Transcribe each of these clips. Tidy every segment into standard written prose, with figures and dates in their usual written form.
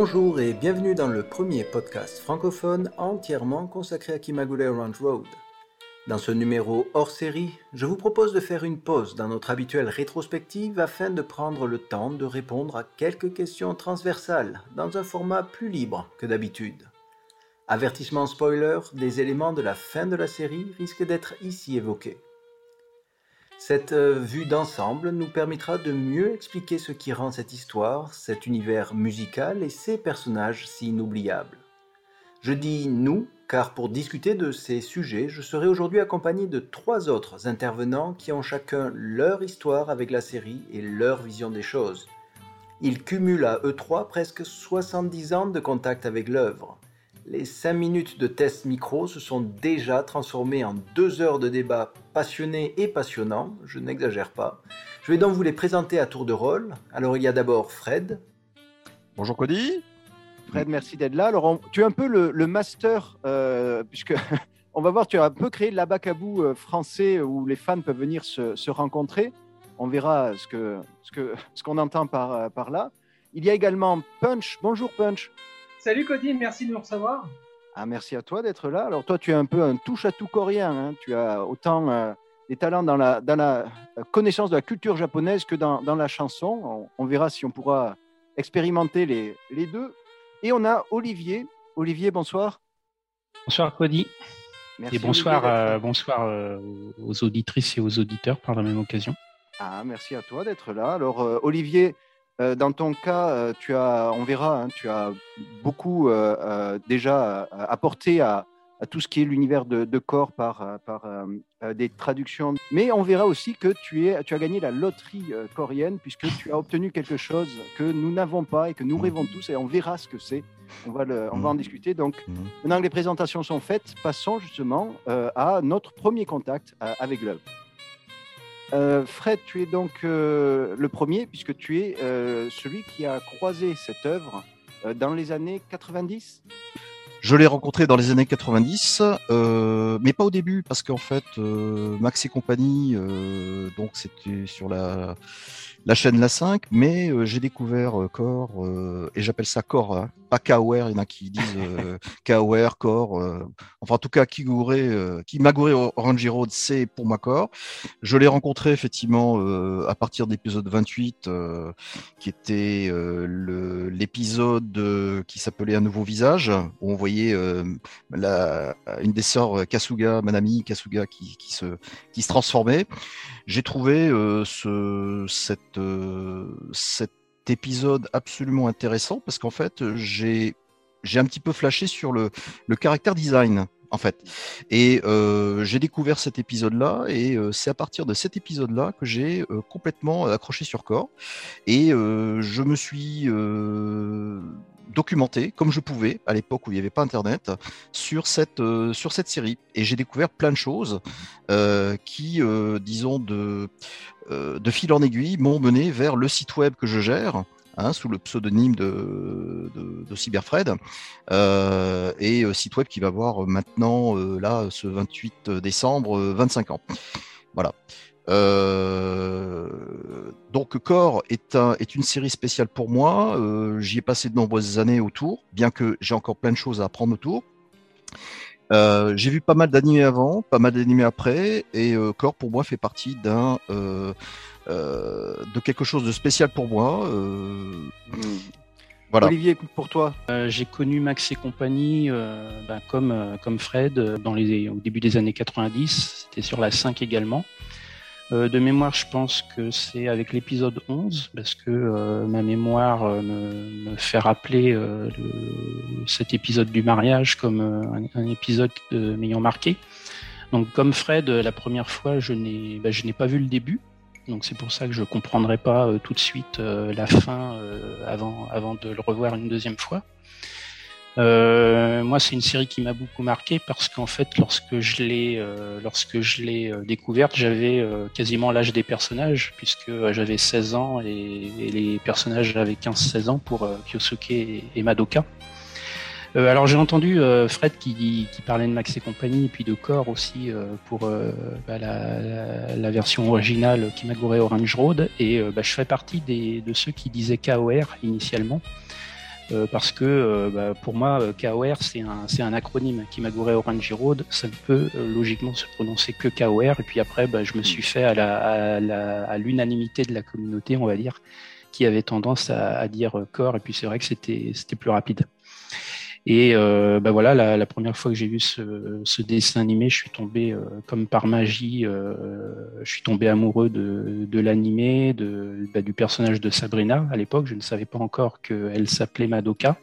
Bonjour et bienvenue dans le premier podcast francophone entièrement consacré à Kimagure Orange Road. Dans ce numéro hors série, je vous propose de faire une pause dans notre habituelle rétrospective afin de prendre le temps de répondre à quelques questions transversales dans un format plus libre que d'habitude. Avertissement spoiler, des éléments de la fin de la série risquent d'être ici évoqués. Cette vue d'ensemble nous permettra de mieux expliquer ce qui rend cette histoire, cet univers musical et ces personnages si inoubliables. Je dis « nous » car pour discuter de ces sujets, je serai aujourd'hui accompagné de 3 autres intervenants qui ont chacun leur histoire avec la série et leur vision des choses. Ils cumulent à eux 3 presque 70 ans de contact avec l'œuvre. Les 5 minutes de test micro se sont déjà transformées en 2 heures de débat passionnés et passionnants, je n'exagère pas. Je vais donc vous les présenter à tour de rôle. Alors il y a d'abord Fred. Bonjour Cody. Fred, merci d'être là. Alors, tu es un peu le master, puisque on va voir, tu as un peu créé l'Abacabou français où les fans peuvent venir se rencontrer. On verra ce qu'on entend par là. Il y a également Punch. Bonjour Punch. Salut Cody, merci de nous recevoir. Ah, merci à toi d'être là. Alors toi, tu es un peu un touche-à-tout coréen. Hein. Tu as autant des talents dans la connaissance de la culture japonaise que dans la chanson. On verra si on pourra expérimenter les deux. Et on a Olivier. Olivier, bonsoir. Bonsoir Cody. Merci, et bonsoir aux auditrices et aux auditeurs par la même occasion. Ah, merci à toi d'être là. Alors Olivier, dans ton cas, on verra, hein, tu as beaucoup déjà apporté à tout ce qui est l'univers de corps par des traductions. Mais on verra aussi que tu as gagné la loterie coréenne puisque tu as obtenu quelque chose que nous n'avons pas et que nous rêvons tous et on verra ce que c'est. On va en discuter. Donc, maintenant que les présentations sont faites, passons justement à notre premier contact avec l'œuvre. Fred, tu es donc le premier puisque tu es celui qui a croisé cette œuvre dans les années 90. Je l'ai rencontré dans les années 90, mais pas au début, parce qu'en fait, Max et compagnie, donc c'était sur la chaîne La 5, mais j'ai découvert Core, et j'appelle ça Core, hein, pas Kaware, il y en a qui disent Kaware, Core, enfin en tout cas Kimagure Orange Road, c'est pour moi Core. Je l'ai rencontré effectivement à partir d'épisode 28, qui était l'épisode qui s'appelait Un nouveau visage, où on voyait une des sœurs Kasuga, Manami Kasuga, qui se transformait. J'ai trouvé cet épisode absolument intéressant parce qu'en fait, j'ai un petit peu flashé sur le caractère design, en fait. Et j'ai découvert cet épisode-là et c'est à partir de cet épisode-là que j'ai complètement accroché sur Core. Et je me suis documenté comme je pouvais à l'époque où il n'y avait pas internet sur cette série et j'ai découvert plein de choses qui disons de fil en aiguille m'ont mené vers le site web que je gère, hein, sous le pseudonyme de Cyberfred, et site web qui va avoir maintenant là ce 28 décembre 25 ans, voilà. Donc Core est une série spéciale pour moi, j'y ai passé de nombreuses années autour, bien que j'ai encore plein de choses à apprendre autour. J'ai vu pas mal d'animés avant, pas mal d'animés après, et Core pour moi fait partie de quelque chose de spécial pour moi. Voilà. Olivier, pour toi, j'ai connu Max et compagnie comme Fred au début des années 90, c'était sur la 5 également. De mémoire, je pense que c'est avec l'épisode 11, parce que ma mémoire me fait rappeler cet épisode du mariage comme un épisode m'ayant marqué. Donc comme Fred, la première fois, je n'ai pas vu le début, donc c'est pour ça que je ne comprendrai pas tout de suite la fin avant de le revoir une deuxième fois. Moi, c'est une série qui m'a beaucoup marqué parce qu'en fait, lorsque je l'ai découverte, j'avais quasiment l'âge des personnages puisque j'avais 16 ans et les personnages avaient 15-16 ans pour Kyosuke et Madoka. Alors j'ai entendu Fred qui parlait de Max et compagnie et puis de Core aussi pour la version originale Kimagure Orange Road et je fais partie de ceux qui disaient KOR initialement. parce que pour moi, KOR, c'est un acronyme. Kimagure Orange Road, ça ne peut logiquement se prononcer que KOR. Et puis après, je me suis fait à l'unanimité de la communauté, on va dire, qui avait tendance à dire Core. Et puis c'est vrai que c'était plus rapide. Et voilà, la première fois que j'ai vu ce dessin animé, je suis tombé comme par magie, je suis tombé amoureux de l'animé, du personnage de Sabrina. À l'époque, je ne savais pas encore qu'elle s'appelait Madoka,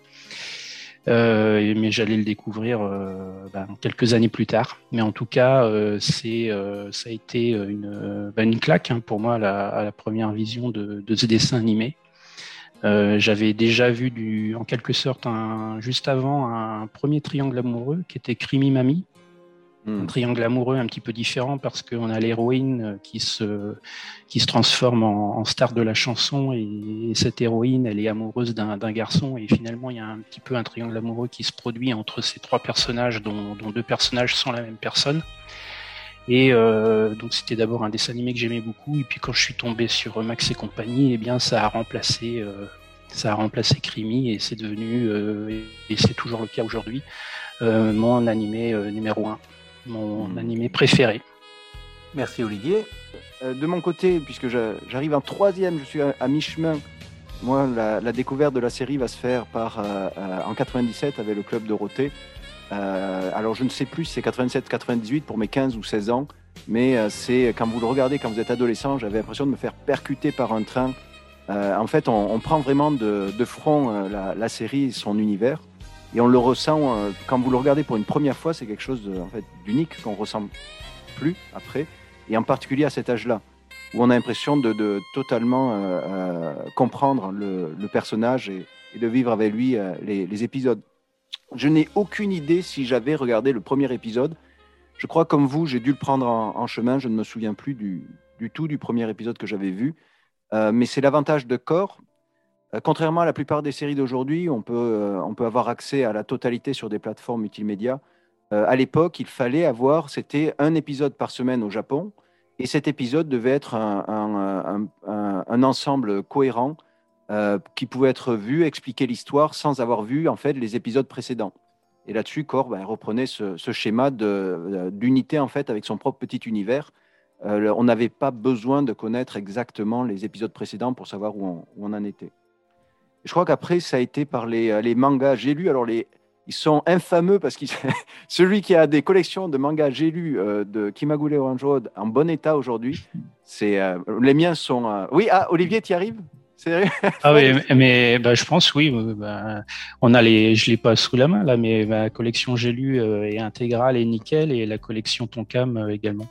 mais j'allais le découvrir quelques années plus tard. Mais en tout cas, ça a été une claque pour moi à la première vision de ce dessin animé. J'avais déjà vu en quelque sorte juste avant un premier triangle amoureux qui était Crimi Mami. Un triangle amoureux un petit peu différent parce qu'on a l'héroïne qui se transforme en star de la chanson et cette héroïne elle est amoureuse d'un garçon et finalement il y a un petit peu un triangle amoureux qui se produit entre ces trois personnages dont deux personnages sont la même personne. Et donc c'était d'abord un dessin animé que j'aimais beaucoup et puis quand je suis tombé sur Max et compagnie, eh bien ça a remplacé Crimi et c'est devenu et c'est toujours le cas aujourd'hui mon animé numéro 1, mon animé préféré. Merci Olivier. De mon côté, puisque j'arrive en 3e, je suis à mi-chemin. Moi, la découverte de la série va se faire en 97 avec le Club Dorothée. Alors je ne sais plus si c'est 87-98 pour mes 15 ou 16 ans, mais c'est quand vous le regardez quand vous êtes adolescent, j'avais l'impression de me faire percuter par un train. En fait, on prend vraiment de front la série et son univers, et on le ressent quand vous le regardez pour une première fois, c'est quelque chose d'unique qu'on ressent plus après, et en particulier à cet âge-là, où on a l'impression de totalement comprendre le personnage et de vivre avec lui les épisodes. Je n'ai aucune idée si j'avais regardé le premier épisode. Je crois comme vous, j'ai dû le prendre en chemin. Je ne me souviens plus du tout du premier épisode que j'avais vu. Mais c'est l'avantage de Core. Contrairement à la plupart des séries d'aujourd'hui, on peut avoir accès à la totalité sur des plateformes multimédia. À l'époque, il fallait c'était un épisode par semaine au Japon. Et cet épisode devait être un ensemble cohérent qui pouvait être vu, expliquer l'histoire sans avoir vu en fait les épisodes précédents. Et là-dessus, Core reprenait ce schéma d'unité en fait avec son propre petit univers. On n'avait pas besoin de connaître exactement les épisodes précédents pour savoir où on en était. Je crois qu'après, ça a été par les mangas J'ai lu. Alors ils sont infameux parce que celui qui a des collections de mangas J'ai lu de Kimagure Orange Road en bon état aujourd'hui, les miens sont. Oui, Olivier, tu y arrives? Ah oui, mais je pense oui. Je l'ai pas sous la main là, mais ma collection J'ai lu est intégrale et nickel, et la collection Tonkam également.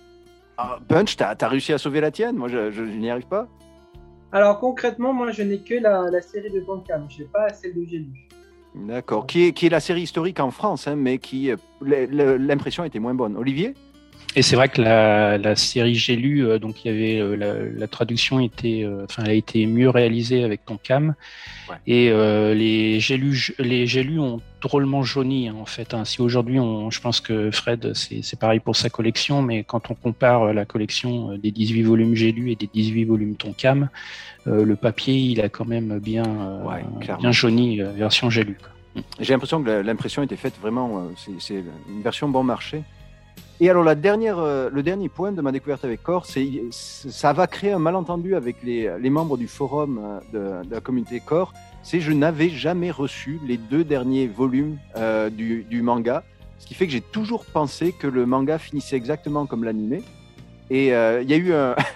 Punch, t'as réussi à sauver la tienne? Moi, je n'y arrive pas. Alors concrètement, moi, je n'ai que la série de Tonkam. Je n'ai pas celle de J'ai lu. D'accord, qui est la série historique en France, mais qui l'impression était moins bonne. Olivier? Et c'est vrai que la série J'ai lu, donc il y avait la traduction elle a été mieux réalisée avec Tonkam, ouais. Et les J'ai lu ont drôlement jauni en fait. Si aujourd'hui, je pense que Fred, c'est pareil pour sa collection, mais quand on compare la collection des 18 volumes J'ai lu et des 18 volumes Tonkam, le papier il a quand même bien jauni version J'ai lu. J'ai l'impression que l'impression était faite vraiment, c'est une version bon marché. Et alors, le dernier point de ma découverte avec Core, ça va créer un malentendu avec les membres du forum de la communauté Core. Je n'avais jamais reçu les 2 derniers volumes du manga, ce qui fait que j'ai toujours pensé que le manga finissait exactement comme l'animé. Et il y a eu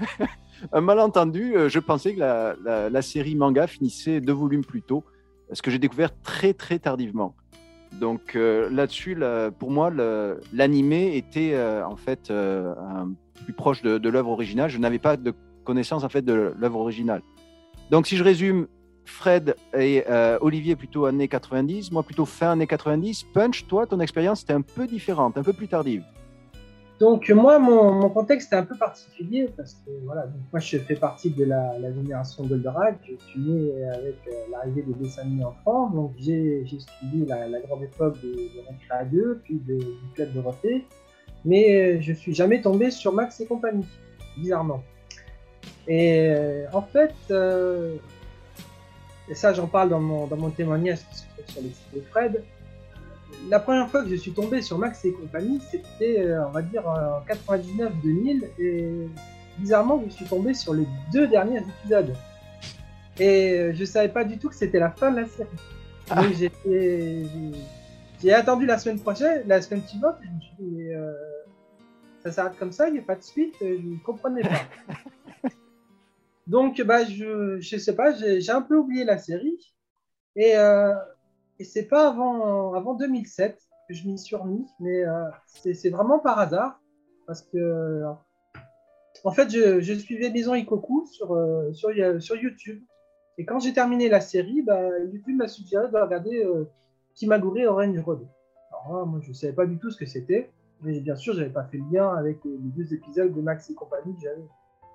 un malentendu. Je pensais que la série manga finissait 2 volumes plus tôt, ce que j'ai découvert très, très tardivement. Donc là-dessus, pour moi, l'animé était en fait plus proche de l'œuvre originale. Je n'avais pas de connaissance en fait de l'œuvre originale. Donc si je résume, Fred et Olivier plutôt années 90, moi plutôt fin années 90. Punch, toi, ton expérience était un peu différente, un peu plus tardive. Donc moi, mon contexte est un peu particulier parce que voilà, donc moi je fais partie de la génération Goldorak. Je suis né avec l'arrivée des dessins animés en France, donc j'ai suivi la grande époque de Récréa 2, puis du Club Dorothée, mais je suis jamais tombé sur Max et compagnie, bizarrement. Et en fait, et ça j'en parle dans mon témoignage qui se trouve sur le site de Fred. La première fois que je suis tombé sur Max et compagnie, c'était, on va dire, en 99-2000, et bizarrement, je suis tombé sur les 2 derniers épisodes. Et je savais pas du tout que c'était la fin de la série. Donc j'ai attendu la semaine suivante, et je me suis dit, mais ça s'arrête comme ça, il n'y a pas de suite, je ne comprenais pas. Donc, je sais pas, j'ai un peu oublié la série. Et c'est pas avant 2007 que je m'y suis remis, mais c'est vraiment par hasard, parce que en fait je suivais Maison Ikoku sur YouTube, et quand j'ai terminé la série, YouTube m'a suggéré de regarder Kimagure Orange Road. Alors moi je savais pas du tout ce que c'était, mais bien sûr j'avais pas fait le lien avec les 2 épisodes de Max et compagnie que j'avais.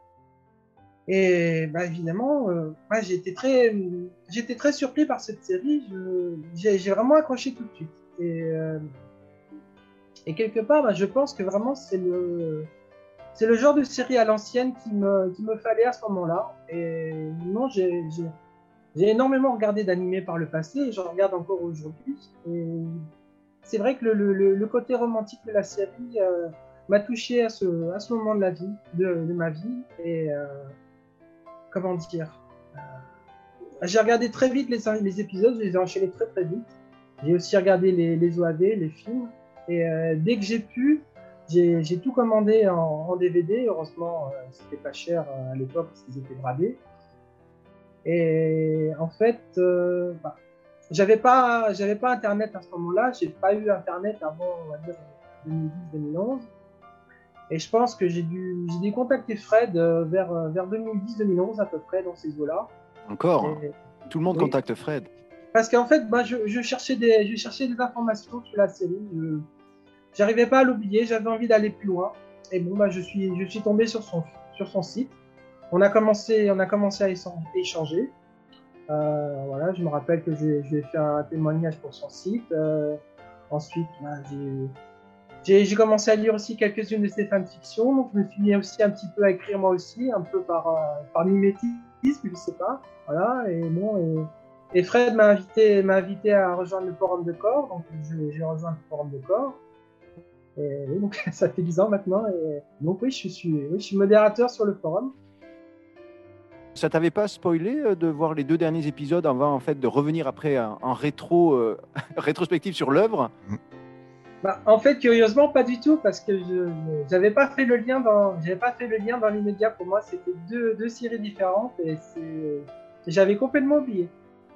Et évidemment, j'étais très surpris par cette série. J'ai vraiment accroché tout de suite. Et quelque part, je pense que vraiment c'est le genre de série à l'ancienne qu'il me fallait à ce moment-là. Et non, j'ai énormément regardé d'animés par le passé, et j'en regarde encore aujourd'hui. Et c'est vrai que le côté romantique de la série m'a touché à ce moment de la vie, de ma vie. Et comment dire, j'ai regardé très vite les épisodes, je les ai enchaînés très très vite. J'ai aussi regardé les OAV, les films, et dès que j'ai pu, j'ai tout commandé en DVD. Heureusement, c'était pas cher à l'époque parce qu'ils étaient bradés. Et en fait, j'avais pas internet à ce moment-là, j'ai pas eu internet avant, on va dire, 2010-2011. Et je pense que j'ai dû contacter Fred vers 2010-2011 à peu près, dans ces eaux-là. Encore tout le monde contacte Fred. Parce qu'en fait, je cherchais des informations sur la série. J'arrivais pas à l'oublier, j'avais envie d'aller plus loin. Et bon, je suis tombé sur son site. On a commencé à échanger. Voilà, je me rappelle que j'ai fait un témoignage pour son site. Ensuite, j'ai commencé à lire aussi quelques-unes de ses fanfictions, donc je me suis mis aussi un petit peu à écrire moi aussi, un peu par mimétisme, je sais pas. Voilà, et Fred m'a invité à rejoindre le forum de Core, donc j'ai rejoint le forum de Core. Et donc ça fait 10 ans maintenant, et donc oui, je suis modérateur sur le forum. Ça t'avait pas spoilé de voir les 2 derniers épisodes avant en fait de revenir après en rétrospective sur l'œuvre? En fait, curieusement, pas du tout, parce que j'avais pas fait le lien dans l'immédiat. Pour moi, c'était deux séries différentes, et j'avais complètement oublié.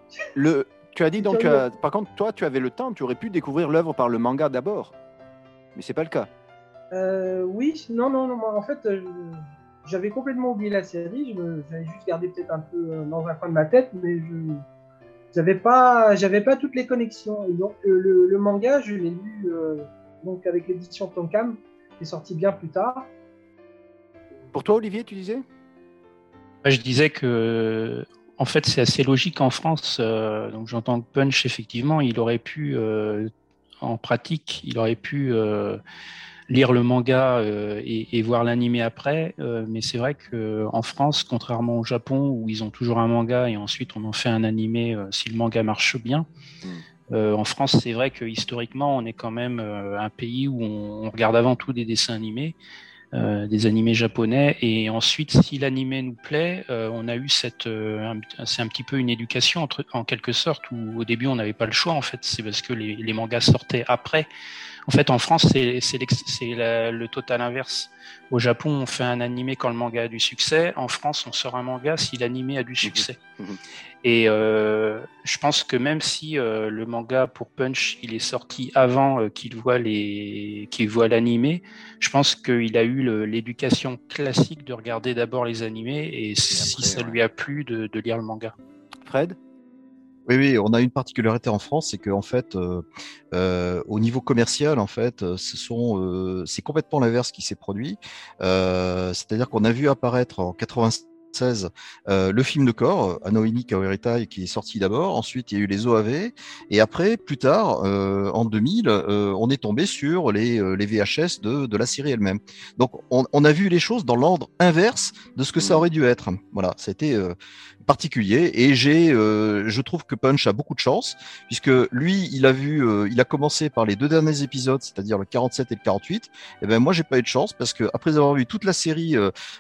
Tu as dit donc, par contre, toi, tu avais le temps, tu aurais pu découvrir l'œuvre par le manga d'abord, mais c'est pas le cas. Oui, non, moi, en fait, j'avais complètement oublié la série. J'avais juste gardé peut-être un peu dans un coin de ma tête, mais j'avais pas toutes les connexions. Et donc le manga, je l'ai lu donc avec l'édition Tonkam, qui est sortie bien plus tard. Pour toi, Olivier, tu disais? Je disais que en fait c'est assez logique en France. Donc j'entends que Punch, effectivement, il aurait pu en pratique, il aurait pu lire le manga et voir l'animé après, mais c'est vrai qu'en France, contrairement au Japon où ils ont toujours un manga et ensuite on en fait un animé si le manga marche bien, en France c'est vrai que historiquement on est quand même un pays où on regarde avant tout des dessins animés, des animés japonais, et ensuite si l'animé nous plaît, on a eu c'est un petit peu une éducation en quelque sorte, où au début on n'avait pas le choix en fait, c'est parce que les mangas sortaient après. En fait, en France, c'est le total inverse. Au Japon, on fait un animé quand le manga a du succès. En France, on sort un manga si l'animé a du succès. Et je pense que même si le manga pour Punch, il est sorti avant qu'il voit l'animé, je pense qu'il a eu l'éducation classique de regarder d'abord les animés et si ça lui a plu, de lire le manga. Fred ? Oui, on a une particularité en France, c'est qu'en fait, au niveau commercial, en fait, c'est complètement l'inverse qui s'est produit. C'est-à-dire qu'on a vu apparaître en 87 1996 le film de Core, Anohini Kaoheritai, qui est sorti d'abord. Ensuite, il y a eu les OAV. Et après, plus tard, en 2000, on est tombé sur les VHS de la série elle-même. Donc, on a vu les choses dans l'ordre inverse de ce que ça aurait dû être. Voilà, c'était particulier. Et je trouve que Punch a beaucoup de chance, puisque lui, il a commencé par les 2 derniers épisodes, c'est-à-dire le 47 et le 48. Et ben moi, j'ai pas eu de chance, parce que après avoir vu toute la série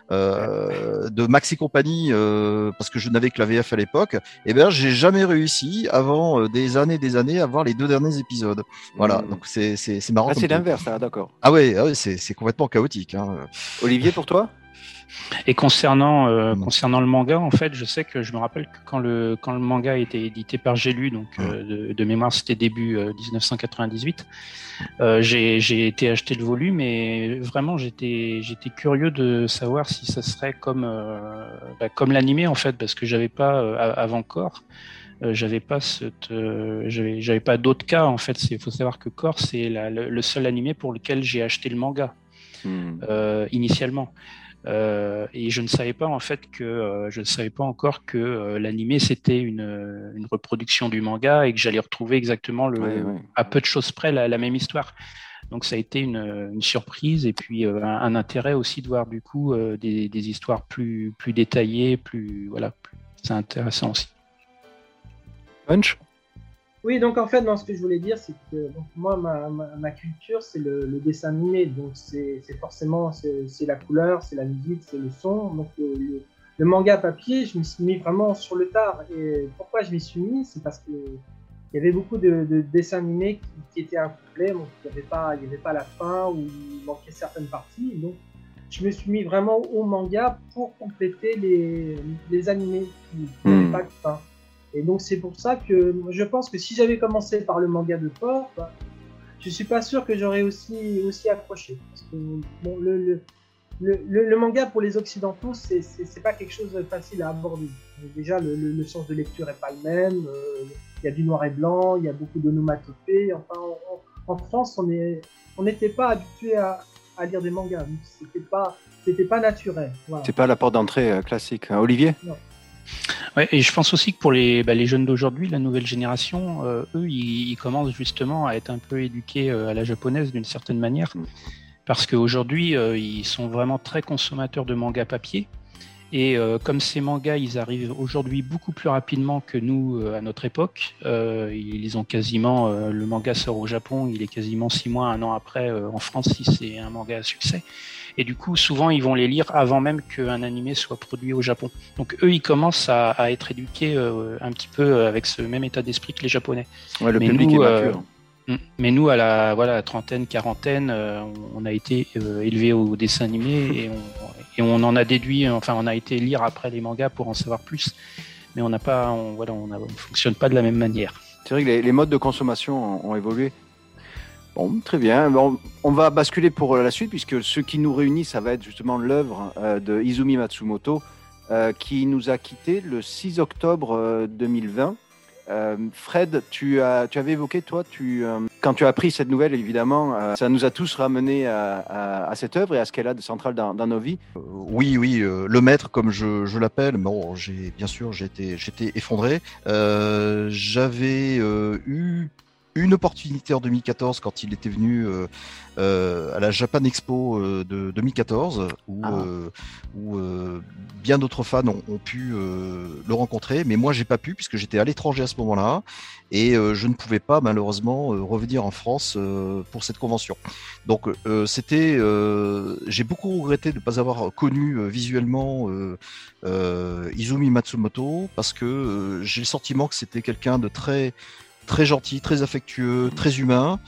de Max et compagnie, parce que je n'avais que la VF à l'époque, et ben j'ai jamais réussi avant des années à voir les 2 derniers épisodes. Voilà, donc c'est marrant. Ah, c'est l'inverse, d'accord. Ah ouais, c'est complètement chaotique. Hein. Olivier, pour toi? Et concernant le manga, en fait, je me rappelle que quand le manga a été édité par J'ai lu, donc de mémoire c'était début 1998, j'ai été acheter le volume et vraiment j'étais curieux de savoir si ça serait comme l'animé, en fait, parce que j'avais pas avant Core. J'avais pas j'avais pas d'autres cas, en fait. Il faut savoir que Core, c'est le seul animé pour lequel j'ai acheté le manga initialement. Et je ne savais pas, en fait, encore que l'animé c'était une reproduction du manga et que j'allais retrouver exactement à peu de choses près la même histoire. Donc ça a été une surprise et puis un intérêt aussi de voir du coup des histoires plus détaillées, c'est intéressant aussi. Punch? Oui, donc en fait, ce que je voulais dire, c'est que donc, moi, ma culture, c'est le dessin animé. Donc c'est forcément c'est la couleur, c'est la musique, c'est le son. Donc le manga papier, je me suis mis vraiment sur le tard. Et pourquoi je m'y suis mis, c'est parce que il y avait beaucoup de dessins animés qui étaient incomplets. Donc il y avait pas la fin ou il manquait certaines parties. Donc je me suis mis vraiment au manga pour compléter les animés qui n'avaient pas de fin. Et donc c'est pour ça que je pense que si j'avais commencé par le manga de Core, je suis pas sûr que j'aurais aussi accroché. Parce que bon, le manga pour les occidentaux, c'est pas quelque chose de facile à aborder. Donc, déjà le sens de lecture est pas le même. Il y a du noir et blanc, il y a beaucoup d'onomatopées. Enfin, en France, on n'était pas habitué à lire des mangas. C'était pas naturel. Voilà. C'est pas la porte d'entrée classique. Olivier? Non. Ouais, et je pense aussi que pour les jeunes d'aujourd'hui, la nouvelle génération, eux, ils commencent justement à être un peu éduqués à la japonaise d'une certaine manière, parce qu'aujourd'hui, ils sont vraiment très consommateurs de mangas papier. Et comme ces mangas, ils arrivent aujourd'hui beaucoup plus rapidement que nous à notre époque. Ils ont quasiment, le manga sort au Japon, il est quasiment 6 mois, 1 an après en France si c'est un manga à succès. Et du coup, souvent, ils vont les lire avant même qu'un animé soit produit au Japon. Donc eux, ils commencent à être éduqués un petit peu avec ce même état d'esprit que les Japonais. Ouais, le public est mature. Mais nous, à la trentaine, quarantaine, on a été élevés au dessin animé et on en a déduit, enfin, on a été lire après les mangas pour en savoir plus. Mais on fonctionne pas de la même manière. C'est vrai que les modes de consommation ont évolué. Bon, très bien. Bon, on va basculer pour la suite, puisque ce qui nous réunit, ça va être justement l'œuvre de Izumi Matsumoto, qui nous a quittés le 6 octobre 2020. Fred, tu avais évoqué, toi, quand tu as appris cette nouvelle, évidemment, ça nous a tous ramenés à cette œuvre et à ce qu'elle a de central dans nos vies. Oui, le maître, comme je l'appelle. Bon, j'étais effondré. J'avais eu une opportunité en 2014 quand il était venu à la Japan Expo de 2014 où bien d'autres fans ont pu le rencontrer, mais moi j'ai pas pu puisque j'étais à l'étranger à ce moment-là et je ne pouvais pas malheureusement revenir en France pour cette convention. Donc j'ai beaucoup regretté de ne pas avoir connu visuellement Izumi Matsumoto parce que j'ai le sentiment que c'était quelqu'un de très gentil, très affectueux, très humain.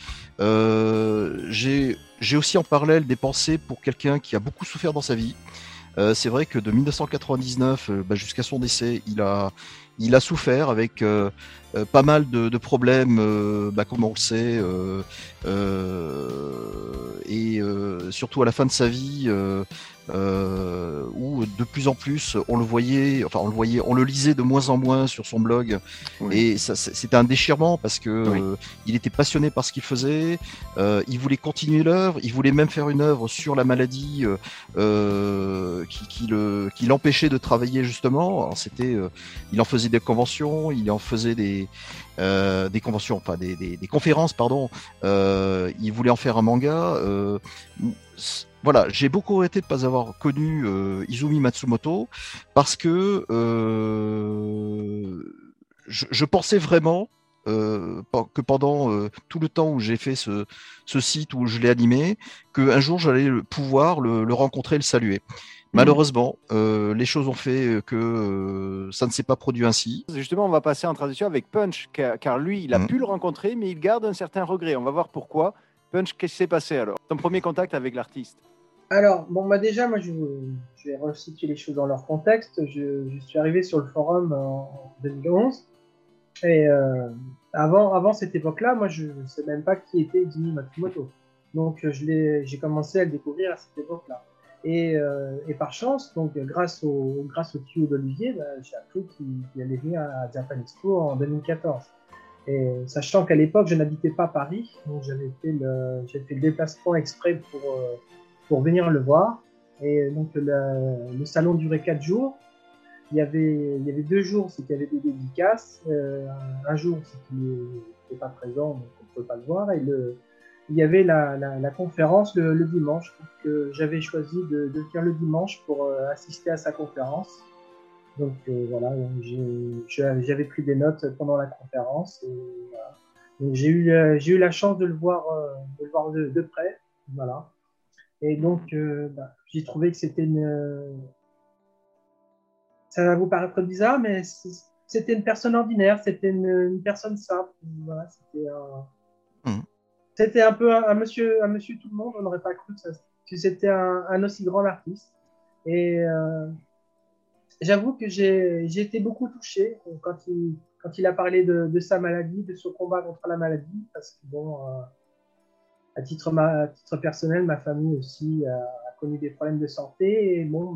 J'ai aussi en parallèle des pensées pour quelqu'un qui a beaucoup souffert dans sa vie. C'est vrai que de 1999 jusqu'à son décès, il a souffert avec pas mal de problèmes, comme on le sait, et surtout à la fin de sa vie, où de plus en plus on le lisait de moins en moins sur son blog, et ça, c'était un déchirement parce que il était passionné par ce qu'il faisait, il voulait continuer l'œuvre, il voulait même faire une œuvre sur la maladie qui l'empêchait de travailler justement. Alors il en faisait des conventions, il en faisait des conférences, pardon. Il voulait en faire un manga. Voilà, j'ai beaucoup regretté de ne pas avoir connu Izumi Matsumoto parce que je pensais vraiment que pendant tout le temps où j'ai fait ce site, où je l'ai animé, qu'un jour j'allais pouvoir le rencontrer, le saluer. Malheureusement, les choses ont fait que ça ne s'est pas produit ainsi. Justement, on va passer en transition avec Punch, car lui, il a pu le rencontrer, mais il garde un certain regret. On va voir pourquoi. Punch, qu'est-ce qui s'est passé alors? Ton premier contact avec l'artiste? Alors, déjà, moi, je vais resituer les choses dans leur contexte. Je suis arrivé sur le forum en 2011. Et avant cette époque-là, moi, je ne sais même pas qui était Izumi Matsumoto. Donc, j'ai commencé à le découvrir à cette époque-là. Et par chance, donc grâce au tuyau d'Olivier, j'ai appris qu'il allait venir à Japan Expo en 2014. Et sachant qu'à l'époque, je n'habitais pas Paris, donc j'ai fait le déplacement exprès pour venir le voir. Et donc le salon durait 4 jours. Il y avait 2 jours, c'est qu'il y avait des dédicaces. Un jour, c'est qu'il n'était pas présent, donc on ne pouvait pas le voir. Et il y avait la conférence le dimanche. Donc j'avais choisi de faire le dimanche pour assister à sa conférence. Donc voilà, j'avais pris des notes pendant la conférence. Et, voilà. Donc j'ai eu la chance de le voir de près. Voilà. Et donc j'ai trouvé que c'était ça va vous paraître bizarre, mais c'était une personne ordinaire, c'était une personne simple. Voilà, c'était un peu un monsieur tout le monde. On n'aurait pas cru que c'était un aussi grand artiste. Et j'avoue que j'ai été beaucoup touché quand il a parlé de sa maladie, de son combat contre la maladie, parce que bon, à titre personnel, ma famille aussi a connu des problèmes de santé, et bon,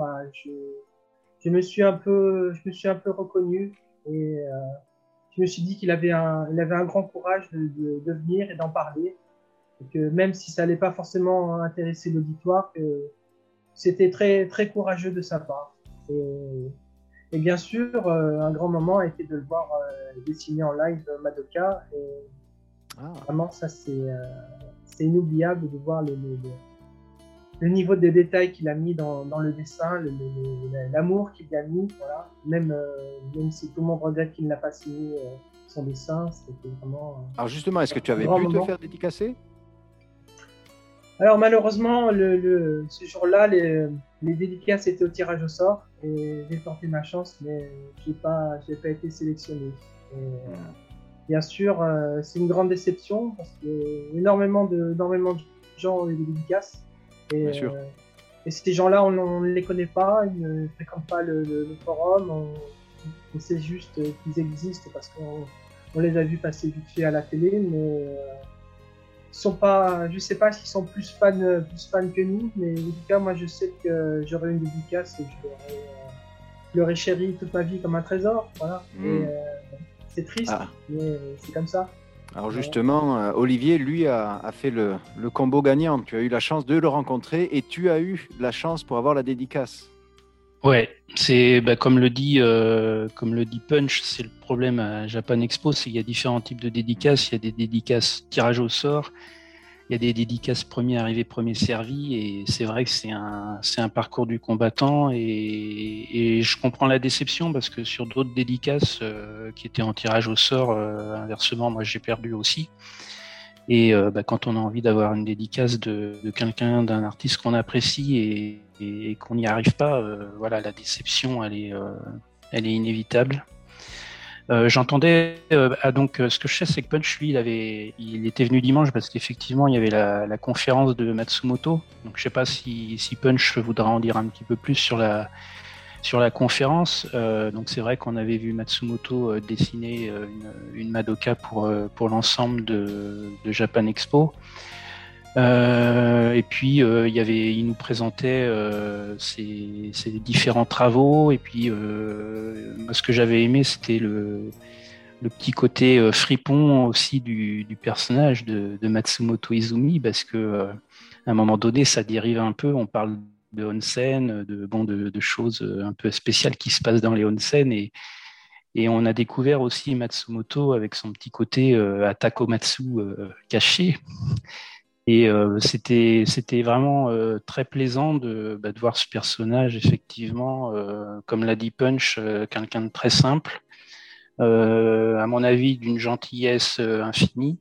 je me suis un peu reconnu, et je me suis dit qu'il avait un grand courage de venir et d'en parler, et que même si ça n'allait pas forcément intéresser l'auditoire, que c'était très, très courageux de sa part. Et bien sûr, un grand moment a été de le voir dessiner en live Madoka. Et vraiment, ça, c'est inoubliable de voir le niveau de détail qu'il a mis dans le dessin, l'amour qu'il y a mis. Voilà. Même si tout le monde regrette qu'il n'a pas signé son dessin, c'était vraiment. Alors justement, est-ce que tu avais pu te faire dédicacer? Alors malheureusement, ce jour-là, les dédicaces étaient au tirage au sort, et j'ai tenté ma chance, mais j'ai pas été sélectionné. Et, bien sûr, c'est une grande déception parce que énormément de gens ont eu des dédicaces. Et, et ces gens-là, on ne les connaît pas, ils ne fréquentent pas le forum, on sait juste qu'ils existent parce qu'on les a vus passer vite fait à la télé, mais sont pas, je sais pas s'ils sont plus fans que nous, mais en tout cas, moi je sais que j'aurais une dédicace et je l'aurais chéri toute ma vie comme un trésor. Voilà. Et, c'est triste, mais c'est comme ça. Alors justement, Olivier, lui, a fait le combo gagnant. Tu as eu la chance de le rencontrer et tu as eu la chance pour avoir la dédicace. Ouais, c'est comme le dit Punch, c'est le problème à Japan Expo, c'est qu'il y a différents types de dédicaces. Il y a des dédicaces tirage au sort, il y a des dédicaces premier arrivé, premier servi, et c'est vrai que c'est un parcours du combattant, et je comprends la déception parce que sur d'autres dédicaces qui étaient en tirage au sort, inversement, moi j'ai perdu aussi. Et quand on a envie d'avoir une dédicace de quelqu'un, d'un artiste qu'on apprécie et qu'on n'y arrive pas, voilà, la déception, elle est inévitable. J'entendais donc ce que je sais, c'est que Punch, lui, il était venu dimanche parce qu'effectivement il y avait la conférence de Matsumoto. Donc je sais pas si Punch voudra en dire un petit peu plus sur la conférence. Donc c'est vrai qu'on avait vu Matsumoto dessiner une Madoka pour l'ensemble de Japan Expo. Et puis il nous présentait ses différents travaux. Et puis moi, ce que j'avais aimé, c'était le petit côté fripon aussi du personnage de Matsumoto Izumi, parce que à un moment donné, ça dérive un peu. On parle de onsen, de choses un peu spéciales qui se passent dans les onsen, et on a découvert aussi Matsumoto avec son petit côté Atakomatsu caché. Et c'était vraiment très plaisant de voir ce personnage, effectivement, comme l'a dit Punch, quelqu'un de très simple, à mon avis d'une gentillesse infinie,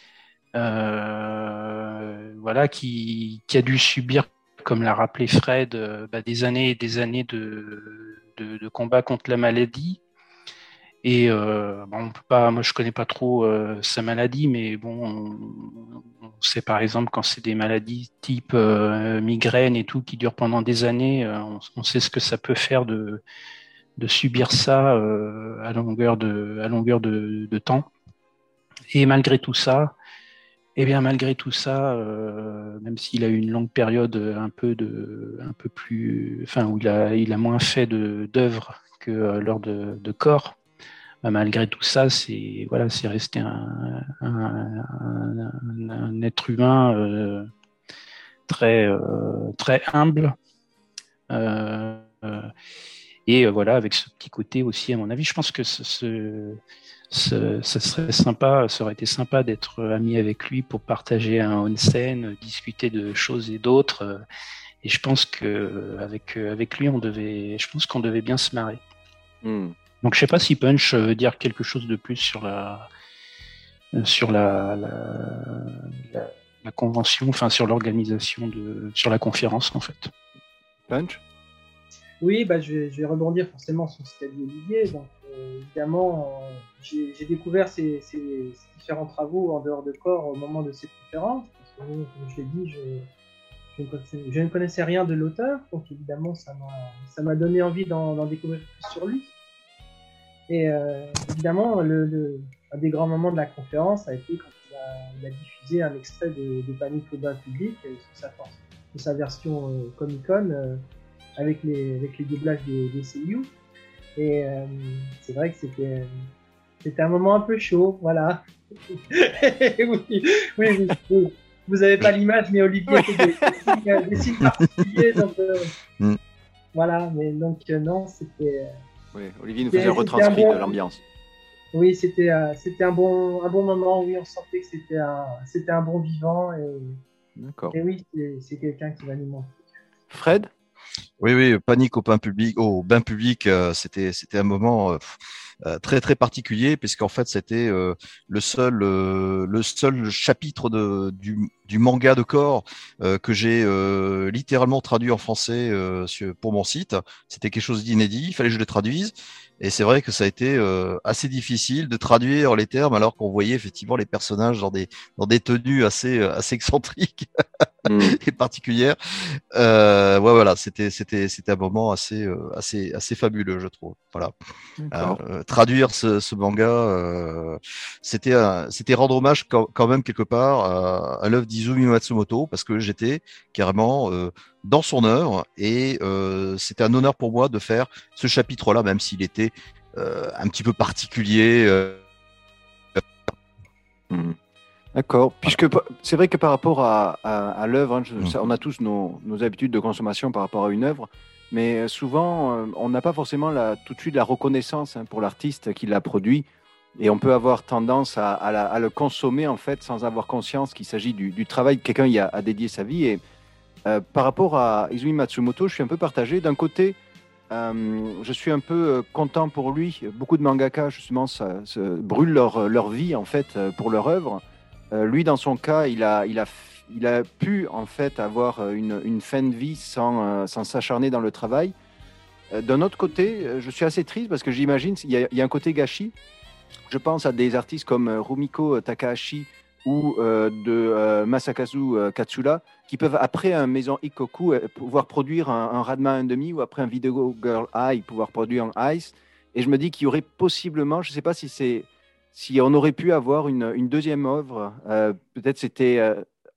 voilà, qui a dû subir, comme l'a rappelé Fred, des années et des années de combat contre la maladie. Et on peut pas, moi je connais pas trop sa maladie, mais bon, on sait par exemple quand c'est des maladies type migraine et tout qui durent pendant des années, on sait ce que ça peut faire de subir ça à longueur de temps. Et malgré tout ça, même s'il a eu une longue période un peu plus, enfin où il a moins fait d'œuvres que lors de corps. Malgré tout ça, c'est resté un être humain très très humble, et voilà, avec ce petit côté aussi, à mon avis, je pense que ça serait sympa, ça aurait été sympa d'être ami avec lui pour partager un onsen, discuter de choses et d'autres, et je pense que avec lui, je pense qu'on devait bien se marrer. Donc je sais pas si Punch veut dire quelque chose de plus sur la convention, enfin sur l'organisation sur la conférence en fait. Punch. Oui, je vais rebondir forcément sur ce qu'a dit Olivier. Donc évidemment, j'ai découvert ces différents travaux en dehors de corps au moment de cette conférence. Parce que, comme je l'ai dit, je ne connaissais rien de l'auteur, donc évidemment ça m'a donné envie d'en découvrir plus sur lui. Et évidemment, un des grands moments de la conférence a été quand il a diffusé un extrait de Panique au bain public sur sa version Comic-Con avec les doublages des seiyuu. Et c'est vrai que c'était un moment un peu chaud, voilà. oui. Vous n'avez pas l'image, mais Olivier fait des signes particuliers. Donc, voilà, mais donc non, c'était... Oui, Olivier nous faisait un retranscrit de l'ambiance. Oui, c'était un bon moment. Oui, on sentait que c'était un bon vivant. D'accord. Et oui, c'est quelqu'un qui va nous montrer. Fred ? Oui, Panique au bain public, c'était un moment très très particulier, puisqu'en fait c'était le seul chapitre du manga de corps que j'ai littéralement traduit en français pour mon site. C'était quelque chose d'inédit, il fallait que je le traduise. Et c'est vrai que ça a été assez difficile de traduire les termes alors qu'on voyait effectivement les personnages dans des tenues assez excentriques et particulières. Voilà, c'était un moment assez fabuleux, je trouve. Voilà. Traduire ce manga, c'était rendre hommage quand même quelque part à l'œuvre d'Izumi Matsumoto, parce que j'étais carrément dans son œuvre, et c'était un honneur pour moi de faire ce chapitre-là, même s'il était un petit peu particulier. D'accord. Puisque c'est vrai que par rapport à l'œuvre, on a tous nos habitudes de consommation par rapport à une œuvre, mais souvent, on n'a pas forcément tout de suite la reconnaissance pour l'artiste qui l'a produit, et on peut avoir tendance à le consommer en fait sans avoir conscience qu'il s'agit du travail que quelqu'un y a dédié sa vie. Et par rapport à Izumi Matsumoto, je suis un peu partagé. D'un côté, je suis un peu content pour lui. Beaucoup de mangaka justement brûlent leur vie en fait pour leur œuvre. Lui, dans son cas, il a pu en fait avoir une fin de vie sans s'acharner dans le travail. D'un autre côté, je suis assez triste parce que j'imagine il y a un côté gâchis. Je pense à des artistes comme Rumiko Takahashi ou de Masakazu Katsura qui peuvent, après un Maison Ikkoku, pouvoir produire un Ranma 1.5, ou après un Video Girl Eye, pouvoir produire un Ice. Et je me dis qu'il y aurait possiblement, je ne sais pas si on aurait pu avoir une deuxième œuvre, peut-être c'était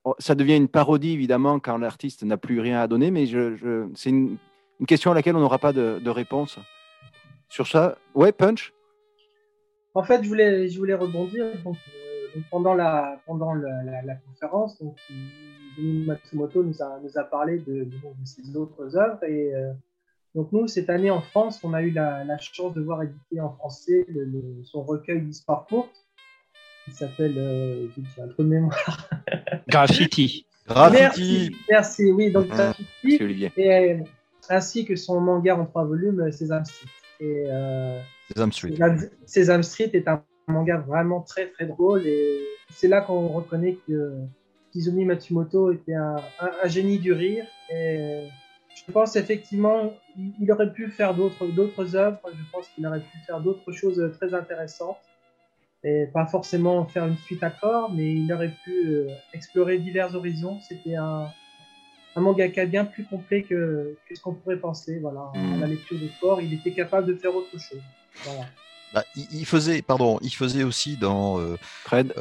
ça devient une parodie, évidemment, quand l'artiste n'a plus rien à donner, mais c'est une question à laquelle on n'aura pas de réponse. Sur ça, ouais, Punch. En fait, je voulais rebondir. Donc, pendant la conférence, donc, Izumi Matsumoto nous a parlé de ses autres œuvres. Et donc, nous, cette année en France, on a eu la chance de voir éditer en français son recueil d'histoires courtes, qui s'appelle, j'ai un trou de mémoire. Graffiti. Merci, oui, donc Graffiti. Merci, Olivier. Et, ainsi que son manga en 3 volumes, Sesame Street. Et, Sesame Street est un manga vraiment très très drôle, et c'est là qu'on reconnaît que Izumi Matsumoto était un génie du rire. Et je pense effectivement il aurait pu faire d'autres œuvres. Je pense qu'il aurait pu faire d'autres choses très intéressantes, et pas forcément faire une suite à corps, mais il aurait pu explorer divers horizons. C'était un mangaka bien plus complet que ce qu'on pourrait penser. Voilà, à la lecture des corps, il était capable de faire autre chose. Voilà. Bah, il faisait aussi dans Fred.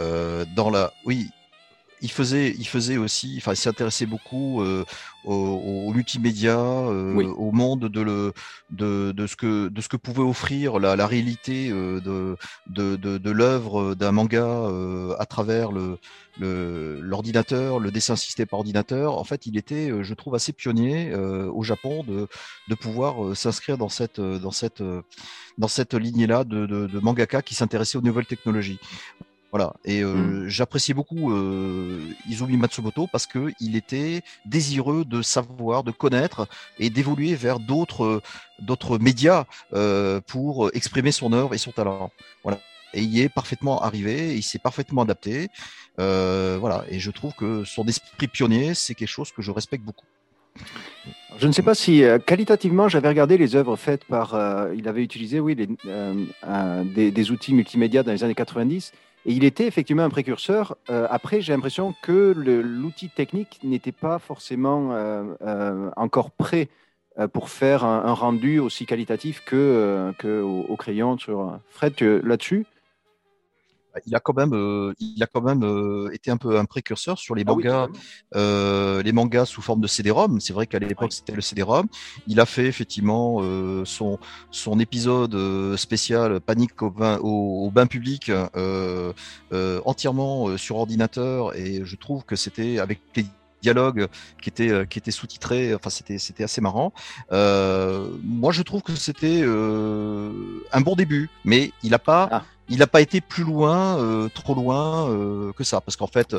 Il faisait aussi, enfin, il s'intéressait beaucoup au multimédia, au monde de ce que pouvait offrir la réalité de l'œuvre d'un manga à travers l'ordinateur, le dessin assisté par ordinateur. En fait, il était, je trouve, assez pionnier au Japon de pouvoir s'inscrire dans cette lignée-là de mangaka qui s'intéressait aux nouvelles technologies. Voilà, et j'appréciais beaucoup Izumi Matsumoto parce qu'il était désireux de savoir, de connaître et d'évoluer vers d'autres médias pour exprimer son œuvre et son talent. Voilà. Et il y est parfaitement arrivé, il s'est parfaitement adapté. Voilà, et je trouve que son esprit pionnier, c'est quelque chose que je respecte beaucoup. Je ne sais pas si qualitativement, j'avais regardé les œuvres faites par. Il avait utilisé, des outils multimédia dans les années 90. Et il était effectivement un précurseur. Après, j'ai l'impression que l'outil technique n'était pas forcément encore prêt pour faire un rendu aussi qualitatif qu'au crayon. Fred, là-dessus? Il a quand même été un peu un précurseur sur les mangas, les mangas sous forme de CD-ROM. C'est vrai qu'à l'époque c'était le CD-ROM. Il a fait effectivement son épisode spécial Panique au bain public entièrement sur ordinateur, et je trouve que c'était avec les dialogues qui étaient sous-titrés. Enfin, c'était assez marrant. Moi, je trouve que c'était un bon début, mais il n'a pas été plus loin, trop loin que ça, parce qu'en fait,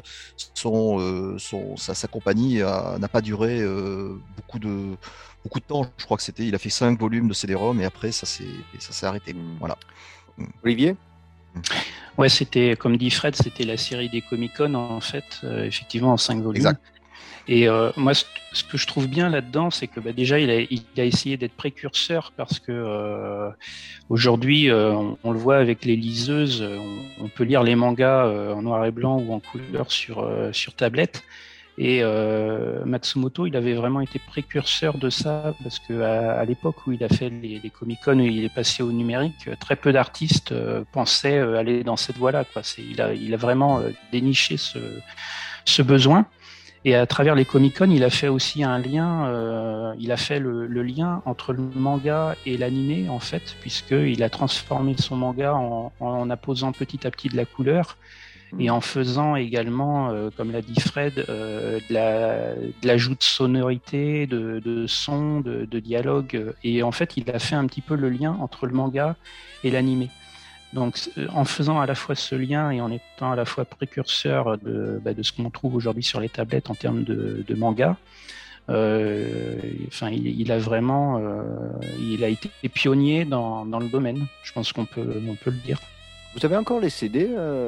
sa compagnie n'a pas duré beaucoup de temps. Je crois que il a fait 5 volumes de CD-ROM, et après ça s'est arrêté. Voilà. Olivier? Ouais, c'était, comme dit Fred, c'était la série des Comic-Con en fait, effectivement en 5 volumes. Exact. Et moi, ce que je trouve bien là-dedans, c'est que déjà, il a essayé d'être précurseur, parce que aujourd'hui, on le voit avec les liseuses, on peut lire les mangas en noir et blanc ou en couleur sur tablette. Et Matsumoto, il avait vraiment été précurseur de ça, parce que à l'époque où il a fait les Comic-Con, où il est passé au numérique, très peu d'artistes pensaient aller dans cette voie-là, quoi. Il a vraiment déniché ce besoin. Et à travers les Comic-Con, il a fait aussi un lien, il a fait le lien entre le manga et l'animé, en fait, puisqu'il a transformé son manga en apposant petit à petit de la couleur, et en faisant également, comme l'a dit Fred, de l'ajout de sonorité, de son, de dialogue. Et en fait, il a fait un petit peu le lien entre le manga et l'animé. Donc, en faisant à la fois ce lien et en étant à la fois précurseur de ce qu'on trouve aujourd'hui sur les tablettes en termes de manga, il a vraiment, il a été pionnier dans le domaine. Je pense qu'on peut le dire. Vous avez encore les CD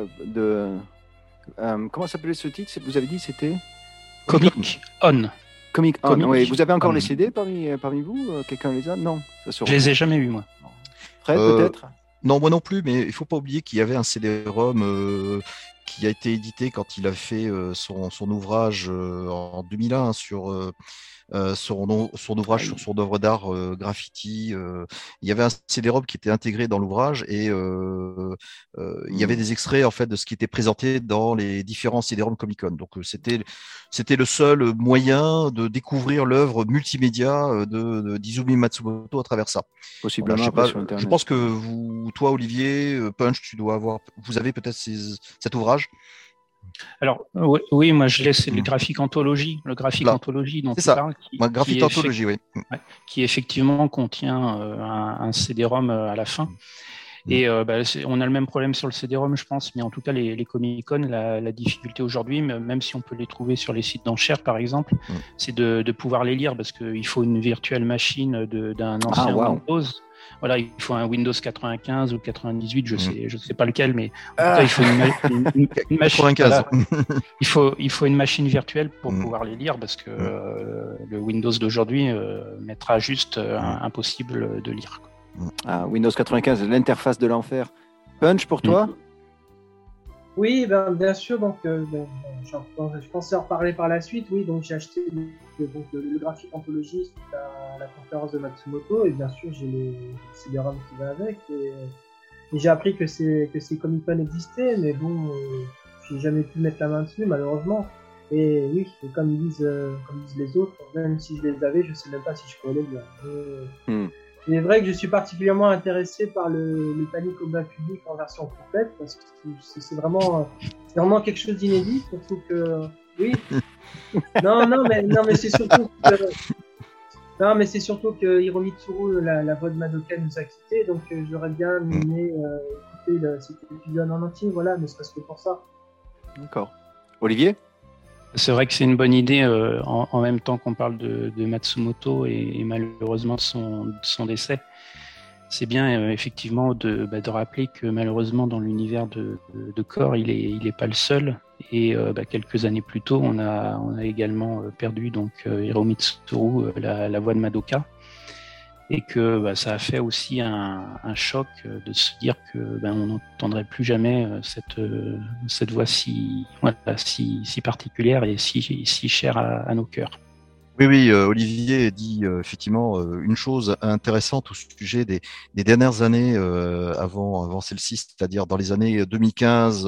comment s'appelait ce titre? Vous avez dit c'était Comic On. Comic On. Oui. Vous avez encore les CD parmi vous? Quelqu'un les a? Non. Je les ai jamais eus, moi. Fred, peut-être? Non, moi non plus, mais il faut pas oublier qu'il y avait un CD-ROM qui a été édité quand il a fait son ouvrage en 2001 sur son ouvrage sur son œuvre d'art graffiti. Il y avait un CD-ROM qui était intégré dans l'ouvrage et il y avait des extraits en fait de ce qui était présenté dans les différents CD-ROM Comic-Con. Donc c'était le seul moyen de découvrir l'œuvre multimédia d'Izumi Matsumoto à travers ça. Possiblement. Voilà, je pense que toi, Olivier, Punch, vous avez peut-être cet ouvrage. Alors, oui, moi je laisse le graphique anthologie. Le graphique anthologie dont tu parles. Graphique anthologie, oui. Qui effectivement contient un CD-ROM à la fin. Et on a le même problème sur le CD-ROM, je pense, mais en tout cas, les Comic-Con, la difficulté aujourd'hui, même si on peut les trouver sur les sites d'enchères, par exemple, c'est de pouvoir les lire parce qu'il faut une virtuelle machine d'un ancien Windows. Voilà, il faut un Windows 95 ou 98, je sais pas lequel, mais en tout cas, il faut une machine. 95. Voilà. Il faut une machine virtuelle pour pouvoir les lire parce que le Windows d'aujourd'hui mettra juste impossible de lire. Windows 95, l'interface de l'enfer. Punch, pour toi? Oui, bien sûr. Donc, je pensais en reparler par la suite. Oui, donc j'ai acheté le graphique anthologie suite à la conférence de Matsumoto, et bien sûr j'ai les CD-ROM qui va avec. Et j'ai appris que ces Comic-Con existaient, mais bon, j'ai jamais pu mettre la main dessus, malheureusement. Et oui, comme disent les autres, même si je les avais, je sais même pas si je pourrais les lire. Il est vrai que je suis particulièrement intéressé par le panier combat public en version complète parce que c'est vraiment quelque chose d'inédit, surtout que oui. Non mais c'est surtout que Hiromitsuru, la voix de Madoka, nous a quittés, donc j'aurais bien aimé écouter cet épisode en entier, voilà, ne serait-ce que pour ça. D'accord. Olivier? C'est vrai que c'est une bonne idée en même temps qu'on parle de Matsumoto et malheureusement de son décès. C'est bien effectivement de rappeler que malheureusement dans l'univers de Core, il est pas le seul. Et quelques années plus tôt, on a également perdu donc Hiromitsuru, la voix de Madoka. Et que ça a fait aussi un choc de se dire que on n'entendrait plus jamais cette voix si particulière et si chère à nos cœurs. Oui, Olivier dit effectivement une chose intéressante au sujet des dernières années avant celle-ci, c'est-à-dire dans les années 2015,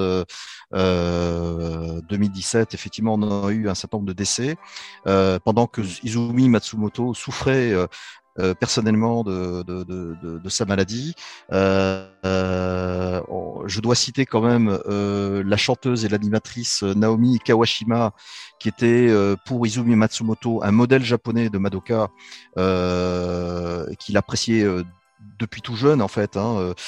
2017, effectivement, on a eu un certain nombre de décès pendant que Izumi Matsumoto souffrait personnellement de sa maladie. Je dois citer quand même la chanteuse et l'animatrice Naomi Kawashima, qui était pour Izumi Matsumoto un modèle japonais de Madoka qu'il appréciait depuis tout jeune en fait,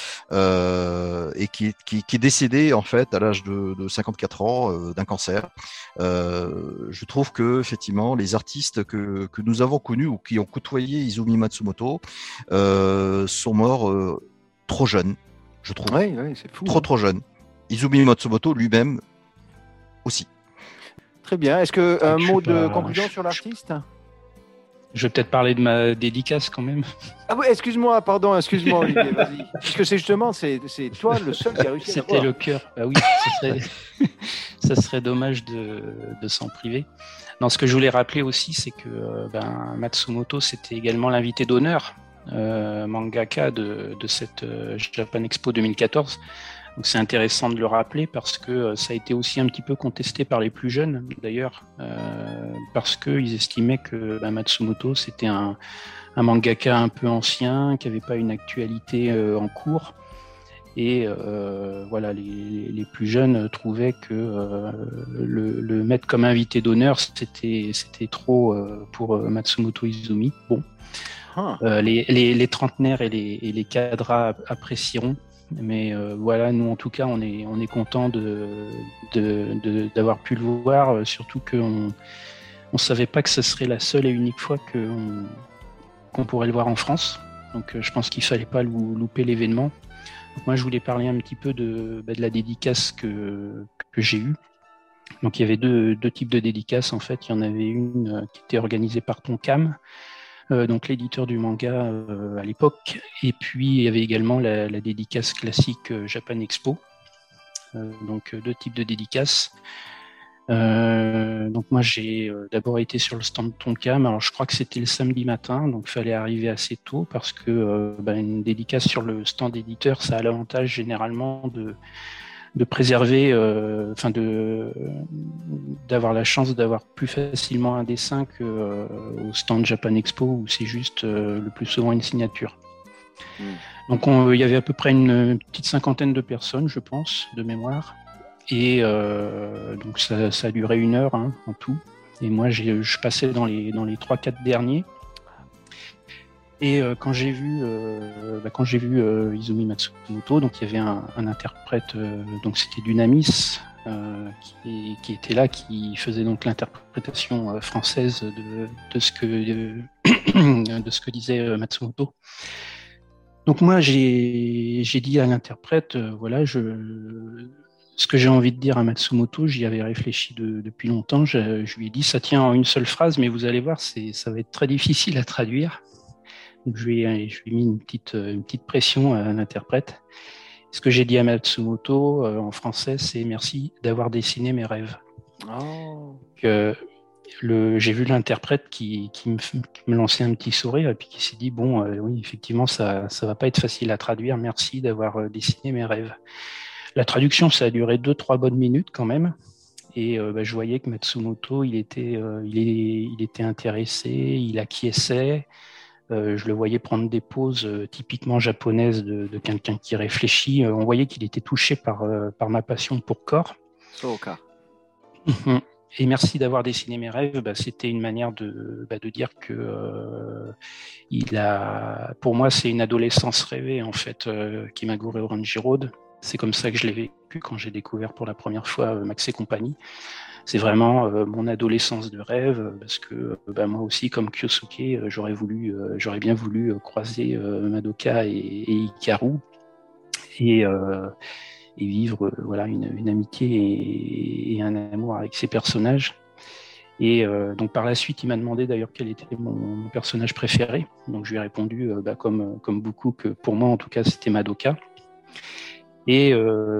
et qui est décédé en fait à l'âge de 54 ans d'un cancer. Je trouve que effectivement les artistes que nous avons connus ou qui ont côtoyé Izumi Matsumoto sont morts trop jeunes, je trouve. Oui, c'est fou. Trop jeune. Izumi Matsumoto lui-même aussi. Très bien. Est-ce que un mot de conclusion sur l'artiste? Je vais peut-être parler de ma dédicace quand même. Ah oui, excuse-moi Olivier, vas-y. Parce que c'est justement, c'est toi le seul qui a réussi à C'était le cœur. Bah oui, ça serait dommage de s'en priver. Non, ce que je voulais rappeler aussi, c'est que Matsumoto, c'était également l'invité d'honneur mangaka de cette Japan Expo 2014. Donc c'est intéressant de le rappeler parce que ça a été aussi un petit peu contesté par les plus jeunes d'ailleurs, parce qu'ils estimaient que Matsumoto c'était un mangaka un peu ancien, qui n'avait pas une actualité en cours. Et voilà, les plus jeunes trouvaient que le mettre comme invité d'honneur, c'était trop pour Matsumoto Izumi. Bon, les trentenaires et les cadras apprécieront. Mais voilà, nous en tout cas, on est content d'avoir pu le voir, surtout qu'on savait pas que ce serait la seule et unique fois qu'on pourrait le voir en France. Donc je pense qu'il fallait pas louper l'événement. Donc moi, je voulais parler un petit peu de la dédicace que j'ai eue. Donc il y avait deux types de dédicaces en fait. Il y en avait une qui était organisée par Tonkam, donc l'éditeur du manga à l'époque, et puis il y avait également la dédicace classique Japan Expo. donc 2 types de dédicaces. Donc moi j'ai d'abord été sur le stand de Tonkam. Alors je crois que c'était le samedi matin, donc il fallait arriver assez tôt parce que une dédicace sur le stand éditeur, ça a l'avantage généralement de préserver, d'avoir la chance d'avoir plus facilement un dessin que au stand Japan Expo où c'est juste le plus souvent une signature. Donc il y avait à peu près une petite 50aine de personnes, je pense, de mémoire. Et donc ça a duré 1 heure en tout. Et moi, je passais dans les 3-4 derniers. Et quand j'ai vu Izumi Matsumoto, donc il y avait un interprète, donc c'était Dunamis, qui était là, qui faisait donc l'interprétation française de ce que disait Matsumoto. Donc moi, j'ai dit à l'interprète, ce que j'ai envie de dire à Matsumoto, j'y avais réfléchi depuis longtemps. Je lui ai dit, ça tient en une seule phrase, mais vous allez voir, ça va être très difficile à traduire. Donc je lui ai mis une petite pression à l'interprète. Ce que j'ai dit à Matsumoto en français, c'est merci d'avoir dessiné mes rêves. Oh. J'ai vu l'interprète qui me lançait un petit sourire et puis qui s'est dit oui, effectivement, ça va pas être facile à traduire. Merci d'avoir dessiné mes rêves. La traduction, ça a duré 2-3 bonnes minutes quand même. Et je voyais que Matsumoto, il était intéressé, il acquiesçait. Je le voyais prendre des pauses typiquement japonaises de quelqu'un qui réfléchit. On voyait qu'il était touché par ma passion pour Core. Soka. Et merci d'avoir dessiné mes rêves. C'était une manière de dire que pour moi, c'est une adolescence rêvée en fait, Kimagure Orange Road. C'est comme ça que je l'ai vécu quand j'ai découvert pour la première fois Max et compagnie. C'est vraiment mon adolescence de rêve parce que moi aussi, comme Kyosuke, j'aurais bien voulu croiser Madoka et Hikaru et vivre une amitié et un amour avec ces personnages. Et donc par la suite, il m'a demandé d'ailleurs quel était mon personnage préféré. Donc je lui ai répondu, comme beaucoup, que pour moi en tout cas c'était Madoka. Et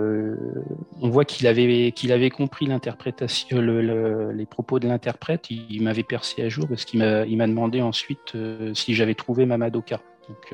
on voit qu'il avait compris l'interprétation, les propos de l'interprète. Il m'avait percé à jour parce qu'il m'a demandé ensuite si j'avais trouvé ma Madoka. Donc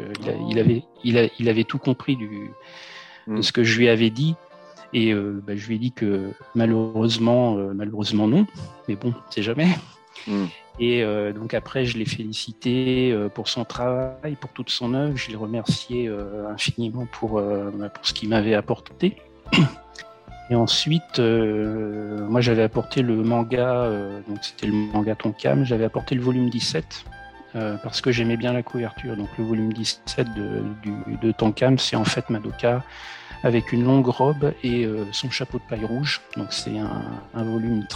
il avait tout compris de ce que je lui avais dit. Et je lui ai dit que malheureusement non, mais bon, c'est jamais. Et donc après, je l'ai félicité pour son travail, pour toute son œuvre. Je l'ai remercié infiniment pour ce qu'il m'avait apporté. Et ensuite, moi, j'avais apporté le manga, donc c'était le manga Tonkam. J'avais apporté le volume 17 parce que j'aimais bien la couverture. Donc le volume 17 de Tonkam, c'est en fait Madoka avec une longue robe et son chapeau de paille rouge. Donc c'est un volume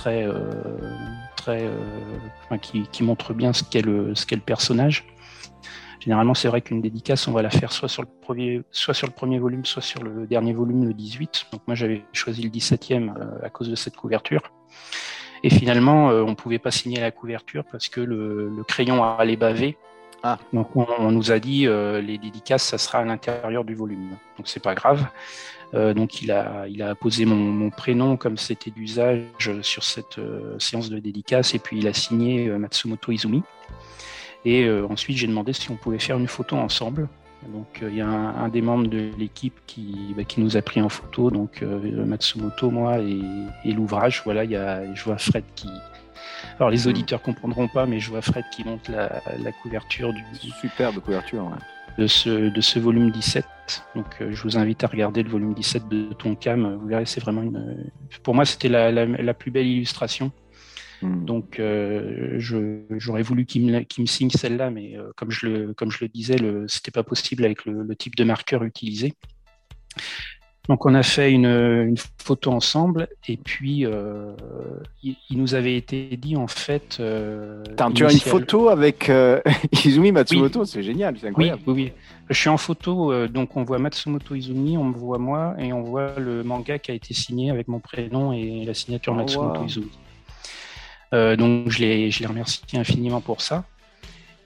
qui montre bien ce qu'est le personnage. Généralement, c'est vrai qu'une dédicace, on va la faire soit sur le premier volume, soit sur le dernier volume, le 18. Donc moi, j'avais choisi le 17e à cause de cette couverture. Et finalement, on ne pouvait pas signer la couverture parce que le crayon allait baver. Ah. Donc on nous a dit les dédicaces, ça sera à l'intérieur du volume. Donc c'est pas grave. Donc il a posé mon prénom comme c'était d'usage sur cette séance de dédicace et puis il a signé Matsumoto Izumi. Et ensuite j'ai demandé si on pouvait faire une photo ensemble. Donc il y a un des membres de l'équipe qui nous a pris en photo. Donc Matsumoto, moi et l'ouvrage. Voilà, je vois Fred qui. Alors les auditeurs comprendront pas, mais je vois Fred qui monte la couverture superbe couverture de ce volume 17. Donc je vous invite à regarder le volume 17 de Tonkam. Vous verrez, c'est vraiment pour moi c'était la plus belle illustration. Donc j'aurais voulu qu'il me signe celle-là, mais comme je le disais, c'était pas possible avec le type de marqueur utilisé. Donc on a fait une photo ensemble et puis il nous avait été dit en fait. Tu as une photo avec Izumi Matsumoto, oui. C'est génial, c'est incroyable. Oui. Je suis en photo, donc on voit Matsumoto Izumi, on me voit moi et on voit le manga qui a été signé avec mon prénom et la signature Matsumoto Izumi. Donc je l'ai remercié infiniment pour ça.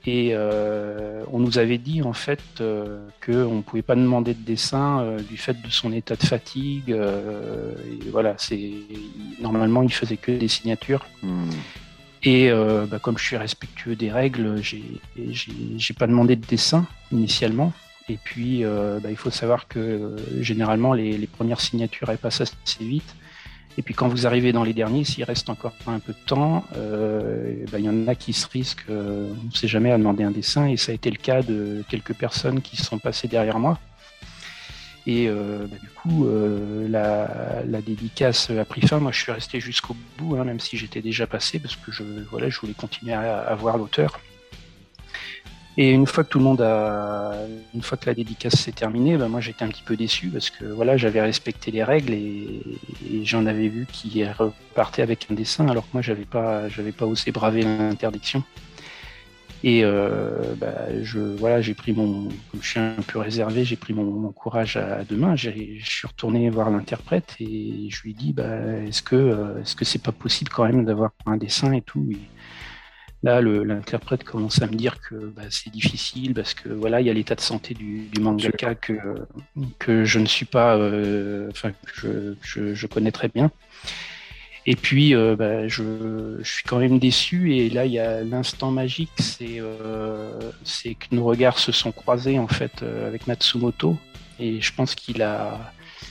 Et on nous avait dit en fait qu'on ne pouvait pas demander de dessin du fait de son état de fatigue. Et voilà, normalement il faisait que des signatures. Et comme je suis respectueux des règles, j'ai pas demandé de dessin initialement. Et puis il faut savoir que généralement les premières signatures elles passent assez vite. Et puis quand vous arrivez dans les derniers, s'il reste encore un peu de temps, il y en a qui se risquent, on ne sait jamais, à demander un dessin. Et ça a été le cas de quelques personnes qui se sont passées derrière moi. Et du coup, la dédicace a pris fin. Moi, je suis resté jusqu'au bout, même si j'étais déjà passé, parce que je voulais continuer à voir l'auteur. Et une fois que la dédicace s'est terminée, moi j'étais un petit peu déçu parce que j'avais respecté les règles et j'en avais vu qui repartaient avec un dessin alors que moi j'avais pas osé braver l'interdiction. Et j'ai pris comme je suis un peu réservé, j'ai pris mon courage à deux mains. Je suis retourné voir l'interprète et je lui ai dit est-ce que c'est pas possible quand même d'avoir un dessin et tout. Et là, l'interprète commence à me dire que c'est difficile parce que il y a l'état de santé du mangaka que je ne suis pas, que je connais très bien. Et puis, je suis quand même déçu. Et là, il y a l'instant magique, c'est que nos regards se sont croisés en fait avec Matsumoto. Et je pense qu'il a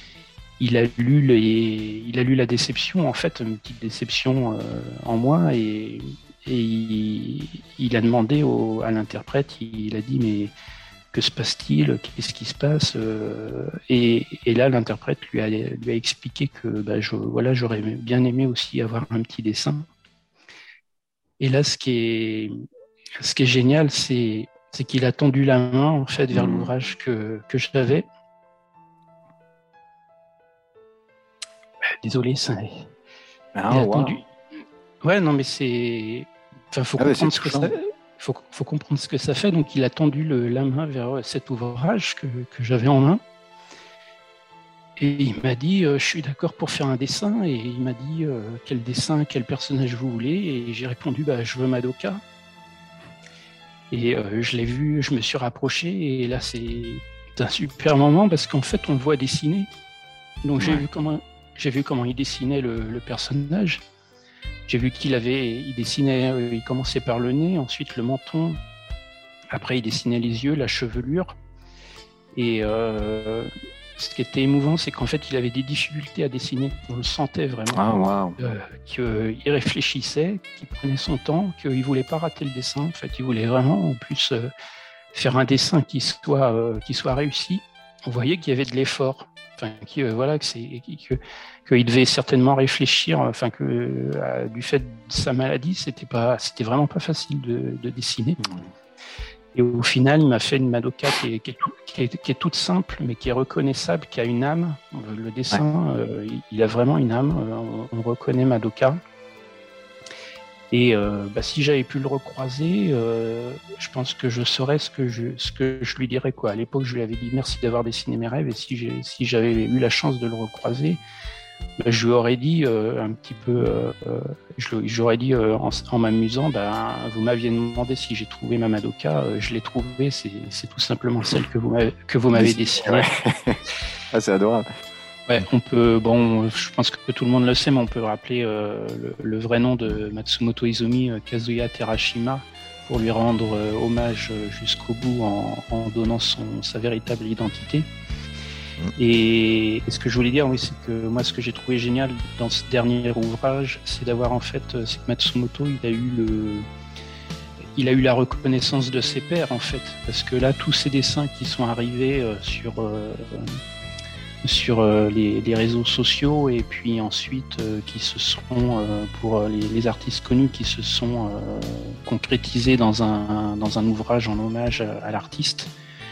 lu la déception en fait, une petite déception en moi et il a demandé à l'interprète, il a dit mais que se passe-t-il, qu'est-ce qui se passe et là l'interprète lui a expliqué que j'aurais bien aimé aussi avoir un petit dessin. Et là ce qui est génial c'est qu'il a tendu la main en fait vers l'ouvrage que j'avais. Désolé, ça. Il a tendu. Ouais, non, mais c'est. Enfin, faut comprendre ce que ça. Faut comprendre ce que ça fait. Donc, il a tendu la main vers cet ouvrage que j'avais en main. Et il m'a dit, je suis d'accord pour faire un dessin. Et il m'a dit, quel dessin, quel personnage vous voulez. Et j'ai répondu, je veux Madoka. Et je l'ai vu, je me suis rapproché. Et là, c'est un super moment parce qu'en fait, on le voit dessiner. Donc, j'ai vu comment il dessinait le personnage. J'ai vu il dessinait, il commençait par le nez, ensuite le menton, après il dessinait les yeux, la chevelure. Et ce qui était émouvant, c'est qu'en fait il avait des difficultés à dessiner. On le sentait vraiment. Qu'il réfléchissait, qu'il prenait son temps, qu'il ne voulait pas rater le dessin. En fait, il voulait vraiment en plus faire un dessin qui soit réussi. On voyait qu'il y avait de l'effort. Qu'il devait certainement réfléchir, du fait de sa maladie, c'était vraiment pas facile de dessiner. Et au final, il m'a fait une Madoka qui est toute simple, mais qui est reconnaissable, qui a une âme. Le dessin, il a vraiment une âme. On reconnaît Madoka. Et si j'avais pu le recroiser, je pense que je saurais ce que je lui dirais. À l'époque, je lui avais dit merci d'avoir dessiné mes rêves. Et si j'avais eu la chance de le recroiser, je lui aurais dit un petit peu, j'aurais dit en m'amusant, vous m'aviez demandé si j'ai trouvé ma Madoka, je l'ai trouvée, c'est tout simplement celle que vous m'avez dessinée. C'est adorable. Ouais, je pense que tout le monde le sait, mais on peut rappeler le vrai nom de Matsumoto Izumi, Kazuya Terashima, pour lui rendre hommage jusqu'au bout en donnant sa véritable identité. Et ce que je voulais dire, c'est que moi, ce que j'ai trouvé génial dans ce dernier ouvrage, c'est d'avoir c'est que Matsumoto, il a eu la reconnaissance de ses pairs, en fait, parce que là, tous ces dessins qui sont arrivés sur les réseaux sociaux et puis ensuite qui se sont pour les artistes connus qui se sont concrétisés dans un ouvrage en hommage à l'artiste.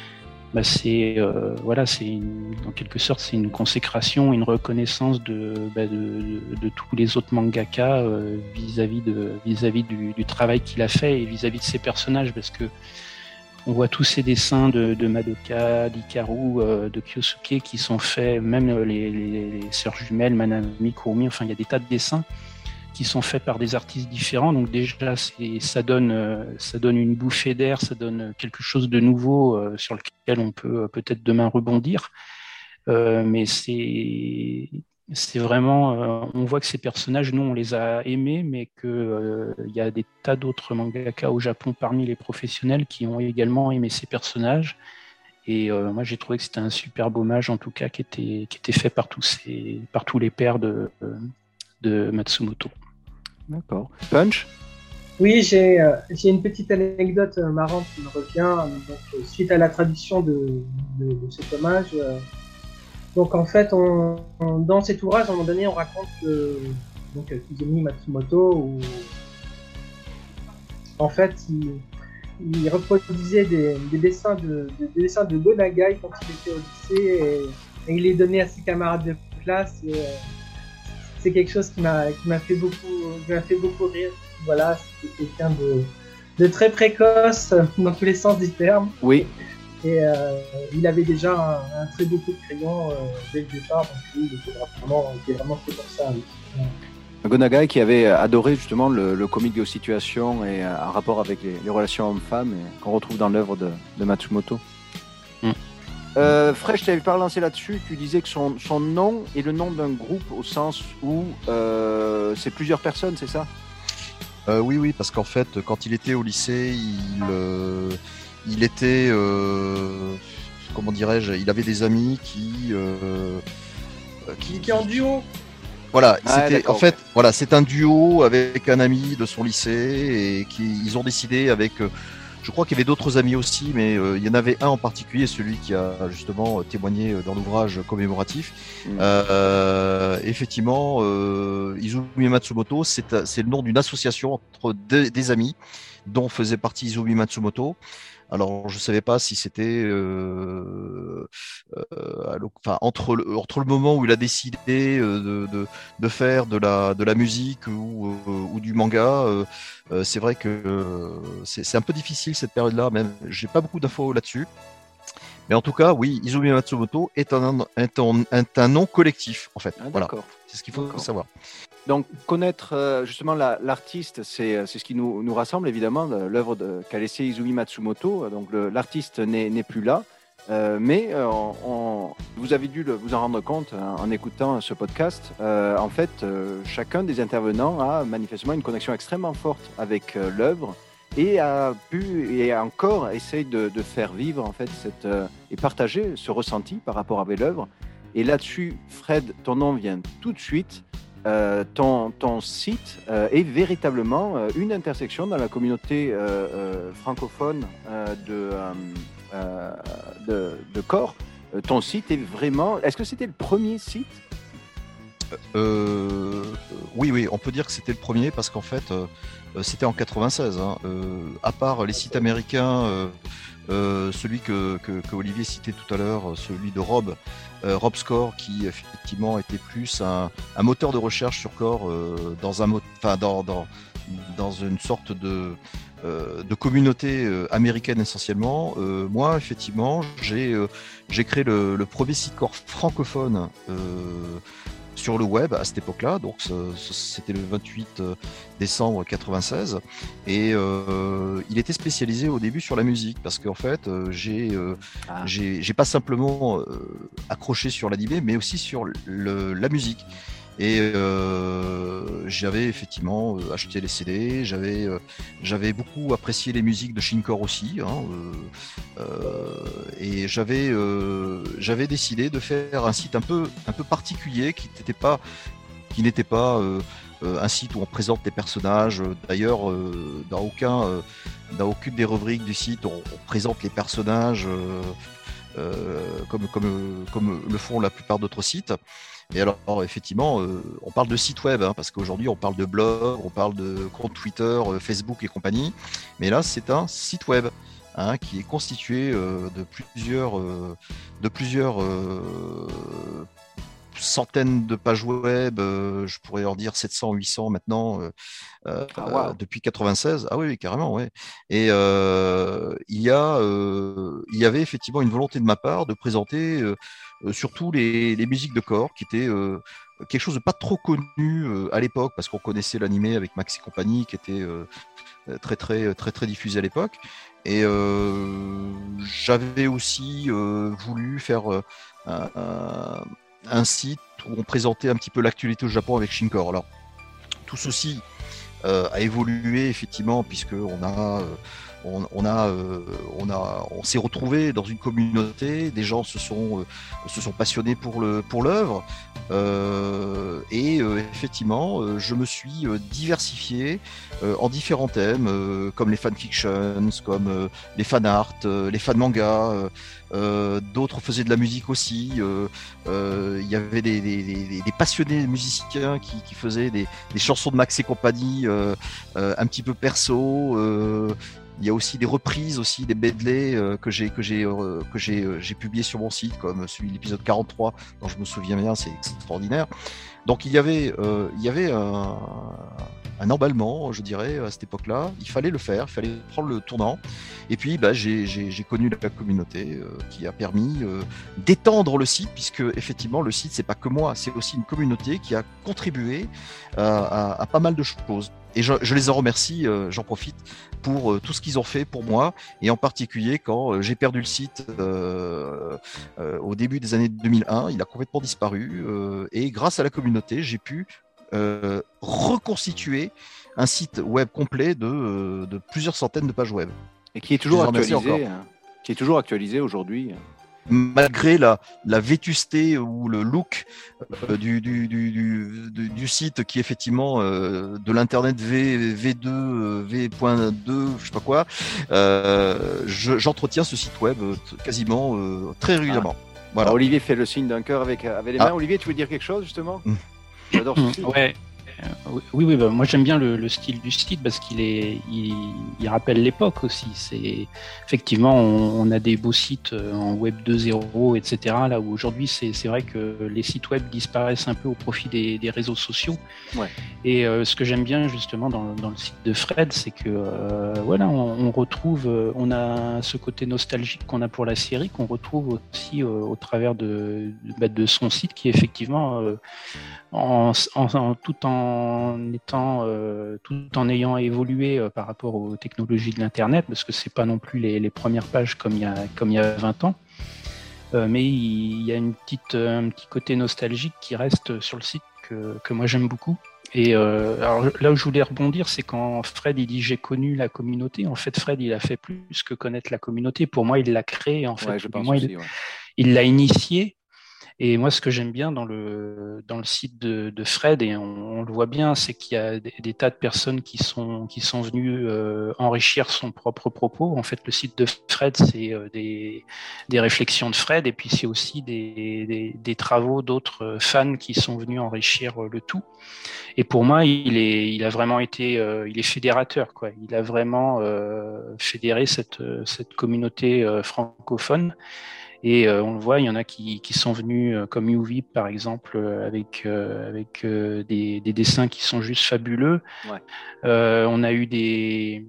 En quelque sorte c'est une consécration, une reconnaissance de tous les autres mangaka vis-à-vis du travail qu'il a fait et vis-à-vis de ses personnages, parce que on voit tous ces dessins de Madoka, d'Hikaru, de Kyosuke qui sont faits, même les sœurs jumelles, Manami, Kurumi, il y a des tas de dessins qui sont faits par des artistes différents. Donc déjà, ça donne une bouffée d'air, ça donne quelque chose de nouveau sur lequel on peut peut-être demain rebondir. Mais c'est vraiment, on voit que ces personnages, nous, on les a aimés, mais qu'il y a des tas d'autres mangaka au Japon parmi les professionnels qui ont également aimé ces personnages. Et moi, j'ai trouvé que c'était un superbe hommage, en tout cas, qui était fait par tous les pairs de Matsumoto. D'accord. Punch? Oui, j'ai une petite anecdote marrante qui me revient. Donc, suite à la traduction de cet hommage, donc en fait, dans cet ouvrage, à un moment donné, on raconte donc Kizumi Matsumoto, où en fait, il reproduisait des dessins de Go Nagai quand il était au lycée et il les donnait à ses camarades de classe. Et, c'est quelque chose qui m'a fait beaucoup rire. Voilà, c'était quelqu'un de très précoce dans tous les sens du terme. Oui. Et il avait déjà un très beau coup de crayon dès le départ, donc lui, il était vraiment fait pour ça. Oui. Go Nagai qui avait adoré justement le comique de situation et un rapport avec les relations hommes-femmes qu'on retrouve dans l'œuvre de Matsumoto. Fred, je t'avais pas relancé là-dessus, tu disais que son nom est le nom d'un groupe au sens où c'est plusieurs personnes, c'est ça? Oui, parce qu'en fait, quand il était au lycée, il était, comment dirais-je, il avait des amis qui étaient en duo. Voilà, en fait, voilà, c'est un duo avec un ami de son lycée et ils ont décidé avec. Je crois qu'il y avait d'autres amis aussi, mais il y en avait un en particulier, celui qui a justement témoigné dans l'ouvrage commémoratif. Effectivement, Izumi Matsumoto, c'est le nom d'une association entre des amis dont faisait partie Izumi Matsumoto. Alors, je ne savais pas si c'était entre le moment où il a décidé de faire de la musique ou du manga. C'est vrai que c'est un peu difficile cette période-là, même. J'ai pas beaucoup d'infos là-dessus. Mais en tout cas, oui, Izumi Matsumoto est un nom collectif, en fait. Voilà, c'est ce qu'il faut savoir. Donc, connaître justement l'artiste, c'est ce qui nous rassemble, évidemment, l'œuvre qu'a laissé Izumi Matsumoto. Donc, l'artiste n'est plus là. Mais vous avez dû vous en rendre compte en écoutant ce podcast. En fait, chacun des intervenants a manifestement une connexion extrêmement forte avec l'œuvre et a pu et encore essaye de faire vivre en fait et partager ce ressenti par rapport avec l'œuvre. Et là-dessus, Fred, ton nom vient tout de suite. Ton site est véritablement une intersection dans la communauté francophone de corps. Ton site est vraiment... Est-ce que c'était le premier site? Oui, on peut dire que c'était le premier parce qu'en fait, c'était en 96. À part les sites américains, celui que Olivier citait tout à l'heure, celui de Rob Score, qui effectivement était plus un moteur de recherche sur corps dans une sorte de communauté américaine essentiellement. Moi, effectivement, j'ai créé le premier site corps francophone sur le web à cette époque-là, donc c'était le 28 décembre 96, et il était spécialisé au début sur la musique, parce qu'en fait j'ai pas simplement accroché sur l'animé, mais aussi sur la musique. Et j'avais effectivement acheté les CD, j'avais beaucoup apprécié les musiques de Shincore aussi, et j'avais décidé de faire un site un peu particulier qui n'était pas un site où on présente des personnages. D'ailleurs, dans aucune des rubriques du site, on présente les personnages comme le font la plupart d'autres sites. Et alors, effectivement, on parle de site web, parce qu'aujourd'hui, on parle de blog, on parle de compte Twitter, Facebook et compagnie. Mais là, c'est un site web qui est constitué de plusieurs centaines de pages web, je pourrais en dire 700, 800 maintenant, depuis 96. Ah oui, carrément, ouais. Et il y avait effectivement une volonté de ma part de présenter surtout les musiques de corps qui étaient quelque chose de pas trop connu à l'époque, parce qu'on connaissait l'animé avec Max et compagnie, qui était très diffusé à l'époque. Et j'avais aussi voulu faire un site où on présentait un petit peu l'actualité au Japon avec Shinkor. Alors, tout ceci a évolué effectivement, puisque on s'est retrouvé dans une communauté, des gens se sont passionnés pour l'œuvre, et effectivement, je me suis diversifié en différents thèmes, comme les fanfictions, comme les fanarts, les fan mangas. D'autres faisaient de la musique aussi. Il y avait des passionnés musiciens qui faisaient des chansons de Max et compagnie, un petit peu perso. Il y a aussi des reprises, aussi des medley que j'ai publié sur mon site, comme celui de l'épisode 43, dont je me souviens bien, c'est extraordinaire. Donc il y avait un emballement, je dirais, à cette époque-là. Il fallait le faire, il fallait prendre le tournant. Et puis j'ai connu la communauté qui a permis d'étendre le site, puisque effectivement le site, c'est pas que moi, c'est aussi une communauté qui a contribué à pas mal de choses. Et je les en remercie, j'en profite, pour tout ce qu'ils ont fait pour moi, et en particulier quand j'ai perdu le site au début des années 2001, il a complètement disparu, et grâce à la communauté, j'ai pu reconstituer un site web complet de plusieurs centaines de pages web. Et qui est toujours actualisé aujourd'hui. Malgré la vétusté ou le look du site, qui est effectivement de l'internet V2, V.2, je sais pas quoi, j'entretiens ce site web quasiment très régulièrement. Voilà. Alors, Olivier fait le signe d'un cœur avec les mains. Olivier, tu veux dire quelque chose justement? J'adore ce site. Ouais. Oui, bah, moi j'aime bien le style du site, parce il rappelle l'époque aussi. C'est effectivement, on a des beaux sites en web 2.0, etc. Là où aujourd'hui c'est vrai que les sites web disparaissent un peu au profit des réseaux sociaux. Ouais. Et ce que j'aime bien justement dans le site de Fred, c'est que voilà, on retrouve, on a ce côté nostalgique qu'on a pour la série, qu'on retrouve aussi au travers de son site, qui est effectivement tout en ayant évolué par rapport aux technologies de l'internet, parce que c'est pas non plus les premières pages comme il y a 20 ans, mais il y a un petit côté nostalgique qui reste sur le site que moi j'aime beaucoup. Et alors là où je voulais rebondir, c'est quand Fred il dit j'ai connu la communauté. En fait, Fred il a fait plus que connaître la communauté. Pour moi, il l'a créée. En fait, il l'a initiée. Et moi, ce que j'aime bien dans le site de Fred, et on le voit bien, c'est qu'il y a des tas de personnes qui sont venues enrichir son propre propos. En fait, le site de Fred, c'est des réflexions de Fred, et puis c'est aussi des travaux d'autres fans qui sont venus enrichir le tout. Et pour moi, il a vraiment été, il est fédérateur, quoi. Il a vraiment fédéré cette communauté francophone. Et on le voit, il y en a qui sont venus, comme Yuvi par exemple, avec des dessins qui sont juste fabuleux. Ouais. On a eu des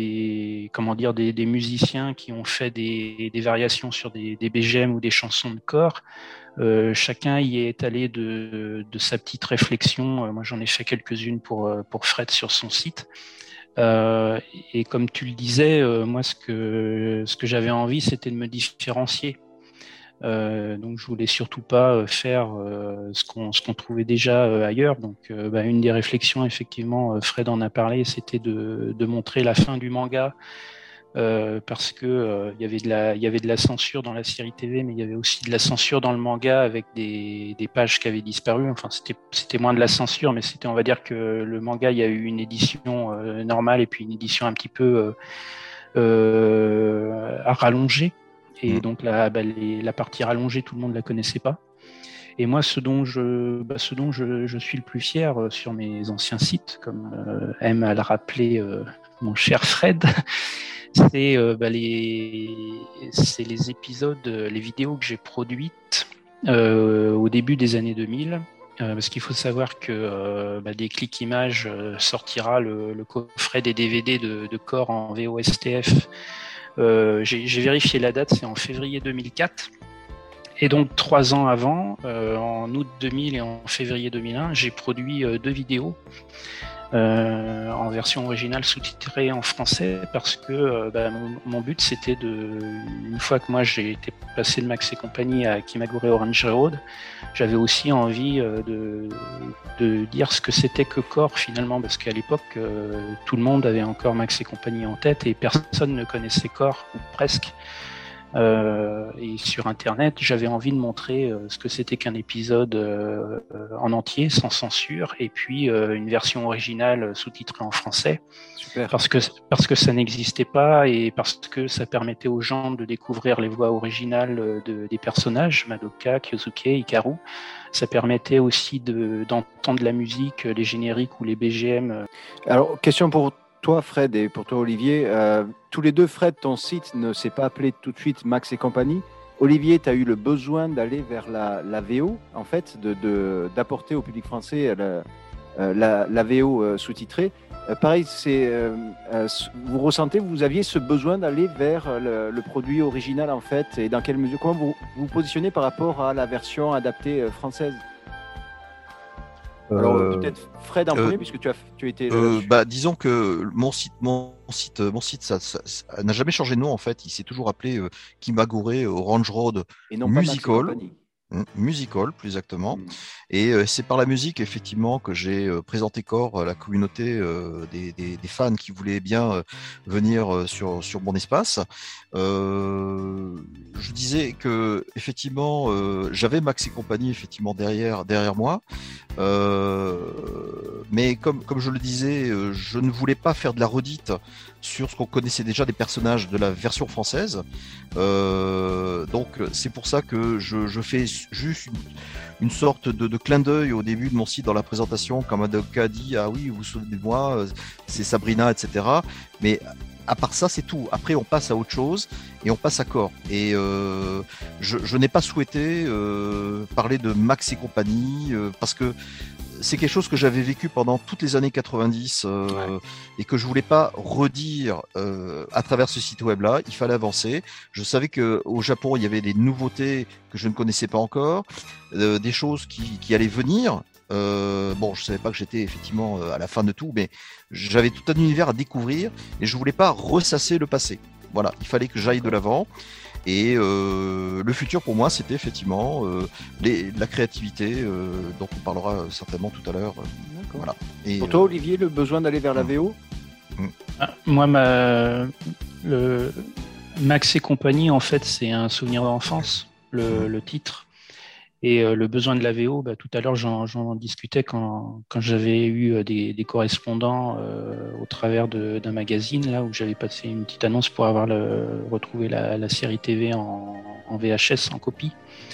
musiciens qui ont fait des variations sur des BGM ou des chansons de corps. Chacun y est allé de sa petite réflexion. Moi, j'en ai fait quelques-unes pour Fred sur son site. Et comme tu le disais, moi, ce que j'avais envie, c'était de me différencier. Donc je voulais surtout pas faire ce qu'on trouvait déjà ailleurs. Donc une des réflexions, effectivement, Fred en a parlé, c'était de montrer la fin du manga, parce que il y avait de la censure dans la série TV, mais il y avait aussi de la censure dans le manga, avec des pages qui avaient disparu. Enfin, c'était moins de la censure, mais on va dire que le manga, il y a eu une édition normale et puis une édition un petit peu rallongée. Et donc la partie rallongée, tout le monde la connaissait pas. Et moi, ce dont je suis le plus fier sur mes anciens sites, comme aime à le rappeler mon cher Fred, c'est les épisodes, les vidéos que j'ai produites au début des années 2000. Parce qu'il faut savoir que Déclic Images sortira le coffret des DVD de Core en VOSTF. J'ai vérifié la date, c'est en février 2004. Et donc 3 ans avant, en août 2000 et en février 2001, j'ai produit 2 vidéos en version originale sous-titrée en français parce que mon but c'était une fois que moi j'ai été passé de Max et compagnie à Kimagure Orange Road, j'avais aussi envie de dire ce que c'était que Core finalement, parce qu'à l'époque tout le monde avait encore Max et compagnie en tête et personne ne connaissait Core, ou presque. Et sur internet j'avais envie de montrer ce que c'était qu'un épisode en entier sans censure, et puis une version originale sous-titrée en français. Super. parce que ça n'existait pas, et parce que ça permettait aux gens de découvrir les voix originales des personnages, Madoka, Kyosuke, Hikaru. Ça permettait aussi d'entendre la musique, les génériques ou les BGM. Alors, question pour toi, Fred, et pour toi, Olivier. Tous les deux, Fred, ton site ne s'est pas appelé tout de suite Max et compagnie. Olivier, tu as eu le besoin d'aller vers la VO, en fait, d'apporter au public français la VO sous-titrée. Pareil, vous ressentez, vous aviez ce besoin d'aller vers le produit original, en fait, et dans quelle mesure, comment vous vous positionnez par rapport à la version adaptée française? Alors peut-être Fred en premier, puisque tu as été. Disons que mon site, ça n'a jamais changé de nom en fait. Il s'est toujours appelé Kimagure Orange Road et non Musical. Musical, plus exactement. Et c'est par la musique, effectivement, que j'ai présenté Core à la communauté des fans qui voulaient bien venir sur mon espace. Je disais que, effectivement, j'avais Max et compagnie, effectivement, derrière moi. Mais comme je le disais, je ne voulais pas faire de la redite sur ce qu'on connaissait déjà des personnages de la version française. Donc c'est pour ça que je fais juste une sorte de clin d'œil au début de mon site dans la présentation, quand Madoka dit ah oui, vous vous souvenez de moi, c'est Sabrina, etc. Mais à part ça, c'est tout. Après, on passe à autre chose et on passe à Core. Et je n'ai pas souhaité parler de Max et compagnie parce que c'est quelque chose que j'avais vécu pendant toutes les années 90 et que je voulais pas redire à travers ce site web là. Il fallait avancer. Je savais que au Japon il y avait des nouveautés que je ne connaissais pas encore, des choses qui allaient venir. Je savais pas que j'étais effectivement à la fin de tout, mais j'avais tout un univers à découvrir et je voulais pas ressasser le passé. Voilà, il fallait que j'aille de l'avant. Et le futur pour moi, c'était effectivement la créativité dont on parlera certainement tout à l'heure. Voilà. Et, pour toi, Olivier, le besoin d'aller vers la VO? Moi, le Max et compagnie, en fait, c'est un souvenir d'enfance, le titre. Et le besoin de la VO, tout à l'heure, j'en discutais quand j'avais eu des correspondants au travers d'un magazine là où j'avais passé une petite annonce pour retrouver la série TV en VHS, en copie.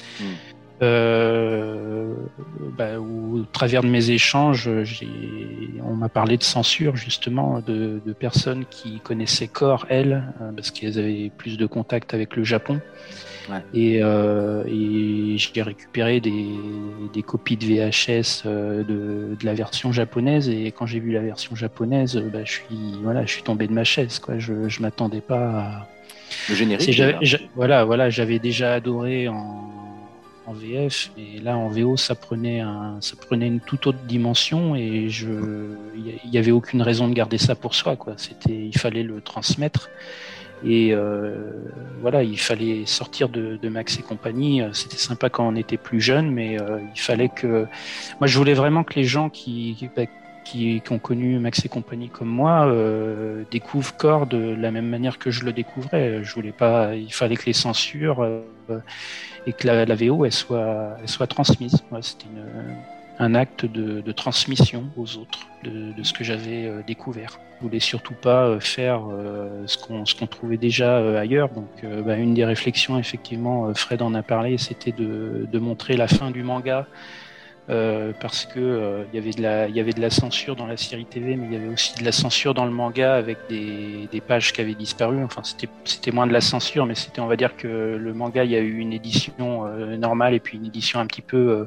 Au travers de mes échanges, on m'a parlé de censure justement de personnes qui connaissaient Core, parce qu'elles avaient plus de contact avec le Japon. Ouais. Et j'ai récupéré des copies de VHS de la version japonaise, et quand j'ai vu la version japonaise, je suis tombé de ma chaise, quoi. Je m'attendais pas à le générique. J'avais déjà adoré en VF, et là en VO ça prenait une toute autre dimension, et il y avait aucune raison de garder ça pour soi, quoi. Il fallait le transmettre. Et il fallait sortir de Max et compagnie. C'était sympa quand on était plus jeune, mais il fallait que... Moi, je voulais vraiment que les gens qui ont connu Max et compagnie comme moi découvrent Core de la même manière que je le découvrais. Il fallait que les censures et que la VO elle soit transmise. Ouais, c'était un acte de transmission aux autres de ce que j'avais découvert. Je voulais surtout pas faire ce qu'on trouvait déjà ailleurs. Donc une des réflexions, effectivement, Fred en a parlé, c'était de montrer la fin du manga, parce que il y avait de la censure dans la série TV, mais il y avait aussi de la censure dans le manga avec des pages qui avaient disparu. Enfin, c'était moins de la censure, mais on va dire que le manga, il y a eu une édition normale et puis une édition un petit peu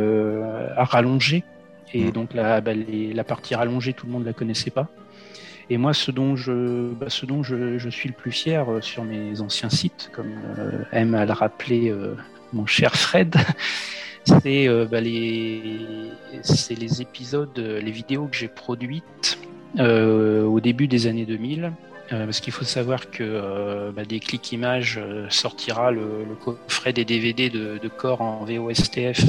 à rallonger. Et donc la partie rallongée, tout le monde la connaissait pas. Et moi, ce dont je suis le plus fier sur mes anciens sites, comme aime à le rappeler mon cher Fred, c'est les épisodes, les vidéos que j'ai produites au début des années 2000. Parce qu'il faut savoir que des Click Images sortira le coffret des DVD de Core en VOSTF.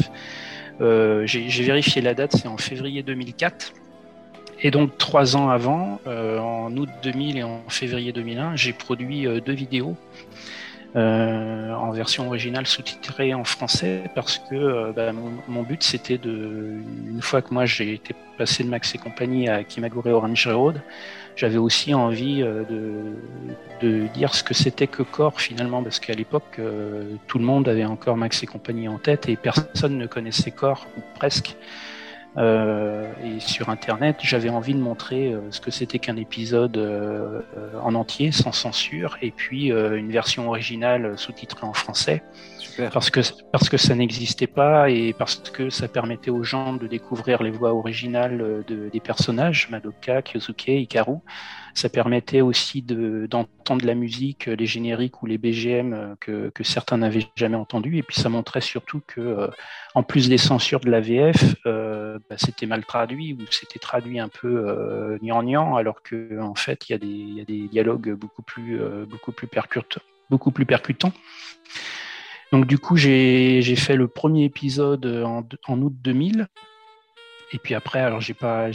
J'ai vérifié la date, c'est en février 2004. Et donc 3 ans avant, en août 2000 et en février 2001, j'ai produit 2 vidéos en version originale sous-titrée en français parce que mon but c'était une fois que moi j'ai été passé de Max et compagnie à Kimagure Orange Road, j'avais aussi envie de dire ce que c'était que Core finalement, parce qu'à l'époque tout le monde avait encore Max et compagnie en tête et personne ne connaissait Core, ou presque. Et sur internet, j'avais envie de montrer ce que c'était qu'un épisode en entier, sans censure, et puis une version originale sous-titrée en français. Super. Parce que ça n'existait pas et parce que ça permettait aux gens de découvrir les voix originales des personnages, Madoka, Kyosuke, Hikaru. Ça permettait aussi d'entendre la musique, les génériques ou les BGM que certains n'avaient jamais entendus. Et puis ça montrait surtout que, en plus des censures de la VF, c'était mal traduit ou c'était traduit un peu gnangnan, alors que en fait il y a des dialogues beaucoup plus percutants. Donc du coup j'ai fait le premier épisode en août 2000. Et puis après, alors j'ai pas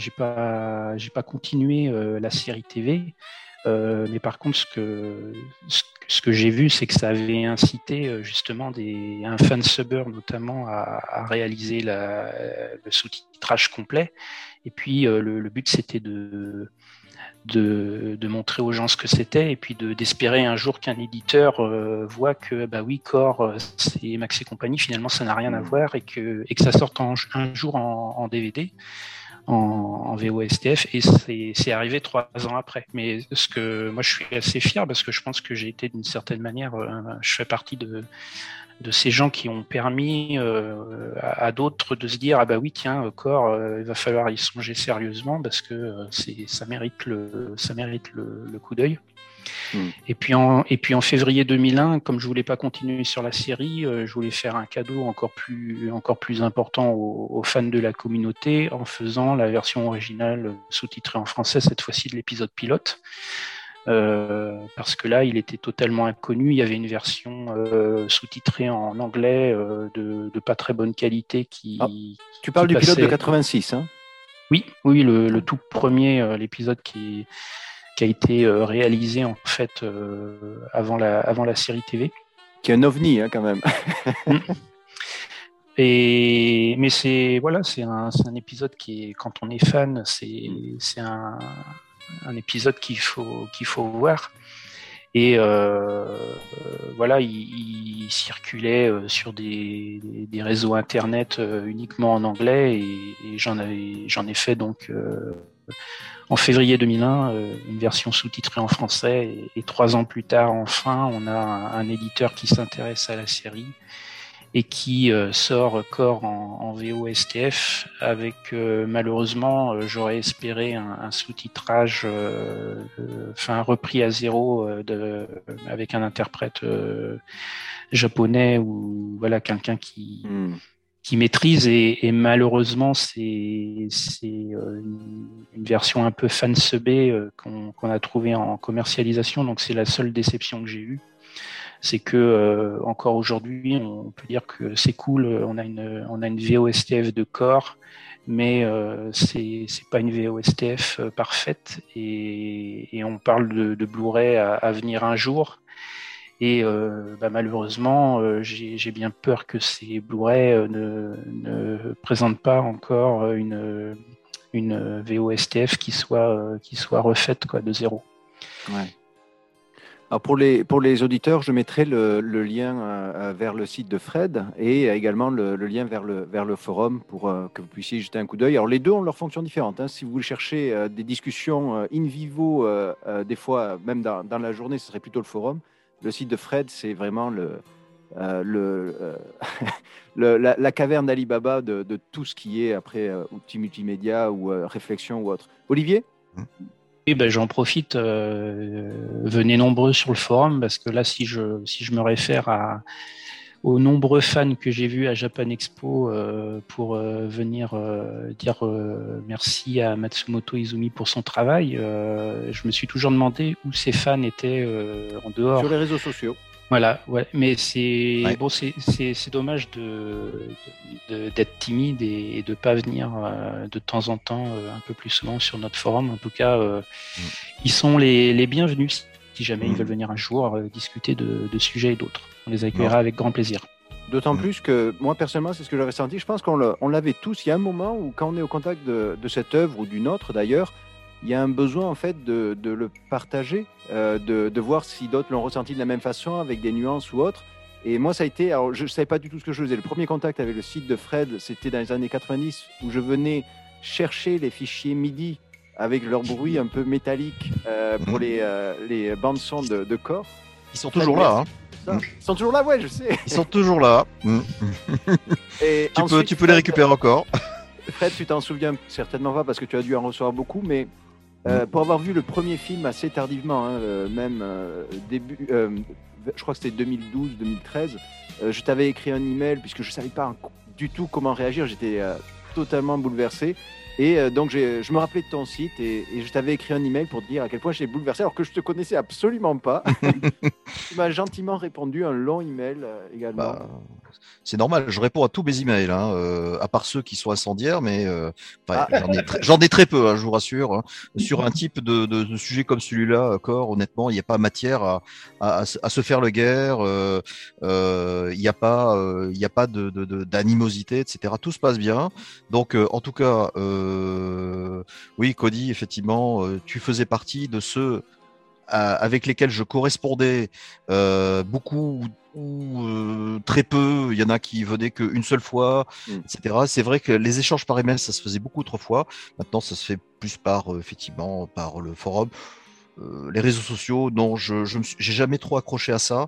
continué la série TV, mais par contre ce que j'ai vu, c'est que ça avait incité justement un fansubber notamment à réaliser le sous-titrage complet. Et puis le but c'était de montrer aux gens ce que c'était et puis d'espérer un jour qu'un éditeur voit que Core c'est Max et compagnie, finalement ça n'a rien à voir et que ça sorte un jour en DVD en VOSTF, et c'est arrivé 3 ans après. Mais moi je suis assez fier parce que je pense que j'ai été d'une certaine manière, je fais partie de ces gens qui ont permis à d'autres de se dire Core, il va falloir y songer sérieusement parce que ça mérite le coup d'œil. Et puis en février 2001, comme je voulais pas continuer sur la série, je voulais faire un cadeau encore plus important aux fans de la communauté en faisant la version originale sous-titrée en français, cette fois-ci de l'épisode pilote. Parce que là, il était totalement inconnu. Il y avait une version sous-titrée en anglais de pas très bonne qualité tu parles du pilote de 86, hein? Oui, le tout premier, l'épisode qui a été réalisé en fait avant la série TV. Qui est un ovni, hein, quand même. Mais c'est un épisode qui est, quand on est fan, c'est un épisode qu'il faut voir. Et il circulait sur des réseaux internet uniquement en anglais, et j'en ai fait donc en février 2001 une version sous-titrée en français, et 3 ans plus tard, enfin, on a un éditeur qui s'intéresse à la série et qui sort Core en VOSTF avec malheureusement j'aurais espéré un sous-titrage repris à zéro avec un interprète japonais ou voilà quelqu'un qui maîtrise, et malheureusement c'est une version un peu fansubée qu'on a trouvée en commercialisation, donc c'est la seule déception que j'ai eue. C'est que encore aujourd'hui, on peut dire que c'est cool, on a une VOSTF de Core, mais c'est pas une VOSTF parfaite, et on parle de Blu-ray à venir un jour. Et malheureusement, j'ai bien peur que ces Blu-ray ne présentent pas encore une VOSTF qui soit refaite de zéro. Ouais. Alors pour les auditeurs, je mettrai le lien vers le site de Fred, et également le lien vers le forum pour que vous puissiez jeter un coup d'œil. Alors les deux ont leur fonction différente, hein. Si vous cherchez des discussions in vivo, des fois même dans la journée, ce serait plutôt le forum. Le site de Fred, c'est vraiment la caverne d'Alibaba de tout ce qui est après outil multimédia ou réflexion ou autre. Olivier ? Et ben, j'en profite, venez nombreux sur le forum, parce que là, si je me réfère aux nombreux fans que j'ai vus à Japan Expo pour venir dire merci à Matsumoto Izumi pour son travail, je me suis toujours demandé où ces fans étaient en dehors. Sur les réseaux sociaux. Voilà, ouais, mais c'est bon, c'est dommage d'être timide et de pas venir de temps en temps un peu plus souvent sur notre forum. En tout cas, ils sont les bienvenus si jamais ils veulent venir un jour discuter de sujets et d'autres. On les accueillera avec grand plaisir. D'autant plus que moi personnellement, c'est ce que j'avais senti. Je pense qu'on l'avait tous. Il y a un moment où quand on est au contact de cette œuvre ou d'une autre d'ailleurs, il y a un besoin en fait de le partager, de voir si d'autres l'ont ressenti de la même façon avec des nuances ou autres. Et moi ça a été, alors je ne savais pas du tout ce que je faisais. Le premier contact avec le site de Fred, c'était dans les années 90 où je venais chercher les fichiers MIDI avec leur bruit un peu métallique pour les bandes son de corps. Ils sont toujours là, hein. Ils sont toujours là, ouais, je sais. Ils sont toujours là. Et tu ensuite, peux les récupérer encore. Fred, tu t'en souviens certainement pas parce que tu as dû en recevoir beaucoup, mais pour avoir vu le premier film assez tardivement, même début, je crois que c'était 2012-2013, je t'avais écrit un email puisque je savais pas du tout comment réagir, j'étais totalement bouleversé. Et donc, je me rappelais de ton site et je t'avais écrit un email pour te dire à quel point j'étais bouleversé alors que je te connaissais absolument pas. Tu m'as gentiment répondu un long email également. C'est normal, je réponds à tous mes emails, hein, à part ceux qui sont incendiaires, mais j'en ai très peu, hein, je vous rassure. Hein. Sur un type de sujet comme celui-là, Core, honnêtement, il n'y a pas matière à se faire le guerre, il n'y a pas d'animosité, etc. Tout se passe bien. Donc, en tout cas, oui, Cody, effectivement, tu faisais partie de ceux avec lesquels je correspondais beaucoup ou très peu. Il y en a qui venaient qu'une seule fois, etc. C'est vrai que les échanges par email, ça se faisait beaucoup autrefois. Maintenant, ça se fait plus effectivement par le forum. Les réseaux sociaux, non, j'ai jamais trop accroché à ça.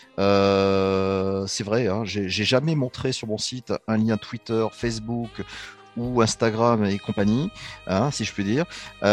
C'est vrai, hein, j'ai jamais montré sur mon site un lien Twitter, Facebook ou Instagram et compagnie, hein, si je puis dire.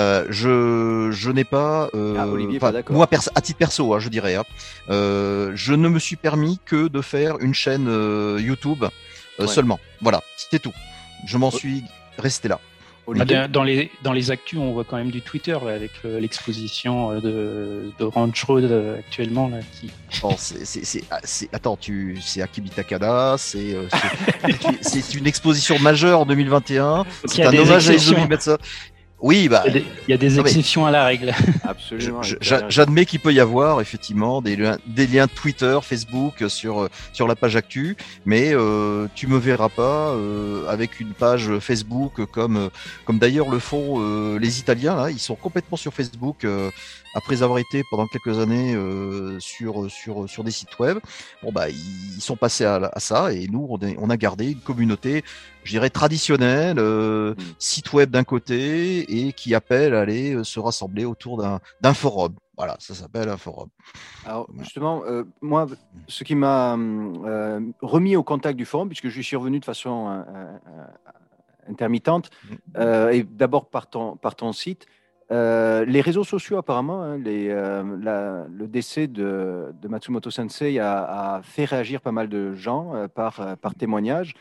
Je n'ai pas, Olivier, pas d'accord. moi à titre perso, hein, je dirais, hein, je ne me suis permis que de faire une chaîne YouTube seulement. Voilà, c'était tout. Je m'en suis resté là. Dans les actus, on voit quand même du Twitter là, avec l'exposition de Ranch Road actuellement là, qui. Bon, attends, c'est Akimi Takada, c'est une exposition majeure en 2021. C'est un hommage à Izumi Metsa. Oui, bah. Il y a des exceptions à la règle. Absolument. J'admets qu'il peut y avoir effectivement des liens Twitter, Facebook sur la page actu, mais tu me verras pas avec une page Facebook comme d'ailleurs le font les Italiens là. Ils sont complètement sur Facebook après avoir été pendant quelques années sur des sites web. Bon bah ils sont passés à ça et nous on a gardé une communauté, je dirais traditionnelle, site web d'un côté et qui appelle à aller se rassembler autour d'un forum. Voilà, ça s'appelle un forum. Alors justement, moi, ce qui m'a remis au contact du forum, puisque je suis revenu de façon intermittente, et d'abord par ton site, les réseaux sociaux apparemment, hein, le décès de Matsumoto Sensei a fait réagir pas mal de gens par témoignage.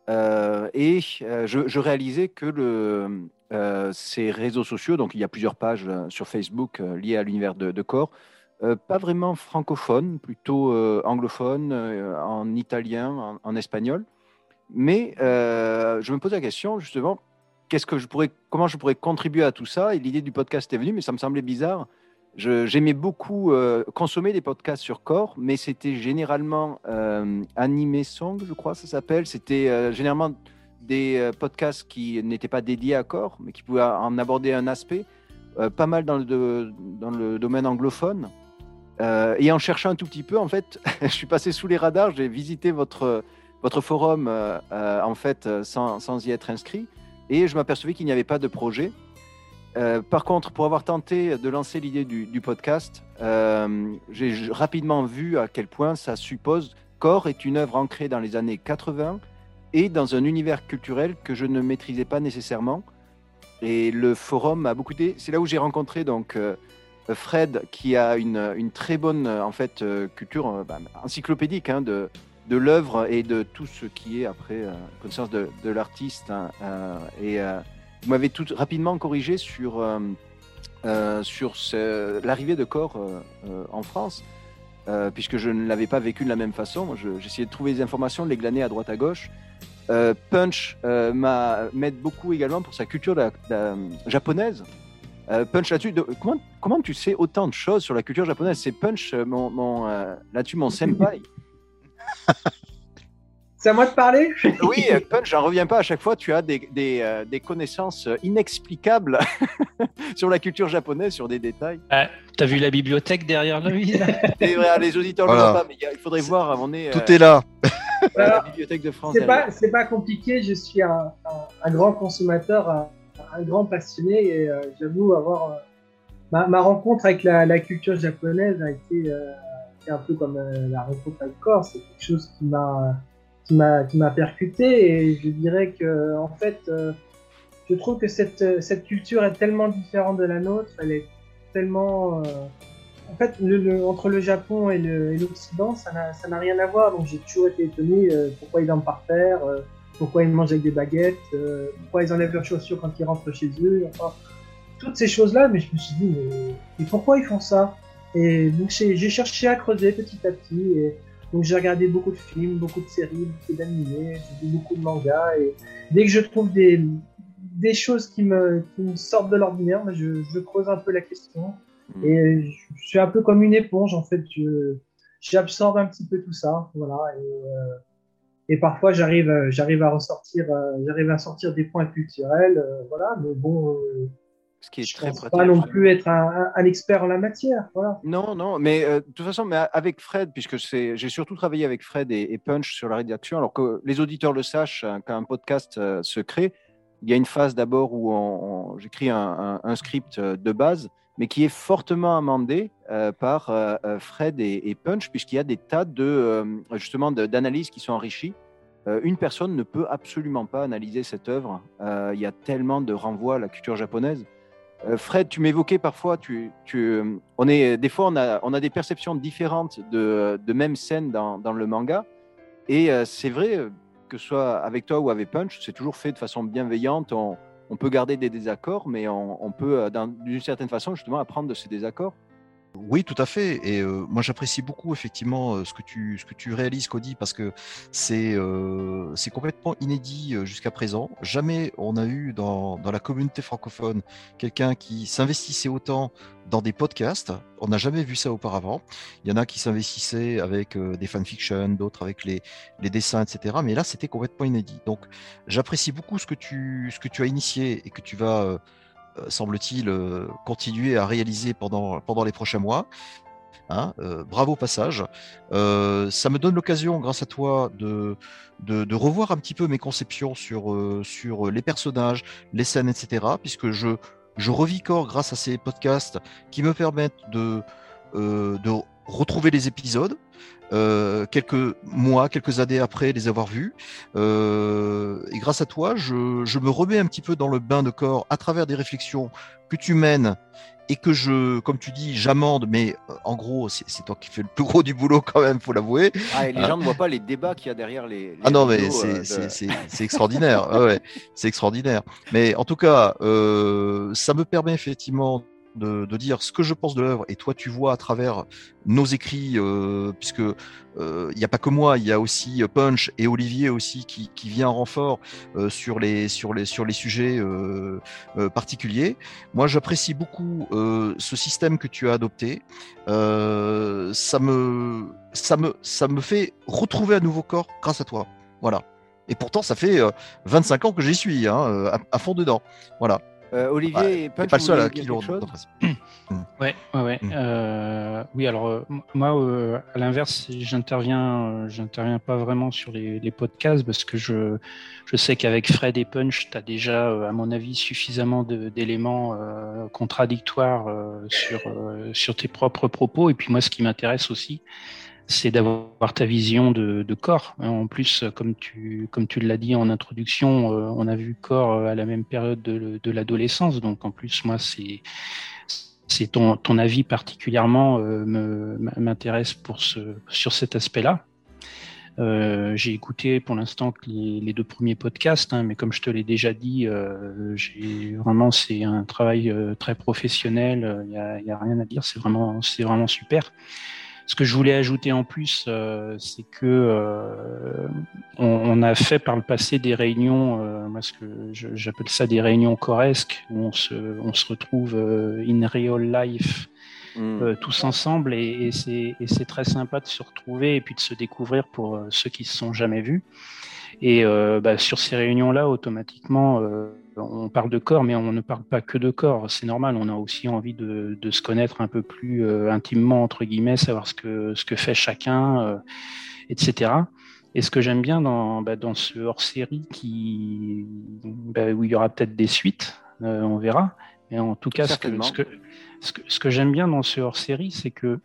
Et je réalisais que ces réseaux sociaux, donc il y a plusieurs pages sur Facebook liées à l'univers de Core, pas vraiment francophones, plutôt anglophones, en italien, en espagnol. Mais je me pose la question justement, comment je pourrais contribuer à tout ça? Et l'idée du podcast est venue, mais ça me semblait bizarre. J'aimais beaucoup consommer des podcasts sur Core, mais c'était généralement Anime Song, je crois que ça s'appelle. C'était généralement des podcasts qui n'étaient pas dédiés à Core, mais qui pouvaient en aborder un aspect, pas mal dans le domaine anglophone. Et en cherchant un tout petit peu, en fait, je suis passé sous les radars, j'ai visité votre forum en fait, sans y être inscrit, et je m'apercevais qu'il n'y avait pas de projet. Par contre, pour avoir tenté de lancer l'idée du podcast, j'ai rapidement vu à quel point ça suppose. Core est une œuvre ancrée dans les années 80 et dans un univers culturel que je ne maîtrisais pas nécessairement. et le forum m'a beaucoup aidé. C'est là où j'ai rencontré donc Fred, qui a une très bonne en fait culture encyclopédique de l'œuvre et de tout ce qui est après connaissance de l'artiste. Vous m'avez tout rapidement corrigé sur l'arrivée de Core en France, puisque je ne l'avais pas vécu de la même façon. Moi, j'essayais de trouver des informations, de les glaner à droite à gauche. Punch m'aide beaucoup également pour sa culture japonaise. Punch là-dessus, comment tu sais autant de choses sur la culture japonaise? C'est Punch, là-dessus, mon senpai. C'est à moi de parler? Oui, Punch, j'en reviens pas. À chaque fois, tu as des connaissances inexplicables sur la culture japonaise, sur des détails. T'as vu la bibliothèque derrière lui? C'est vrai, les auditeurs ne le voient pas, mais il faudrait voir avant tout est là. La bibliothèque de France. C'est pas compliqué. Je suis un grand consommateur, un grand passionné, et j'avoue avoir ma rencontre avec la culture japonaise a été un peu comme la rencontre avec Core. C'est quelque chose qui m'a percuté, et je dirais que en fait je trouve que cette culture est tellement différente de la nôtre. Elle est tellement en fait entre le Japon et l'Occident, ça n'a rien à voir. Donc j'ai toujours été étonné pourquoi ils dorment par terre, pourquoi ils mangent avec des baguettes, pourquoi ils enlèvent leurs chaussures quand ils rentrent chez eux, enfin toutes ces choses là. Mais je me suis dit mais pourquoi ils font ça? Et donc j'ai cherché à creuser petit à petit, et donc j'ai regardé beaucoup de films, beaucoup de séries, beaucoup d'animés, j'ai lu beaucoup de mangas, et dès que je trouve des choses qui me sortent de l'ordinaire, je creuse un peu la question, et je suis un peu comme une éponge en fait. J'absorbe un petit peu tout ça, voilà, et parfois j'arrive à sortir des points culturels, voilà, mais bon. Ce qui est je très pense pratique. Pas non plus être un expert en la matière, voilà. Non, mais de toute façon, mais avec Fred, puisque j'ai surtout travaillé avec Fred et Punch sur la rédaction, alors que les auditeurs le sachent, quand un podcast se crée, il y a une phase d'abord où j'écris un script de base, mais qui est fortement amendé par Fred et Punch, puisqu'il y a des tas justement d'analyses qui sont enrichies. Une personne ne peut absolument pas analyser cette œuvre. Il y a tellement de renvois à la culture japonaise. Fred, tu m'évoquais parfois, des fois on a des perceptions différentes de mêmes scènes dans le manga, et c'est vrai que ce soit avec toi ou avec Punch, c'est toujours fait de façon bienveillante. On peut garder des désaccords, mais on peut d'une certaine façon justement apprendre de ces désaccords. Oui, tout à fait. Et moi, j'apprécie beaucoup effectivement ce que tu réalises, Cody, parce que c'est complètement inédit jusqu'à présent. Jamais on a eu dans la communauté francophone quelqu'un qui s'investissait autant dans des podcasts. On n'a jamais vu ça auparavant. Il y en a qui s'investissaient avec des fanfictions, d'autres avec les dessins, etc. Mais là, c'était complètement inédit. Donc, j'apprécie beaucoup ce que tu as initié et que tu vas semble-t-il, continuer à réaliser pendant les prochains mois. Bravo au passage. Ça me donne l'occasion, grâce à toi, de revoir un petit peu mes conceptions sur les personnages, les scènes, etc. Puisque je revis Core grâce à ces podcasts qui me permettent de retrouver les épisodes. Quelques années après les avoir vus, et grâce à toi, je me remets un petit peu dans le bain de Core à travers des réflexions que tu mènes et que comme tu dis, j'amende, mais en gros, c'est toi qui fais le plus gros du boulot quand même, faut l'avouer. Et les gens ne voient pas les débats qu'il y a derrière les non, mais c'est extraordinaire. Ouais, c'est extraordinaire. Mais en tout cas, ça me permet effectivement de dire ce que je pense de l'œuvre, et toi tu vois à travers nos écrits, puisque il n'y a pas que moi, il y a aussi Punch et Olivier aussi qui vient en renfort sur les sujets particuliers. Moi j'apprécie beaucoup ce système que tu as adopté. Ça me fait retrouver un nouveau Core grâce à toi. Voilà. Et pourtant ça fait 25 ans que j'y suis, à fond dedans. Voilà. Olivier et Punch, pas le seul à qui l'ont. Ouais. Oui, alors moi, à l'inverse, j'interviens pas vraiment sur les podcasts, parce que je sais qu'avec Fred et Punch, tu as déjà, à mon avis, suffisamment d'éléments contradictoires sur tes propres propos. Et puis moi, ce qui m'intéresse aussi, c'est d'avoir ta vision de corps. En plus, comme tu l'as dit en introduction, on a vu corps à la même période de l'adolescence. Donc en plus, moi, c'est ton avis particulièrement m'intéresse sur cet aspect-là. J'ai écouté pour l'instant que les 2 premiers podcasts, mais comme je te l'ai déjà dit, c'est un travail très professionnel. Il y a rien à dire. C'est vraiment super. Ce que je voulais ajouter en plus, c'est que on a fait par le passé des réunions, moi ce que j'appelle ça des réunions coresques, où on se retrouve in real life tous ensemble, et c'est très sympa de se retrouver et puis de se découvrir pour ceux qui se sont jamais vus. Et sur ces réunions-là, automatiquement, on parle de corps, mais on ne parle pas que de corps. C'est normal, on a aussi envie de se connaître un peu plus intimement, entre guillemets, savoir ce que fait chacun, etc. Et ce que j'aime bien dans ce hors-série où il y aura peut-être des suites, on verra. Mais en tout cas, ce que j'aime bien dans ce hors-série, c'est que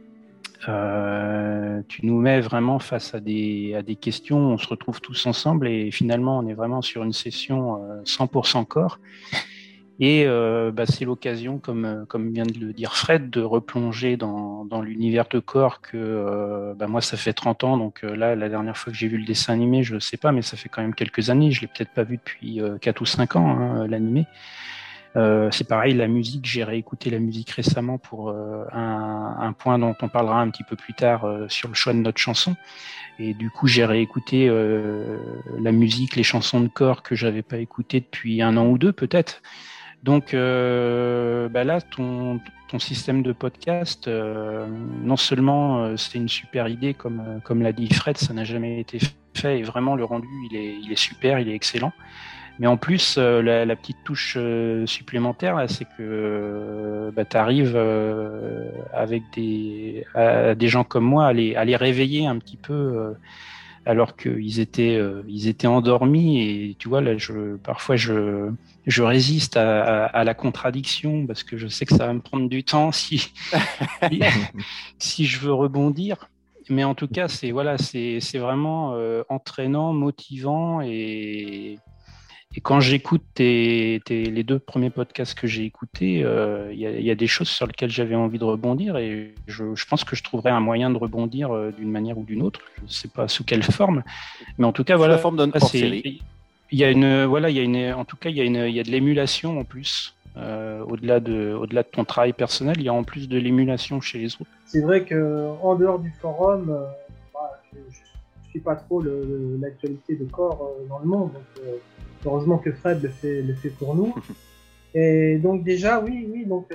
tu nous mets vraiment face à des questions, on se retrouve tous ensemble et finalement on est vraiment sur une session 100% corps, et c'est l'occasion, comme vient de le dire Fred, de replonger dans l'univers de corps que moi ça fait 30 ans, donc là la dernière fois que j'ai vu le dessin animé, je ne sais pas, mais ça fait quand même quelques années, je ne l'ai peut-être pas vu depuis 4 ou 5 ans, l'animé. C'est pareil, la musique, j'ai réécouté la musique récemment pour un point dont on parlera un petit peu plus tard sur le choix de notre chanson. Et du coup, j'ai réécouté la musique, les chansons de corps que j'avais pas écoutées depuis 1 an ou 2 peut-être. Donc là, ton système de podcast, non seulement c'est une super idée, comme l'a dit Fred, ça n'a jamais été fait, et vraiment le rendu, il est super, il est excellent. Mais en plus, la petite touche supplémentaire, là, c'est que tu arrives avec des gens comme moi à les réveiller un petit peu alors qu'ils étaient endormis. Et tu vois, là, parfois je résiste à la contradiction parce que je sais que ça va me prendre du temps si je veux rebondir. Mais en tout cas, c'est vraiment entraînant, motivant, et quand j'écoute les 2 premiers podcasts que j'ai écoutés, il y a des choses sur lesquelles j'avais envie de rebondir, et je pense que je trouverai un moyen de rebondir d'une manière ou d'une autre. Je ne sais pas sous quelle forme, mais en tout cas, voilà. Sous la forme d'un hors-série. Il y a de l'émulation en plus. Au-delà de ton travail personnel, il y a en plus de l'émulation chez les autres. C'est vrai qu'en dehors du forum, je ne suis pas trop l'actualité de corps dans le monde. Donc, heureusement que Fred le fait pour nous. Et donc déjà, oui, donc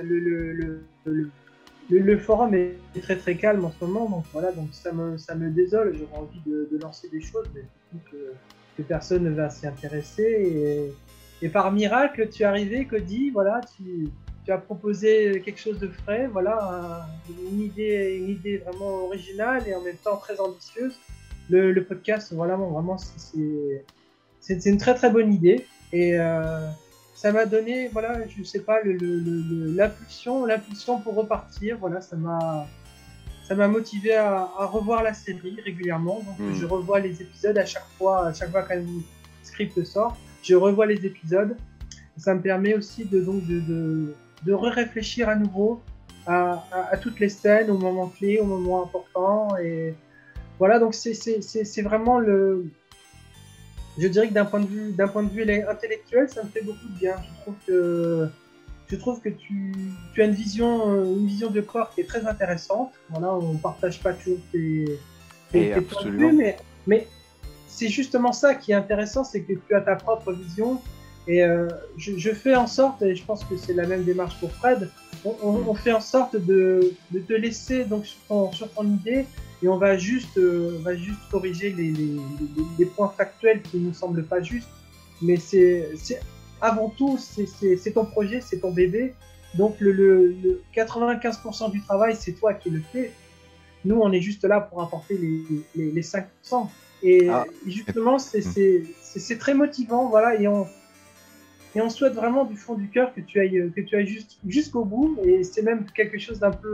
le forum est très très calme en ce moment. Donc voilà, donc ça me désole. J'aurais envie de lancer des choses, mais que personne ne va s'y intéresser. Et par miracle, tu es arrivé, Cody. Voilà, tu as proposé quelque chose de frais. Voilà, une idée vraiment originale et en même temps très ambitieuse. Le podcast, voilà, vraiment, c'est une très très bonne idée, et ça m'a donné, voilà, je sais pas, l'impulsion pour repartir. Voilà, ça m'a motivé à revoir la série régulièrement. Donc je revois les épisodes à chaque fois qu'un script sort, je revois les épisodes. Ça me permet aussi de réfléchir à nouveau à toutes les scènes, aux moments clés, aux moments importants, et voilà, donc c'est vraiment je dirais que d'un point de vue intellectuel, ça me fait beaucoup de bien. Je trouve que tu as une vision de corps qui est très intéressante. Voilà, on partage pas toujours tes points de vue, mais c'est justement ça qui est intéressant, c'est que tu as ta propre vision. Et je fais en sorte, et je pense que c'est la même démarche pour Fred, on fait en sorte de te laisser donc sur ton idée, et on va juste corriger les points factuels qui nous semblent pas justes. Mais c'est avant tout, c'est ton projet, c'est ton bébé. Donc le 95% du travail, c'est toi qui le fais. Nous, on est juste là pour apporter les 5%. Et justement, c'est très motivant, voilà. Et on souhaite vraiment du fond du cœur que tu ailles jusqu'au bout. Et c'est même quelque chose d'un peu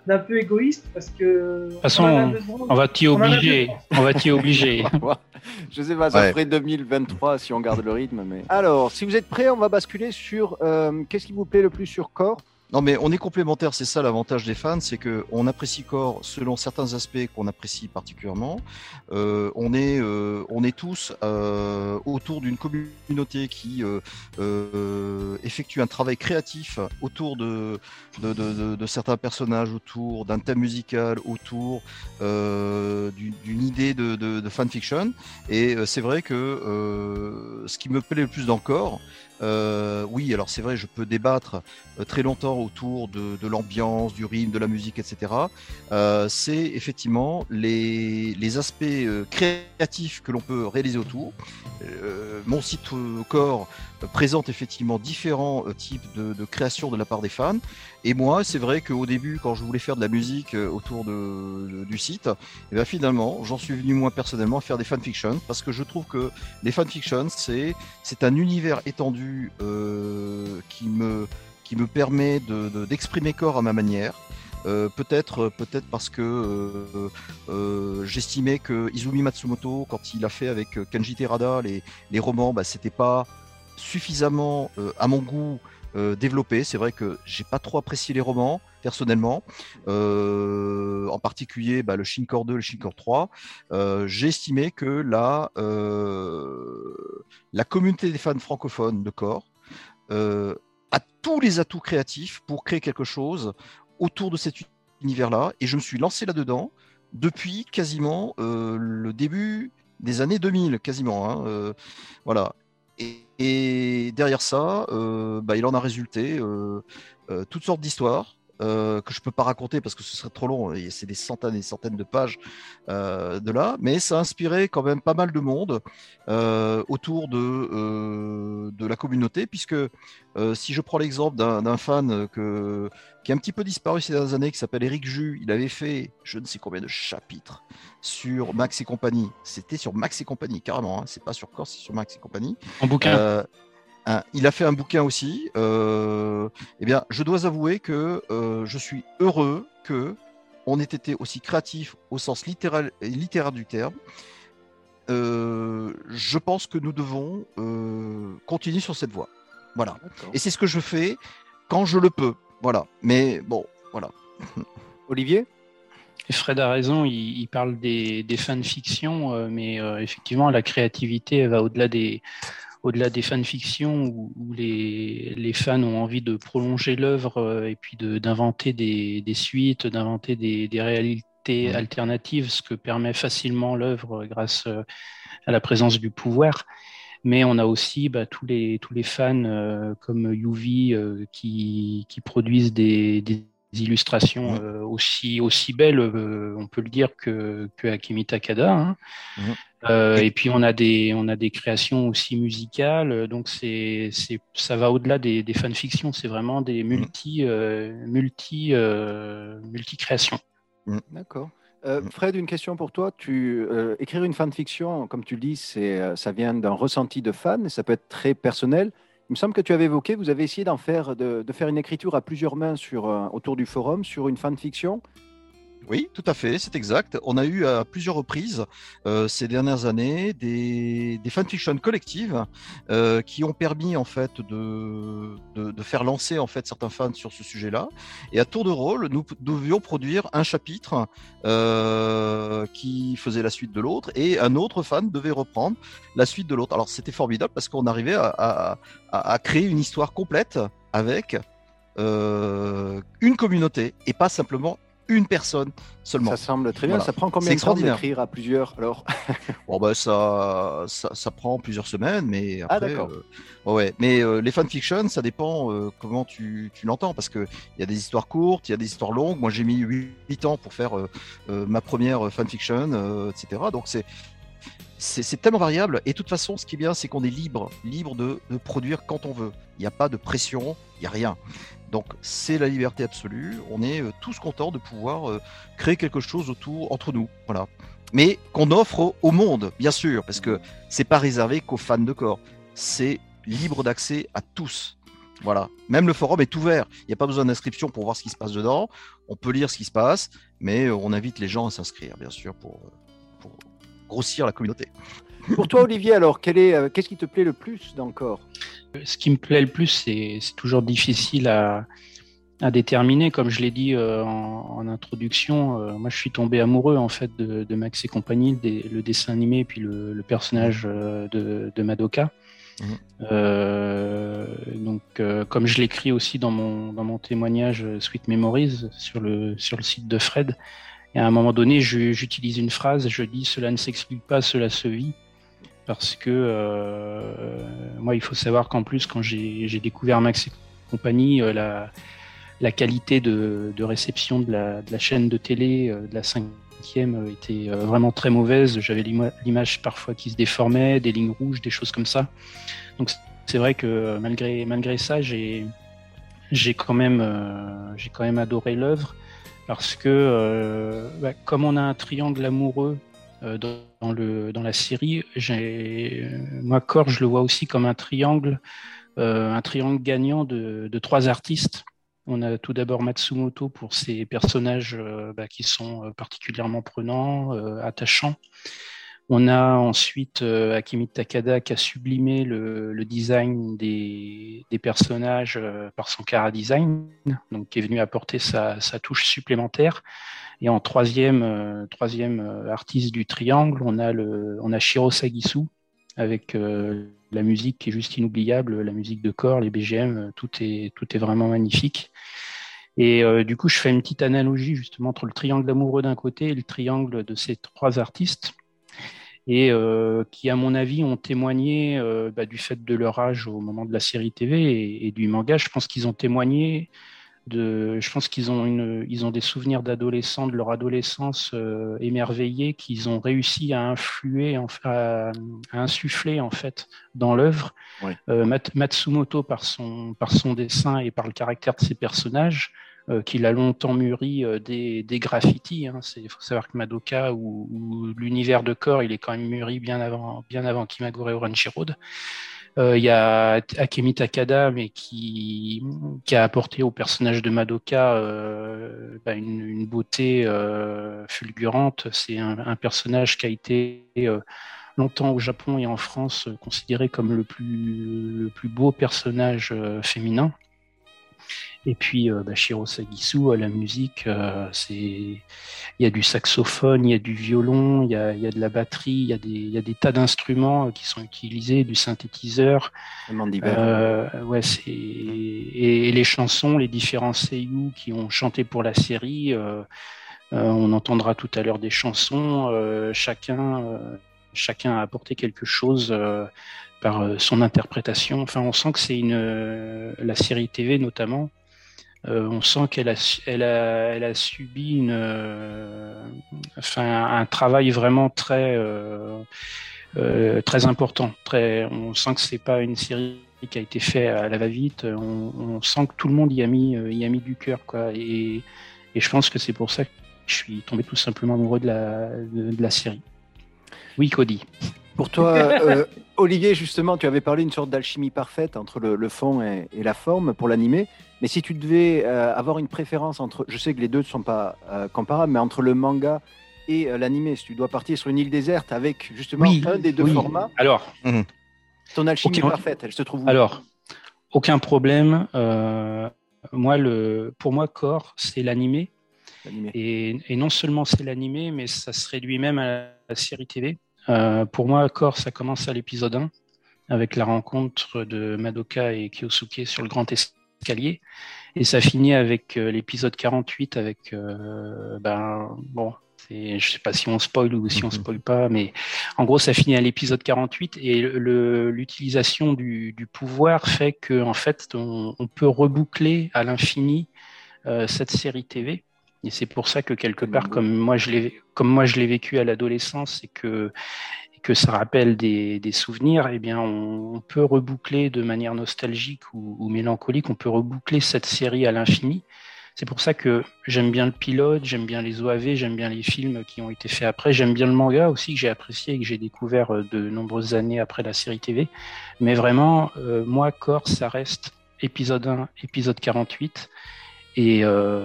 d'un peu égoïste parce que. De toute façon, on va t'y obliger. On va t'y obliger. Je sais pas, ça ferait 2023 si on garde le rythme. Mais... Alors, si vous êtes prêts, on va basculer sur qu'est-ce qui vous plaît le plus sur Core ? Non, mais on est complémentaires, c'est ça l'avantage des fans, c'est qu'on apprécie Core selon certains aspects qu'on apprécie particulièrement. On est tous autour d'une communauté qui effectue un travail créatif autour de certains personnages, autour d'un thème musical, autour d'une idée de fanfiction. Et c'est vrai que ce qui me plaît le plus dans Core, oui, alors c'est vrai, je peux débattre très longtemps autour de l'ambiance, du rythme, de la musique, etc. C'est effectivement les aspects créatifs que l'on peut réaliser autour. Mon site Core présente effectivement différents types de créations de la part des fans. Et moi, c'est vrai qu'au début, quand je voulais faire de la musique autour du site, et bien finalement, j'en suis venu moi personnellement à faire des fanfictions parce que je trouve que les fanfictions, c'est un univers étendu qui me permet d'exprimer Core à ma manière. Peut-être parce que j'estimais que Izumi Matsumoto, quand il a fait avec Kenji Terada les romans, c'était pas suffisamment à mon goût développé. C'est vrai que j'ai pas trop apprécié les romans personnellement, en particulier le Shin-Core 2, le Shin-Core 3. J'ai estimé que la communauté des fans francophones de Core a tous les atouts créatifs pour créer quelque chose autour de cet univers-là, et je me suis lancé là-dedans depuis quasiment le début des années 2000, quasiment. Voilà. Et derrière ça, il en a résulté toutes sortes d'histoires que je peux pas raconter parce que ce serait trop long, et c'est des centaines et des centaines de pages de là, mais ça a inspiré quand même pas mal de monde autour de la communauté, puisque si je prends l'exemple d'un fan qui a un petit peu disparu ces dernières années, qui s'appelle Eric Jus, il avait fait je ne sais combien de chapitres sur Max et compagnie. C'était sur Max et compagnie, carrément, hein. C'est pas sur Core, c'est sur Max et compagnie. En bouquin. Il a fait un bouquin aussi. Eh bien, je dois avouer que je suis heureux qu'on ait été aussi créatif au sens littéraire du terme. Je pense que nous devons continuer sur cette voie. Voilà. D'accord. Et c'est ce que je fais quand je le peux. Voilà. Mais bon, voilà. Olivier ? Et Fred a raison, il parle des fanfictions, mais effectivement, la créativité va au-delà des fanfictions où les fans ont envie de prolonger l'œuvre et puis d'inventer des suites, d'inventer des réalités alternatives, ce que permet facilement l'œuvre grâce à la présence du pouvoir. Mais on a aussi tous les fans comme Yuvi qui produisent des illustrations aussi belles, on peut le dire, que Akemi Takada. Hein. Et puis on a des créations aussi musicales, donc ça va au-delà des fanfictions, c'est vraiment des multi-créations. D'accord. Fred, une question pour toi. Écrire une fanfiction, comme tu le dis, ça vient d'un ressenti de fan, et ça peut être très personnel. Il me semble que tu avais évoqué, vous avez essayé de faire une écriture à plusieurs mains autour du forum sur une fanfiction. Oui, tout à fait, c'est exact. On a eu à plusieurs reprises ces dernières années des fanfictions collectives qui ont permis en fait de faire lancer en fait certains fans sur ce sujet-là. Et à tour de rôle, nous devions produire un chapitre qui faisait la suite de l'autre, et un autre fan devait reprendre la suite de l'autre. Alors c'était formidable parce qu'on arrivait à créer une histoire complète avec une communauté et pas simplement une personne seulement. Ça semble très bien. Voilà. Ça prend combien de temps d'écrire à plusieurs alors? Bon, ça prend plusieurs semaines, mais après. Ouais. Mais les fanfictions, ça dépend comment tu l'entends, parce que il y a des histoires courtes, il y a des histoires longues. Moi, j'ai mis 8 ans pour faire ma première fanfiction, etc. Donc c'est tellement variable, et de toute façon, ce qui est bien, c'est qu'on est libre de produire quand on veut. Il n'y a pas de pression, il n'y a rien. Donc c'est la liberté absolue. On est tous contents de pouvoir créer quelque chose entre nous, voilà. Mais qu'on offre au monde, bien sûr, parce que c'est pas réservé qu'aux fans de Core. C'est libre d'accès à tous. Voilà. Même le forum est ouvert. Il n'y a pas besoin d'inscription pour voir ce qui se passe dedans. On peut lire ce qui se passe, mais on invite les gens à s'inscrire, bien sûr, pour grossir la communauté. Pour toi, Olivier, alors, qu'est-ce qui te plaît le plus dans Core ? Ce qui me plaît le plus, c'est toujours difficile à déterminer. Comme je l'ai dit en introduction, moi je suis tombé amoureux en fait de Max et compagnie, le dessin animé et puis le personnage de Madoka. Donc comme je l'écris aussi dans mon témoignage Sweet Memories sur le site de Fred, et à un moment donné j'utilise une phrase, je dis cela ne s'explique pas, cela se vit. Parce que moi, il faut savoir qu'en plus, quand j'ai découvert Max et compagnie, la qualité de réception de la chaîne de télé, de la 5e, était vraiment très mauvaise. J'avais l'image parfois qui se déformait, des lignes rouges, des choses comme ça. Donc c'est vrai que malgré ça, j'ai quand même adoré l'œuvre parce que comme on a un triangle amoureux dans la série, moi Core, je le vois aussi comme un triangle gagnant de 3 artistes. On a tout d'abord Matsumoto pour ses personnages qui sont particulièrement prenants, attachants. On a ensuite Akemi Takada qui a sublimé le design des personnages par son chara-design, donc qui est venu apporter sa touche supplémentaire. Et en troisième artiste du triangle, on a Shiro Sagisu avec la musique qui est juste inoubliable, la musique de Core, les BGM, tout est vraiment magnifique. Et du coup, je fais une petite analogie justement entre le triangle amoureux d'un côté et le triangle de ces 3 artistes, et qui, à mon avis, ont témoigné du fait de leur âge au moment de la série TV et du manga. Je pense qu'ils ont témoigné je pense qu'ils ont des souvenirs d'adolescents, de leur adolescence émerveillés, qu'ils ont réussi à influer, à insuffler en fait dans l'œuvre. Oui. Matsumoto par son dessin et par le caractère de ses personnages, qu'il a longtemps mûri des graffitis. Il faut savoir que Madoka ou l'univers de Core, il est quand même mûri bien avant Kimagure Orange Road. Il y a Akemi Takada, mais qui a apporté au personnage de Madoka une beauté fulgurante. C'est un personnage qui a été longtemps au Japon et en France considéré comme le plus beau personnage féminin. Et puis Shiro Sagisu à la musique, il y a du saxophone, il y a du violon, il y a de la batterie, il y a des tas d'instruments qui sont utilisés, du synthétiseur. Et les chansons, les différents seiyuu qui ont chanté pour la série, on entendra tout à l'heure des chansons. Chacun a apporté quelque chose par son interprétation. Enfin, on sent que c'est la série TV notamment. On sent qu'elle a subi un travail vraiment très important. On sent que c'est pas une série qui a été faite à la va-vite. On sent que tout le monde y a mis du cœur, quoi. Et je pense que c'est pour ça que je suis tombé tout simplement amoureux de la série. Oui, Cody. Pour toi, Olivier, justement, tu avais parlé d'une sorte d'alchimie parfaite entre le fond et la forme pour l'animé. Mais si tu devais avoir une préférence entre, je sais que les deux ne sont pas comparables, mais entre le manga et l'animé, si tu dois partir sur une île déserte avec justement un des deux formats, alors, ton alchimie parfaite, elle se trouve où ? Alors, aucun problème. Pour moi, Core, c'est l'animé. Et non seulement c'est l'animé, mais ça se réduit même à la série TV. Pour moi, Core, ça commence à l'épisode 1 avec la rencontre de Madoka et Kyosuke sur le grand escalier, et ça finit avec l'épisode 48 avec je sais pas si on spoil ou si on spoil pas, mais en gros ça finit à l'épisode 48, et l'utilisation du pouvoir fait que en fait on peut reboucler à l'infini cette série TV. Et c'est pour ça que quelque part, comme moi je l'ai vécu à l'adolescence, et que ça rappelle des souvenirs, eh bien on peut reboucler de manière nostalgique ou mélancolique, on peut reboucler cette série à l'infini. C'est pour ça que j'aime bien le pilote, j'aime bien les OAV, j'aime bien les films qui ont été faits après, j'aime bien le manga aussi que j'ai apprécié et que j'ai découvert de nombreuses années après la série TV. Mais vraiment, moi, Core, ça reste épisode 1, épisode 48. Et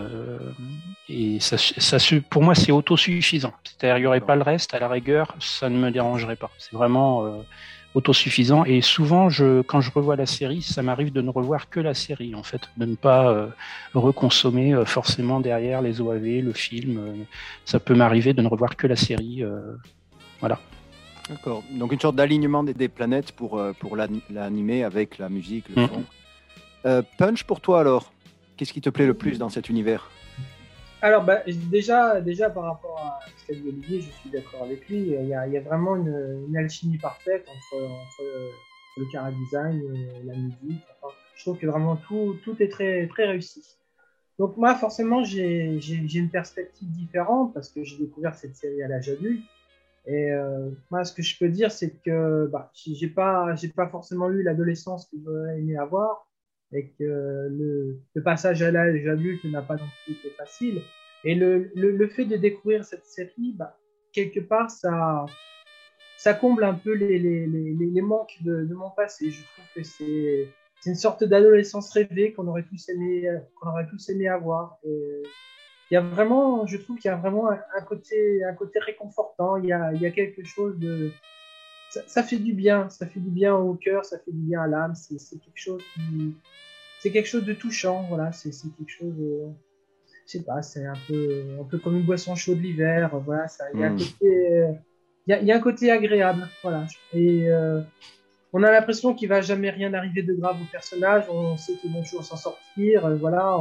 pour moi, c'est autosuffisant. C'est-à-dire, il n'y aurait pas le reste, à la rigueur, ça ne me dérangerait pas. C'est vraiment autosuffisant. Et souvent, quand je revois la série, ça m'arrive de ne revoir que la série, en fait, de ne pas reconsommer forcément derrière les OAV, le film. Ça peut m'arriver de ne revoir que la série. Voilà. D'accord. Donc une sorte d'alignement des planètes pour l'animer avec la musique, le son. Punch, pour toi alors, qu'est-ce qui te plaît le plus dans cet univers? Alors déjà par rapport à ce qu'a dit Olivier, je suis d'accord avec lui. Il y a vraiment une alchimie parfaite entre le chara-design, la musique. Enfin, je trouve que vraiment tout est très, très réussi. Donc moi, forcément, j'ai une perspective différente parce que j'ai découvert cette série à l'âge adulte. Et moi, ce que je peux dire, c'est que j'ai pas forcément eu l'adolescence que j'aurais aimé avoir, et que le passage à l'âge adulte n'a pas non plus été facile. Et le fait de découvrir cette série, quelque part, ça comble un peu les manques de mon passé. Je trouve que c'est une sorte d'adolescence rêvée qu'on aurait tous aimé avoir. Et il y a vraiment, je trouve qu'il y a vraiment un côté réconfortant. Il y a quelque chose de, ça fait du bien au cœur, ça fait du bien à l'âme. C'est quelque chose de touchant. Voilà, c'est quelque chose, je sais pas, c'est un peu comme une boisson chaude l'hiver. Voilà, il y a un côté, il y a un côté agréable. Voilà, et on a l'impression qu'il va jamais rien arriver de grave au personnage. On sait qu'ils vont toujours s'en sortir. Voilà,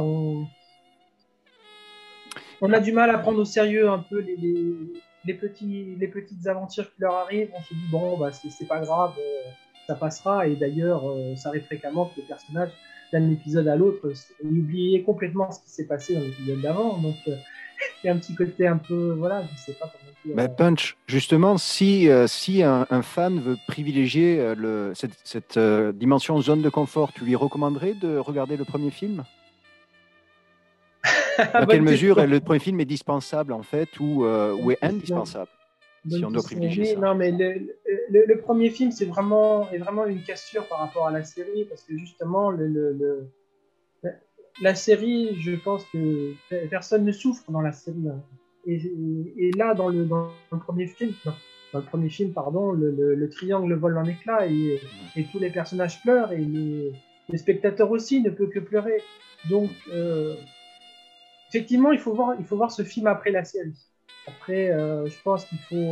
on a du mal à prendre au sérieux un peu les petites aventures qui leur arrivent. On se dit, bon, c'est pas grave, ça passera. Et d'ailleurs, ça arrive fréquemment que les personnages, d'un épisode à l'autre, oublient complètement ce qui s'est passé dans l'épisode d'avant. Donc, il y a un petit côté un peu, voilà, je sais pas comment dire. Punch, justement, si un fan veut privilégier cette dimension zone de confort, tu lui recommanderais de regarder le premier film? Dans quelle mesure le premier film est dispensable en fait ou est indispensable si on doit privilégier ça? Non, mais le premier film est vraiment une cassure par rapport à la série, parce que justement la série, je pense que personne ne souffre dans la série. Et là, dans le premier film, pardon, le triangle vole en éclats et tous les personnages pleurent et le spectateur aussi ne peut que pleurer. Donc effectivement, il faut voir ce film après la série. Après, je pense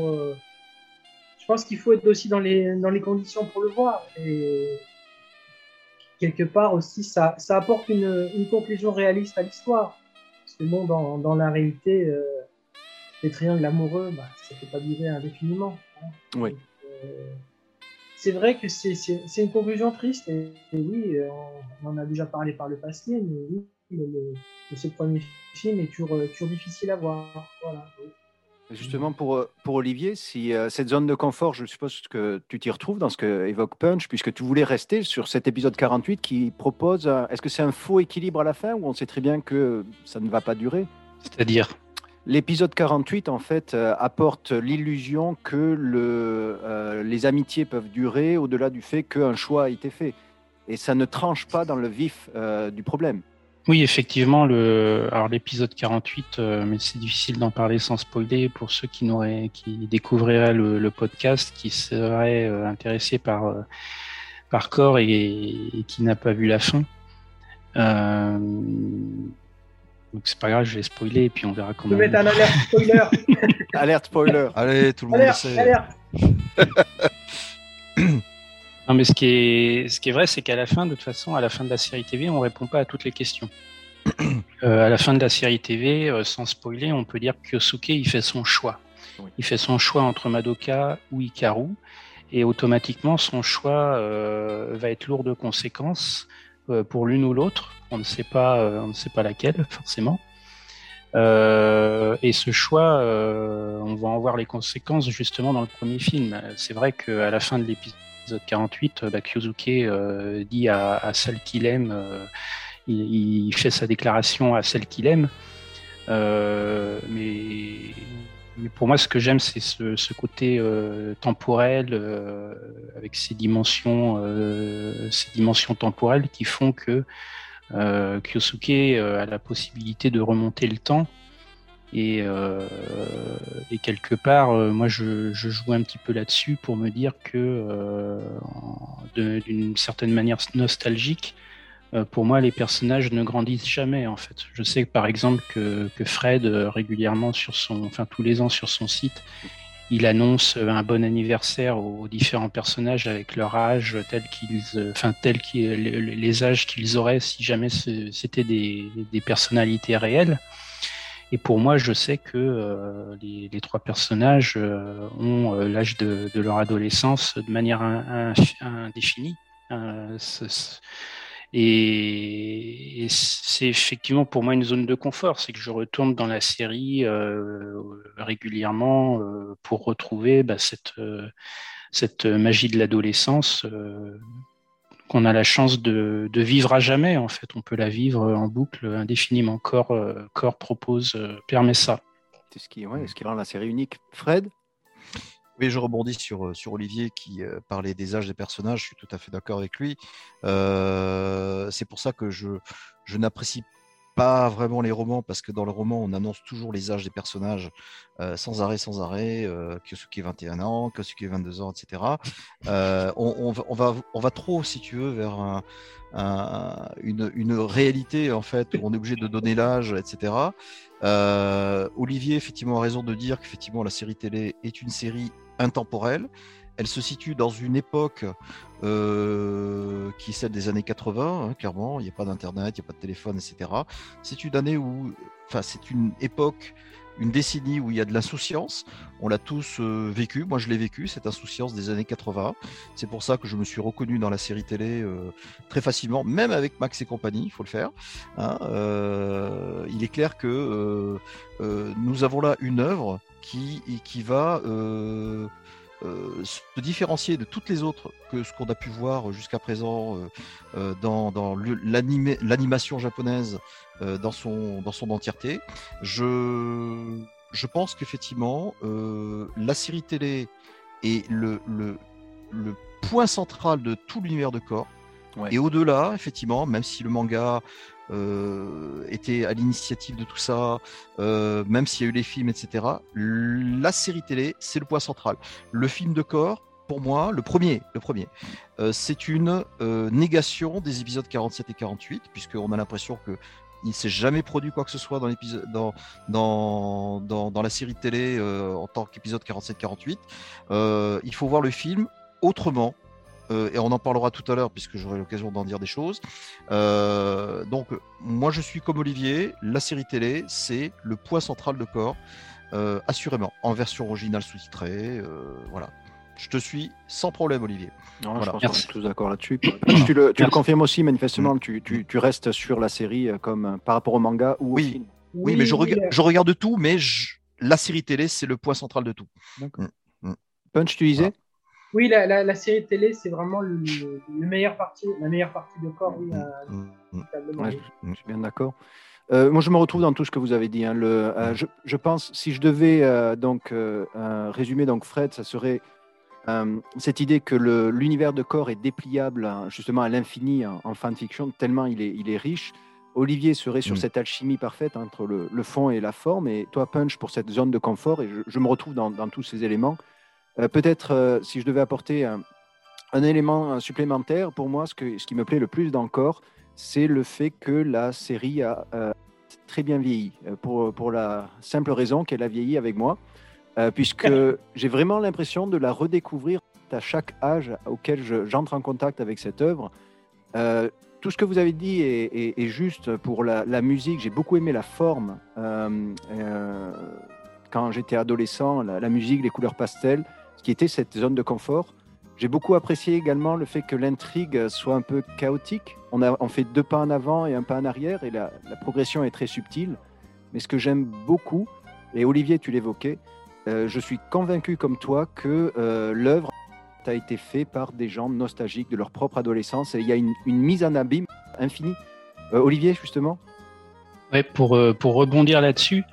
qu'il faut être aussi dans les conditions pour le voir. Et quelque part aussi, ça apporte une conclusion réaliste à l'histoire. Parce que bon, dans la réalité, les triangles amoureux, ça ne peut pas durer indéfiniment. Hein. Oui. Donc, c'est vrai que c'est une conclusion triste. Et oui, on en a déjà parlé par le passé, mais oui. Ce premier film est toujours difficile à voir. Voilà. Justement, pour Olivier, si cette zone de confort, je suppose que tu t'y retrouves dans ce que évoque Punch, puisque tu voulais rester sur cet épisode 48 qui propose, est-ce que c'est un faux équilibre à la fin, ou on sait très bien que ça ne va pas durer? C'est-à-dire? L'épisode 48, en fait, apporte l'illusion que les amitiés peuvent durer au-delà du fait qu'un choix a été fait. Et ça ne tranche pas dans le vif du problème. Oui, effectivement, alors l'épisode 48, mais c'est difficile d'en parler sans spoiler pour ceux qui découvriraient le podcast, qui seraient intéressés par Core et qui n'a pas vu la fin. Donc c'est pas grave, je vais spoiler et puis on verra comment. Je vais mettre un alerte spoiler. Alerte spoiler. Allez, tout le monde le sait. Alerte. Non, mais ce qui est vrai, c'est qu'à la fin, de toute façon, à la fin de la série TV, on répond pas à toutes les questions. À la fin de la série TV, sans spoiler, on peut dire que Kyosuke, il fait son choix. Oui. Il fait son choix entre Madoka ou Hikaru, et automatiquement, son choix va être lourd de conséquences pour l'une ou l'autre. On ne sait pas laquelle, forcément. Et ce choix, on va en voir les conséquences justement dans le premier film. C'est vrai qu'à la fin de l'épisode 48, Kyosuke dit à celle qu'il aime, il fait sa déclaration à celle qu'il aime, mais Mais pour moi, ce que j'aime, c'est ce côté temporel avec ces dimensions temporelles qui font que Kyosuke a la possibilité de remonter le temps. Et quelque part, moi, je joue un petit peu là-dessus pour me dire que, d'une certaine manière nostalgique, pour moi, les personnages ne grandissent jamais, en fait. Je sais par exemple que Fred, régulièrement, tous les ans sur son site, il annonce un bon anniversaire aux différents personnages avec leur âge, les âges qu'ils auraient si jamais c'était des personnalités réelles. Et pour moi, je sais que les trois personnages ont l'âge de leur adolescence de manière indéfinie. Et c'est effectivement pour moi une zone de confort, c'est que je retourne dans la série régulièrement pour retrouver cette magie de l'adolescence qu'on a la chance de vivre à jamais. En fait, on peut la vivre en boucle indéfiniment. Core permet ça. C'est ce qui rend la série unique. Fred ? Oui, je rebondis sur Olivier qui parlait des âges des personnages. Je suis tout à fait d'accord avec lui. C'est pour ça que je n'apprécie pas vraiment les romans, parce que dans le roman, on annonce toujours les âges des personnages sans arrêt. Kyosuke 21 ans, Kyosuke 22 ans, etc. On va trop, si tu veux, vers une réalité, en fait, où on est obligé de donner l'âge, etc. Olivier, effectivement, a raison de dire qu'effectivement, la série télé est une série intemporelle. Elle se situe dans une époque qui est celle des années 80, clairement. Il n'y a pas d'internet, il n'y a pas de téléphone, etc. C'est une époque, une décennie où il y a de l'insouciance. On l'a tous vécu. Moi, je l'ai vécu, cette insouciance des années 80. C'est pour ça que je me suis reconnu dans la série télé très facilement, même avec Max et compagnie, il faut le faire. Il est clair que nous avons là une œuvre qui va se différencier de toutes les autres que ce qu'on a pu voir jusqu'à présent dans l'animation japonaise dans son entièreté. Je pense qu'effectivement la série télé est le point central de tout l'univers de Core. Ouais. Et au-delà, effectivement, même si le manga était à l'initiative de tout ça, même s'il y a eu les films, etc., la série télé, c'est le point central. Le film de Core, pour moi, le premier, c'est une négation des épisodes 47 et 48, puisqu'on a l'impression que il ne s'est jamais produit quoi que ce soit dans la série télé en tant qu'épisode 47-48. Il faut voir le film autrement. Et on en parlera tout à l'heure puisque j'aurai l'occasion d'en dire des choses. Donc moi je suis comme Olivier, la série télé c'est le point central de Core, assurément, en version originale sous-titrée, voilà. Je te suis sans problème, Olivier. Non, voilà. Je pense qu'on est tous d'accord là-dessus. tu le confirmes aussi, manifestement, tu restes sur la série comme par rapport au manga ou au film. Oui, mais je regarde tout, mais la série télé c'est le point central de tout. Punch, tu disais? Oui, la série télé, c'est vraiment la meilleure partie de Core. Oui, je suis bien d'accord. Moi, je me retrouve dans tout ce que vous avez dit. Je pense, si je devais résumer Fred, ça serait cette idée que l'univers de Core est dépliable justement à l'infini en fanfiction, tellement il est riche. Olivier serait sur cette alchimie parfaite entre le fond et la forme, et toi, Punch, pour cette zone de confort, et je me retrouve dans tous ces éléments. Peut-être, si je devais apporter un élément supplémentaire, pour moi, ce qui me plaît le plus dans Core, c'est le fait que la série a très bien vieilli, pour la simple raison qu'elle a vieilli avec moi, puisque j'ai vraiment l'impression de la redécouvrir à chaque âge auquel j'entre en contact avec cette œuvre. Tout ce que vous avez dit est juste pour la musique. J'ai beaucoup aimé la forme. Quand j'étais adolescent, la musique, les couleurs pastel, ce qui était cette zone de confort. J'ai beaucoup apprécié également le fait que l'intrigue soit un peu chaotique. On fait 2 pas en avant et 1 pas en arrière, et la progression est très subtile. Mais ce que j'aime beaucoup, et Olivier, tu l'évoquais, je suis convaincu comme toi que l'œuvre a été faite par des gens nostalgiques de leur propre adolescence, et il y a une mise en abîme infinie. Olivier, justement? Ouais, pour rebondir là-dessus,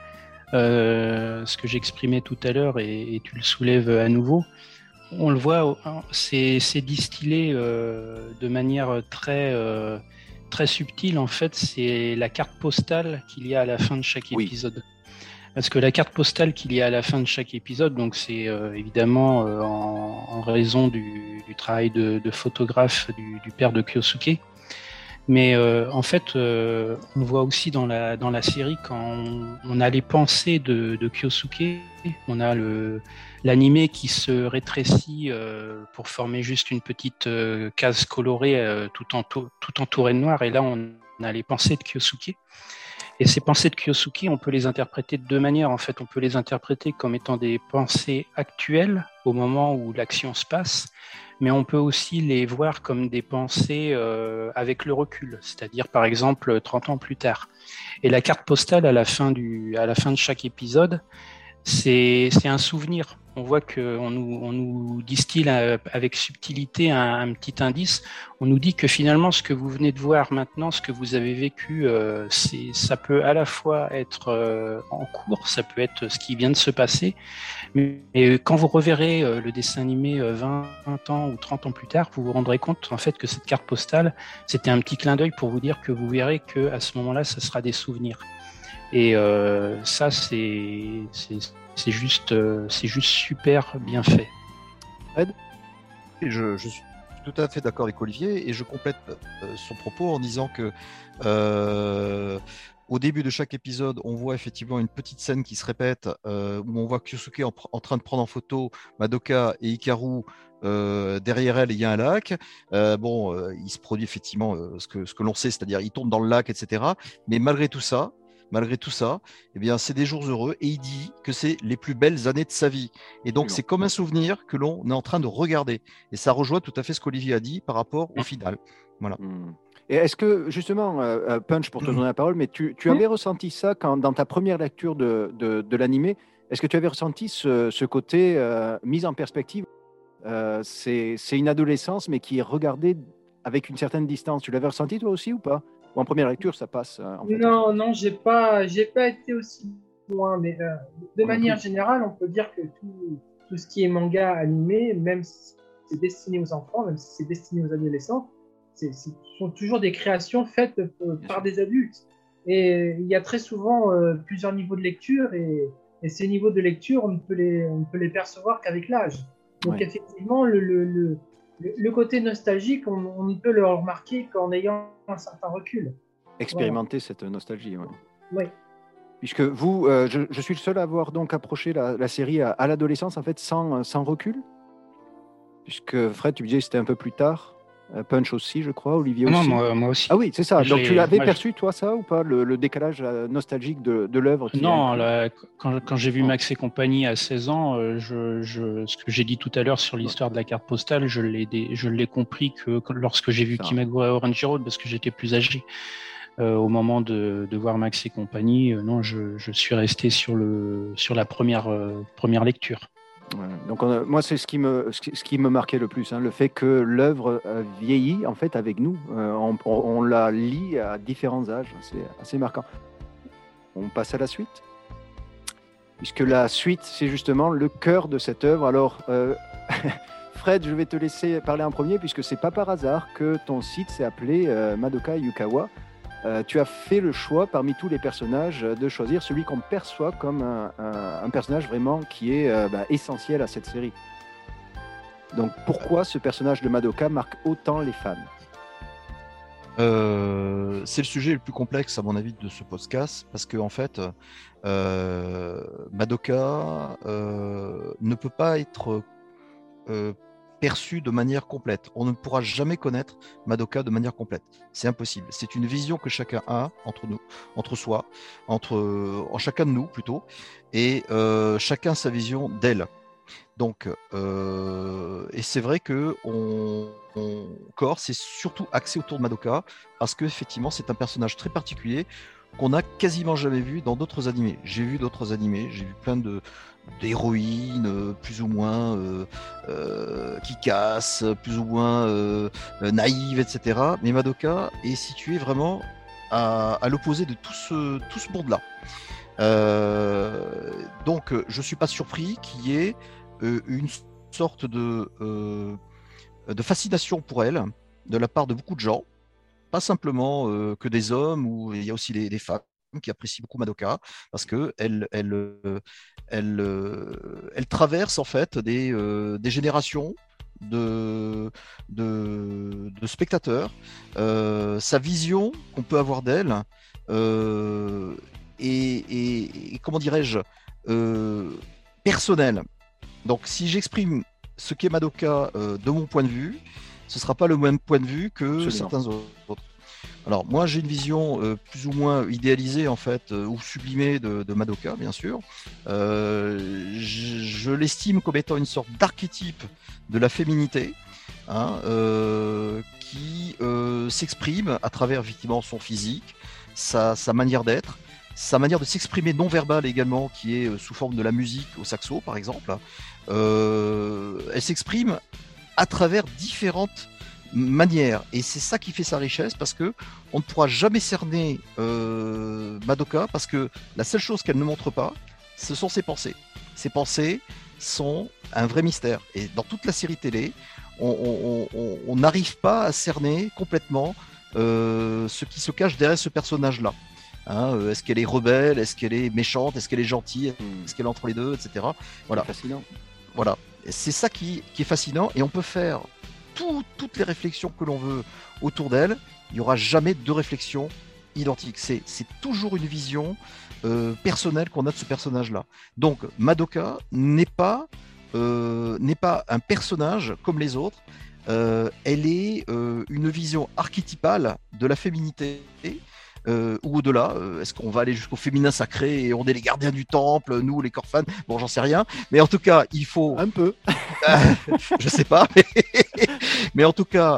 ce que j'exprimais tout à l'heure et tu le soulèves à nouveau. On le voit, c'est distillé de manière très subtile. En fait, c'est la carte postale qu'il y a à la fin de chaque épisode. Parce que la carte postale qu'il y a à la fin de chaque épisode, donc c'est évidemment en raison du travail de photographe du père de Kyosuke. Mais en fait, on le voit aussi dans la série quand on a les pensées de Kyosuke, on a l'animé qui se rétrécit pour former juste une petite case colorée tout entourée de noir, et là on a les pensées de Kyosuke. Et ces pensées de Kyosuke, on peut les interpréter de deux manières. En fait, on peut les interpréter comme étant des pensées actuelles au moment où l'action se passe, mais on peut aussi les voir comme des pensées avec le recul, c'est-à-dire par exemple 30 ans plus tard. Et la carte postale à la fin de chaque épisode, c'est un souvenir. On voit qu'on nous distille avec subtilité un petit indice. On nous dit que finalement, ce que vous venez de voir maintenant, ce que vous avez vécu, ça peut à la fois être en cours, ça peut être ce qui vient de se passer, mais quand vous reverrez le dessin animé 20 ans ou 30 ans plus tard, vous vous rendrez compte en fait que cette carte postale, c'était un petit clin d'œil pour vous dire que vous verrez qu'à ce moment-là, ça sera des souvenirs. Et ça, c'est juste super bien fait. Fred ? Je suis tout à fait d'accord avec Olivier et je complète son propos en disant que au début de chaque épisode, on voit effectivement une petite scène qui se répète où on voit Kyosuke en train de prendre en photo Madoka et Hikaru. Derrière elle, il y a un lac. Il se produit effectivement ce que l'on sait, c'est-à-dire il tombe dans le lac, etc. Mais malgré tout ça, eh bien, c'est des jours heureux et il dit que c'est les plus belles années de sa vie. Et donc, c'est comme un souvenir que l'on est en train de regarder. Et ça rejoint tout à fait ce qu'Olivier a dit par rapport au final. Voilà. Et est-ce que, justement, Punch, pour te donner la parole, mais tu avais ressenti ça dans ta première lecture de l'animé? Est-ce que tu avais ressenti ce côté mise en perspective? C'est une adolescence, mais qui est regardée avec une certaine distance. Tu l'avais ressenti toi aussi ou pas? Ou en première lecture, ça passe en fait. Non, j'ai pas été aussi loin, mais de manière générale, on peut dire que tout ce qui est manga animé, même si c'est destiné aux enfants, même si c'est destiné aux adolescents, ce sont toujours des créations faites par des adultes. Et il y a très souvent plusieurs niveaux de lecture, et ces niveaux de lecture, on peut les percevoir qu'avec l'âge. Donc effectivement, le côté nostalgique, on ne peut le remarquer qu'en ayant un certain recul. Expérimenter cette nostalgie. Oui. Puisque vous, je suis le seul à avoir donc approché la série à l'adolescence, en fait, sans recul. Puisque Fred, tu me disais que c'était un peu plus tard. Punch aussi, je crois. Olivier aussi. Non, moi aussi. Ah oui, c'est ça. Donc tu l'avais perçu, toi, ça, ou pas, le décalage nostalgique de l'œuvre? Non, quand j'ai vu Max et compagnie à 16 ans, ce que j'ai dit tout à l'heure sur l'histoire de la carte postale, je l'ai compris que lorsque j'ai vu Kimagure Orange Road, parce que j'étais plus âgé. Au moment de voir Max et compagnie, non, je suis resté sur la première lecture. Donc moi, c'est ce qui me marquait le plus, le fait que l'œuvre vieillit en fait avec nous. On la lit à différents âges, c'est assez marquant. On passe à la suite, puisque la suite, c'est justement le cœur de cette œuvre. Alors, Fred, je vais te laisser parler en premier, puisque c'est pas par hasard que ton site s'est appelé Madoka Yukawa. Tu as fait le choix parmi tous les personnages de choisir celui qu'on perçoit comme un personnage vraiment qui est essentiel à cette série. Donc pourquoi ce personnage de Madoka marque autant les fans? C'est le sujet le plus complexe à mon avis de ce podcast, parce que en fait Madoka ne peut pas être perçu de manière complète. On ne pourra jamais connaître Madoka de manière complète. C'est impossible. C'est une vision que chacun a en chacun de nous plutôt, et chacun sa vision d'elle. Donc, et c'est vrai que Core, c'est surtout axé autour de Madoka, parce que effectivement, c'est un personnage très particulier qu'on n'a quasiment jamais vu dans d'autres animés. J'ai vu d'autres animés, j'ai vu plein d'héroïnes plus ou moins qui cassent, plus ou moins naïves, etc. Mais Madoka est située vraiment à l'opposé de tout ce monde-là. Donc, je suis pas surpris qu'il y ait une sorte de fascination pour elle de la part de beaucoup de gens, pas simplement que des hommes, ou il y a aussi des femmes qui apprécient beaucoup Madoka parce que elle traverse en fait des générations de spectateurs. Sa vision qu'on peut avoir d'elle et comment dirais-je, personnelle. Donc si j'exprime ce qu'est Madoka de mon point de vue, ce ne sera pas le même point de vue que certains autres. Alors moi j'ai une vision plus ou moins idéalisée en fait, ou sublimée de Madoka bien sûr. Je l'estime comme étant une sorte d'archétype de la féminité, hein, qui s'exprime à travers effectivement son physique, sa manière d'être, sa manière de s'exprimer non verbale également, qui est sous forme de la musique au saxo par exemple. Elle s'exprime à travers différentes manière, et c'est ça qui fait sa richesse, parce que on ne pourra jamais cerner Madoka, parce que la seule chose qu'elle ne montre pas, ce sont ses pensées. Ses pensées sont un vrai mystère, et dans toute la série télé, on n'arrive pas à cerner complètement ce qui se cache derrière ce personnage-là. Hein, est-ce qu'elle est rebelle, est-ce qu'elle est méchante, est-ce qu'elle est gentille, est-ce qu'elle est entre les deux, etc. Voilà. C'est fascinant. Voilà, c'est ça qui est fascinant, et on peut faire toutes les réflexions que l'on veut autour d'elle, il n'y aura jamais deux réflexions identiques. C'est toujours une vision personnelle qu'on a de ce personnage-là. Donc Madoka n'est pas un personnage comme les autres. Elle est une vision archétypale de la féminité. Ou au-delà, est-ce qu'on va aller jusqu'au féminin sacré et on est les gardiens du temple, nous les corps fans, bon j'en sais rien, mais en tout cas il faut un peu, je sais pas, mais en tout cas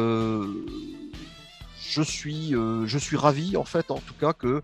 je suis ravi en fait, en tout cas que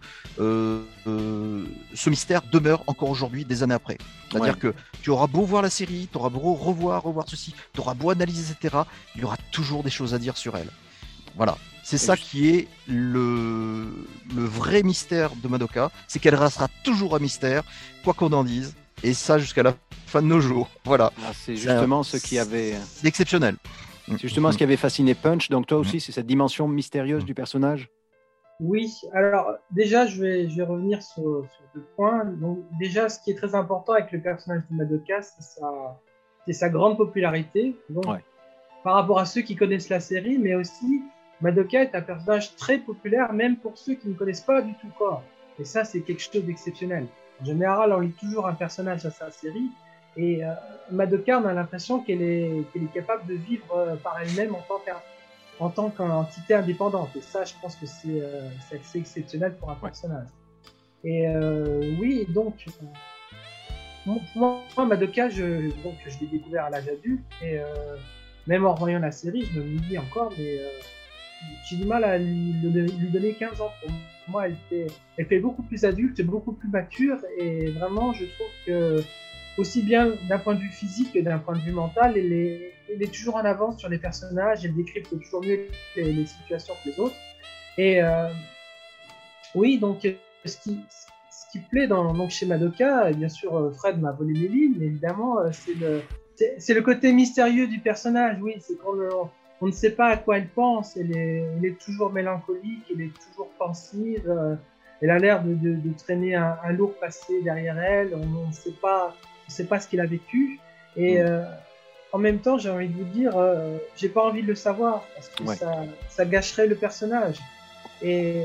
ce mystère demeure encore aujourd'hui des années après. C'est-à-dire que tu auras beau voir la série, tu auras beau revoir ceci, tu auras beau analyser, etc. Il y aura toujours des choses à dire sur elle. Voilà. C'est ça qui est le vrai mystère de Madoka, c'est qu'elle restera toujours un mystère, quoi qu'on en dise, et ça jusqu'à la fin de nos jours. Voilà. Ah, c'est justement ce qui avait. C'est exceptionnel. C'est justement ce qui avait fasciné Punch. Donc toi aussi, c'est cette dimension mystérieuse du personnage. Oui. Alors déjà, je vais revenir sur deux points. Donc déjà, ce qui est très important avec le personnage de Madoka, c'est sa grande popularité. Donc, par rapport à ceux qui connaissent la série, mais aussi Madoka est un personnage très populaire, même pour ceux qui ne connaissent pas du tout Core. Et ça, c'est quelque chose d'exceptionnel. En général, on lit toujours un personnage à sa série, et Madoka, on a l'impression qu'elle est capable de vivre par elle-même en tant qu'entité indépendante. Et ça, je pense que c'est assez exceptionnel pour un personnage. Et oui, donc, moi, Madoka, je l'ai découvert à l'âge adulte, et même en revoyant la série, je me dis encore, mais j'ai du mal à lui donner 15 ans. Pour moi, elle fait beaucoup plus adulte, beaucoup plus mature, et vraiment, je trouve que, aussi bien d'un point de vue physique que d'un point de vue mental, elle est toujours en avance sur les personnages, elle décrypte toujours mieux les situations que les autres. Et oui, donc, ce qui plaît donc chez Madoka, bien sûr, Fred m'a volé mes lignes, mais évidemment, c'est le côté mystérieux du personnage. Oui, c'est on ne sait pas à quoi elle pense, elle est toujours mélancolique, elle est toujours pensive, elle a l'air de traîner un lourd passé derrière elle, on ne sait pas ce qu'il a vécu, et en même temps, j'ai envie de vous dire, j'ai pas envie de le savoir, parce que ça gâcherait le personnage. Et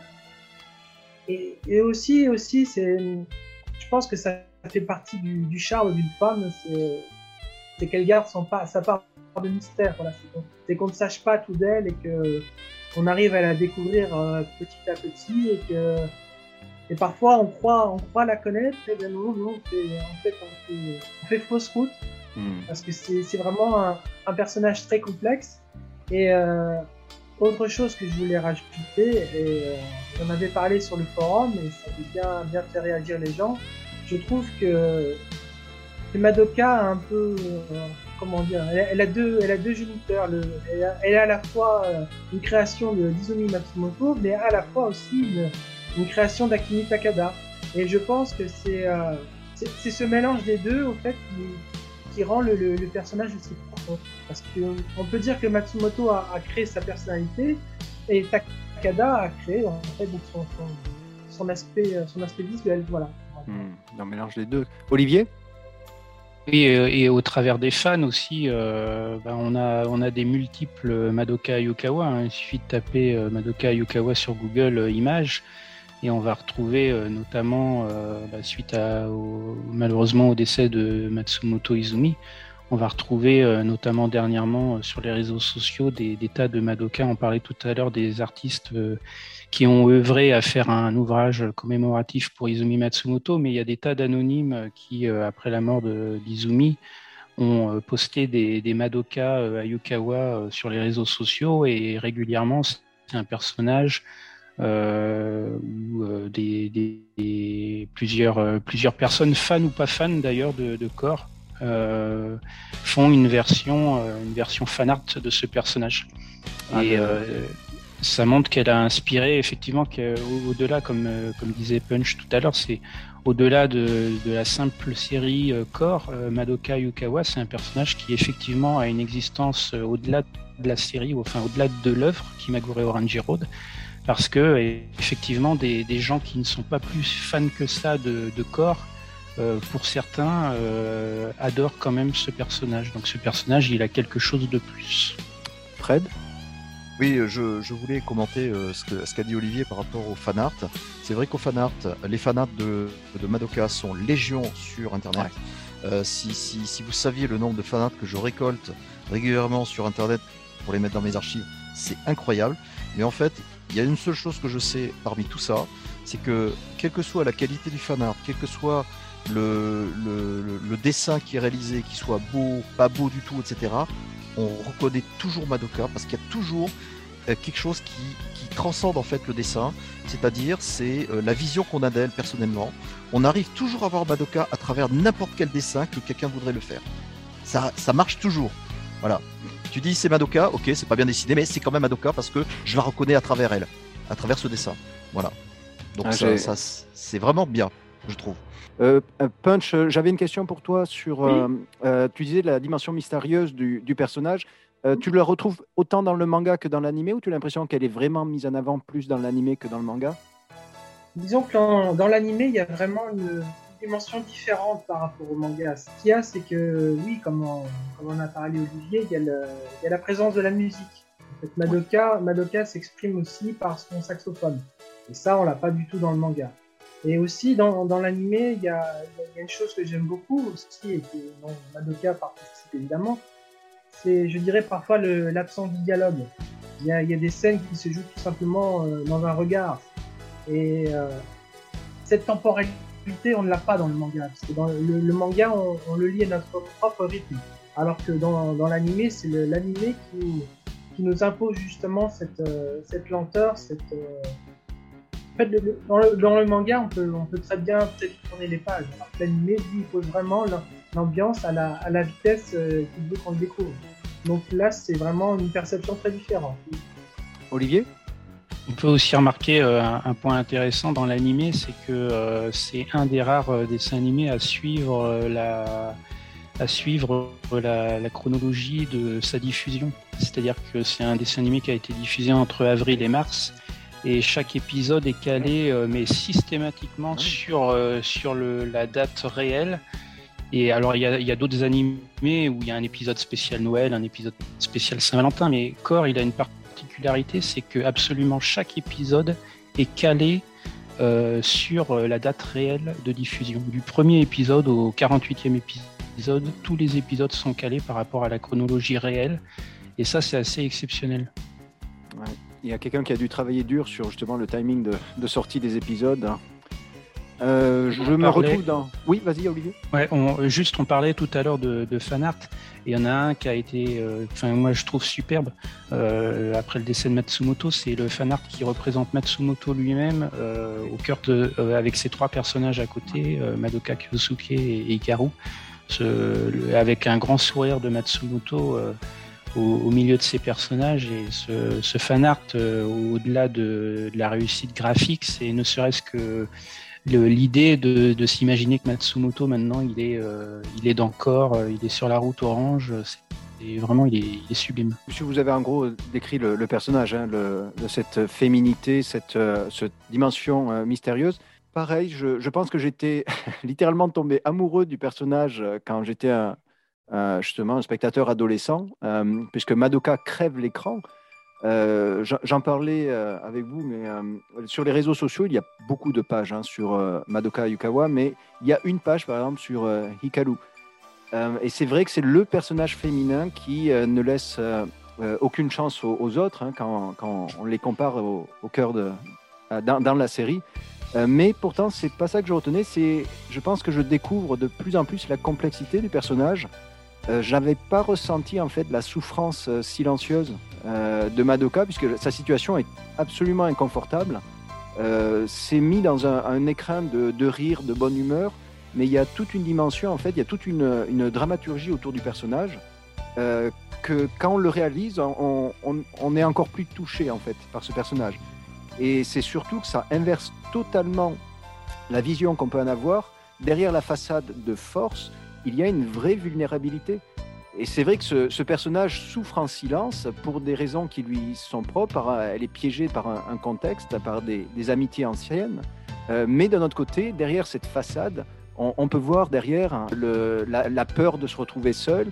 aussi je pense que ça fait partie du charme d'une femme, c'est qu'elle garde sa part de mystère. Voilà, c'est qu'on ne sache pas tout d'elle, et qu'on arrive à la découvrir petit à petit, et parfois on croit la connaître, et bien non, on fait fausse route, parce que c'est vraiment un personnage très complexe. Et autre chose que je voulais rajouter, et j'en avais parlé sur le forum, et ça avait bien fait réagir les gens, je trouve que Madoka a un peu, comment dire, elle a deux géniteurs. Elle a à la fois une création d'Izumi Matsumoto, mais à la fois aussi une création d'Akimi Takada. Et je pense que c'est ce mélange des deux, au fait, qui rend le personnage aussi profond. Parce qu'on peut dire que Matsumoto a créé sa personnalité et Takada a créé en fait donc son aspect visuel. Voilà. Un mélange des deux. Olivier ? Et au travers des fans aussi, on a des multiples Madoka Yukawa. Hein. Il suffit de taper Madoka Yukawa sur Google Images et on va retrouver notamment, suite malheureusement au décès de Matsumoto Izumi, on va retrouver notamment dernièrement sur les réseaux sociaux des tas de Madoka. On parlait tout à l'heure des artistes qui ont œuvré à faire un ouvrage commémoratif pour Izumi Matsumoto, mais il y a des tas d'anonymes qui, après la mort d'Izumi, ont posté des Madoka à Yukawa sur les réseaux sociaux, et régulièrement, c'est un personnage où plusieurs personnes, fans ou pas fans d'ailleurs de corps, font une version fan art de ce personnage. Ça montre qu'elle a inspiré, effectivement, qu'au-delà, comme disait Punch tout à l'heure, c'est au-delà de la simple série Core, Madoka Yukawa, c'est un personnage qui effectivement a une existence au-delà de la série, enfin au-delà de l'œuvre Kimagure Orange Road, parce que effectivement des gens qui ne sont pas plus fans que ça de Core, pour certains, adorent quand même ce personnage. Donc ce personnage, il a quelque chose de plus. Fred ? Oui, je voulais commenter ce qu'a dit Olivier par rapport au fan art. C'est vrai qu'au fan art, les fan art de Madoka sont légion sur Internet. Ouais. Si vous saviez le nombre de fan art que je récolte régulièrement sur Internet pour les mettre dans mes archives, c'est incroyable. Mais en fait, il y a une seule chose que je sais parmi tout ça, c'est que quelle que soit la qualité du fan art, quel que soit le dessin qui est réalisé, qu'il soit beau, pas beau du tout, etc., on reconnaît toujours Madoka parce qu'il y a toujours quelque chose qui transcende en fait le dessin, c'est-à-dire c'est la vision qu'on a d'elle personnellement. On arrive toujours à voir Madoka à travers n'importe quel dessin que quelqu'un voudrait le faire. Ça marche toujours. Voilà. Tu dis c'est Madoka, ok, c'est pas bien dessiné, mais c'est quand même Madoka parce que je la reconnais à travers elle, à travers ce dessin. Voilà. Donc ça c'est vraiment bien, je trouve. Punch, j'avais une question pour toi sur, tu disais la dimension mystérieuse du personnage. Tu la retrouves autant dans le manga que dans l'anime, ou tu as l'impression qu'elle est vraiment mise en avant plus dans l'anime que dans le manga ? Disons que dans l'anime, il y a vraiment une dimension différente par rapport au manga. Ce qu'il y a, c'est que, oui, comme on a parlé Olivier, il y a la présence de la musique. En fait, Madoka s'exprime aussi par son saxophone. Et ça, on l'a pas du tout dans le manga. Et aussi, dans l'anime, il y a une chose que j'aime beaucoup aussi, et dont Madoka participe évidemment, c'est, je dirais, parfois l'absence du dialogue. Il y a des scènes qui se jouent tout simplement dans un regard. Et cette temporalité, on ne l'a pas dans le manga. Parce que dans le manga, on le lit à notre propre rythme. Alors que dans l'anime, c'est l'anime qui nous impose justement cette lenteur, En fait, dans le manga, on peut très bien peut-être tourner les pages. Alors que l'anime, lui, il pose vraiment l'ambiance à la vitesse qu'il veut qu'on le découvre. Donc là, c'est vraiment une perception très différente. Olivier ? On peut aussi remarquer un point intéressant dans l'anime, c'est que c'est un des rares dessins animés à suivre la chronologie de sa diffusion. C'est-à-dire que c'est un dessin animé qui a été diffusé entre avril et mars. Et chaque épisode est calé, mais systématiquement sur la date réelle. Et alors, il y a d'autres animés où il y a un épisode spécial Noël, un épisode spécial Saint-Valentin, mais Core, il a une particularité, c'est que absolument chaque épisode est calé sur la date réelle de diffusion. Du premier épisode au 48e épisode, tous les épisodes sont calés par rapport à la chronologie réelle. Et ça, c'est assez exceptionnel. Ouais. Il y a quelqu'un qui a dû travailler dur sur justement le timing de sortie des épisodes. Je me retrouve dans... Oui, vas-y Olivier. Ouais, on parlait tout à l'heure de fan art. Et il y en a un qui a été, moi je trouve superbe, après le décès de Matsumoto, c'est le fan art qui représente Matsumoto lui-même au cœur avec ses trois personnages à côté, Madoka, Kyosuke et Hikaru, avec un grand sourire de Matsumoto au milieu de ces personnages. Et ce fan art, au-delà de la réussite graphique, c'est ne serait-ce que l'idée de s'imaginer que Matsumoto maintenant il est dans Core, il est sur la route orange, c'est vraiment il est sublime. Monsieur, vous avez en gros décrit le personnage, de cette féminité, cette dimension mystérieuse. Pareil, je pense que j'étais littéralement tombé amoureux du personnage quand j'étais justement un spectateur adolescent, puisque Madoka crève l'écran. J'en parlais avec vous, mais sur les réseaux sociaux, il y a beaucoup de pages sur Madoka Yukawa, mais il y a une page, par exemple, sur Hikaru. Et c'est vrai que c'est le personnage féminin qui ne laisse aucune chance aux autres quand on les compare au cœur dans la série. Mais pourtant, c'est pas ça que je retenais. Je pense que je découvre de plus en plus la complexité du personnage. J'avais pas ressenti en fait la souffrance silencieuse de Madoka, puisque sa situation est absolument inconfortable. C'est mis dans un écrin de rire, de bonne humeur, mais il y a toute une dimension, en fait, il y a toute une dramaturgie autour du personnage que quand on le réalise, on est encore plus touché en fait par ce personnage. Et c'est surtout que ça inverse totalement la vision qu'on peut en avoir. Derrière la façade de force, il y a une vraie vulnérabilité. Et c'est vrai que ce personnage souffre en silence pour des raisons qui lui sont propres. Elle est piégée par un contexte, par des amitiés anciennes. Mais d'un autre côté, derrière cette façade, on peut voir derrière la peur de se retrouver seul,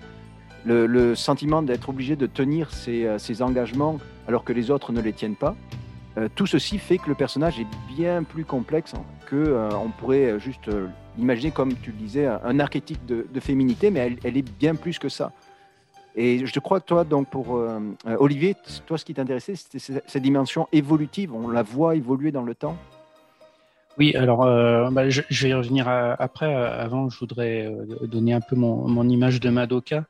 le sentiment d'être obligé de tenir ses engagements alors que les autres ne les tiennent pas. Tout ceci fait que le personnage est bien plus complexe qu'on pourrait juste l'imaginer, comme tu le disais, un archétype de féminité, mais elle est bien plus que ça. Et je crois que toi, donc pour Olivier, toi, ce qui t'intéressait, c'était cette dimension évolutive. On la voit évoluer dans le temps. Oui, alors je vais y revenir après. Avant, je voudrais donner un peu mon image de Madoka.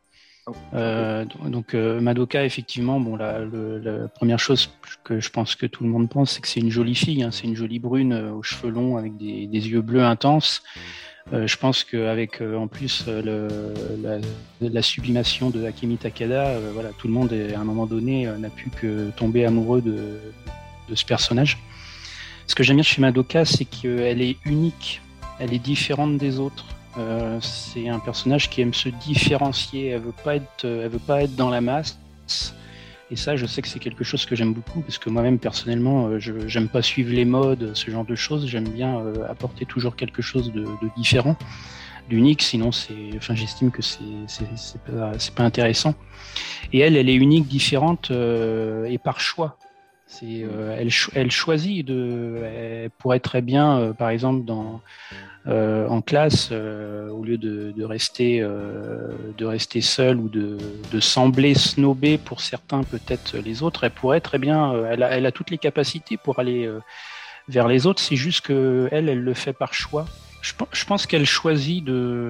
Madoka, effectivement, bon, la première chose que je pense que tout le monde pense, c'est que c'est une jolie fille, c'est une jolie brune aux cheveux longs avec des yeux bleus intenses. Je pense qu'avec en plus la sublimation de Hakimi Takada, voilà, tout le monde à un moment donné n'a pu que tomber amoureux de ce personnage. Ce que j'aime bien chez Madoka, c'est qu'elle est unique, elle est différente des autres. C'est un personnage qui aime se différencier. Elle veut pas être dans la masse. Et ça, je sais que c'est quelque chose que j'aime beaucoup, parce que moi-même personnellement, j'aime pas suivre les modes, ce genre de choses. J'aime bien apporter toujours quelque chose de différent, d'unique. Sinon, j'estime que c'est pas intéressant. Et elle est unique, différente et par choix. Elle choisit elle pourrait très bien, par exemple, en classe, au lieu de rester seule ou de sembler snobber pour certains, peut-être les autres, elle pourrait très bien, elle a toutes les capacités pour aller vers les autres. C'est juste que elle le fait par choix. Je pense qu'elle choisit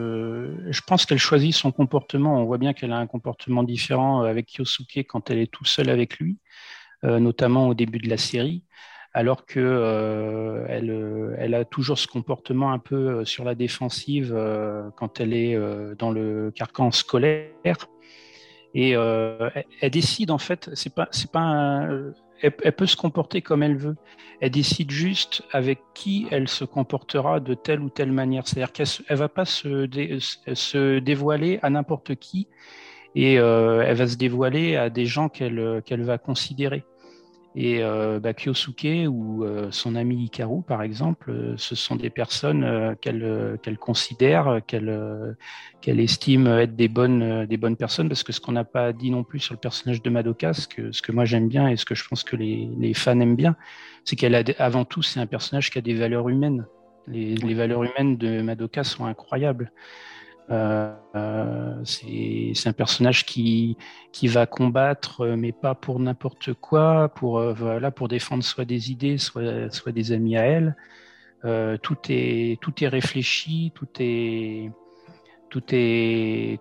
son comportement. On voit bien qu'elle a un comportement différent avec Kyosuke quand elle est tout seule avec lui, notamment au début de la série. Alors que elle a toujours ce comportement un peu sur la défensive quand elle est dans le carcan scolaire. Et elle décide, en fait, elle peut se comporter comme elle veut. Elle décide juste avec qui elle se comportera de telle ou telle manière. C'est-à-dire qu'elle ne va pas se dévoiler à n'importe qui, et elle va se dévoiler à des gens qu'elle va considérer. Et Kyosuke ou son ami Hikaru, par exemple, ce sont des personnes qu'elle considère, qu'elle estime être des bonnes personnes, parce que ce qu'on n'a pas dit non plus sur le personnage de Madoka, ce que moi j'aime bien et ce que je pense que les fans aiment bien, c'est avant tout, c'est un personnage qui a des valeurs humaines. Les valeurs humaines de Madoka sont incroyables. C'est un personnage qui va combattre, mais pas pour n'importe quoi, pour défendre soit des idées, soit des amis à elle. Tout est réfléchi, tout est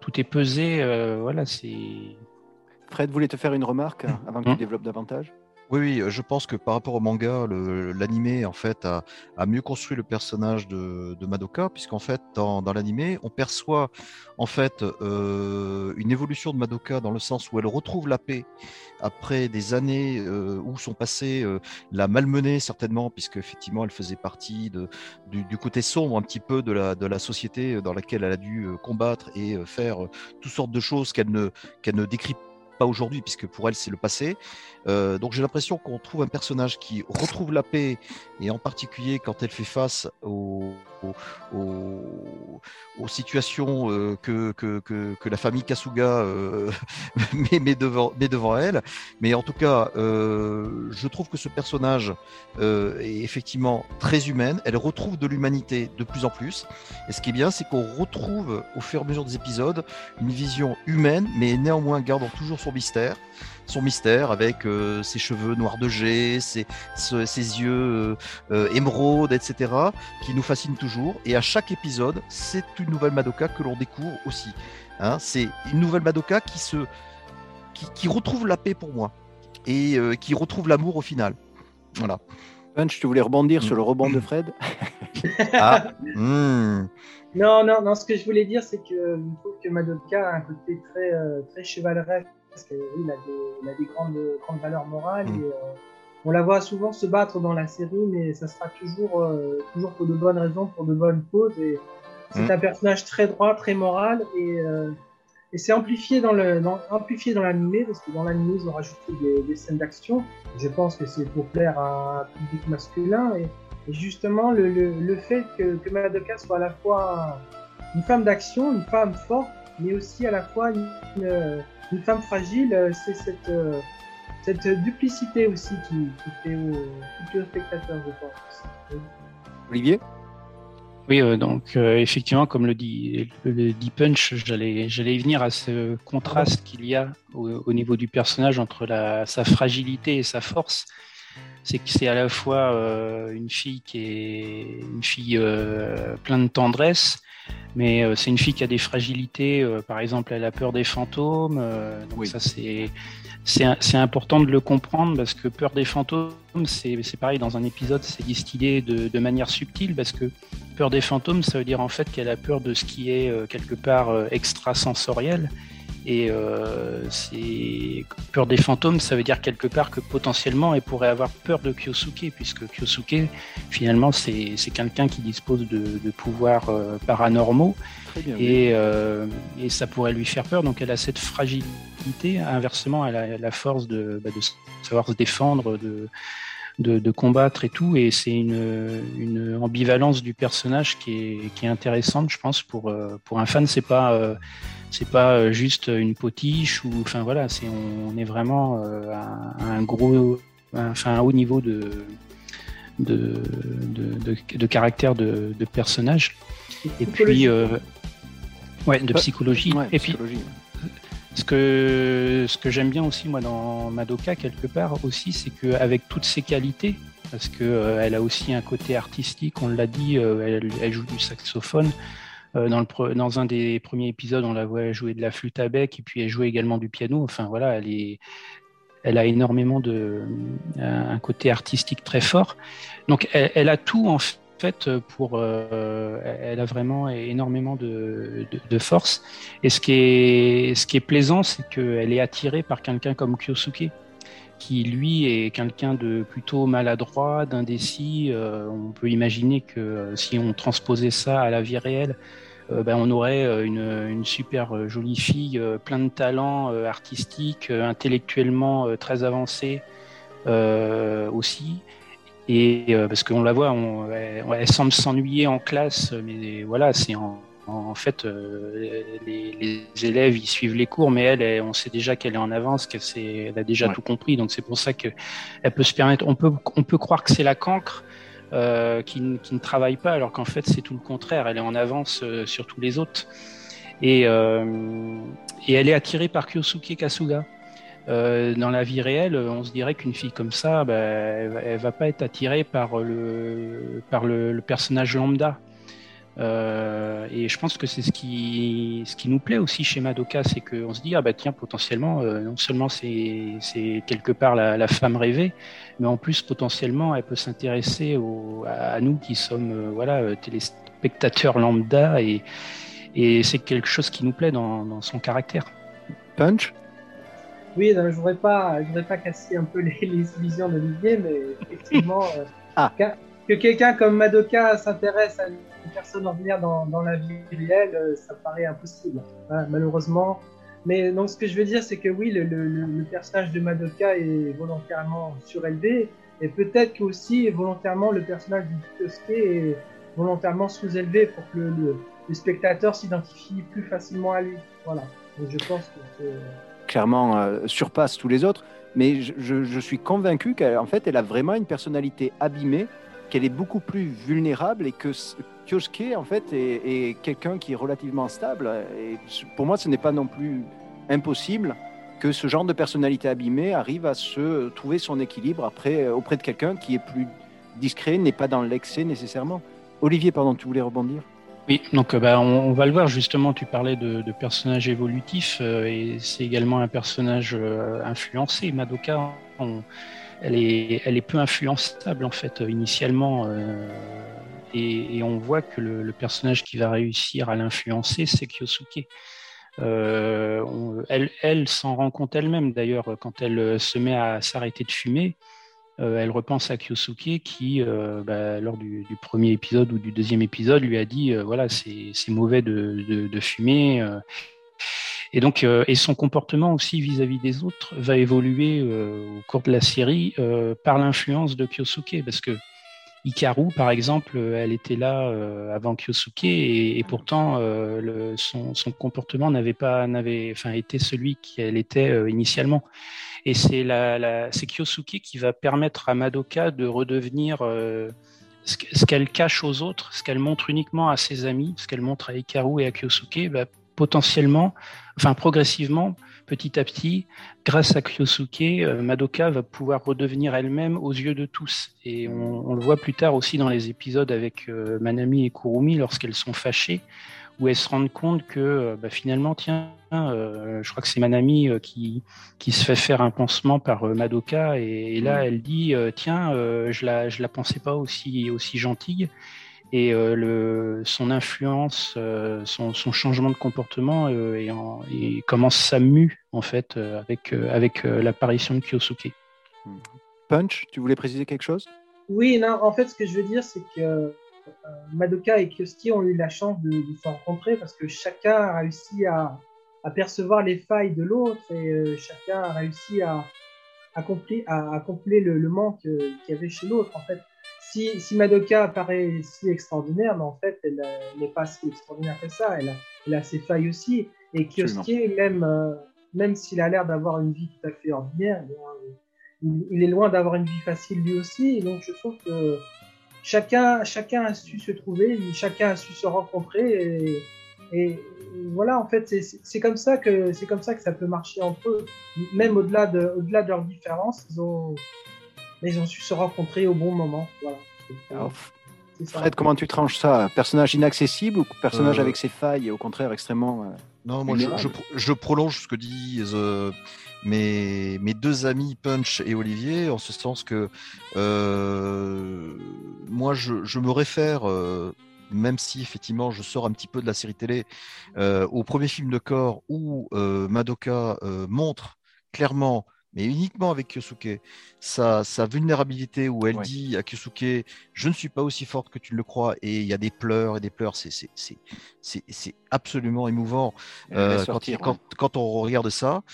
pesé. Voilà, c'est. Fred voulait te faire une remarque avant que tu développes davantage. Oui, je pense que par rapport au manga, l'animé en fait a mieux construit le personnage de Madoka, puisqu'en fait dans l'animé, on perçoit en fait une évolution de Madoka dans le sens où elle retrouve la paix après des années où son passé l'a malmenée certainement, puisque effectivement elle faisait partie du côté sombre un petit peu de la société dans laquelle elle a dû combattre et faire toutes sortes de choses qu'elle ne décrit pas aujourd'hui, puisque pour elle c'est le passé. Donc j'ai l'impression qu'on trouve un personnage qui retrouve la paix, et en particulier quand elle fait face aux situations que la famille Kasuga met devant elle. Mais en tout cas, je trouve que ce personnage est effectivement très humaine. Elle retrouve de l'humanité de plus en plus. Et ce qui est bien, c'est qu'on retrouve au fur et à mesure des épisodes une vision humaine, mais néanmoins gardant toujours son mystère avec ses cheveux noirs de jet, ses yeux émeraudes, etc., qui nous fascinent toujours. Et à chaque épisode, c'est une nouvelle Madoka que l'on découvre aussi. Hein, c'est une nouvelle Madoka qui retrouve la paix pour moi et qui retrouve l'amour au final. Voilà. Punch, tu voulais rebondir sur le rebond de Fred? Non, ce que je voulais dire, c'est que je trouve que Madoka a un côté très chevaleresque. Parce que, oui, il a des grandes valeurs morales et on la voit souvent se battre dans la série, mais ça sera toujours pour de bonnes raisons, pour de bonnes causes. Et c'est un personnage très droit, très moral et c'est amplifié dans l'animé, parce que dans l'animé ils ont rajouté des scènes d'action. Je pense que c'est pour plaire à un public masculin et justement le fait que Madoka soit à la fois une femme d'action, une femme forte, mais aussi à la fois une femme fragile, c'est cette duplicité aussi qui fait au spectateur, je pense. Olivier? Oui, donc effectivement, comme le dit Punch, j'allais y venir à ce contraste qu'il y a au niveau du personnage entre sa fragilité et sa force. C'est que c'est à la fois une fille qui est une fille pleine de tendresse, mais c'est une fille qui a des fragilités. Par exemple, elle a peur des fantômes. Donc oui. Ça, c'est important de le comprendre, parce que peur des fantômes, c'est pareil, dans un épisode, c'est distillé de manière subtile, parce que peur des fantômes, ça veut dire en fait qu'elle a peur de ce qui est quelque part extrasensoriel. Et peur des fantômes, ça veut dire quelque part que potentiellement elle pourrait avoir peur de Kyosuke, puisque Kyosuke, finalement, c'est quelqu'un qui dispose de pouvoirs paranormaux, et ça pourrait lui faire peur. Donc elle a cette fragilité. Inversement, elle a la force de savoir se défendre, de combattre et tout, et c'est une ambivalence du personnage qui est intéressante, je pense, pour un fan. C'est pas juste une potiche, ou enfin voilà, on est vraiment à un haut niveau de caractère de personnage, et puis de psychologie. Ouais, et psychologie. Puis ce que j'aime bien aussi, moi, dans Madoka, quelque part aussi, c'est qu'avec toutes ses qualités, parce qu'elle a aussi un côté artistique, on l'a dit, elle joue du saxophone. Dans un des premiers épisodes, on la voit jouer de la flûte à bec, et puis elle joue également du piano. Enfin voilà, elle a énormément un côté artistique très fort. Donc elle a tout en fait elle a vraiment énormément de force. Et ce qui est plaisant, c'est qu'elle est attirée par quelqu'un comme Kyosuke, qui lui est quelqu'un de plutôt maladroit, d'indécis. On peut imaginer que si on transposait ça à la vie réelle, on aurait une super jolie fille, plein de talents artistiques, intellectuellement très avancée aussi. Et parce qu'on la voit, elle semble s'ennuyer en classe, mais voilà, c'est en fait, les élèves ils suivent les cours, mais elle, on sait déjà qu'elle est en avance, elle a déjà tout compris. Donc c'est pour ça qu'elle peut se permettre. On peut croire que c'est la cancre qui ne travaille pas, alors qu'en fait c'est tout le contraire. Elle est en avance sur tous les autres. Et elle est attirée par Kyosuke Kasuga. Dans la vie réelle, on se dirait qu'une fille comme ça, elle va pas être attirée par le personnage lambda. Et je pense que c'est ce qui nous plaît aussi chez Madoka, c'est qu'on se dit, ah bah tiens, potentiellement, non seulement c'est quelque part la femme rêvée, mais en plus, potentiellement, elle peut s'intéresser à nous qui sommes téléspectateurs lambda, et c'est quelque chose qui nous plaît dans son caractère. Punch? Oui, non, je voudrais pas casser un peu les illusions d'Olivier, mais effectivement, que quelqu'un comme Madoka s'intéresse à une personne ordinaire dans la vie réelle, ça paraît impossible, hein, malheureusement. Mais donc, ce que je veux dire, c'est que oui, le personnage de Madoka est volontairement surélevé, et peut-être que aussi volontairement le personnage de Kyosuke est volontairement sous-élevé pour que le spectateur s'identifie plus facilement à lui. Voilà. Donc, je pense que c'est clairement surpasse tous les autres, mais je suis convaincu qu'en fait, elle a vraiment une personnalité abîmée, qu'elle est beaucoup plus vulnérable et que Kyosuke, en fait, est quelqu'un qui est relativement stable. Et pour moi, ce n'est pas non plus impossible que ce genre de personnalité abîmée arrive à se trouver son équilibre après auprès de quelqu'un qui est plus discret, n'est pas dans l'excès nécessairement. Olivier, pardon, tu voulais rebondir ? Oui, donc on va le voir justement, tu parlais de personnage évolutif et c'est également un personnage influencé. Madoka, elle est peu influençable en fait initialement et on voit que le personnage qui va réussir à l'influencer, c'est Kyosuke. Elle s'en rend compte elle-même d'ailleurs quand elle se met à s'arrêter de fumer. Elle repense à Kyosuke qui, lors du premier épisode ou du deuxième épisode, lui a dit voilà, c'est mauvais de fumer. Et donc, et son comportement aussi vis-à-vis des autres va évoluer au cours de la série par l'influence de Kyosuke, parce que Hikaru, par exemple, elle était là avant Kyosuke et pourtant son comportement n'avait été celui qu'elle était initialement. Et c'est Kyosuke qui va permettre à Madoka de redevenir ce qu'elle cache aux autres, ce qu'elle montre uniquement à ses amis, ce qu'elle montre à Hikaru et à Kyosuke, progressivement, petit à petit, grâce à Kyosuke, Madoka va pouvoir redevenir elle-même aux yeux de tous. Et on le voit plus tard aussi dans les épisodes avec Manami et Kurumi lorsqu'elles sont fâchées, où elles se rendent compte que finalement, je crois que c'est Manami qui se fait faire un pansement par Madoka, et là elle dit je la pensais pas aussi gentille, et son influence, son changement de comportement et comment ça mue en fait avec l'apparition de Kyosuke. Punch, tu voulais préciser quelque chose ? Oui, non, en fait, ce que je veux dire, c'est que Madoka et Kyosuke ont eu la chance de se rencontrer parce que chacun a réussi à percevoir les failles de l'autre et chacun a réussi à combler le manque qu'il y avait chez l'autre. En fait, si Madoka paraît si extraordinaire, mais en fait, elle n'est pas si extraordinaire que ça. Elle a ses failles aussi. Et Kyosuke, même s'il a l'air d'avoir une vie tout à fait ordinaire, il est loin d'avoir une vie facile lui aussi. Et donc, je trouve que chacun a su se trouver, chacun a su se rencontrer et voilà, en fait, c'est comme ça que ça peut marcher entre eux, même au-delà de leurs différences, ils ont su se rencontrer au bon moment. Voilà. Alors, Fred, comment tu tranches ça ? Personnage inaccessible ou personnage avec ses failles, au contraire extrêmement Non, moi je prolonge ce que disent mes deux amis Punch et Olivier, en ce sens que moi je me réfère, même si effectivement je sors un petit peu de la série télé, au premier film de corps où Madoka montre clairement, mais uniquement avec Kyosuke, sa vulnérabilité, où elle dit à Kyosuke « Je ne suis pas aussi forte que tu le crois », et il y a des pleurs, c'est absolument émouvant quand on regarde ça.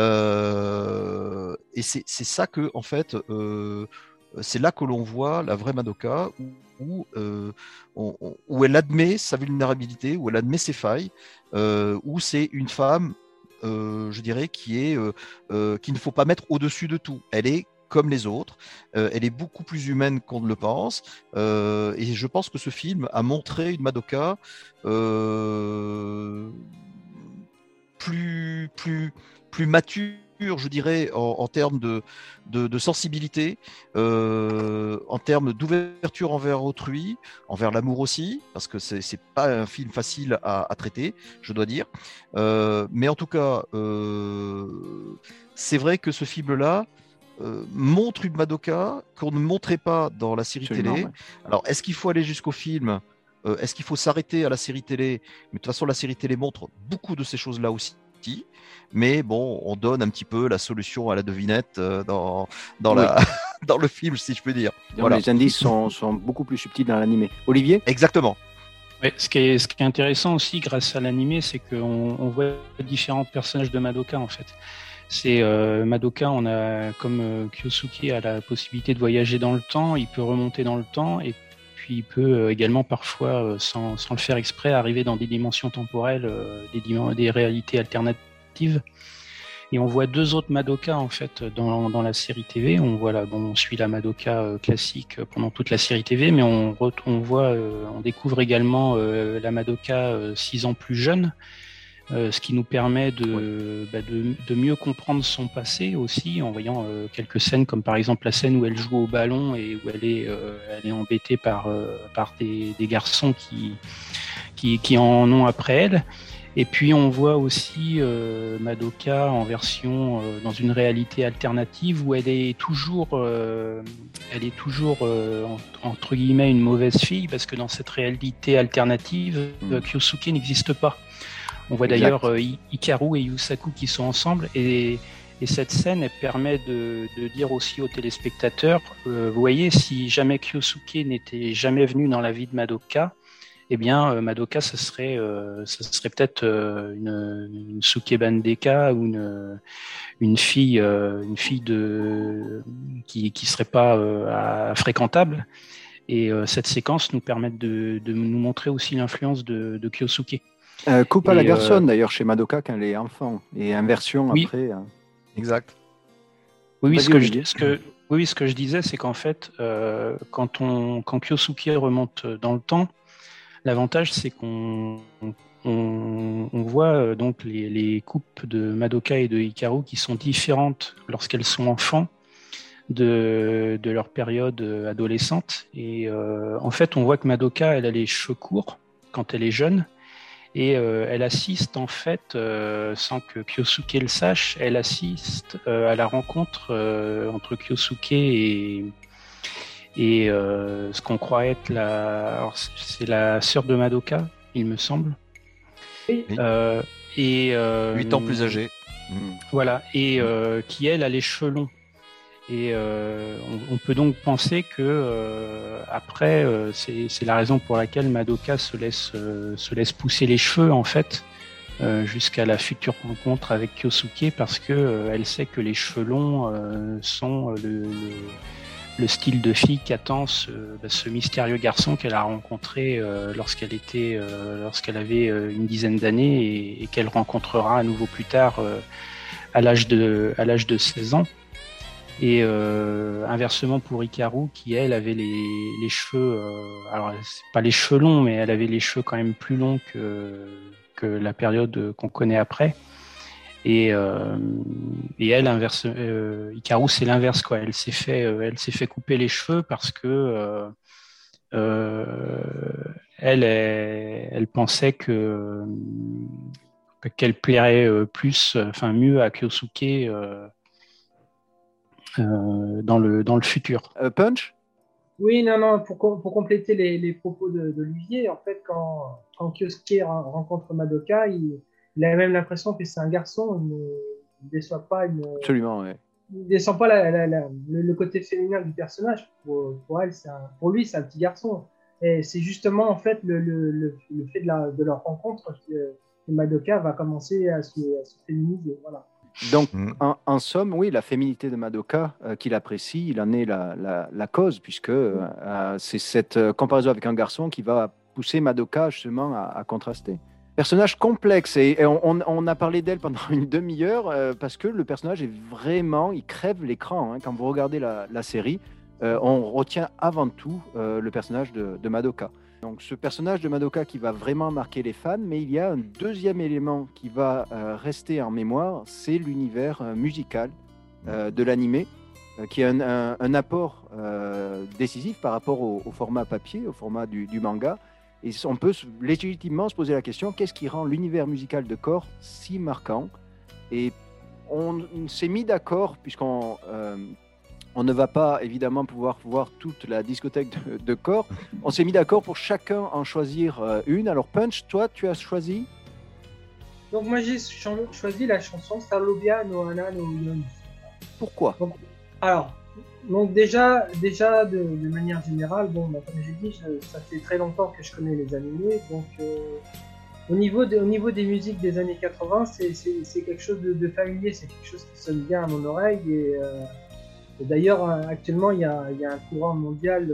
Et c'est ça que, en fait, c'est là que l'on voit la vraie Madoka, où elle admet sa vulnérabilité, où elle admet ses failles, où c'est une femme, je dirais, qu'il ne faut pas mettre au-dessus de tout. Elle est comme les autres, elle est beaucoup plus humaine qu'on ne le pense, et je pense que ce film a montré une Madoka plus mature, je dirais, en termes de sensibilité, en termes d'ouverture envers autrui, envers l'amour aussi, parce que c'est pas un film facile à traiter, je dois dire. Mais en tout cas, c'est vrai que ce film-là montre une Madoka qu'on ne montrait pas dans la série Absolument, télé. ouais. Alors, est-ce qu'il faut aller jusqu'au film? Est-ce qu'il faut s'arrêter à la série télé? Mais de toute façon, la série télé montre beaucoup de ces choses-là aussi. Mais bon, on donne un petit peu la solution à la devinette dans dans le film, si je peux dire. Voilà. Les indices sont beaucoup plus subtils dans l'animé. Olivier? Exactement. Ouais, ce qui est intéressant aussi grâce à l'animé, c'est qu'on voit différents personnages de Madoka en fait. C'est Madoka, on a comme Kyosuke a la possibilité de voyager dans le temps, il peut remonter dans le temps et puis il peut également parfois, sans le faire exprès, arriver dans des dimensions temporelles, des réalités alternatives. Et on voit deux autres Madoka en fait dans la série TV. On suit la Madoka classique pendant toute la série TV, mais on découvre également la Madoka 6 ans plus jeune. Ce qui nous permet de mieux comprendre son passé aussi, en voyant quelques scènes, comme par exemple la scène où elle joue au ballon et où elle est embêtée par des garçons qui en ont après elle. Et puis on voit aussi Madoka en version dans une réalité alternative où elle est toujours entre guillemets une mauvaise fille, parce que dans cette réalité alternative, Kyosuke n'existe pas. On voit d'ailleurs Hikaru et Yusaku qui sont ensemble, et cette scène elle permet de dire aussi aux téléspectateurs, vous voyez, si jamais Kyosuke n'était jamais venu dans la vie de Madoka, eh bien Madoka ça serait peut-être une Sukebandeka ou une fille qui serait pas fréquentable. Et cette séquence nous permet de nous montrer aussi l'influence de Kyosuke. Coupe à la garçonne d'ailleurs chez Madoka quand elle est enfant, et inversion après. Exact. Oui, ce que je disais, c'est qu'en fait, quand Kyosuke remonte dans le temps, l'avantage c'est qu'on voit donc les coupes de Madoka et de Hikaru qui sont différentes lorsqu'elles sont enfants de leur période adolescente. Et en fait, on voit que Madoka, elle a les cheveux courts quand elle est jeune. Et elle assiste en fait, sans que Kyosuke le sache, elle assiste à la rencontre entre Kyosuke et ce qu'on croit être c'est la sœur de Madoka, il me semble. Oui. 8 ans plus âgée. Voilà, et qui elle a les cheveux longs. Et on peut donc penser que après, c'est la raison pour laquelle Madoka se laisse pousser les cheveux en fait jusqu'à la future rencontre avec Kyosuke, parce que elle sait que les cheveux longs sont le style de fille qu'attend ce mystérieux garçon qu'elle a rencontré lorsqu'elle avait une dizaine d'années et qu'elle rencontrera à nouveau plus tard à l'âge de 16 ans. Et inversement pour Hikaru, qui elle avait les cheveux, alors c'est pas les cheveux longs, mais elle avait les cheveux quand même plus longs que la période qu'on connaît après. Et elle, Hikaru, c'est l'inverse quoi. Elle s'est fait couper les cheveux parce que elle pensait qu'elle plairait mieux à Kyosuke. Dans le futur. Punch? Oui, non, pour compléter les propos d'Olivier, en fait, quand Kyosuke rencontre Madoka, il a même l'impression que c'est un garçon, il ne déçoit pas, Absolument, ouais. Il descend pas le côté féminin du personnage. Pour elle, pour lui, c'est un petit garçon. Et c'est justement, en fait, le fait de leur rencontre que Madoka va commencer à se féminiser, voilà. Donc, en somme, oui, la féminité de Madoka qu'il apprécie, il en est la cause, puisque c'est cette comparaison avec un garçon qui va pousser Madoka justement à contraster. Personnage complexe, et on a parlé d'elle pendant une demi-heure parce que le personnage est vraiment, il crève l'écran. Hein. Quand vous regardez la série, on retient avant tout le personnage de Madoka. Donc ce personnage de Madoka qui va vraiment marquer les fans, mais il y a un deuxième élément qui va rester en mémoire, c'est l'univers musical de l'animé, qui est un apport décisif par rapport au format papier, au format du manga. Et on peut légitimement se poser la question, qu'est-ce qui rend l'univers musical de Core si marquant? Et on s'est mis d'accord, puisqu'on on ne va pas évidemment pouvoir voir toute la discothèque de Core, on s'est mis d'accord pour chacun en choisir une. Alors Punch, toi tu as choisi? Donc moi j'ai choisi la chanson Salobia no Ana no Yon. Pourquoi? Donc déjà de manière générale, bon, comme j'ai dit, ça fait très longtemps que je connais les animés, donc au niveau des musiques des années 80, c'est quelque chose de familier, c'est quelque chose qui sonne bien à mon oreille, et d'ailleurs actuellement il y a un courant mondial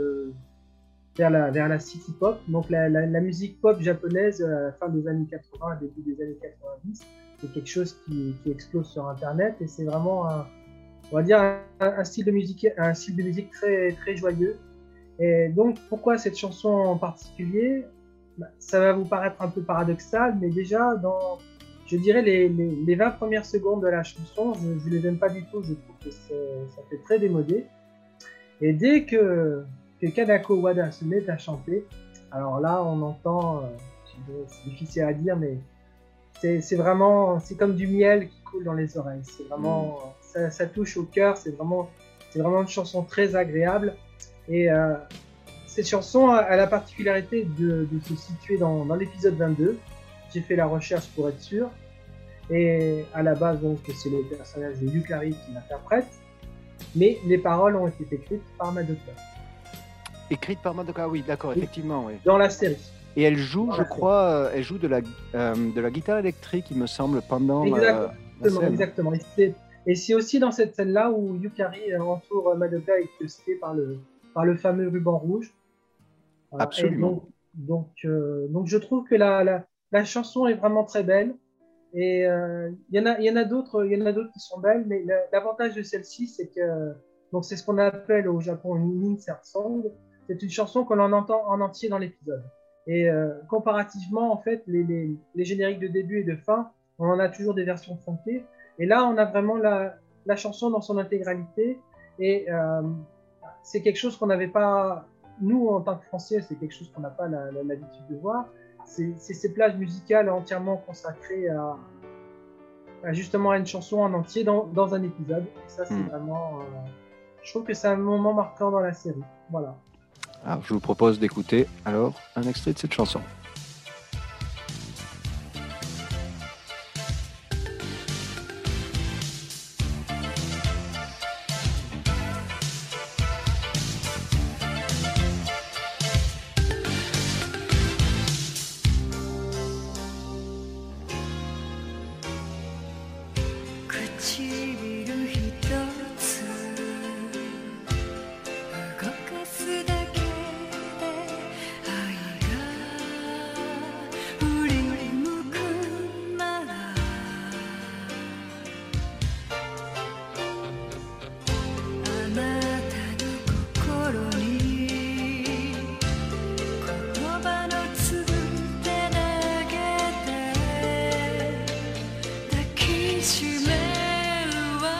vers la city pop, donc la musique pop japonaise à la fin des années 80, début des années 90, c'est quelque chose qui explose sur internet, et c'est vraiment on va dire un style de musique très très joyeux. Et donc pourquoi cette chanson en particulier? Ça va vous paraître un peu paradoxal, mais déjà je dirais les 20 premières secondes de la chanson, je les aime pas du tout, je trouve que ça fait très démodé. Et dès que Kanako Wada se met à chanter, alors là on entend, c'est difficile à dire, mais c'est comme du miel qui coule dans les oreilles. C'est vraiment, ça touche au cœur. C'est vraiment une chanson très agréable. Et cette chanson a la particularité de se situer dans l'épisode 22. J'ai fait la recherche pour être sûr. Et à la base, donc, c'est le personnage de Yukari qui l'interprète. Mais les paroles ont été écrites par Madoka. Écrites par Madoka, oui, d'accord, effectivement. Oui. Dans la série. Et elle joue, je crois, elle joue de la guitare électrique, il me semble, pendant la scène. Exactement. Et c'est aussi dans cette scène-là où Yukari entoure Madoka et est posté par le fameux ruban rouge. Absolument. Donc je trouve que la chanson est vraiment très belle. Et il y en a d'autres qui sont belles, mais l'avantage de celle-ci, c'est que donc c'est ce qu'on appelle au Japon une insert song. C'est une chanson que l'on entend en entier dans l'épisode. Et comparativement, en fait, les génériques de début et de fin, on en a toujours des versions truncées. Et là, on a vraiment la chanson dans son intégralité. Et c'est quelque chose qu'on n'avait pas, nous, en tant que Français, c'est quelque chose qu'on n'a pas l'habitude de voir. C'est ces plages musicales entièrement consacrées justement à une chanson en entier dans un épisode. Et ça, c'est vraiment... je trouve que c'est un moment marquant dans la série. Voilà. Alors, je vous propose d'écouter alors un extrait de cette chanson. 閉めるわ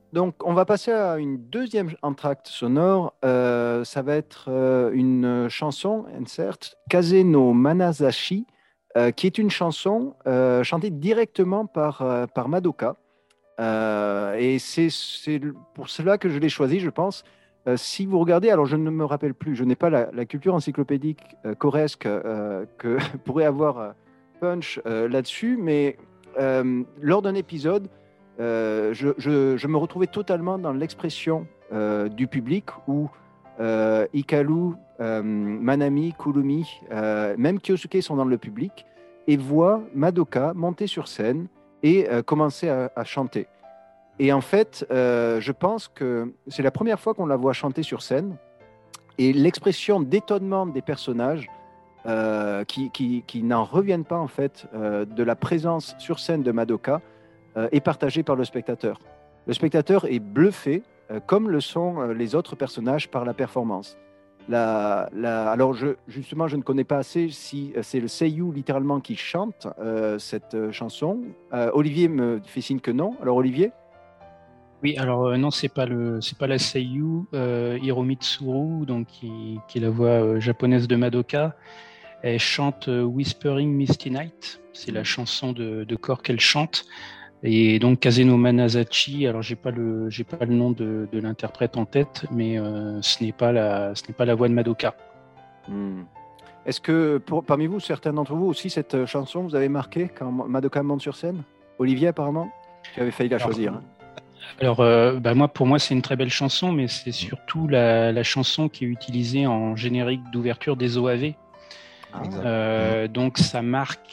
Donc, on va passer à une deuxième entracte sonore. Ça va être une chanson, certes, Kaze no Manazashi, qui est une chanson chantée directement par Madoka. Et c'est pour cela que je l'ai choisie, je pense. Si vous regardez, alors je ne me rappelle plus, je n'ai pas la culture encyclopédique coresque que pourrait avoir Punch là-dessus, mais lors d'un épisode, je me retrouvais totalement dans l'expression du public où Hikaru, Manami, Kurumi, même Kyosuke sont dans le public et voient Madoka monter sur scène et commencer à chanter. Et en fait, je pense que c'est la première fois qu'on la voit chanter sur scène et l'expression d'étonnement des personnages qui n'en reviennent pas en fait de la présence sur scène de Madoka est partagée par le spectateur. Le spectateur est bluffé, comme le sont les autres personnages par la performance. Alors, justement, je ne connais pas assez si c'est le seiyuu littéralement qui chante cette chanson. Olivier me fait signe que non. Alors, Olivier ? Oui, alors non, c'est pas la seiyuu Hiromitsuru, donc qui est la voix japonaise de Madoka. Elle chante Whispering Misty Night. C'est la chanson de corps qu'elle chante. Et donc Kaze no Manazashi, alors j'ai pas le nom de l'interprète en tête, mais ce n'est pas la voix de Madoka. Est-ce que parmi vous, certains d'entre vous aussi, cette chanson vous avez marqué quand Madoka monte sur scène ? Olivier, apparemment, tu avais failli la choisir. Hein. Alors pour moi c'est une très belle chanson, mais c'est surtout la chanson qui est utilisée en générique d'ouverture des OAV. Donc ça marque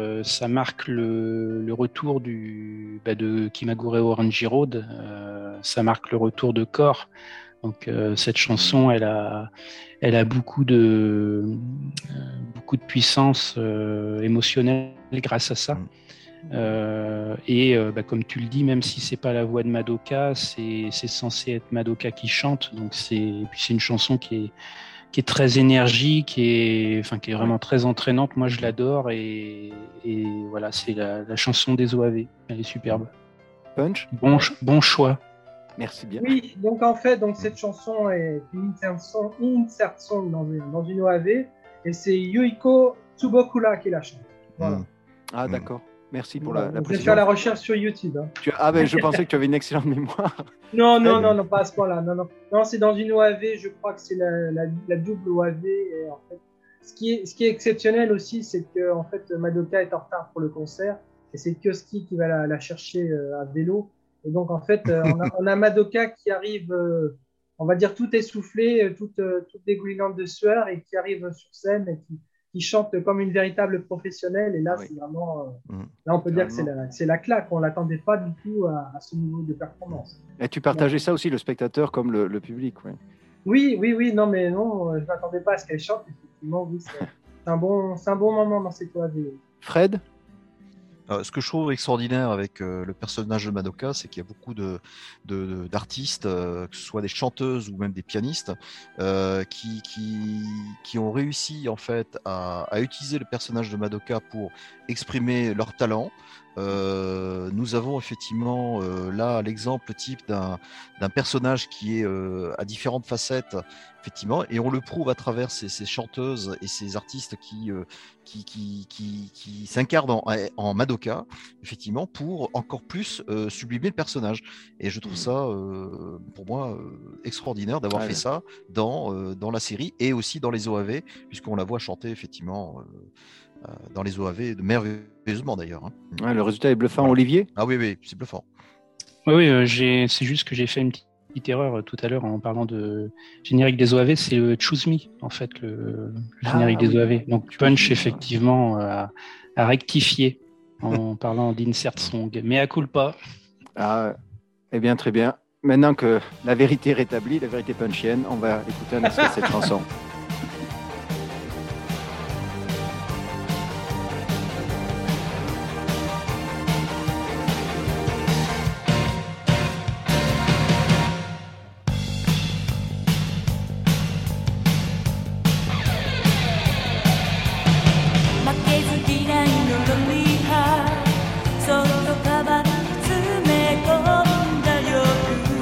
le retour de Kimagure Orange Road, ça marque le retour de Core. Donc cette chanson elle a beaucoup de puissance émotionnelle grâce à ça. Comme tu le dis, même si c'est pas la voix de Madoka, c'est censé être Madoka qui chante, donc c'est une chanson qui est très énergique, qui est vraiment très entraînante. Moi, je l'adore et voilà, c'est la chanson des OAV. Elle est superbe. Punch. Bon choix. Merci bien. Oui, donc en fait, cette chanson est une insert song dans une OAV et c'est Yuiko Tsubokura qui la chante. Voilà. Ah d'accord. Merci pour la précision. Je vais faire la recherche sur YouTube. Hein. Je pensais que tu avais une excellente mémoire. Non, pas à ce point-là. Non, c'est dans une OAV, je crois que c'est la double OAV. Et en fait, ce qui est exceptionnel aussi, c'est que en fait, Madoka est en retard pour le concert et c'est Kyosuke qui va la chercher à vélo. Et donc, en fait, on a Madoka qui arrive, on va dire, tout essoufflé, toute dégoulinante de sueur et qui arrive sur scène et qui chante comme une véritable professionnelle. Et là, c'est vraiment... là, on peut dire que c'est la claque. On ne l'attendait pas du tout à ce niveau de performance. Et tu partageais ça aussi, le spectateur comme le public, oui. Oui. Non, je ne m'attendais pas à ce qu'elle chante. Effectivement, oui, c'est un bon moment dans cette OAV. Fred ? Ce que je trouve extraordinaire avec le personnage de Madoka, c'est qu'il y a beaucoup d'artistes, que ce soit des chanteuses ou même des pianistes, qui ont réussi en fait à utiliser le personnage de Madoka pour exprimer leur talent. Nous avons effectivement là l'exemple type d'un personnage qui est à différentes facettes, effectivement, et on le prouve à travers ces chanteuses et ces artistes qui s'incarnent en Madoka, effectivement, pour encore plus sublimer le personnage. Et je trouve ça, pour moi, extraordinaire d'avoir fait ça dans la série et aussi dans les OAV, puisqu'on la voit chanter, effectivement, dans les OAV, merveilleusement d'ailleurs. Hein. Le résultat est bluffant, Olivier ? Ah oui, c'est bluffant. Oui, c'est juste que j'ai fait une petite erreur tout à l'heure en parlant de générique des OAV, c'est le Choose Me, en fait, le générique des OAV. Donc Punch, effectivement, a rectifié en parlant d'Insert Song. Mais à culpa. Eh bien, très bien. Maintenant que la vérité est rétablie, la vérité punchienne, on va écouter un extrait de cette chanson. そっとカバンに詰め込んだ夜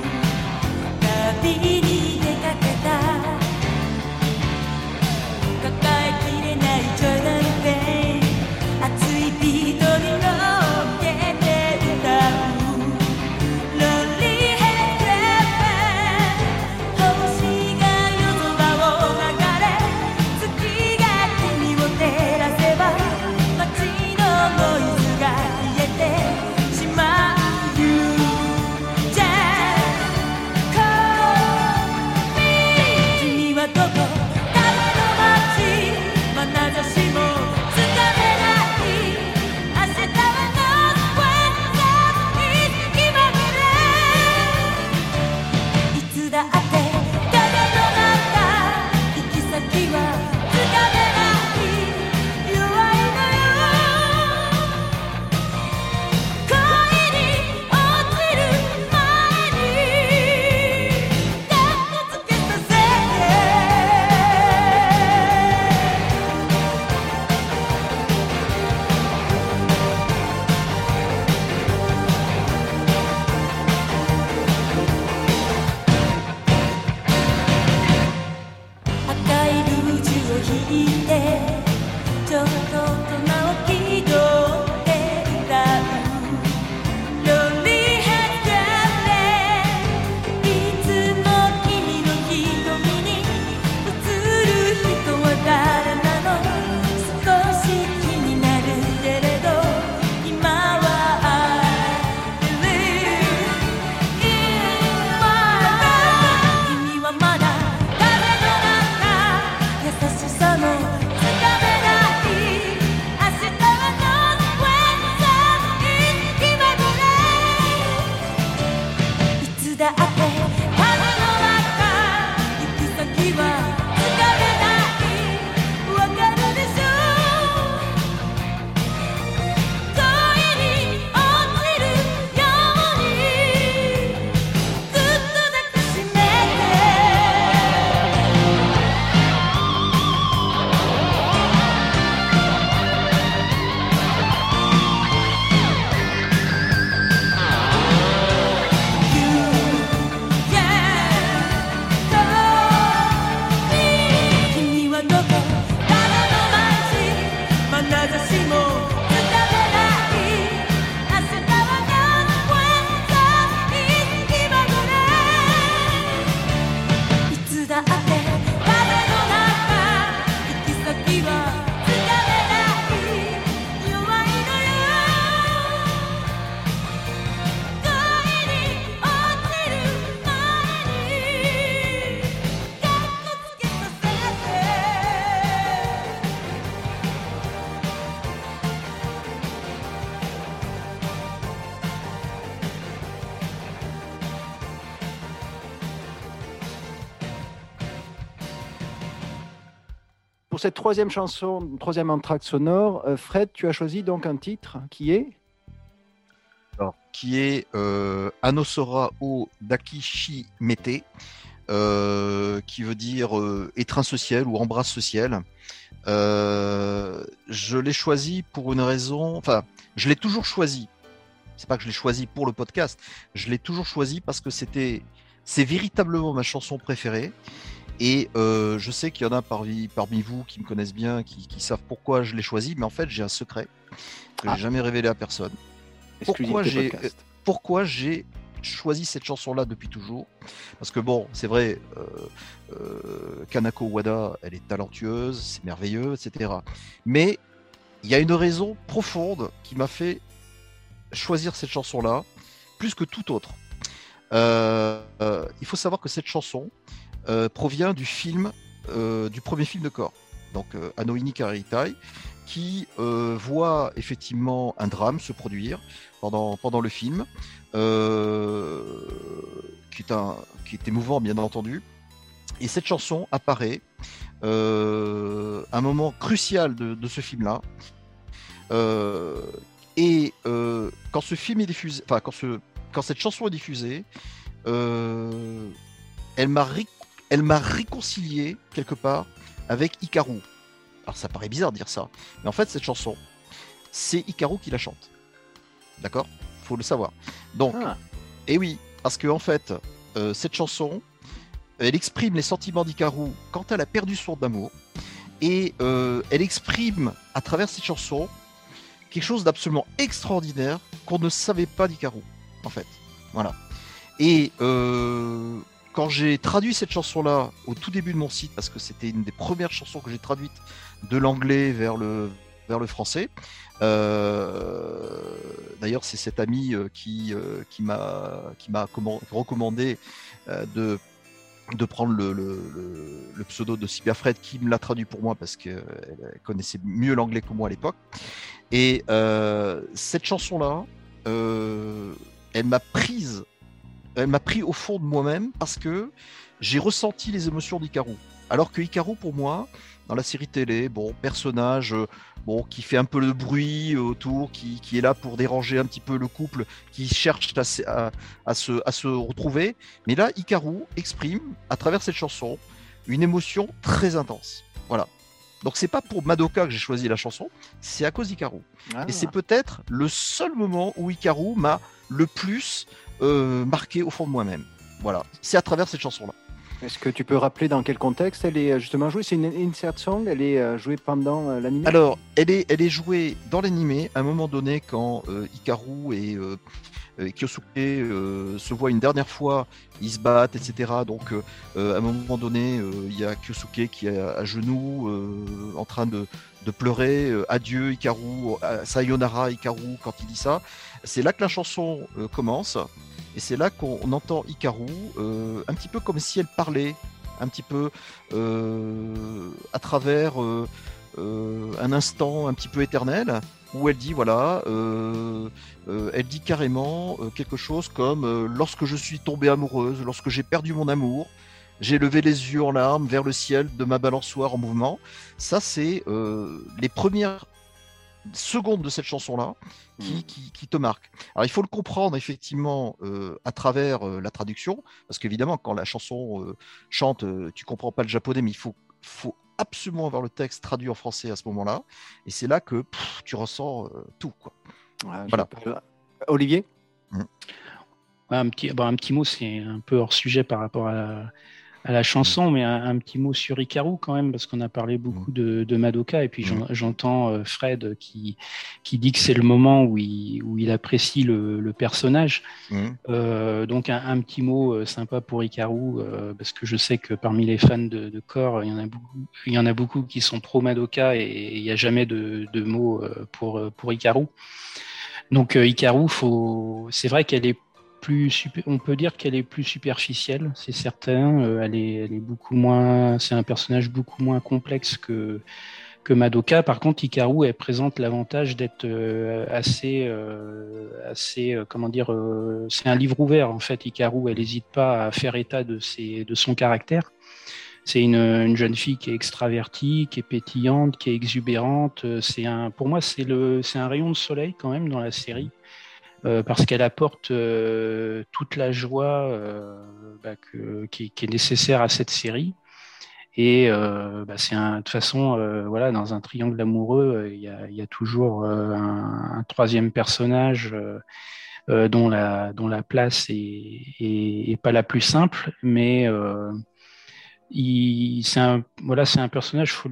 つだって風の中行く先はつかめないわかるでしょ恋に落ちるようにぐっと抱きしめて君はどこ誰の街眼差しもつかめない明日は何when is 今ぐらいいつだって風の中行き先はつかめない弱いのよ恋に落ちる前にカッコつけさせて Pour cette troisième chanson, troisième entracte sonore, Fred, tu as choisi donc un titre qui est Qui est Anosora o Dakishi Mete, qui veut dire étreinte au ciel ou embrasse le ciel. Je l'ai choisi pour une raison, enfin, je l'ai toujours choisi. C'est pas que je l'ai choisi pour le podcast, je l'ai toujours choisi parce que c'est véritablement ma chanson préférée. Et je sais qu'il y en a parmi vous qui me connaissent bien, qui savent pourquoi je l'ai choisi, mais en fait j'ai un secret que j'ai jamais révélé à personne. Pourquoi j'ai choisi cette chanson-là depuis toujours? Parce que bon, c'est vrai, Kanako Wada, elle est talentueuse, c'est merveilleux, etc. Mais il y a une raison profonde qui m'a fait choisir cette chanson-là, plus que toute autre. Il faut savoir que cette chanson provient du film, du premier film de Core, donc Anohini Karitai, qui voit effectivement un drame se produire pendant le film, qui est émouvant bien entendu. Et cette chanson apparaît à un moment crucial de ce film-là. Quand ce film est diffusé, enfin quand cette chanson est diffusée, elle m'a réconcilié quelque part avec Hikaru. Alors ça paraît bizarre de dire ça, mais en fait cette chanson, c'est Hikaru qui la chante. D'accord ? Faut le savoir. Donc, et oui, parce que en fait, cette chanson, elle exprime les sentiments d'Hikaru quand elle a perdu son amour, et elle exprime à travers cette chanson quelque chose d'absolument extraordinaire qu'on ne savait pas d'Hikaru, en fait. Voilà. Et quand j'ai traduit cette chanson-là au tout début de mon site, parce que c'était une des premières chansons que j'ai traduites de l'anglais vers le français. D'ailleurs, c'est cet ami qui m'a recommandé de prendre le pseudo de Cyberfred, qui me l'a traduit pour moi parce qu'elle connaissait mieux l'anglais que moi à l'époque. Et cette chanson-là, elle m'a pris au fond de moi-même parce que j'ai ressenti les émotions d'Hikaru. Alors que Hikaru, pour moi, dans la série télé, personnage qui fait un peu le bruit autour, qui est là pour déranger un petit peu le couple, qui cherche à se retrouver. Mais là, Hikaru exprime, à travers cette chanson, une émotion très intense. Voilà. Donc c'est pas pour Madoka que j'ai choisi la chanson, c'est à cause d'Hikaru. Et c'est peut-être le seul moment où Hikaru m'a le plus marqué au fond de moi-même. Voilà, c'est à travers cette chanson-là. Est-ce que tu peux rappeler dans quel contexte elle est justement jouée? C'est une insert song, elle est jouée pendant l'anime? Alors, elle est jouée dans l'anime à un moment donné quand Hikaru et Kyosuke se voient une dernière fois, ils se battent, etc. Donc, à un moment donné, il y a Kyosuke qui est à genoux, en train de pleurer, adieu Hikaru, sayonara Hikaru, quand il dit ça. C'est là que la chanson commence. Et c'est là qu'on entend Hikaru un petit peu comme si elle parlait, un petit peu à travers un instant un petit peu éternel où elle dit voilà, elle dit carrément quelque chose comme lorsque je suis tombée amoureuse, lorsque j'ai perdu mon amour, j'ai levé les yeux en larmes vers le ciel de ma balançoire en mouvement. Ça, c'est les premières secondes de cette chanson-là qui te marquent. Alors, il faut le comprendre effectivement à travers la traduction, parce qu'évidemment, quand la chanson chante, tu comprends pas le japonais, mais il faut absolument avoir le texte traduit en français à ce moment-là, et c'est là que tu ressens tout, quoi. Ouais, Voilà. Olivier? Ouais, un petit mot, c'est un peu hors sujet par rapport à la chanson, mais un petit mot sur Hikaru quand même, parce qu'on a parlé beaucoup de Madoka, et puis j'entends Fred qui dit que c'est le moment où il apprécie le personnage. Donc un petit mot sympa pour Hikaru, parce que je sais que parmi les fans de Core, il y en a beaucoup qui sont pro Madoka, et il n'y a jamais de mots pour Hikaru. Donc Hikaru, c'est vrai qu'elle est on peut dire qu'elle est plus superficielle, c'est certain. Elle est beaucoup moins. C'est un personnage beaucoup moins complexe que Madoka. Par contre, Hikaru, elle présente l'avantage d'être assez, comment dire, c'est un livre ouvert en fait. Hikaru, elle n'hésite pas à faire état de son caractère. C'est une jeune fille qui est extravertie, qui est pétillante, qui est exubérante. Pour moi, c'est un rayon de soleil quand même dans la série. Parce qu'elle apporte toute la joie qui est nécessaire à cette série. Et de toute façon, voilà, dans un triangle amoureux, il y a toujours un troisième personnage dont la place est pas la plus simple, mais c'est un personnage, faut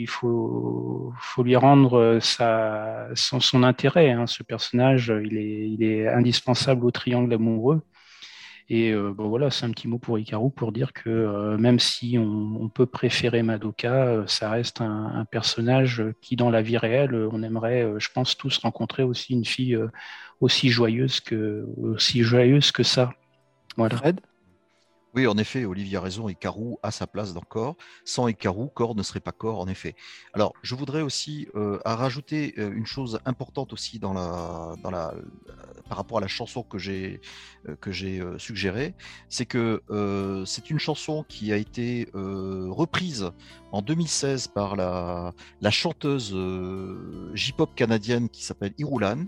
lui rendre son intérêt, hein. Ce personnage, il est indispensable au triangle amoureux. Et voilà, c'est un petit mot pour Hikaru pour dire que même si on peut préférer Madoka, ça reste un personnage qui, dans la vie réelle, on aimerait, je pense, tous rencontrer aussi une fille aussi joyeuse que ça. Voilà. Fred? Oui, en effet, Olivier a raison, Hikaru a sa place dans Core. Sans Hikaru, Core ne serait pas Core, en effet. Alors, je voudrais aussi rajouter une chose importante aussi par rapport à la chanson que j'ai suggérée, c'est que c'est une chanson qui a été reprise en 2016 par la chanteuse J-pop canadienne qui s'appelle Irulan,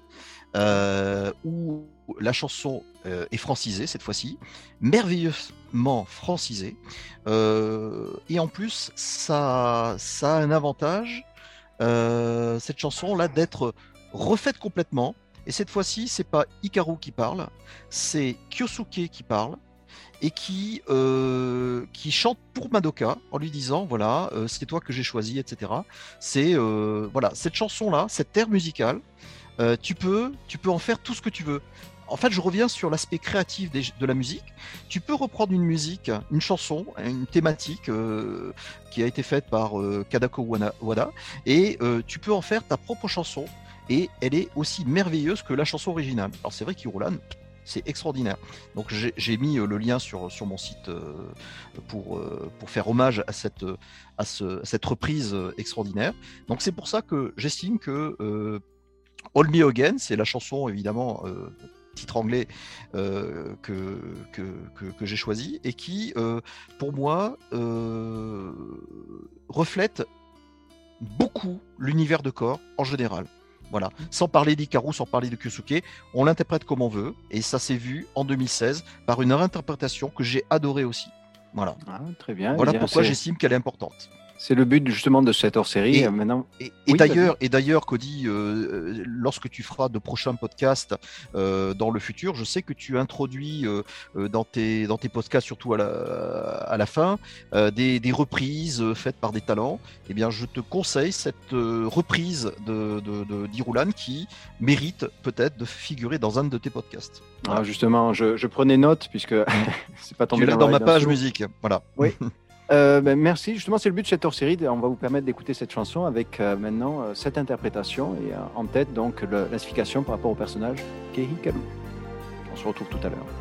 où la chanson est francisée cette fois-ci, merveilleusement francisée, et en plus ça a un avantage, cette chanson-là, d'être refaite complètement, et cette fois-ci c'est pas Hikaru qui parle, c'est Kyosuke qui parle, et qui chante pour Madoka en lui disant voilà, c'est toi que j'ai choisi, etc. C'est voilà, cette chanson-là, cette air musical, tu peux en faire tout ce que tu veux. En fait, je reviens sur l'aspect créatif de la musique. Tu peux reprendre une musique, une chanson, une thématique qui a été faite par Kadako Wada, et tu peux en faire ta propre chanson, et elle est aussi merveilleuse que la chanson originale. Alors c'est vrai qu'Irulan, c'est extraordinaire. Donc j'ai mis le lien sur mon site pour faire hommage à cette reprise extraordinaire. Donc c'est pour ça que j'estime que Hold Me Again, c'est la chanson évidemment titre anglais que j'ai choisi, et qui pour moi reflète beaucoup l'univers de Core en général. Voilà, sans parler d'Hikaru, sans parler de Kyosuke, on l'interprète comme on veut, et ça s'est vu en 2016 par une réinterprétation que j'ai adorée aussi. Voilà. Ah, très bien. Voilà bien, pourquoi j'estime qu'elle est importante. C'est le but justement de cette hors-série. Maintenant. Et d'ailleurs, Cody, lorsque tu feras de prochains podcasts dans le futur, je sais que tu introduis dans tes podcasts, surtout à la fin, des reprises faites par des talents. Eh bien, je te conseille cette reprise d'Irulan qui mérite peut-être de figurer dans un de tes podcasts. Voilà. Ah, justement, je prenais note puisque c'est pas tombé tu l'as dans ma page musique. Voilà. Oui. Merci, justement c'est le but de cette hors-série, on va vous permettre d'écouter cette chanson avec maintenant cette interprétation et en tête donc l'insification par rapport au personnage qui est Hikaru. On se retrouve tout à l'heure.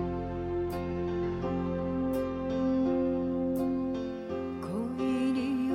恋に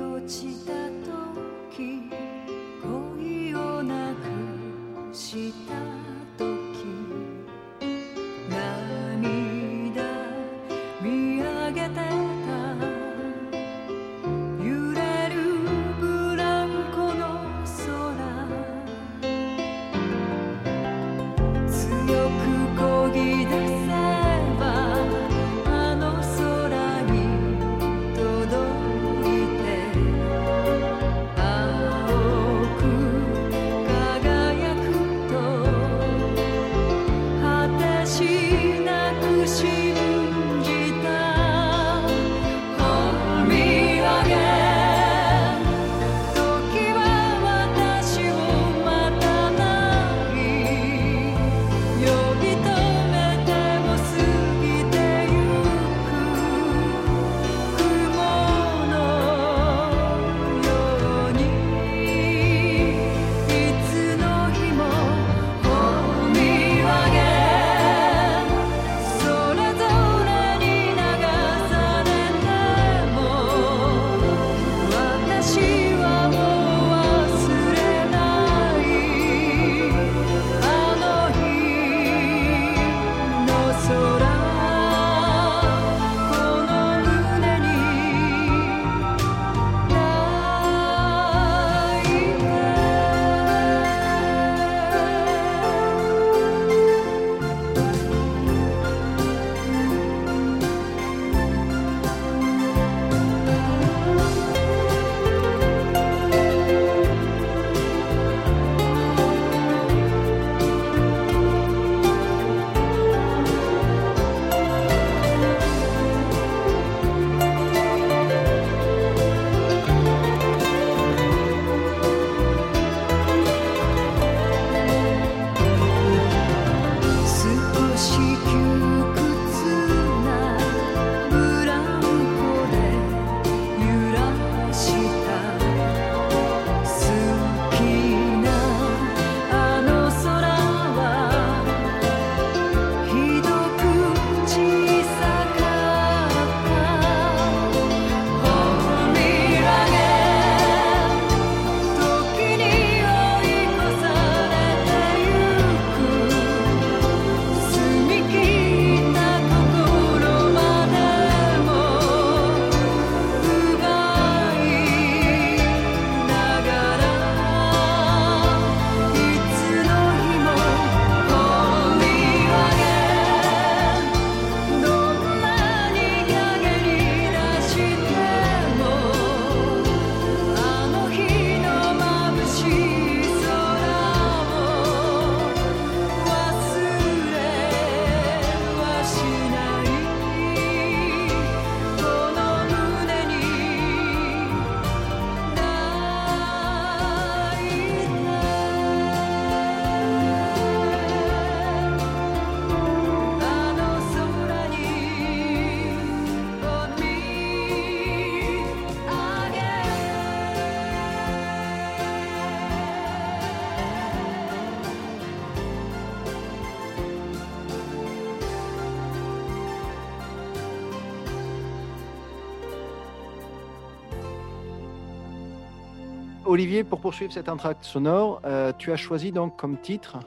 Olivier, pour poursuivre cet entracte sonore, tu as choisi donc comme titre.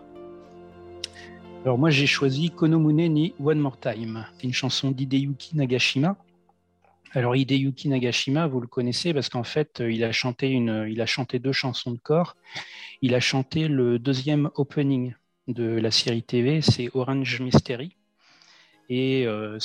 Alors moi j'ai choisi Konomune ni One More Time. C'est une chanson d'Hideyuki Nagashima. Alors Hideyuki Nagashima, vous le connaissez parce qu'en fait il a chanté 2 chansons de corps. Il a chanté le 2e opening de la série TV, c'est Orange Mystery. Et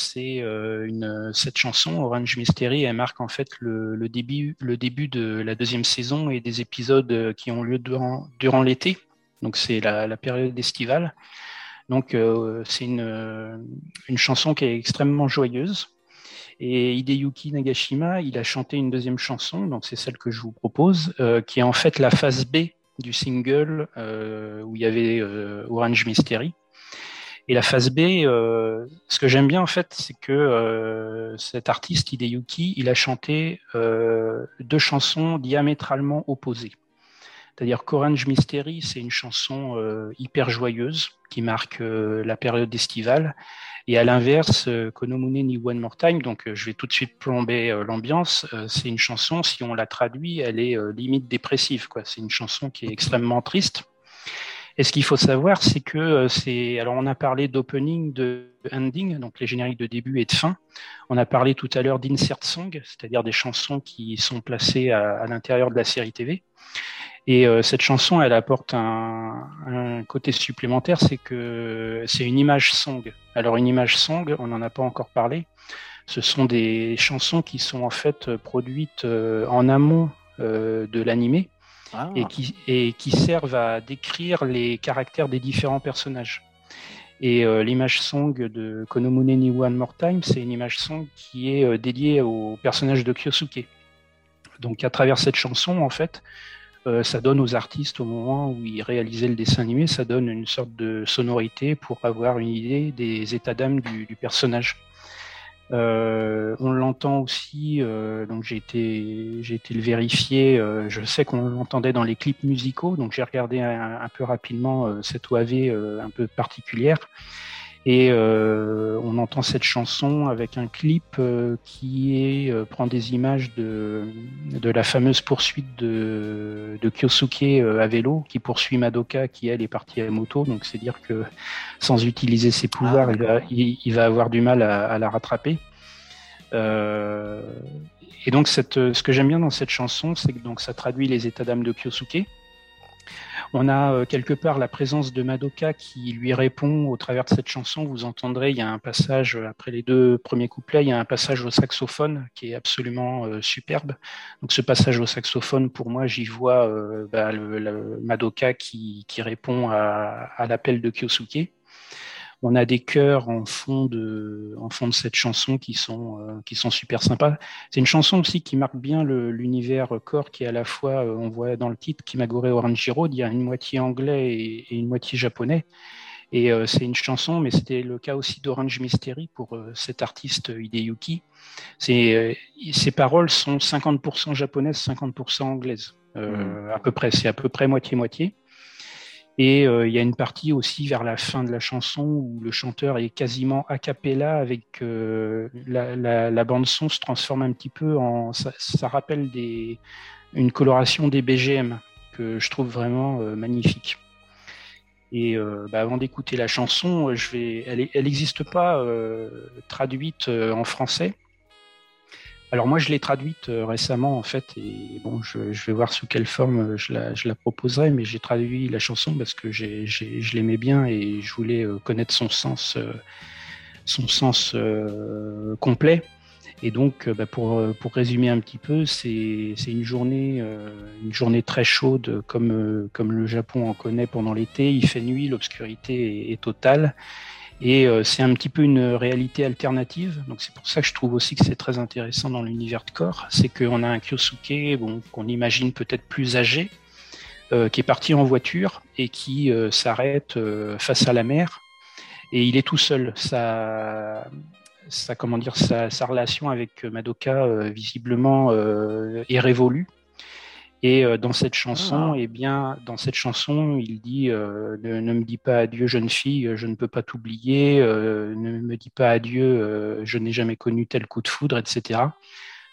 cette chanson, Orange Mystery, elle marque en fait le début de la 2e saison et des épisodes qui ont lieu durant l'été. Donc c'est la période estivale. Donc c'est une chanson qui est extrêmement joyeuse. Et Hideyuki Nagashima, il a chanté une 2e chanson, donc c'est celle que je vous propose, qui est en fait la phase B du single où il y avait Orange Mystery. Et la phase B, ce que j'aime bien en fait, c'est que cet artiste Hideyuki, il a chanté 2 chansons diamétralement opposées. C'est-à-dire qu'Orange Mystery, c'est une chanson hyper joyeuse qui marque la période estivale. Et à l'inverse, Konomune ni One More Time, donc je vais tout de suite plomber l'ambiance, c'est une chanson, si on la traduit, elle est limite dépressive, quoi. C'est une chanson qui est extrêmement triste. Et ce qu'il faut savoir, c'est que alors on a parlé d'opening, de ending, donc les génériques de début et de fin. On a parlé tout à l'heure d'insert song, c'est-à-dire des chansons qui sont placées à l'intérieur de la série TV. Et cette chanson, elle apporte un côté supplémentaire, c'est que c'est une image song. Alors une image song, on n'en a pas encore parlé. Ce sont des chansons qui sont en fait produites en amont de l'animé et qui servent à décrire les caractères des différents personnages. Et l'image song de Konomune ni One More Time, c'est une image song qui est dédiée au personnage de Kyosuke. Donc à travers cette chanson, en fait, ça donne aux artistes, au moment où ils réalisaient le dessin animé, ça donne une sorte de sonorité pour avoir une idée des états d'âme du personnage. On l'entend aussi, donc j'ai été le vérifier, je sais qu'on l'entendait dans les clips musicaux, donc j'ai regardé un peu rapidement cette OAV un peu particulière. Et on entend cette chanson avec un clip qui prend des images de la fameuse poursuite de Kyosuke à vélo, qui poursuit Madoka, qui elle est partie à moto. Donc c'est dire que sans utiliser ses pouvoirs, il va avoir du mal à la rattraper. Et donc ce que j'aime bien dans cette chanson, c'est que donc ça traduit les états d'âme de Kyosuke. On a quelque part la présence de Madoka qui lui répond au travers de cette chanson. Vous entendrez, il y a un passage, après les 2 premiers couplets, il y a un passage au saxophone qui est absolument superbe. Donc ce passage au saxophone, pour moi, j'y vois Madoka qui répond à l'appel de Kyosuke. On a des chœurs en fond de cette chanson qui sont super sympas. C'est une chanson aussi qui marque bien l'univers core qui est à la fois, on voit dans le titre, Kimagure Orange Road, il y a une moitié anglais et une moitié japonais. Et c'est une chanson, mais c'était le cas aussi d'Orange Mystery pour cet artiste Hideyuki. Ses paroles sont 50% japonaises, 50% anglaises. À peu près, c'est à peu près moitié-moitié. Et il y a une partie aussi vers la fin de la chanson où le chanteur est quasiment a cappella avec la bande son se transforme un petit peu en ça rappelle une coloration des BGM que je trouve vraiment magnifique. Et avant d'écouter la chanson, elle n'existe pas traduite en français. Alors moi je l'ai traduite récemment en fait et bon je vais voir sous quelle forme je la proposerai, mais j'ai traduit la chanson parce que je l'aimais bien et je voulais connaître son sens complet. Et donc pour résumer un petit peu, c'est une journée très chaude comme le Japon en connaît pendant l'été. Il fait nuit, l'obscurité est totale. Et c'est un petit peu une réalité alternative. Donc c'est pour ça que je trouve aussi que c'est très intéressant dans l'univers de Core. C'est qu'on a un Kyosuke qu'on imagine peut-être plus âgé, qui est parti en voiture et qui s'arrête face à la mer. Et il est tout seul. Sa relation avec Madoka visiblement est révolue. Et dans cette chanson, il dit ne me dis pas adieu, jeune fille, je ne peux pas t'oublier. Ne me dis pas adieu, je n'ai jamais connu tel coup de foudre, etc.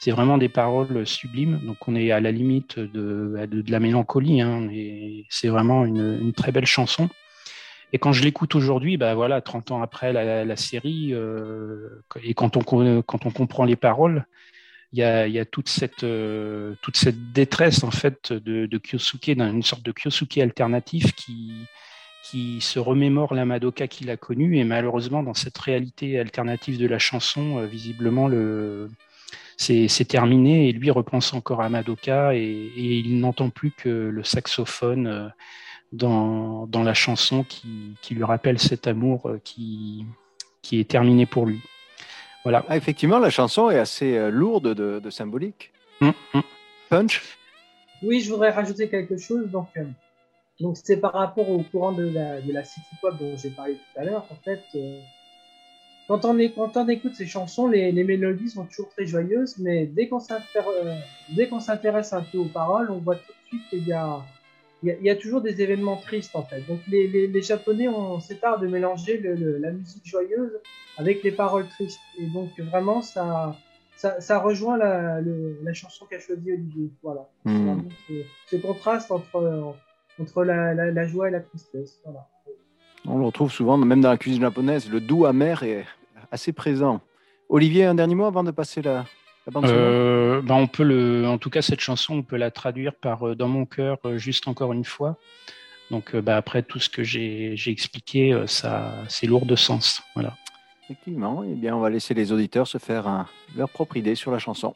c'est vraiment des paroles sublimes. Donc on est à la limite de la mélancolie, hein, et c'est vraiment une très belle chanson. Et quand je l'écoute aujourd'hui, bah voilà, 30 ans après la série, et quand on comprend les paroles, il y a toute cette détresse en fait de Kyosuke, une sorte de Kyosuke alternatif qui se remémore la Madoka qu'il a connue, et malheureusement dans cette réalité alternative de la chanson, visiblement c'est terminé, et lui repense encore à Madoka, et il n'entend plus que le saxophone dans la chanson qui lui rappelle cet amour qui est terminé pour lui. Voilà. Ah, effectivement, la chanson est assez lourde de symbolique. Punch. Oui, je voudrais rajouter quelque chose. Donc c'est par rapport au courant de la city pop dont j'ai parlé tout à l'heure. En fait, quand on écoute ces chansons, les mélodies sont toujours très joyeuses, mais dès qu'on s'intéresse un peu aux paroles, on voit tout de suite qu'il y a toujours des événements tristes en fait. Donc les Japonais ont cet art de mélanger la musique joyeuse avec les paroles tristes. Et donc vraiment ça rejoint la chanson qu'a choisie Olivier. Voilà. Vraiment, ce contraste entre la joie et la tristesse. Voilà. On le retrouve souvent, même dans la cuisine japonaise, le doux amer est assez présent. Olivier, un dernier mot avant de passer la bande sonore. On peut en tout cas cette chanson, on peut la traduire par dans mon cœur, juste encore une fois. Donc après tout ce que j'ai expliqué, ça c'est lourd de sens. Voilà. Effectivement, eh bien on va laisser les auditeurs se faire leur propre idée sur la chanson.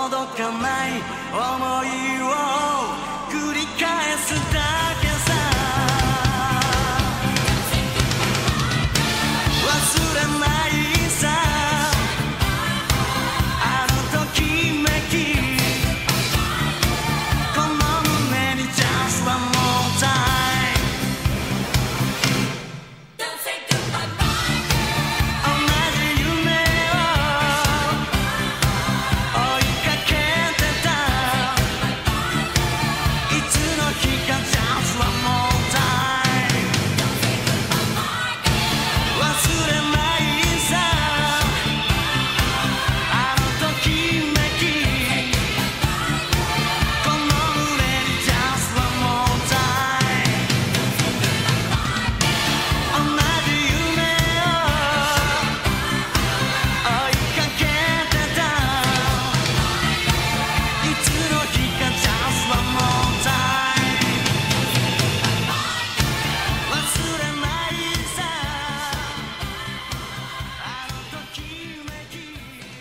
届かない想いを繰り返すだけさ忘れないさあのときめきこの胸に Just one more time同じ夢を追いかけてたいつの日か Just one more time 忘れないさあのときめきこの胸に Just one more time 同じ夢を追いかけてたいつの日か Just one more time 忘れないさあのときめき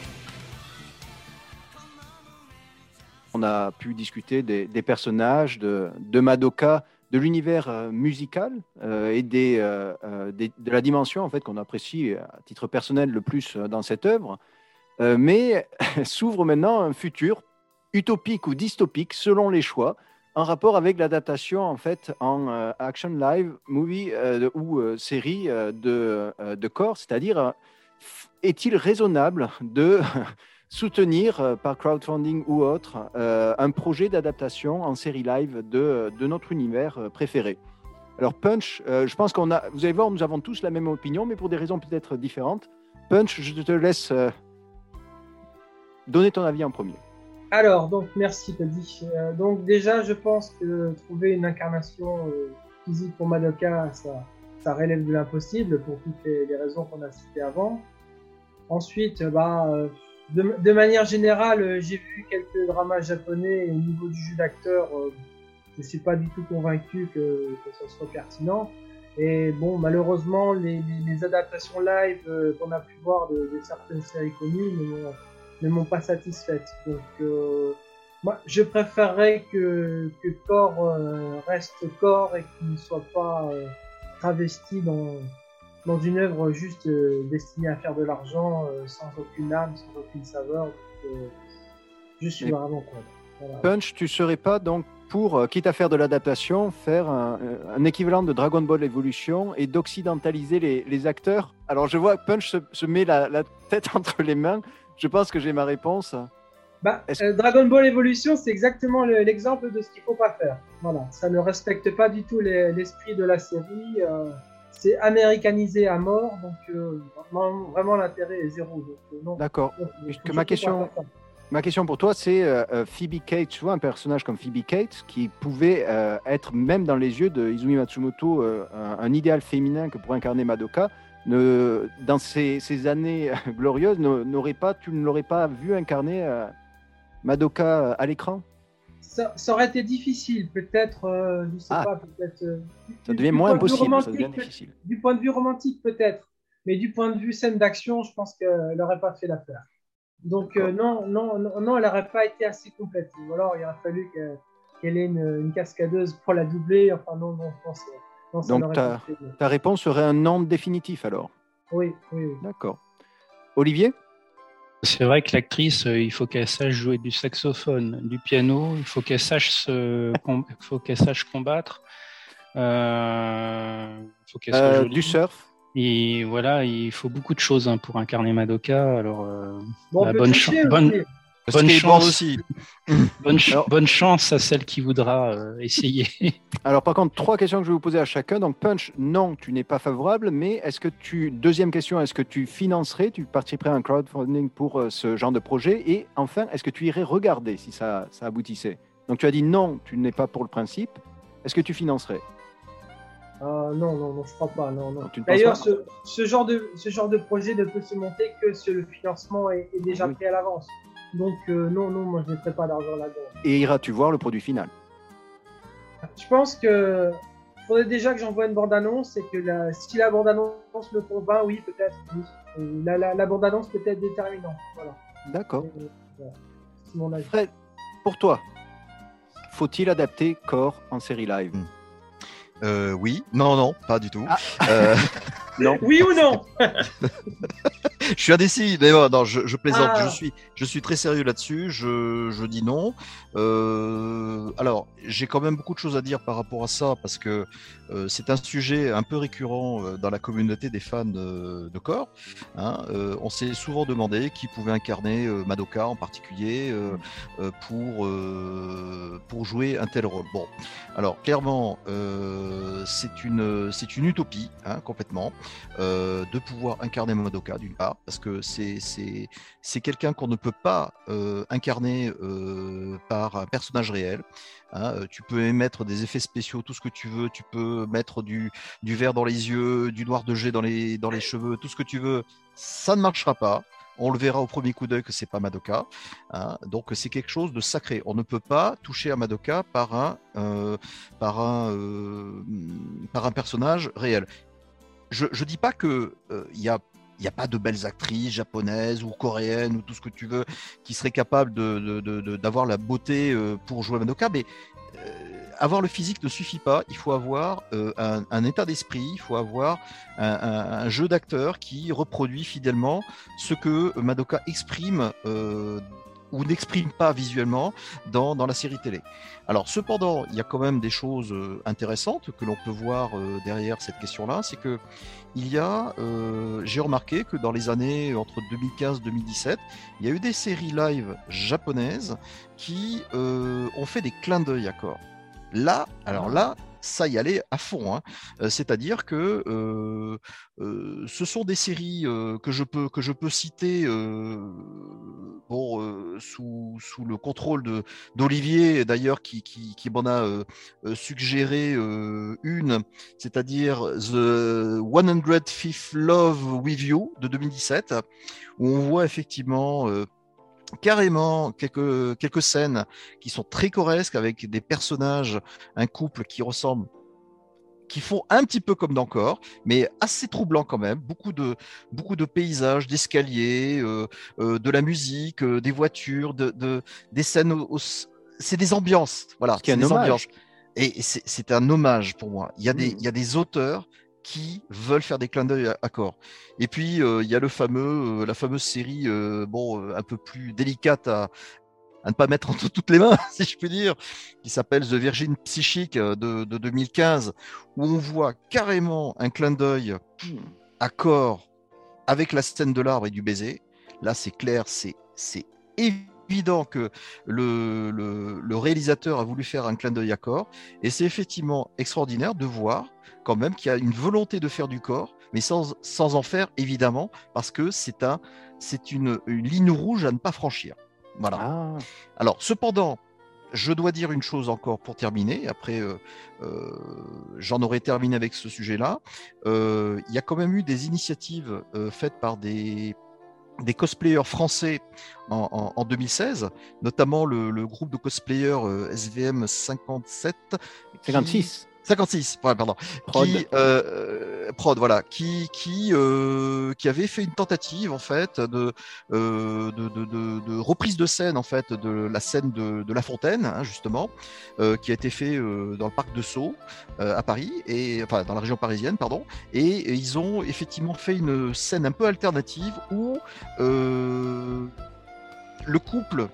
On a pu discuter des personnages, de Madoka, de l'univers musical et de la dimension en fait, qu'on apprécie à titre personnel le plus dans cette œuvre. Mais s'ouvre maintenant un futur utopique ou dystopique selon les choix, en rapport avec l'adaptation en fait en action live movie ou série de corps, c'est-à-dire est-il raisonnable de soutenir par crowdfunding ou autre un projet d'adaptation en série live de notre univers préféré. Alors Punch, je pense vous allez voir, nous avons tous la même opinion, mais pour des raisons peut-être différentes. Punch, je te laisse donner ton avis en premier. Alors, donc, merci, Teddy. Donc, déjà, je pense que trouver une incarnation physique pour Madoka, ça relève de l'impossible pour toutes les raisons qu'on a citées avant. Ensuite, de manière générale, j'ai vu quelques dramas japonais et au niveau du jeu d'acteur, je ne suis pas du tout convaincu que ça soit pertinent. Et bon, malheureusement, les adaptations live qu'on a pu voir de certaines séries connues ne m'ont pas satisfaite. Donc, moi, je préférerais que Core reste Core et qu'il ne soit pas travesti dans une œuvre juste destinée à faire de l'argent, sans aucune âme, sans aucune saveur. Donc, je suis vraiment contre. Voilà. Punch, tu serais pas donc pour, quitte à faire de l'adaptation, faire un équivalent de Dragon Ball Evolution et d'occidentaliser les acteurs? Alors je vois Punch se met la tête entre les mains. Je pense que j'ai ma réponse. Dragon Ball Evolution, c'est exactement l'exemple de ce qu'il ne faut pas faire. Voilà, ça ne respecte pas du tout l'esprit de la série. C'est américanisé à mort, donc vraiment l'intérêt est zéro. Donc, d'accord. Ma question pour toi, c'est Phoebe Cates, tu vois, un personnage comme Phoebe Cates qui pouvait être, même dans les yeux de Izumi Matsumoto, un idéal féminin que pour incarner Madoka. Dans ces années glorieuses, tu ne l'aurais pas vu incarner Madoka à l'écran? Ça aurait été difficile, peut-être, je ne sais pas, peut-être. Ça devient moins impossible, ça devient difficile. Du point de vue romantique, peut-être, mais du point de vue scène d'action, je pense qu'elle n'aurait pas fait l'affaire. Donc, non, elle n'aurait pas été assez complète. Ou alors, il aurait fallu qu'elle ait une cascadeuse pour la doubler. Enfin, non, je pense. Non, donc, ta réponse serait un non définitif, alors? Oui. D'accord. Olivier? C'est vrai que l'actrice, il faut qu'elle sache jouer du saxophone, du piano, il faut qu'elle sache combattre, il faut qu'elle soit jolie. Du surf. Et voilà, il faut beaucoup de choses pour incarner Madoka. Alors, Bonne chance à celle qui voudra essayer. Alors par contre, 3 questions que je vais vous poser à chacun. Donc Punch, non, tu n'es pas favorable, mais deuxième question, est-ce que tu financerais, tu participerais à un crowdfunding pour ce genre de projet? Et enfin, est-ce que tu irais regarder si ça aboutissait? Donc tu as dit non, tu n'es pas pour le principe. Est-ce que tu financerais? Non, je crois pas. Non. D'ailleurs, ce genre de projet ne peut se monter que si le financement est déjà pris à l'avance. Donc non, moi je ne mettrai pas d'argent là-dedans. Et iras-tu voir le produit final? Je pense que faudrait déjà que j'envoie une bande-annonce et que si la bande-annonce me convainc, oui, peut-être. Oui. La bande-annonce peut être déterminante. Voilà. D'accord. Voilà. c'est mon avis. Fred, pour toi, faut-il adapter Core en série live? Oui, non, pas du tout. Ah. Non. Oui ou non? Je suis indécis, mais non, je plaisante. Ah. Je suis très sérieux là-dessus. Je dis non. Alors, j'ai quand même beaucoup de choses à dire par rapport à ça parce que c'est un sujet un peu récurrent dans la communauté des fans de Core. Hein. On s'est souvent demandé qui pouvait incarner Madoka en particulier pour jouer un tel rôle. Bon, alors clairement, c'est une utopie complètement de pouvoir incarner Madoka d'une part parce que c'est quelqu'un qu'on ne peut pas incarner par un personnage réel. Hein, tu peux émettre des effets spéciaux, tout ce que tu veux. Tu peux mettre du vert dans les yeux, du noir de jet dans les cheveux, tout ce que tu veux. Ça ne marchera pas. On le verra au premier coup d'œil que c'est pas Madoka. Hein, donc c'est quelque chose de sacré. On ne peut pas toucher à Madoka par un personnage réel. Je dis pas que il y a pas de belles actrices japonaises ou coréennes ou tout ce que tu veux qui seraient capables d'avoir la beauté pour jouer Madoka, mais avoir le physique ne suffit pas. Il faut avoir un état d'esprit, il faut avoir un jeu d'acteur qui reproduit fidèlement ce que Madoka exprime ou n'exprime pas visuellement dans la série télé. Alors cependant, il y a quand même des choses intéressantes que l'on peut voir derrière cette question-là, c'est que j'ai remarqué que dans les années entre 2015-2017, il y a eu des séries live japonaises qui ont fait des clins d'œil à Core. Là, ça y allait à fond. Hein. C'est-à-dire que ce sont des séries que je peux citer sous le contrôle d'Olivier, d'ailleurs, qui m'en a suggéré une, c'est-à-dire The 105th Love with You de 2017, où on voit effectivement carrément quelques scènes qui sont très chorresques avec des personnages, un couple qui font un petit peu comme dans Core, mais assez troublant quand même. Beaucoup de paysages, d'escaliers, de la musique, des voitures, des scènes. C'est des ambiances, voilà. C'est des hommage. ambiances. Et c'est un hommage pour moi. Il y a des auteurs qui veulent faire des clins d'œil à Core. Et puis il y a la fameuse série un peu plus délicate à ne pas mettre entre toutes les mains, si je puis dire, qui s'appelle The Virgin Psychic de 2015, où on voit carrément un clin d'œil à Core avec la scène de l'arbre et du baiser. Là, c'est clair, c'est évident que le réalisateur a voulu faire un clin d'œil à Core, et c'est effectivement extraordinaire de voir quand même qu'il y a une volonté de faire du Core, mais sans en faire, évidemment, parce que c'est une ligne rouge à ne pas franchir. Voilà. Ah. Alors, cependant, je dois dire une chose encore pour terminer. Après, j'en aurais terminé avec ce sujet-là. Il y a quand même eu des initiatives faites par des cosplayers français en 2016, notamment le groupe de cosplayers SVM 57. 56, pardon. Prod. Prod, voilà, qui avait fait une tentative en fait de reprise de scène en fait de la scène de La Fontaine, hein, justement, qui a été fait dans le parc de Sceaux à Paris, enfin dans la région parisienne, pardon, et ils ont effectivement fait une scène un peu alternative où le couple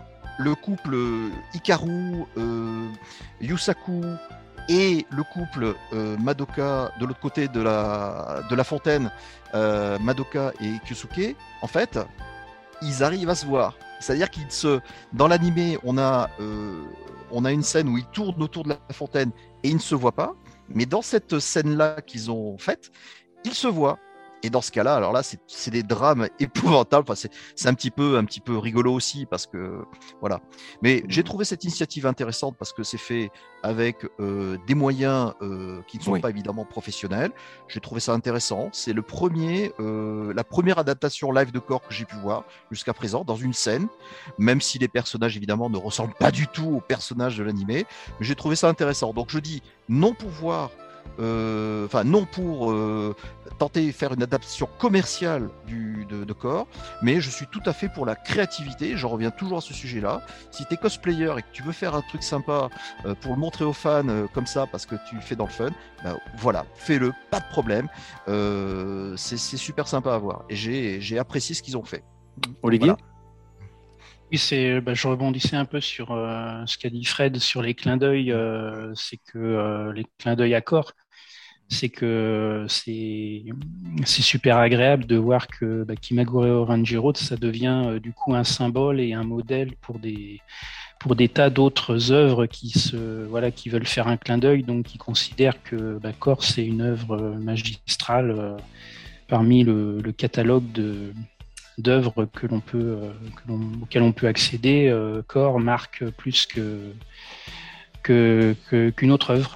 Hikaru, Yusaku et le couple Madoka de l'autre côté de la fontaine, Madoka et Kyusuke, en fait, ils arrivent à se voir. C'est-à-dire dans l'animé, on a une scène où ils tournent autour de la fontaine et ils ne se voient pas. Mais dans cette scène-là qu'ils ont faite, ils se voient. Et dans ce cas-là, alors là, c'est des drames épouvantables. Enfin, c'est un petit peu rigolo aussi parce que voilà. Mais j'ai trouvé cette initiative intéressante parce que c'est fait avec des moyens qui ne sont pas évidemment professionnels. J'ai trouvé ça intéressant. C'est la première adaptation live de Core que j'ai pu voir jusqu'à présent dans une scène, même si les personnages évidemment ne ressemblent pas du tout aux personnages de l'animé. Mais j'ai trouvé ça intéressant. Donc je dis non pour voir non pour tenter de faire une adaptation commerciale de Core, mais je suis tout à fait pour la créativité. J'en reviens toujours à ce sujet-là. Si tu es cosplayer et que tu veux faire un truc sympa pour le montrer aux fans comme ça, parce que tu le fais dans le fun, ben, voilà, fais-le, pas de problème. C'est super sympa à voir. Et j'ai apprécié ce qu'ils ont fait. Olivier ? Voilà. Oui, je rebondissais un peu sur ce qu'a dit Fred sur les clins d'œil. C'est que les clins d'œil à Core, c'est que c'est super agréable de voir que Kimagure Orange Road, ça devient du coup un symbole et un modèle pour des tas d'autres œuvres qui veulent faire un clin d'œil, donc qui considèrent que Core, c'est une œuvre magistrale parmi le catalogue d'œuvres auxquelles on peut accéder. Core marque plus qu'une autre œuvre.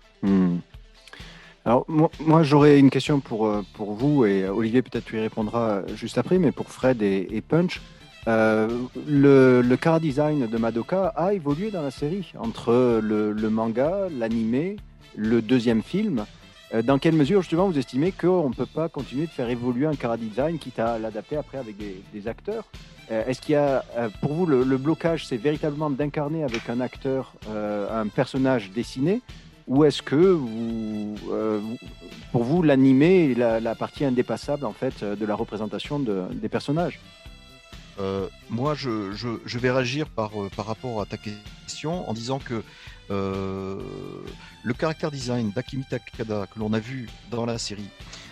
Alors moi j'aurais une question pour vous, et Olivier peut-être tu y répondras juste après, mais pour Fred et Punch, le chara design de Madoka a évolué dans la série entre le manga, l'animé, le deuxième film. Dans quelle mesure justement vous estimez qu'on ne peut pas continuer de faire évoluer un chara design quitte à l'adapter après avec des acteurs? Est-ce qu'il y a, pour vous, le blocage, c'est véritablement d'incarner avec un acteur un personnage dessiné, ou est-ce que pour vous, l'animé est la partie indépassable en fait de la représentation des personnages? Moi, je vais réagir par rapport à ta question en disant que le caractère design d'Akimi Takada que l'on a vu dans la série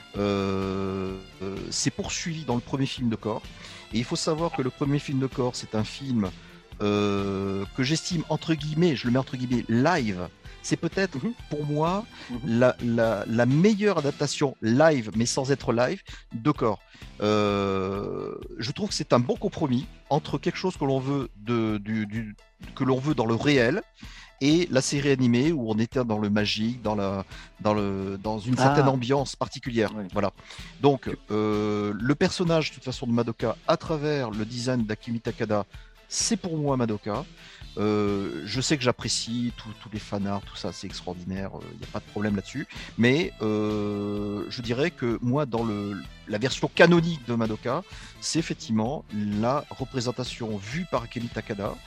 s'est poursuivi dans le premier film de Core. Et il faut savoir que le premier film de Core, c'est un film que j'estime entre guillemets, je le mets entre guillemets, live. C'est peut-être pour moi la meilleure adaptation live, mais sans être live, de Core. Je trouve que c'est un bon compromis entre quelque chose que l'on veut que l'on veut dans le réel et la série animée où on était dans le magique, dans une certaine ambiance particulière. Oui. Voilà. Donc le personnage de toute façon de Madoka à travers le design d'Akimi Takada, c'est pour moi Madoka. Je sais que j'apprécie tous les fanarts, tout ça, c'est extraordinaire, il n'y a pas de problème là-dessus. Mais je dirais que moi, dans la version canonique de Madoka, c'est effectivement la représentation vue par Akemi Takada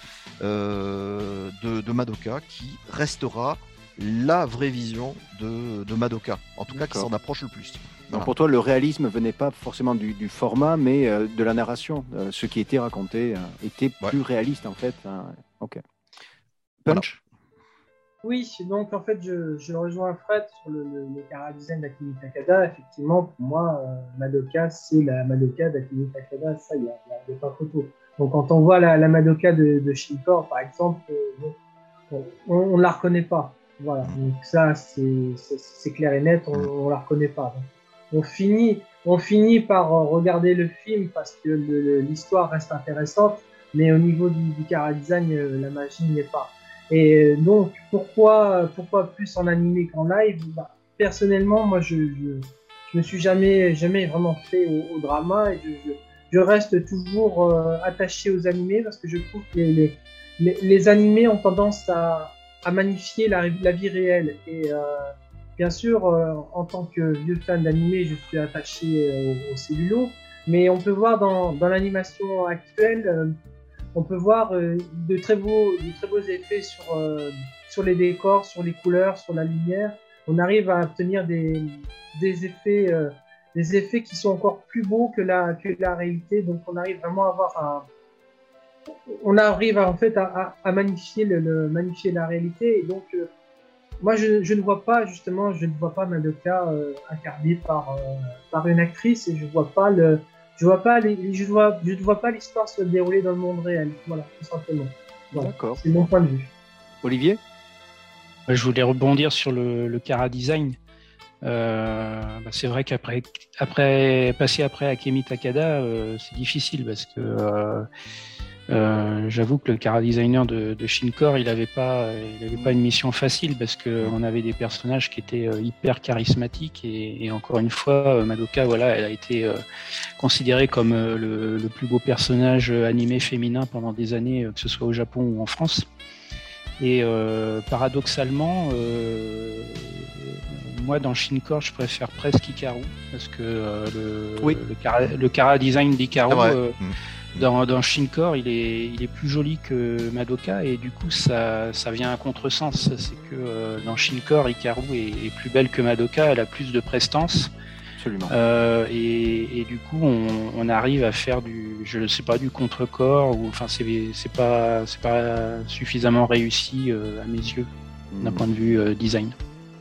de Madoka qui restera la vraie vision de Madoka. En tout cas, qui s'en approche le plus. Voilà. Donc pour toi, le réalisme venait pas forcément du format, mais de la narration. Ce qui était raconté était plus réaliste en fait. Ok. Punch. Oui, donc en fait, je rejoins Fred sur le chara design d'Akimi Takada. Effectivement, pour moi, Madoka, c'est la Madoka d'Akimi Takada. Ça, il n'y a pas photo. Donc quand on voit la Madoka de Shin-Core, par exemple, on ne la reconnaît pas. Voilà. Donc ça, c'est clair et net, on ne la reconnaît pas. Donc, on finit par regarder le film parce que l'histoire reste intéressante, mais au niveau du chara design, la magie n'y est pas. Et donc, pourquoi plus en animé qu'en live? Personnellement, moi, je me suis jamais vraiment fait au drama, et je reste toujours attaché aux animés parce que je trouve que les animés ont tendance à magnifier la vie réelle. Et bien sûr, en tant que vieux fan d'animé, je suis attaché au cellulo, mais on peut voir dans l'animation actuelle, on peut voir de très beaux effets sur les décors, sur les couleurs, sur la lumière. On arrive à obtenir des effets qui sont encore plus beaux que la réalité. Donc on arrive vraiment à avoir à magnifier la réalité. Et donc moi je ne vois pas Madoka incarnée par une actrice, et je ne vois pas l'histoire se dérouler dans le monde réel. Voilà, tout simplement. Voilà. D'accord. C'est mon point de vue. Olivier ? Je voulais rebondir sur le chara design. C'est vrai qu'après passer après Akemi Takada, c'est difficile parce que j'avoue que le chara designer de Shin-Core, il avait pas une mission facile parce que on avait des personnages qui étaient hyper charismatiques, et encore une fois, Madoka, voilà, elle a été considérée comme le plus beau personnage animé féminin pendant des années, que ce soit au Japon ou en France. Et paradoxalement, moi, dans Shincore, je préfère presque Hikaru, parce que Oui. le chara design d'Hikaru, C'est vrai. dans Shincore, il est plus joli que Madoka, et du coup, ça vient à contresens. C'est que dans Shincore, Hikaru est plus belle que Madoka, elle a plus de prestance. Absolument. Et du coup, on arrive à faire du contre-corps, ou enfin, c'est pas suffisamment réussi à mes yeux d'un point de vue design.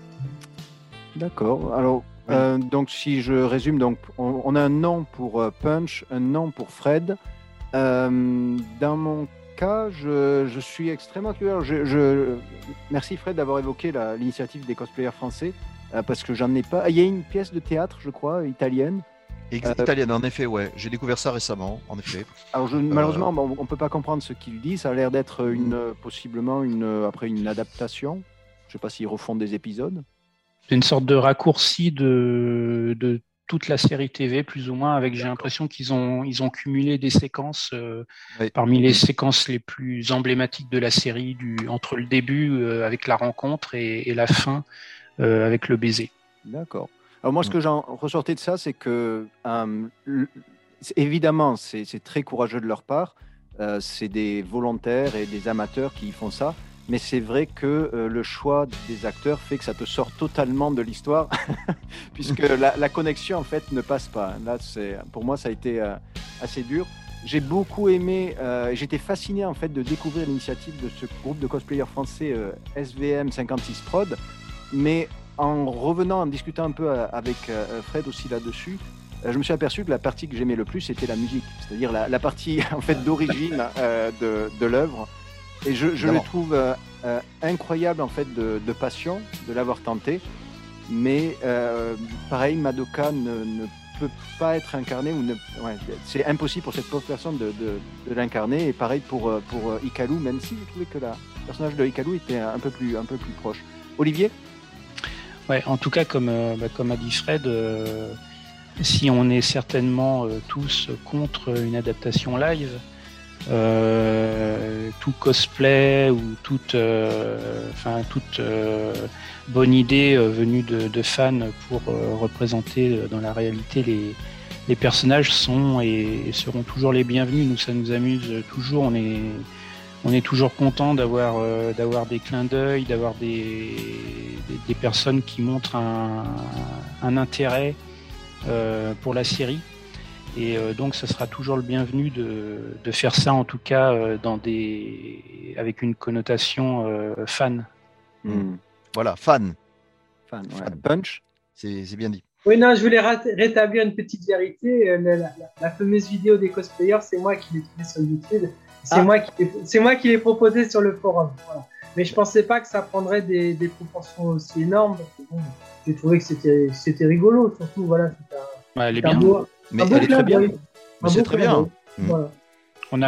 D'accord. Alors, donc si je résume, donc on a un nom pour Punch, un nom pour Fred. Dans mon cas, je suis extrêmement curieux. Merci Fred d'avoir évoqué l'initiative des cosplayers français, parce que j'en ai pas. Il y a une pièce de théâtre, je crois, italienne. Italienne, en effet, ouais. J'ai découvert ça récemment, en effet. Alors malheureusement, on peut pas comprendre ce qu'il dit. Ça a l'air d'être possiblement après une adaptation. Je sais pas s'ils refont des épisodes. C'est une sorte de raccourci de toute la série TV, plus ou moins, avec, j'ai l'impression qu'ils ont cumulé des séquences Oui. parmi les séquences les plus emblématiques de la série, entre le début avec la rencontre et la fin avec le baiser. D'accord. Alors moi, ce que j'en ressortais de ça, c'est que évidemment, c'est très courageux de leur part. C'est des volontaires et des amateurs qui font ça. Mais c'est vrai que le choix des acteurs fait que ça te sort totalement de l'histoire, puisque la connexion en fait ne passe pas. Là, pour moi, ça a été assez dur. J'ai beaucoup aimé, j'étais fasciné en fait de découvrir l'initiative de ce groupe de cosplayers français SVM 56 Prod, mais en revenant, en discutant un peu avec Fred aussi là-dessus, je me suis aperçu que la partie que j'aimais le plus, c'était la musique, c'est-à-dire la partie en fait d'origine de l'œuvre. Et je le trouve incroyable en fait de passion de l'avoir tenté, mais pareil, Madoka ne peut pas être incarné c'est impossible pour cette pauvre personne de l'incarner, et pareil pour Hikaru, même si je trouvais que le personnage de Hikaru était un peu plus proche. Olivier? Ouais, en tout cas, comme a dit Fred, si on est certainement tous contre une adaptation live, tout cosplay ou toute bonne idée venue de fans pour représenter dans la réalité les personnages sont et seront toujours les bienvenus. Nous, ça nous amuse toujours. On est toujours content d'avoir des clins d'œil, d'avoir des personnes qui montrent un intérêt pour la série. Et donc, ce sera toujours le bienvenu de faire ça, en tout cas, avec une connotation fan. Voilà, fan. Fan, ouais. Punch. C'est bien dit. Oui, non, je voulais rétablir une petite vérité. La fameuse vidéo des cosplayers, c'est moi qui l'ai trouvée sur YouTube. C'est moi qui l'ai proposé sur le forum. Voilà. Mais je pensais pas que ça prendrait des proportions aussi énormes. Bon, j'ai trouvé que c'était rigolo, surtout. Voilà, elle est bien. Mais elle est très bien. Mais c'est très bien. Voilà. On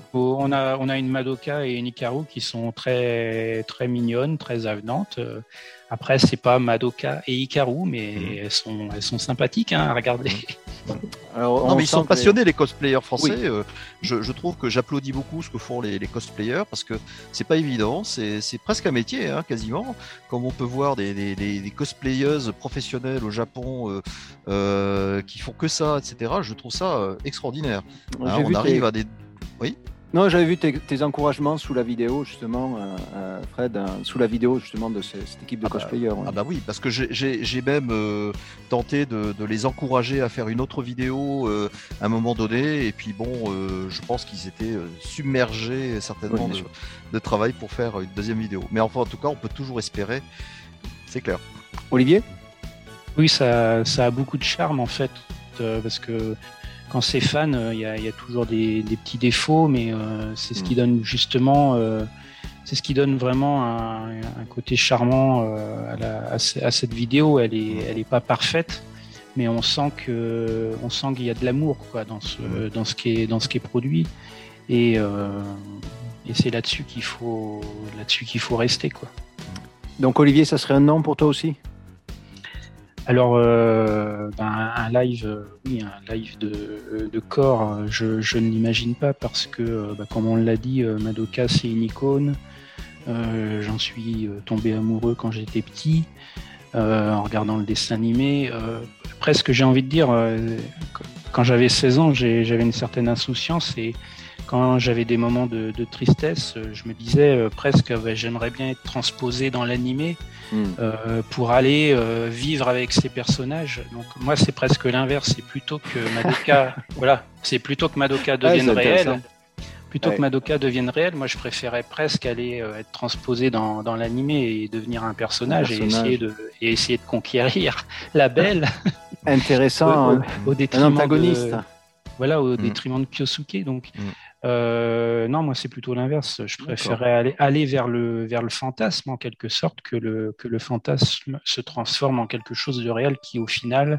a une Madoka et une Hikaru qui sont très, très mignonnes, très avenantes. Après, c'est pas Madoka et Hikaru, mais elles sont sympathiques à regarder. Alors, non, mais ils sont passionnés, les cosplayers français. Oui. Je trouve que j'applaudis beaucoup ce que font les cosplayers, parce que c'est pas évident, c'est presque un métier, hein, quasiment. Comme on peut voir des cosplayeuses professionnelles au Japon qui font que ça, etc. Je trouve ça extraordinaire. Hein, on arrive à des... Oui. Non, j'avais vu tes encouragements sous la vidéo, justement, Fred, sous la vidéo, justement, de cette équipe de cosplayers. Ouais. Ah bah oui, parce que j'ai même tenté de les encourager à faire une autre vidéo à un moment donné, et puis bon, je pense qu'ils étaient submergés certainement de travail pour faire une deuxième vidéo. Mais enfin, en tout cas, on peut toujours espérer, c'est clair. Olivier ? Oui, ça a beaucoup de charme, en fait, parce que quand c'est fan, il y a toujours des petits défauts, mais c'est ce qui donne justement, c'est ce qui donne vraiment un côté charmant à cette vidéo. Elle est pas parfaite, mais on sent qu'il y a de l'amour dans ce qui est produit, et c'est là-dessus qu'il faut rester, quoi. Donc Olivier, ça serait un nom pour toi aussi ? Alors, un live de corps, je ne l'imagine pas, parce que, comme on l'a dit, Madoka, c'est une icône. J'en suis tombé amoureux quand j'étais petit. en regardant le dessin animé. Presque, j'ai envie de dire, quand j'avais 16 ans, j'avais une certaine insouciance et quand j'avais des moments de tristesse, je me disais presque j'aimerais bien être transposé dans l'animé pour aller vivre avec ces personnages. Donc moi c'est presque l'inverse, c'est plutôt que Madoka devienne réelle. Plutôt que Madoka devienne réelle, moi je préférais presque aller être transposé dans l'animé et devenir un personnage. Et essayer de conquérir la belle. Intéressant, au détriment un antagoniste. Au détriment de Kyosuke. Donc, non, moi c'est plutôt l'inverse. Je préférais aller vers le fantasme en quelque sorte que le fantasme se transforme en quelque chose de réel qui au final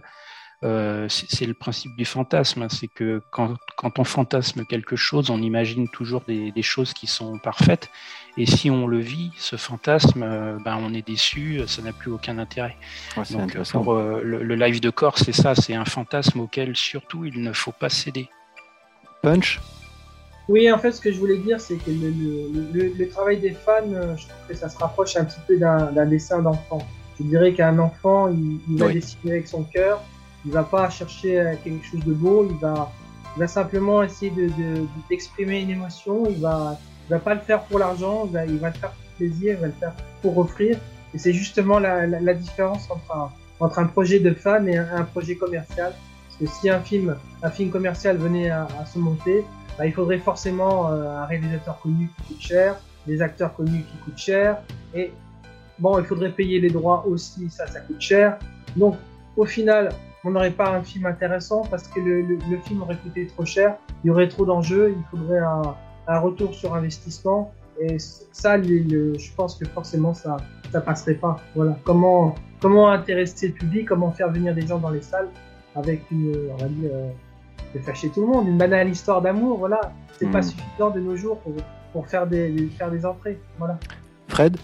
c'est le principe du fantasme, c'est que quand on fantasme quelque chose, on imagine toujours des choses qui sont parfaites, et si on le vit, ce fantasme, on est déçu, ça n'a plus aucun intérêt. Donc pour le live de corps, c'est ça, c'est un fantasme auquel surtout il ne faut pas céder. Punch. Oui, en fait, ce que je voulais dire, c'est que le travail des fans, je trouve que ça se rapproche un petit peu d'un dessin d'enfant. Je dirais qu'un enfant, il va dessiner avec son cœur. Il va pas chercher quelque chose de beau, il va simplement essayer d'exprimer une émotion, il va pas le faire pour l'argent, il va le faire pour plaisir, il va le faire pour offrir. Et c'est justement la différence entre un projet de fan et un projet commercial. Parce que si un film commercial venait à se monter, il faudrait forcément un réalisateur connu qui coûte cher, des acteurs connus qui coûtent cher, et bon, il faudrait payer les droits aussi, ça coûte cher. Donc, au final, on n'aurait pas un film intéressant parce que le film aurait coûté trop cher, il y aurait trop d'enjeux, il faudrait un retour sur investissement, et ça, je pense que forcément ça passerait pas. Voilà. Comment intéresser le public, comment faire venir des gens dans les salles avec on va dire, de fâcher tout le monde, une banale histoire d'amour, voilà. C'est pas suffisant de nos jours pour faire des entrées, voilà. Fred?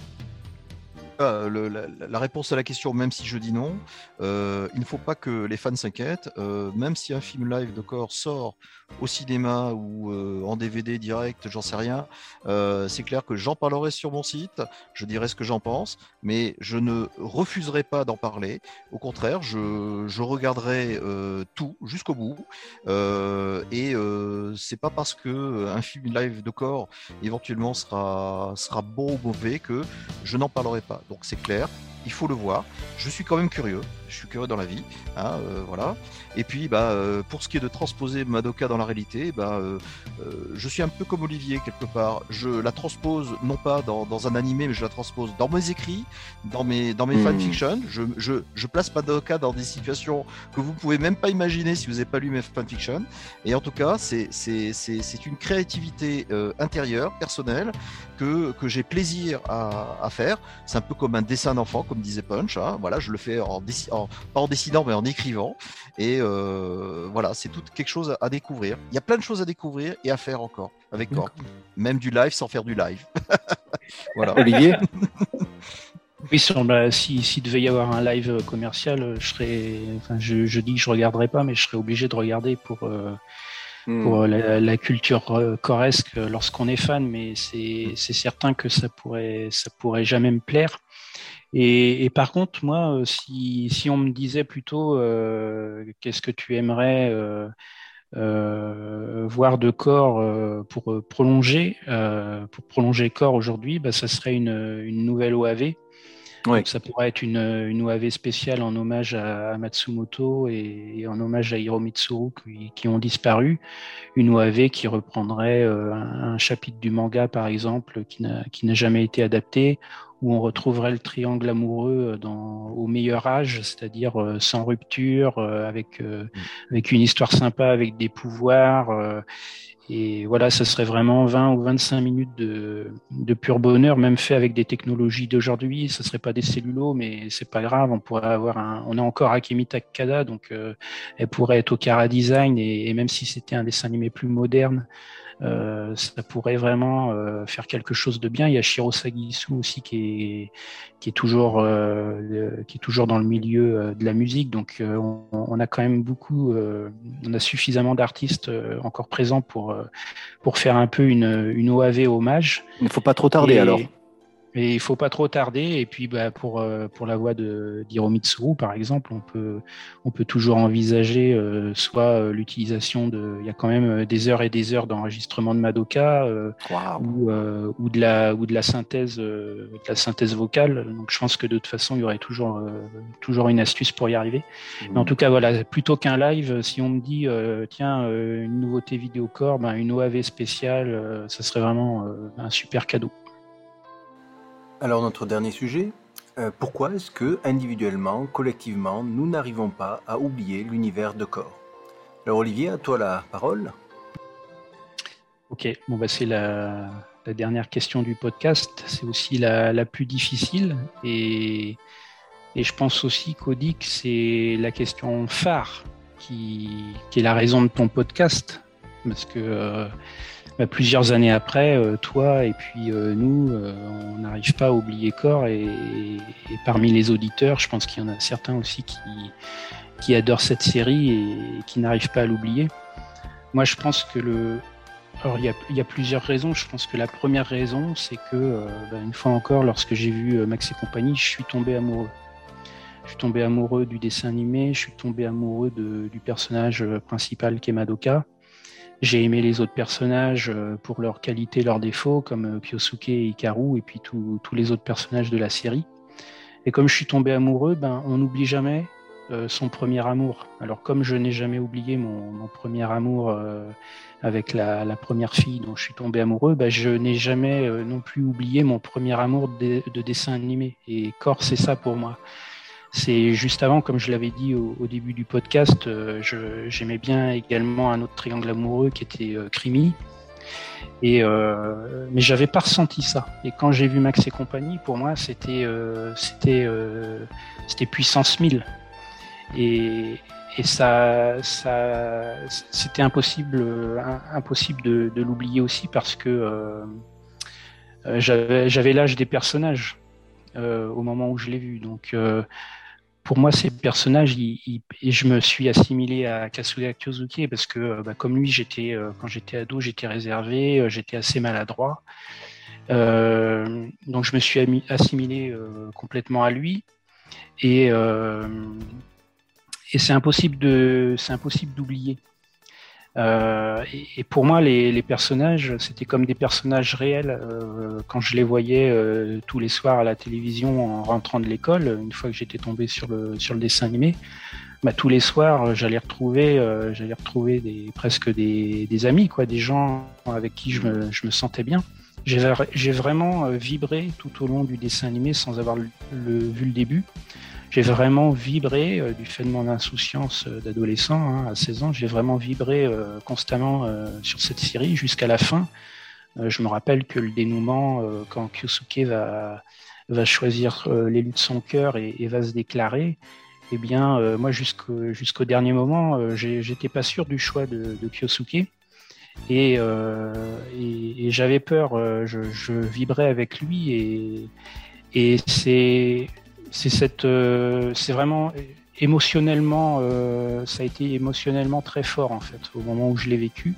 La réponse à la question, même si je dis non, il ne faut pas que les fans s'inquiètent. Même si un film live de corps sort au cinéma ou en DVD direct, j'en sais rien, c'est clair que j'en parlerai sur mon site, je dirai ce que j'en pense, mais je ne refuserai pas d'en parler. Au contraire, je regarderai tout jusqu'au bout. Et c'est pas parce que un film live de corps éventuellement sera bon ou mauvais que je n'en parlerai pas. Donc c'est clair, il faut le voir. Je suis quand même curieux, je suis curieux dans la vie, voilà. Et puis pour ce qui est de transposer Madoka dans la réalité, je suis un peu comme Olivier quelque part. Je la transpose non pas dans un animé, mais je la transpose dans mes écrits, dans mes fanfictions. Je place Madoka dans des situations que vous pouvez même pas imaginer si vous n'avez pas lu mes fanfictions. Et en tout cas, c'est une créativité intérieure, personnelle, que j'ai plaisir à faire. C'est un peu comme un dessin d'enfant, comme disait Punch. Voilà, je le fais pas en dessinant, mais en écrivant. Et voilà, c'est tout quelque chose à découvrir. Il y a plein de choses à découvrir et à faire encore avec Cork. Même du live sans faire du live. Voilà. Olivier? Oui, s'il devait y avoir un live commercial, je dis que je regarderais pas, mais je serais obligé de regarder pour la culture coresque lorsqu'on est fan, mais c'est certain que ça pourrait jamais me plaire. Et par contre, moi, si on me disait plutôt qu'est-ce que tu aimerais voir de corps pour prolonger corps aujourd'hui, ça serait une nouvelle OAV. Oui. Donc, ça pourrait être une OAV spéciale en hommage à Matsumoto et en hommage à Hiro Mitsuru qui ont disparu. Une OAV qui reprendrait un chapitre du manga, par exemple, qui n'a jamais été adapté, où on retrouverait le triangle amoureux au meilleur âge, c'est-à-dire sans rupture, avec une histoire sympa, avec des pouvoirs. Et voilà, ça serait vraiment 20 ou 25 minutes de pur bonheur, même fait avec des technologies d'aujourd'hui. Ça serait pas des cellulos, mais c'est pas grave. On a encore Akemi Takada, donc elle pourrait être au Kara Design, et même si c'était un dessin animé plus moderne, ça pourrait vraiment faire quelque chose de bien. Il y a Shiro Sagisu aussi qui est toujours dans le milieu de la musique, donc on a quand même on a suffisamment d'artistes encore présents pour faire un peu une OAV hommage. Il ne faut pas trop tarder alors. Et il faut pas trop tarder. Et puis, pour la voix d'Hiromitsuru, par exemple, on peut toujours envisager soit l'utilisation il y a quand même des heures et des heures d'enregistrement de Madoka ou de la synthèse vocale. Donc, je pense que de toute façon, il y aurait toujours une astuce pour y arriver. Mais en tout cas, voilà, plutôt qu'un live, si on me dit tiens, une nouveauté vidéocore, une OAV spéciale, ça serait vraiment un super cadeau. Alors notre dernier sujet, pourquoi est-ce que, individuellement, collectivement, nous n'arrivons pas à oublier l'univers de Core? Alors Olivier, à toi la parole. Ok, c'est la dernière question du podcast, c'est aussi la plus difficile et je pense aussi qu'Audi, c'est la question phare qui est la raison de ton podcast, parce que plusieurs années après, toi et puis nous, on n'arrive pas à oublier Core et parmi les auditeurs, je pense qu'il y en a certains aussi qui adorent cette série et qui n'arrivent pas à l'oublier. Moi, je pense que il y a plusieurs raisons. Je pense que la première raison, c'est que, une fois encore, lorsque j'ai vu Max et compagnie, je suis tombé amoureux. Je suis tombé amoureux du dessin animé, je suis tombé amoureux du personnage principal qui est Madoka. J'ai aimé les autres personnages pour leurs qualités, leurs défauts, comme Kyosuke et Hikaru, et puis tous les autres personnages de la série. Et comme je suis tombé amoureux, on n'oublie jamais son premier amour. Alors comme je n'ai jamais oublié mon premier amour avec la première fille dont je suis tombé amoureux, je n'ai jamais non plus oublié mon premier amour de dessin animé. Et Core, c'est ça pour moi. C'est juste avant, comme je l'avais dit au début du podcast, j'aimais bien également un autre triangle amoureux qui était Crimi. Mais j'avais pas ressenti ça. Et quand j'ai vu Max et compagnie, pour moi, c'était puissance 1000. Et ça c'était impossible de l'oublier aussi parce que j'avais l'âge des personnages au moment où je l'ai vu. Donc pour moi, ces personnages, et je me suis assimilé à Kasuga Kyosuke parce que, comme lui, quand j'étais ado, j'étais réservé, j'étais assez maladroit. Donc, je me suis assimilé complètement à lui. Et c'est impossible d'oublier. Et pour moi, les personnages, c'était comme des personnages réels. Quand je les voyais tous les soirs à la télévision en rentrant de l'école, une fois que j'étais tombé sur le dessin animé, tous les soirs, j'allais retrouver presque des amis, quoi, des gens avec qui je me sentais bien. J'ai vraiment vibré tout au long du dessin animé sans avoir vu le début. J'ai vraiment vibré du fait de mon insouciance d'adolescent, à 16 ans, j'ai vraiment vibré constamment sur cette série jusqu'à la fin. Je me rappelle que le dénouement, quand Kyosuke va choisir l'élu de son cœur et va se déclarer, eh bien, moi jusqu'au dernier moment, j'étais pas sûr du choix de Kyosuke. Et j'avais peur, je vibrais avec lui et c'est vraiment émotionnellement, ça a été émotionnellement très fort en fait au moment où je l'ai vécu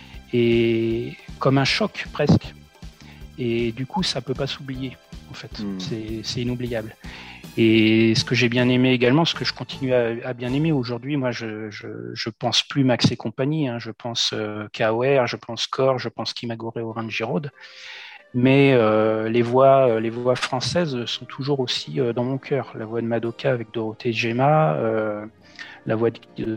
et comme un choc presque. Et du coup, ça peut pas s'oublier en fait. C'est inoubliable. Et ce que j'ai bien aimé également, ce que je continue à bien aimer aujourd'hui, moi, je pense plus Max et compagnie. Je pense KOR, je pense Core, je pense Kimagure Orange Road. Mais les voix françaises sont toujours aussi dans mon cœur. La voix de Madoka avec Dorothée Gemma, la voix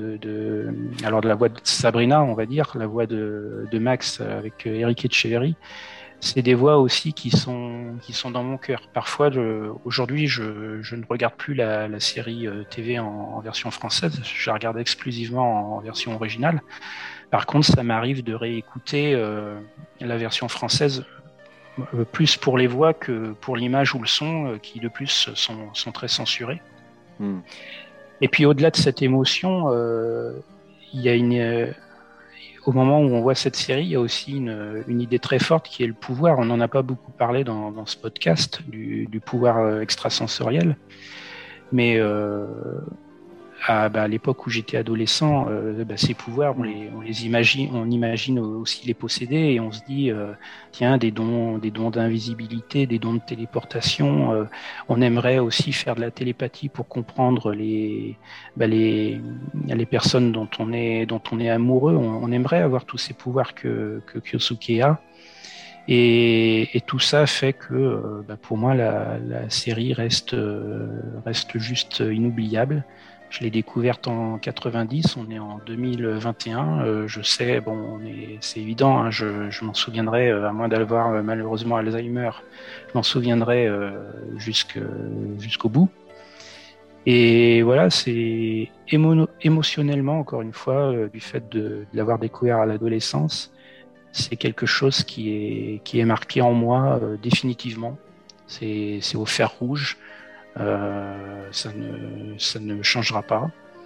de Sabrina, on va dire, la voix de Max avec Eric Etcheverry. C'est des voix aussi qui sont dans mon cœur. Parfois, aujourd'hui, je ne regarde plus la série TV en version française. Je la regarde exclusivement en version originale. Par contre, ça m'arrive de réécouter la version française plus pour les voix que pour l'image ou le son qui de plus sont très censurés. Et puis au-delà de cette émotion, il y a au moment où on voit cette série, il y a aussi une idée très forte qui est le pouvoir. On n'en a pas beaucoup parlé dans ce podcast du pouvoir extrasensoriel, mais à l'époque où j'étais adolescent, ces pouvoirs, on imagine aussi les posséder et on se dit, tiens, des dons d'invisibilité, des dons de téléportation. On aimerait aussi faire de la télépathie pour comprendre les personnes dont on est amoureux. On aimerait avoir tous ces pouvoirs que Kyosuke a. Et tout ça fait que pour moi la série reste juste inoubliable. Je l'ai découverte en 90, on est en 2021. Je sais, c'est évident, hein, je m'en souviendrai, à moins d'avoir malheureusement Alzheimer, je m'en souviendrai jusqu'au bout. Et voilà, c'est émotionnellement, encore une fois, du fait de l'avoir découvert à l'adolescence, c'est quelque chose qui est marqué en moi définitivement. C'est au fer rouge. Ça ne changera pas.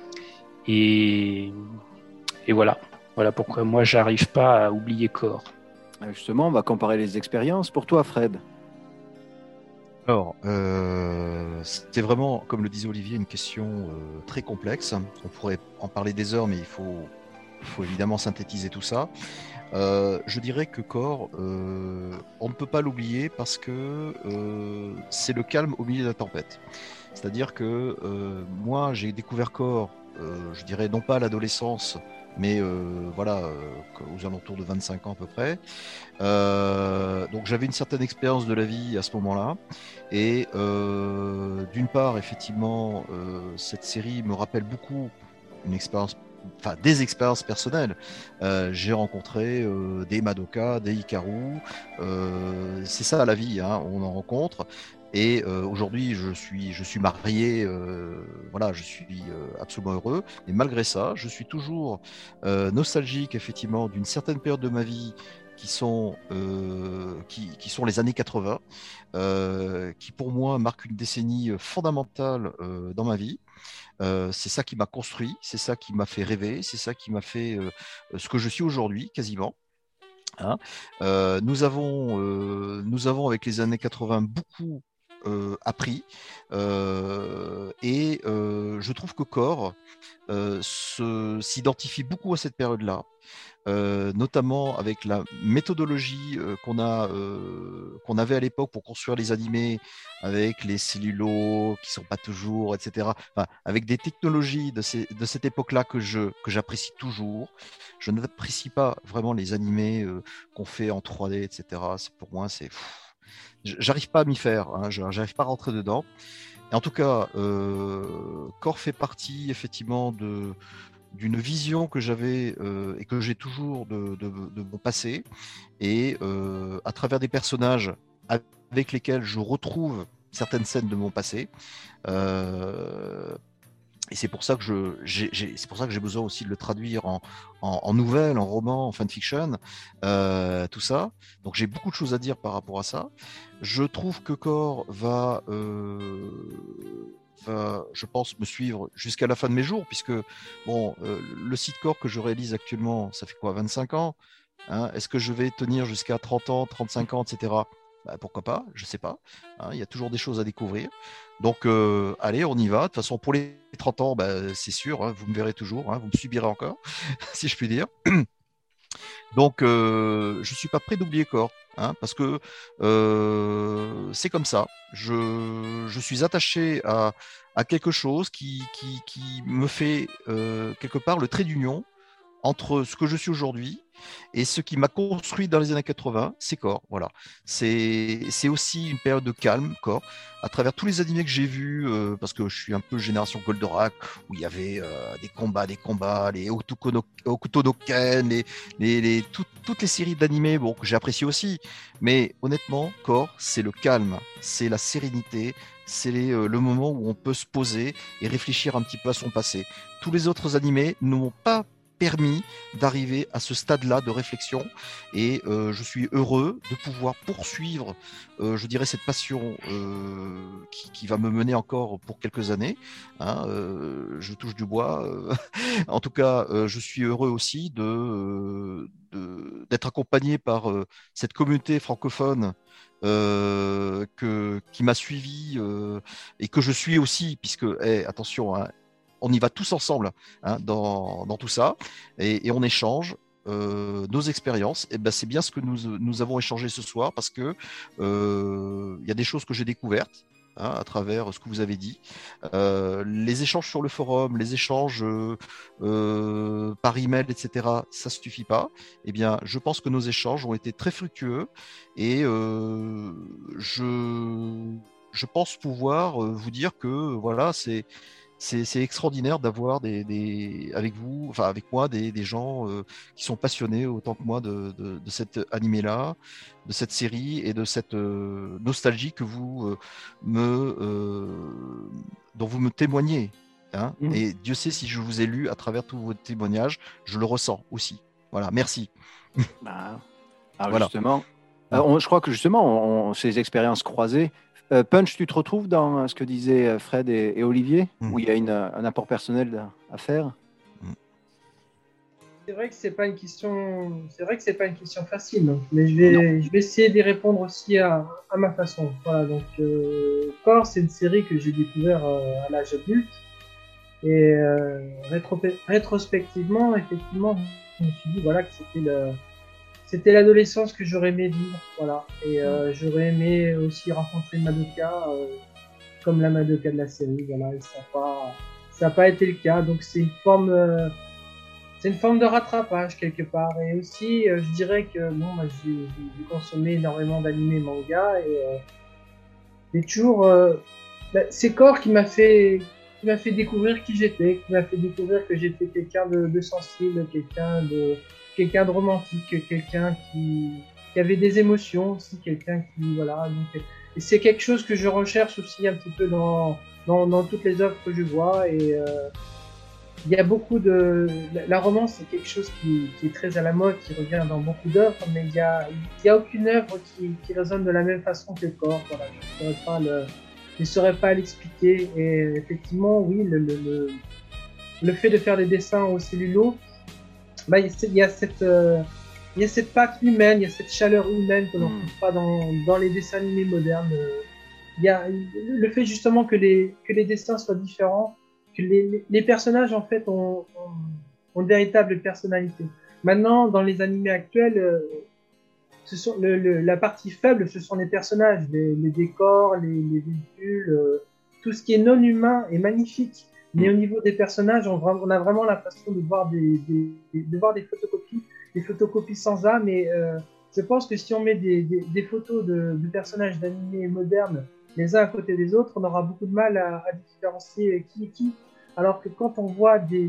Et voilà. Voilà pourquoi moi, j'arrive pas à oublier Core. Justement, on va comparer les expériences. Pour toi, Fred? Alors, c'était vraiment, comme le disait Olivier, une question très complexe. On pourrait en parler des heures, mais il faut évidemment synthétiser tout ça. Je dirais que Core, on ne peut pas l'oublier parce que c'est le calme au milieu de la tempête. C'est-à-dire que moi, j'ai découvert Core, je dirais non pas à l'adolescence, mais aux alentours de 25 ans à peu près. Donc j'avais une certaine expérience de la vie à ce moment-là. Et d'une part, effectivement, cette série me rappelle beaucoup des expériences personnelles. J'ai rencontré des Madoka, des Hikaru. C'est ça la vie, hein, on en rencontre. Et aujourd'hui, je suis marié, je suis absolument heureux. Et malgré ça, je suis toujours nostalgique, effectivement, d'une certaine période de ma vie qui sont les années 80, qui pour moi marquent une décennie fondamentale dans ma vie. C'est ça qui m'a construit, c'est ça qui m'a fait rêver, c'est ça qui m'a fait ce que je suis aujourd'hui, quasiment. Hein. Nous avons avec les années 80 beaucoup appris et je trouve que Core s'identifie beaucoup à cette période-là. Notamment avec la méthodologie qu'on avait à l'époque pour construire les animés, avec les cellulos qui sont pas toujours, etc. Enfin, avec des technologies de cette époque-là que j'apprécie toujours. Je n'apprécie pas vraiment les animés qu'on fait en 3D, etc. Pour moi, j'arrive pas à m'y faire, hein, j'arrive pas à rentrer dedans. Et en tout cas, Core fait partie effectivement d'une vision que j'avais et que j'ai toujours de mon passé, et à travers des personnages avec lesquels je retrouve certaines scènes de mon passé. Et c'est pour ça que j'ai besoin aussi de le traduire en nouvelle, en roman, en fanfiction, tout ça. Donc j'ai beaucoup de choses à dire par rapport à ça. Je trouve que Core va, je pense, me suivre jusqu'à la fin de mes jours, puisque le site Core que je réalise actuellement, ça fait quoi, 25 ans, hein. Est-ce que je vais tenir jusqu'à 30 ans, 35 ans, etc. Pourquoi pas, je sais pas, hein, il y a toujours des choses à découvrir. Donc allez, on y va. De toute façon, pour les 30 ans, c'est sûr, hein, vous me verrez toujours, hein, vous me subirez encore, si je puis dire. Donc je suis pas prêt d'oublier Core, hein, parce que c'est comme ça. Je suis attaché à quelque chose qui me fait quelque part le trait d'union entre ce que je suis aujourd'hui et ce qui m'a construit dans les années 80, c'est Core. Voilà. C'est aussi une période de calme, Core, à travers tous les animés que j'ai vus, parce que je suis un peu génération Goldorak, où il y avait des combats, les Hokuto no Ken, toutes les séries d'animés que j'ai appréciées aussi. Mais honnêtement, Core, c'est le calme, c'est la sérénité, c'est le moment où on peut se poser et réfléchir un petit peu à son passé. Tous les autres animés ne m'ont pas permis d'arriver à ce stade-là de réflexion, et je suis heureux de pouvoir poursuivre, je dirais, cette passion qui va me mener encore pour quelques années, hein, je touche du bois. En tout cas, je suis heureux aussi d'être accompagné par cette communauté francophone qui m'a suivi et que je suis aussi, puisque attention, hein, on y va tous ensemble hein, dans tout ça et on échange. Nos expériences, et ben c'est bien ce que nous avons échangé ce soir parce que y a des choses que j'ai découvertes hein, à travers ce que vous avez dit. Les échanges sur le forum, les échanges par email, etc., ça suffit pas. Eh bien, je pense que nos échanges ont été très fructueux et je pense pouvoir vous dire que voilà, c'est extraordinaire d'avoir avec vous, enfin avec moi, des gens qui sont passionnés autant que moi de cet animé-là, de cette série et de cette nostalgie que dont vous me témoignez. Hein. Et Dieu sait si je vous ai lu à travers tous vos témoignages, je le ressens aussi. Voilà, merci. Voilà. Justement, je crois que justement, ces expériences croisées. Punch, tu te retrouves dans ce que disaient Fred et Olivier, où il y a un apport personnel à faire? C'est vrai que c'est pas une question. C'est vrai que c'est pas une question facile, donc, mais je vais essayer d'y répondre aussi à ma façon. Voilà, donc Core, c'est une série que j'ai découvert à l'âge adulte et rétrospectivement, effectivement, je me suis dit voilà que c'était l'adolescence que j'aurais aimé vivre, voilà. Et j'aurais aimé aussi rencontrer Madoka, comme la Madoka de la série, voilà. Et ça a pas été le cas, donc c'est une forme de rattrapage quelque part. Et aussi, je dirais que bon, moi, j'ai consommé énormément d'animés et mangas et toujours, c'est Core qui m'a fait découvrir qui j'étais, qui m'a fait découvrir que j'étais quelqu'un de sensible, quelqu'un de romantique, quelqu'un qui avait des émotions aussi, quelqu'un qui voilà. Donc, et c'est quelque chose que je recherche aussi un petit peu dans toutes les œuvres que je vois. Et il y a beaucoup la romance, c'est quelque chose qui est très à la mode, qui revient dans beaucoup d'œuvres, mais il y a aucune œuvre qui résonne de la même façon que le corps. Voilà, je ne saurais pas l'expliquer. Et effectivement, oui, le fait de faire des dessins au cellulo, bah, il y a cette patte humaine, il y a cette chaleur humaine que l'on ne trouve pas dans les dessins animés modernes. Il y a le fait justement que les dessins soient différents, que les personnages en fait ont une véritable personnalité. Maintenant, dans les animés actuels, la partie faible, ce sont les personnages, les décors, les véhicules, tout ce qui est non humain est magnifique. Mais au niveau des personnages, on a vraiment l'impression de voir des photocopies sans âme. Et je pense que si on met des photos de personnages d'animés modernes les uns à côté des autres, on aura beaucoup de mal à différencier qui est qui. Alors que quand on voit des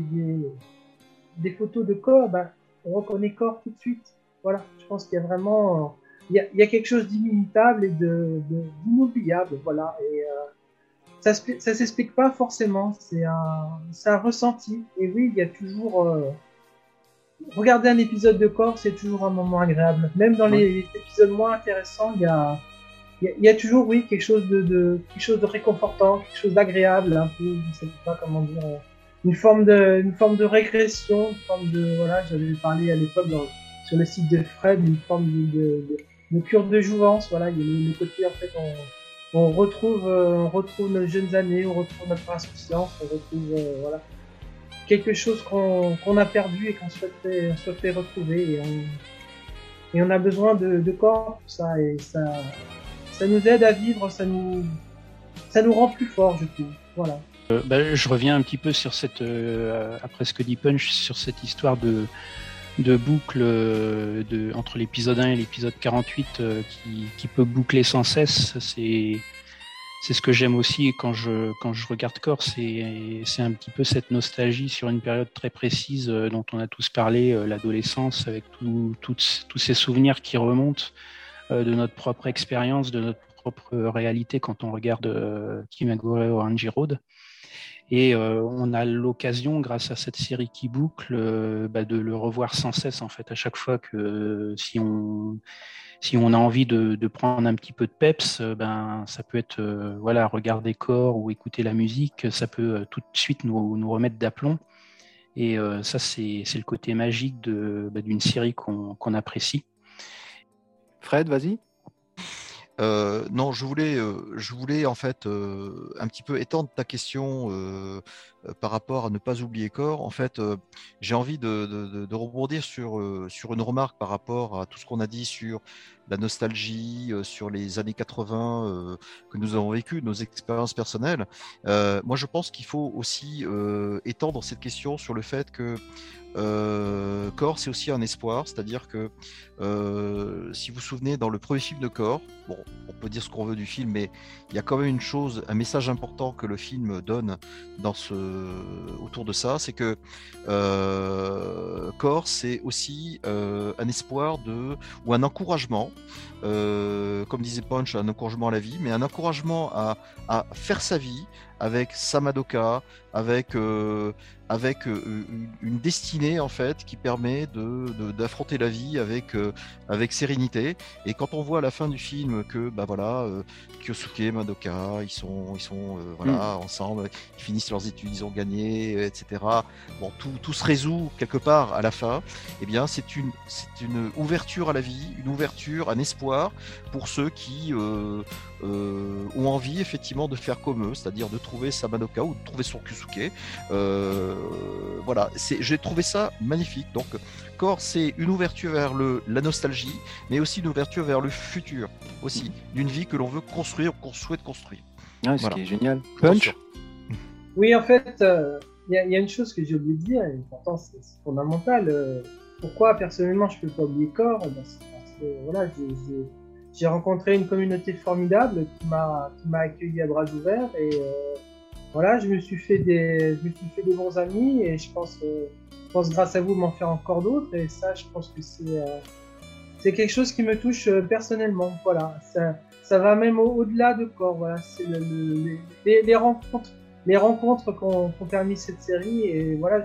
photos de corps, ben, on reconnaît corps tout de suite. Voilà, je pense qu'il y a vraiment il y a quelque chose d'inimitable et d'inoubliable. Voilà. Et ça s'explique pas forcément, c'est un ressenti. Et oui, il y a toujours regarder un épisode de corps, c'est toujours un moment agréable. Même dans les épisodes moins intéressants, il y a toujours oui quelque chose de réconfortant, quelque chose d'agréable, un peu, je sais pas comment dire, une forme de régression, une forme de voilà, j'avais parlé à l'époque sur le site de Fred, une forme de cure de jouvence. Voilà, il y a le côté en fait on retrouve nos jeunes années, on retrouve notre insouciance, on retrouve voilà quelque chose qu'on a perdu et qu'on souhaiterait retrouver, et on a besoin de corps pour ça, et ça nous aide à vivre, ça nous rend plus forts, je trouve. Voilà. Je reviens un petit peu sur cette après ce que dit Punch, sur cette histoire de boucle entre l'épisode 1 et l'épisode 48 qui peut boucler sans cesse. C'est ce que j'aime aussi quand je regarde Core, c'est un petit peu cette nostalgie sur une période très précise dont on a tous parlé, l'adolescence, avec tous ces souvenirs qui remontent de notre propre expérience, de notre propre réalité quand on regarde Kimagure Orange Road. Et on a l'occasion, grâce à cette série qui boucle, de le revoir sans cesse en fait. À chaque fois que si on a envie de prendre un petit peu de peps, ça peut être voilà, regarder Core ou écouter la musique, ça peut tout de suite nous remettre d'aplomb. Et ça, c'est le côté magique d'une série qu'on apprécie. Fred, vas-y. Non, je voulais en fait un petit peu étendre ta question par rapport à ne pas oublier Core, en fait, j'ai envie de rebondir sur une remarque par rapport à tout ce qu'on a dit sur la nostalgie, sur les années 80 que nous avons vécu, nos expériences personnelles. Moi, je pense qu'il faut aussi étendre cette question sur le fait que Core, c'est aussi un espoir, c'est-à-dire que si vous vous souvenez, dans le premier film de Core, bon, on peut dire ce qu'on veut du film, mais il y a quand même une chose, un message important que le film donne autour de ça, c'est que Core, c'est aussi un espoir ou un encouragement, comme disait Punch, un encouragement à la vie, mais un encouragement à faire sa vie avec sa Madoka, avec une destinée en fait qui permet d'affronter la vie avec sérénité. Et quand on voit à la fin du film que Kyosuke, Madoka, ils sont ensemble, ils finissent leurs études, ils ont gagné, etc. Bon, tout se résout quelque part à la fin. Eh bien, c'est une ouverture à la vie, une ouverture, un espoir pour ceux qui ont envie effectivement de faire comme eux, c'est-à-dire de trouver sa Madoka ou de trouver son Kyosuke. Voilà, j'ai trouvé ça magnifique. Donc, Core, c'est une ouverture vers la nostalgie, mais aussi une ouverture vers le futur, aussi, d'une vie que l'on veut construire, qu'on souhaite construire. Ah, ce qui est génial. Punch. Oui, en fait, il y a une chose que j'ai oublié de dire, et pourtant c'est fondamental. Pourquoi personnellement je peux pas oublier Core? C'est parce que voilà, j'ai rencontré une communauté formidable qui m'a accueilli à bras ouverts et voilà, je me suis fait des bons amis et je pense grâce à vous m'en faire encore d'autres et ça, je pense que c'est quelque chose qui me touche personnellement. Voilà, ça va même au-delà de Core. Voilà, c'est les rencontres qu'ont permis cette série et voilà,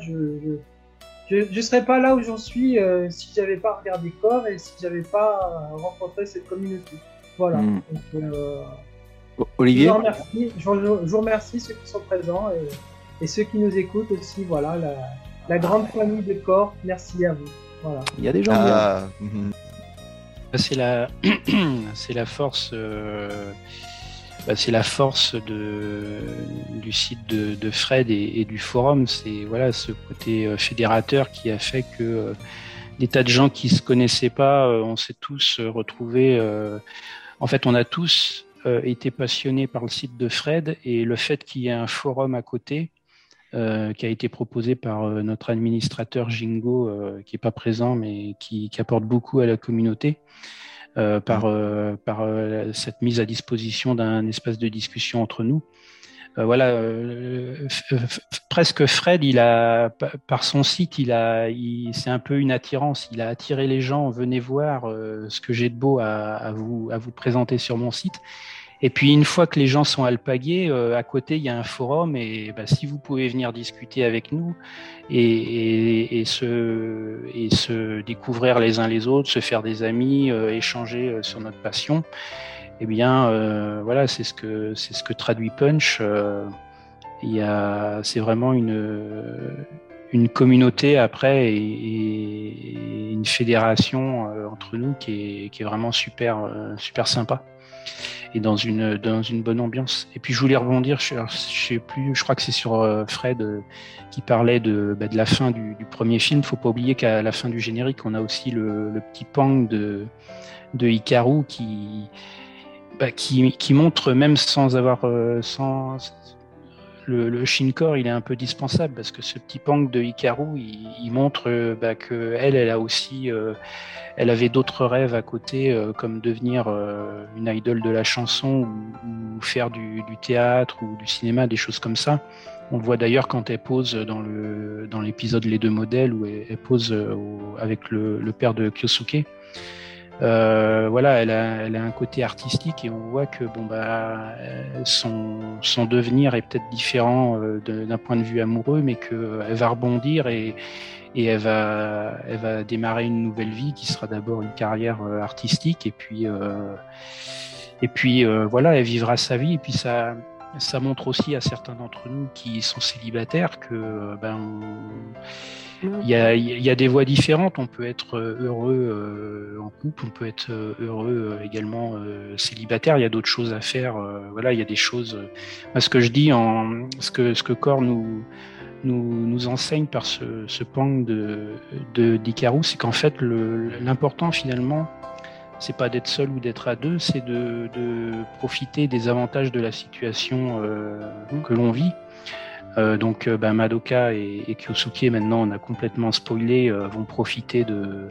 je serais pas là où j'en suis si j'avais pas regardé Core et si j'avais pas rencontré cette communauté. Voilà. Donc, Olivier, je vous remercie ceux qui sont présents et ceux qui nous écoutent aussi. Voilà, la grande famille de Core. Merci à vous. Voilà. Il y a des gens bien. C'est la force. C'est la force du site de Fred et du forum. C'est voilà ce côté fédérateur qui a fait que des tas de gens qui se connaissaient pas, on s'est tous retrouvés. En fait, on a tous été passionnés par le site de Fred et le fait qu'il y ait un forum à côté qui a été proposé par notre administrateur Jingo, qui est pas présent mais qui apporte beaucoup à la communauté. Par cette mise à disposition d'un espace de discussion entre nous. Voilà, presque Fred, par son site, c'est un peu une attirance. Il a attiré les gens. Venez voir ce que j'ai de beau à vous présenter sur mon site. Et puis une fois que les gens sont alpagués, à côté il y a un forum et si vous pouvez venir discuter avec nous et se découvrir les uns les autres, se faire des amis, échanger sur notre passion, eh bien voilà, c'est ce que traduit Punch. C'est vraiment une communauté après et une fédération entre nous qui est vraiment super sympa. Et dans une bonne ambiance. Et puis je voulais rebondir, je sais plus, je crois que c'est sur Fred qui parlait de la fin du premier film. Faut pas oublier qu'à la fin du générique, on a aussi le petit pang de Hikaru qui montre, même sans avoir le Shincore, il est un peu dispensable parce que ce petit pang de Hikaru, il montre que elle a aussi elle avait d'autres rêves à côté, comme devenir une idole de la chanson ou faire du théâtre ou du cinéma, des choses comme ça. On le voit d'ailleurs quand elle pose dans l'épisode Les deux modèles où elle pose avec le père de Kyosuke. Voilà, elle a un côté artistique et on voit que son devenir est peut-être différent d'un point de vue amoureux, mais qu'elle va rebondir et elle va démarrer une nouvelle vie qui sera d'abord une carrière artistique et puis voilà, elle vivra sa vie et puis ça ça montre aussi à certains d'entre nous qui sont célibataires que il y a des voies différentes. On peut être heureux en couple, on peut être heureux également célibataire. Il y a d'autres choses à faire. Voilà, il y a des choses. Moi, ce que je dis, ce que Core nous enseigne par ce pang d'Icarus, c'est qu'en fait, l'important finalement, c'est pas d'être seul ou d'être à deux, c'est de profiter des avantages de la situation que l'on vit. Donc Madoka et Kyosuke, maintenant on a complètement spoilé, vont profiter de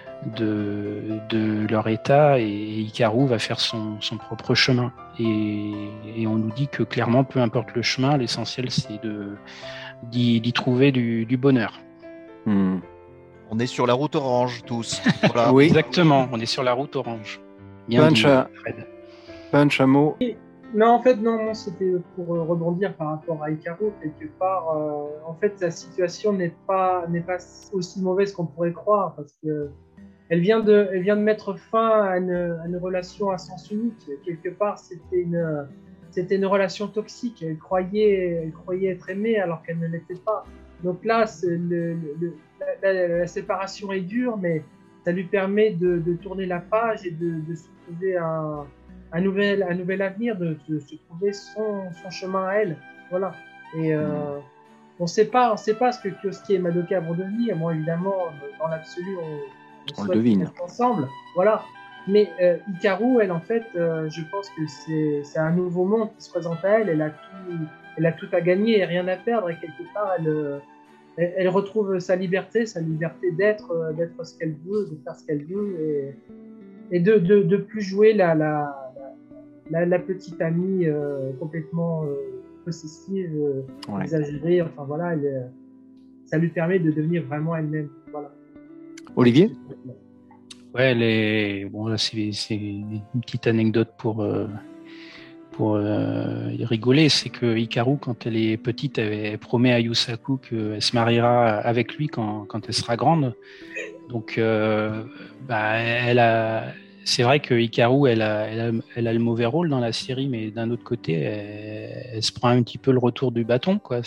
leur état, et Hikaru va faire son propre chemin. Et on nous dit que clairement, peu importe le chemin, l'essentiel c'est d'y trouver du bonheur. On est sur la route orange tous. Voilà. Oui. Exactement, on est sur la route orange. Bien Punch, dit, Fred. Punch, un mot. Non, en fait, non, c'était pour rebondir par rapport à Hikaru. Quelque part, en fait, la situation n'est pas aussi mauvaise qu'on pourrait croire, parce que elle vient de mettre fin à une relation à sens unique. Quelque part, c'était une relation toxique. Elle croyait être aimée alors qu'elle ne l'était pas. Donc là, la séparation est dure, mais ça lui permet de tourner la page et de se trouver un nouvel avenir, de se trouver son chemin à elle. Voilà. Et on sait pas ce que Kyosuke et Madoka vont devenir. Moi, évidemment, dans l'absolu, on souhaite le devine. être ensemble. Voilà. Mais Hikaru, elle, en fait, je pense que c'est un nouveau monde qui se présente à elle. Elle a tout à gagner et rien à perdre. Et quelque part, elle retrouve sa liberté d'être ce qu'elle veut, de faire ce qu'elle veut, et de plus jouer la petite amie complètement possessive, Ouais. exagérée. Enfin voilà, ça lui permet de devenir vraiment elle-même. Voilà. Olivier? Ouais, bon, là, c'est une petite anecdote pour y rigoler. C'est que Hikaru, quand elle est petite, elle promet à Yusaku qu'elle se mariera avec lui quand elle sera grande. Donc, c'est vrai que Hikaru, elle a le mauvais rôle dans la série, mais d'un autre côté, elle se prend un petit peu le retour du bâton, quoi.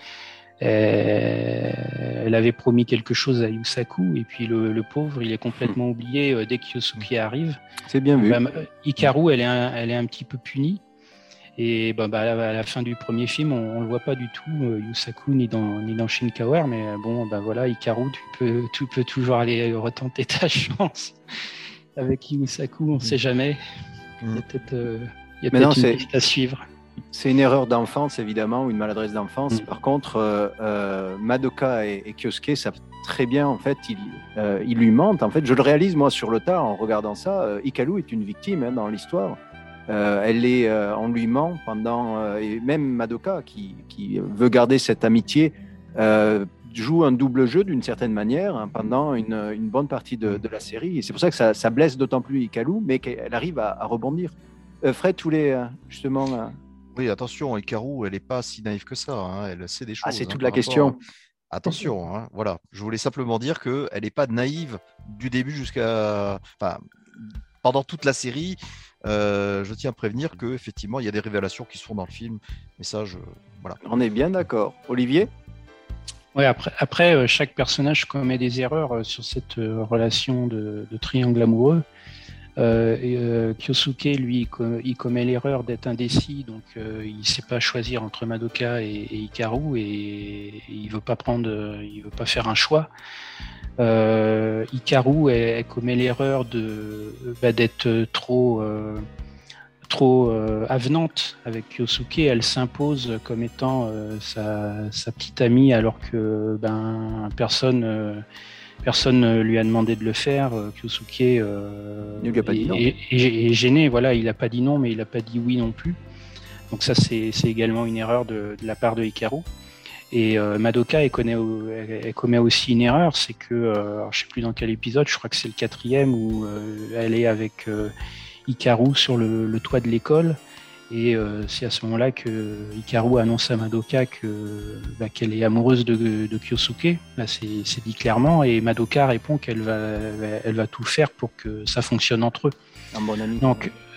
Elle avait promis quelque chose à Yusaku, et puis le pauvre, il est complètement oublié dès que Yosuke arrive. C'est bien vu. Hikaru, elle est un petit peu punie. Et à la fin du premier film, on le voit pas du tout, Yusaku ni dans Shinkawa, mais voilà, Hikaru, tu peux toujours aller retenter ta chance avec Yusaku, on sait jamais. Il y a peut-être une piste à suivre. C'est une erreur d'enfance, évidemment, ou une maladresse d'enfance. Par contre, Madoka et Kyosuke savent très bien, en fait, ils lui mentent. En fait, je le réalise, moi, sur le tas, en regardant ça. Hikaru est une victime dans l'histoire. On lui ment pendant... et même Madoka, qui veut garder cette amitié, joue un double jeu d'une certaine manière pendant une bonne partie de la série. Et c'est pour ça que ça blesse d'autant plus Hikaru, mais qu'elle arrive à rebondir. Fred, tu voulais justement... Oui, attention, Hikaru, elle n'est pas si naïve que ça. Hein. Elle sait des choses. C'est toute la question. Attention, hein, voilà. Je voulais simplement dire qu'elle n'est pas naïve du début jusqu'à... Enfin, pendant toute la série, je tiens à prévenir qu'effectivement, il y a des révélations qui se font dans le film. Mais ça, voilà. On est bien d'accord. Olivier ? Ouais, après, chaque personnage commet des erreurs sur cette relation de triangle amoureux. Kyosuke, lui, il commet l'erreur d'être indécis, donc il ne sait pas choisir entre Madoka et Hikaru, et il veut pas faire un choix. Hikaru, elle commet l'erreur d'être trop avenante avec Kyosuke. Elle s'impose comme étant sa petite amie, alors que personne ne lui a demandé de le faire. Kyosuke ne lui a pas dit non. est gêné. Voilà, il n'a pas dit non, mais il n'a pas dit oui non plus. Donc ça, c'est également une erreur de la part de Hikaru. Et Madoka, elle commet aussi une erreur, c'est que, alors, je ne sais plus dans quel épisode, je crois que c'est le 4e, où elle est avec Hikaru sur le toit de l'école. Et c'est à ce moment-là que Hikaru annonce à Madoka qu'elle est amoureuse de Kyosuke. Là, c'est dit clairement, et Madoka répond qu'elle va tout faire pour que ça fonctionne entre eux. Un bon ami. Donc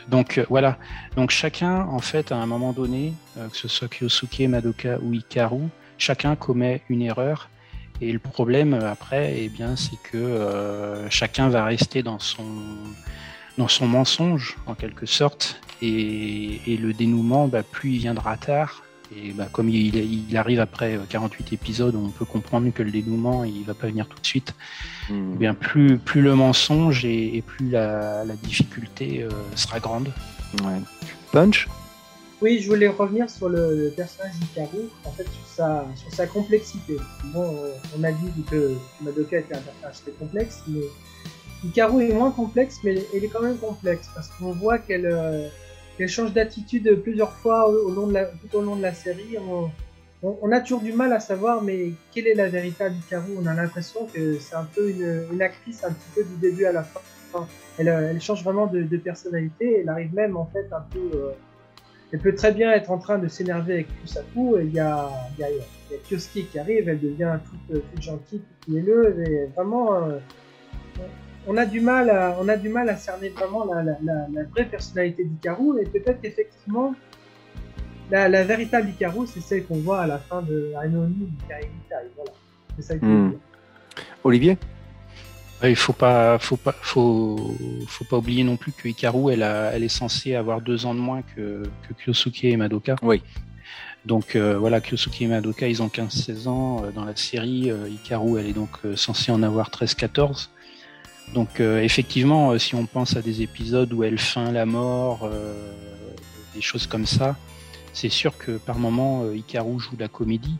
Donc voilà. Donc chacun, en fait, à un moment donné, que ce soit Kyosuke, Madoka ou Hikaru, chacun commet une erreur. Et le problème après, eh bien, c'est que chacun va rester dans son mensonge, en quelque sorte. Et le dénouement, plus il viendra tard. Et comme il arrive après 48 épisodes, on peut comprendre que le dénouement, il va pas venir tout de suite. Eh bien, plus le mensonge et plus la difficulté sera grande. Ouais. Punch. Oui, je voulais revenir sur le personnage d'Hikaru, en fait, sur sa complexité. Bon, on a dit que Madoka était un personnage très complexe, mais Hikaru est moins complexe, mais elle est quand même complexe, parce qu'on voit qu'elle change d'attitude plusieurs fois tout au long de la série. On a toujours du mal à savoir, mais quelle est la véritable Hikaru? On a l'impression que c'est un peu une actrice un petit peu du début à la fin. Elle change vraiment de personnalité. Elle arrive même en fait un peu. Elle peut très bien être en train de s'énerver avec Kusaku. Et il y a Kyosuke qui arrive. Elle devient toute gentille, toute mielleuse. Et vraiment, on a du mal à cerner vraiment la vraie personnalité d'Hikaru. Et peut-être qu'effectivement, la véritable Hikaru, c'est celle qu'on voit à la fin de Ainoni Hikari Mitai. Voilà. C'est ça que je veux dire. Olivier. Il faut pas oublier non plus que Hikaru, elle est censée avoir 2 ans de moins que Kyosuke et Madoka. Oui. Donc voilà, Kyosuke et Madoka, ils ont 15-16 ans dans la série. Hikaru, elle est donc censée en avoir 13-14. Donc effectivement, si on pense à des épisodes où elle feint la mort, des choses comme ça, c'est sûr que par moment, Hikaru joue la comédie.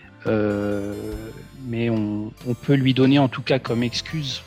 Mais on peut lui donner en tout cas comme excuse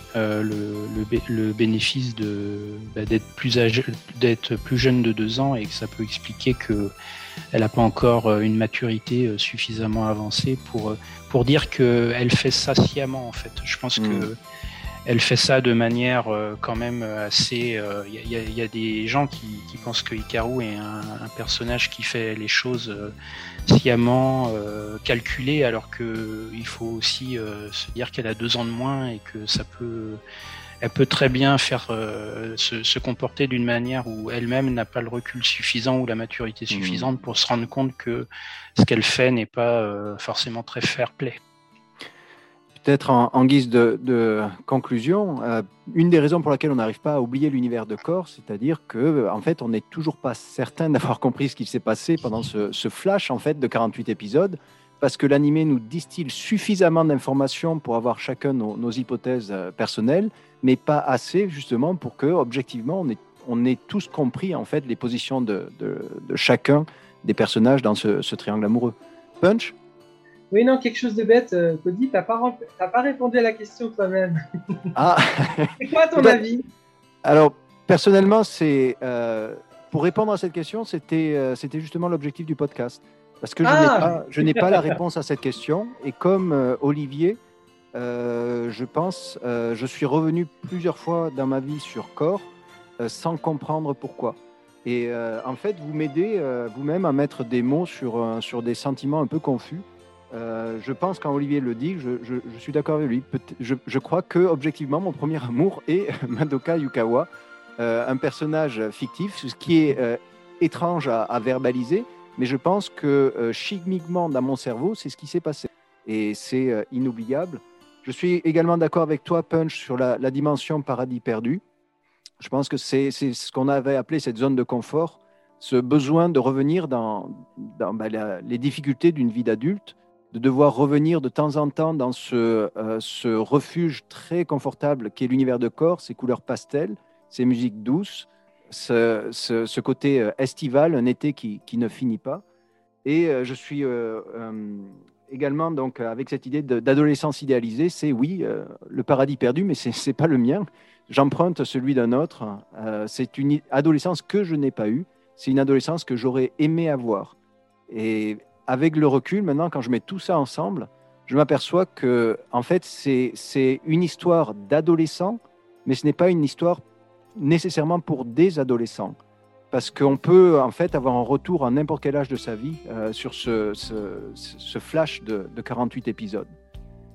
le bénéfice d'être plus jeune de 2 ans, et que ça peut expliquer que elle n'a pas encore une maturité suffisamment avancée pour dire qu'elle fait ça sciemment en fait. Je pense que elle fait ça de manière quand même assez... Il y a des gens qui pensent que Hikaru est un personnage qui fait les choses sciemment calculées, alors qu'il faut aussi se dire qu'elle a 2 ans de moins et que elle peut très bien faire se comporter d'une manière où elle-même n'a pas le recul suffisant ou la maturité suffisante pour se rendre compte que ce qu'elle fait n'est pas forcément très fair-play. Peut-être en guise de conclusion, une des raisons pour laquelle on n'arrive pas à oublier l'univers de Core, c'est-à-dire que en fait, on n'est toujours pas certain d'avoir compris ce qui s'est passé pendant ce flash en fait de 48 épisodes, parce que l'animé nous distille suffisamment d'informations pour avoir chacun nos hypothèses personnelles, mais pas assez justement pour que objectivement on ait tous compris en fait les positions de chacun des personnages dans ce triangle amoureux. Punch. Oui, non, quelque chose de bête, Cody, t'as pas répondu à la question toi-même. Ah. C'est quoi ton avis? Alors, personnellement, pour répondre à cette question, c'était justement l'objectif du podcast. Parce que je n'ai pas la réponse à cette question. Et comme Olivier, je pense, je suis revenu plusieurs fois dans ma vie sur Core sans comprendre pourquoi. Et en fait, vous m'aidez vous-même à mettre des mots sur des sentiments un peu confus. Je pense quand Olivier le dit, je suis d'accord avec lui. Je crois que objectivement, mon premier amour est Madoka Yukawa, un personnage fictif, ce qui est étrange à verbaliser, mais je pense que chimiquement dans mon cerveau, c'est ce qui s'est passé. Et c'est inoubliable. Je suis également d'accord avec toi, Punch, sur la dimension paradis perdu. Je pense que c'est ce qu'on avait appelé cette zone de confort, ce besoin de revenir dans les difficultés d'une vie d'adulte, de devoir revenir de temps en temps dans ce refuge très confortable qu'est l'univers de Core, ces couleurs pastel, ces musiques douces, ce côté estival, un été qui ne finit pas. Et je suis également donc, avec cette idée d'adolescence idéalisée, c'est oui, le paradis perdu, mais ce n'est pas le mien. J'emprunte celui d'un autre. C'est une adolescence que je n'ai pas eue. C'est une adolescence que j'aurais aimé avoir. Et avec le recul, maintenant, quand je mets tout ça ensemble, je m'aperçois que, en fait, c'est une histoire d'adolescents, mais ce n'est pas une histoire nécessairement pour des adolescents. Parce qu'on peut, en fait, avoir un retour à n'importe quel âge de sa vie sur ce flash de 48 épisodes. Olivier ?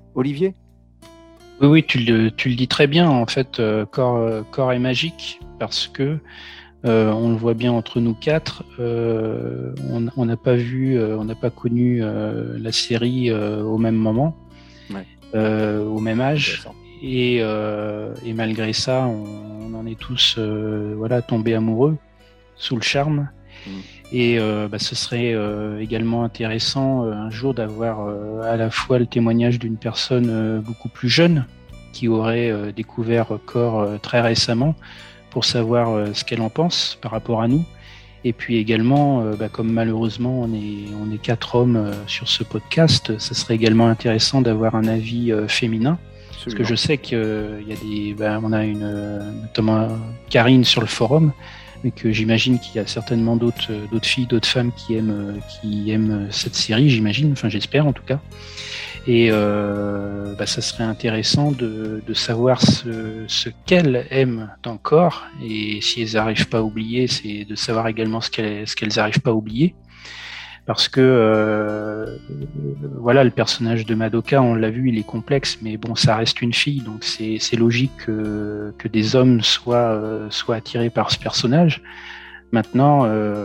Oui, tu le dis très bien. En fait, Core est magique parce que On le voit bien entre nous quatre. On n'a pas vu, on n'a pas connu la série au même moment, au même âge. Et malgré ça, on en est tous tombés amoureux sous le charme. Et ce serait également intéressant un jour d'avoir à la fois le témoignage d'une personne beaucoup plus jeune qui aurait découvert Core très récemment pour savoir ce qu'elle en pense par rapport à nous. Et puis également, comme malheureusement on est 4 hommes sur ce podcast, ça serait également intéressant d'avoir un avis féminin. Parce que je sais qu'il y a on a notamment Karine sur le forum, mais que j'imagine qu'il y a certainement d'autres filles, d'autres femmes qui aiment cette série, j'imagine, enfin j'espère en tout cas. Et ça serait intéressant de savoir ce qu'elles aiment encore, et si elles n'arrivent pas à oublier, c'est de savoir également ce qu'elles n'arrivent pas à oublier. Parce que le personnage de Madoka, on l'a vu, il est complexe, mais bon, ça reste une fille, donc c'est logique que des hommes soient attirés par ce personnage. Maintenant,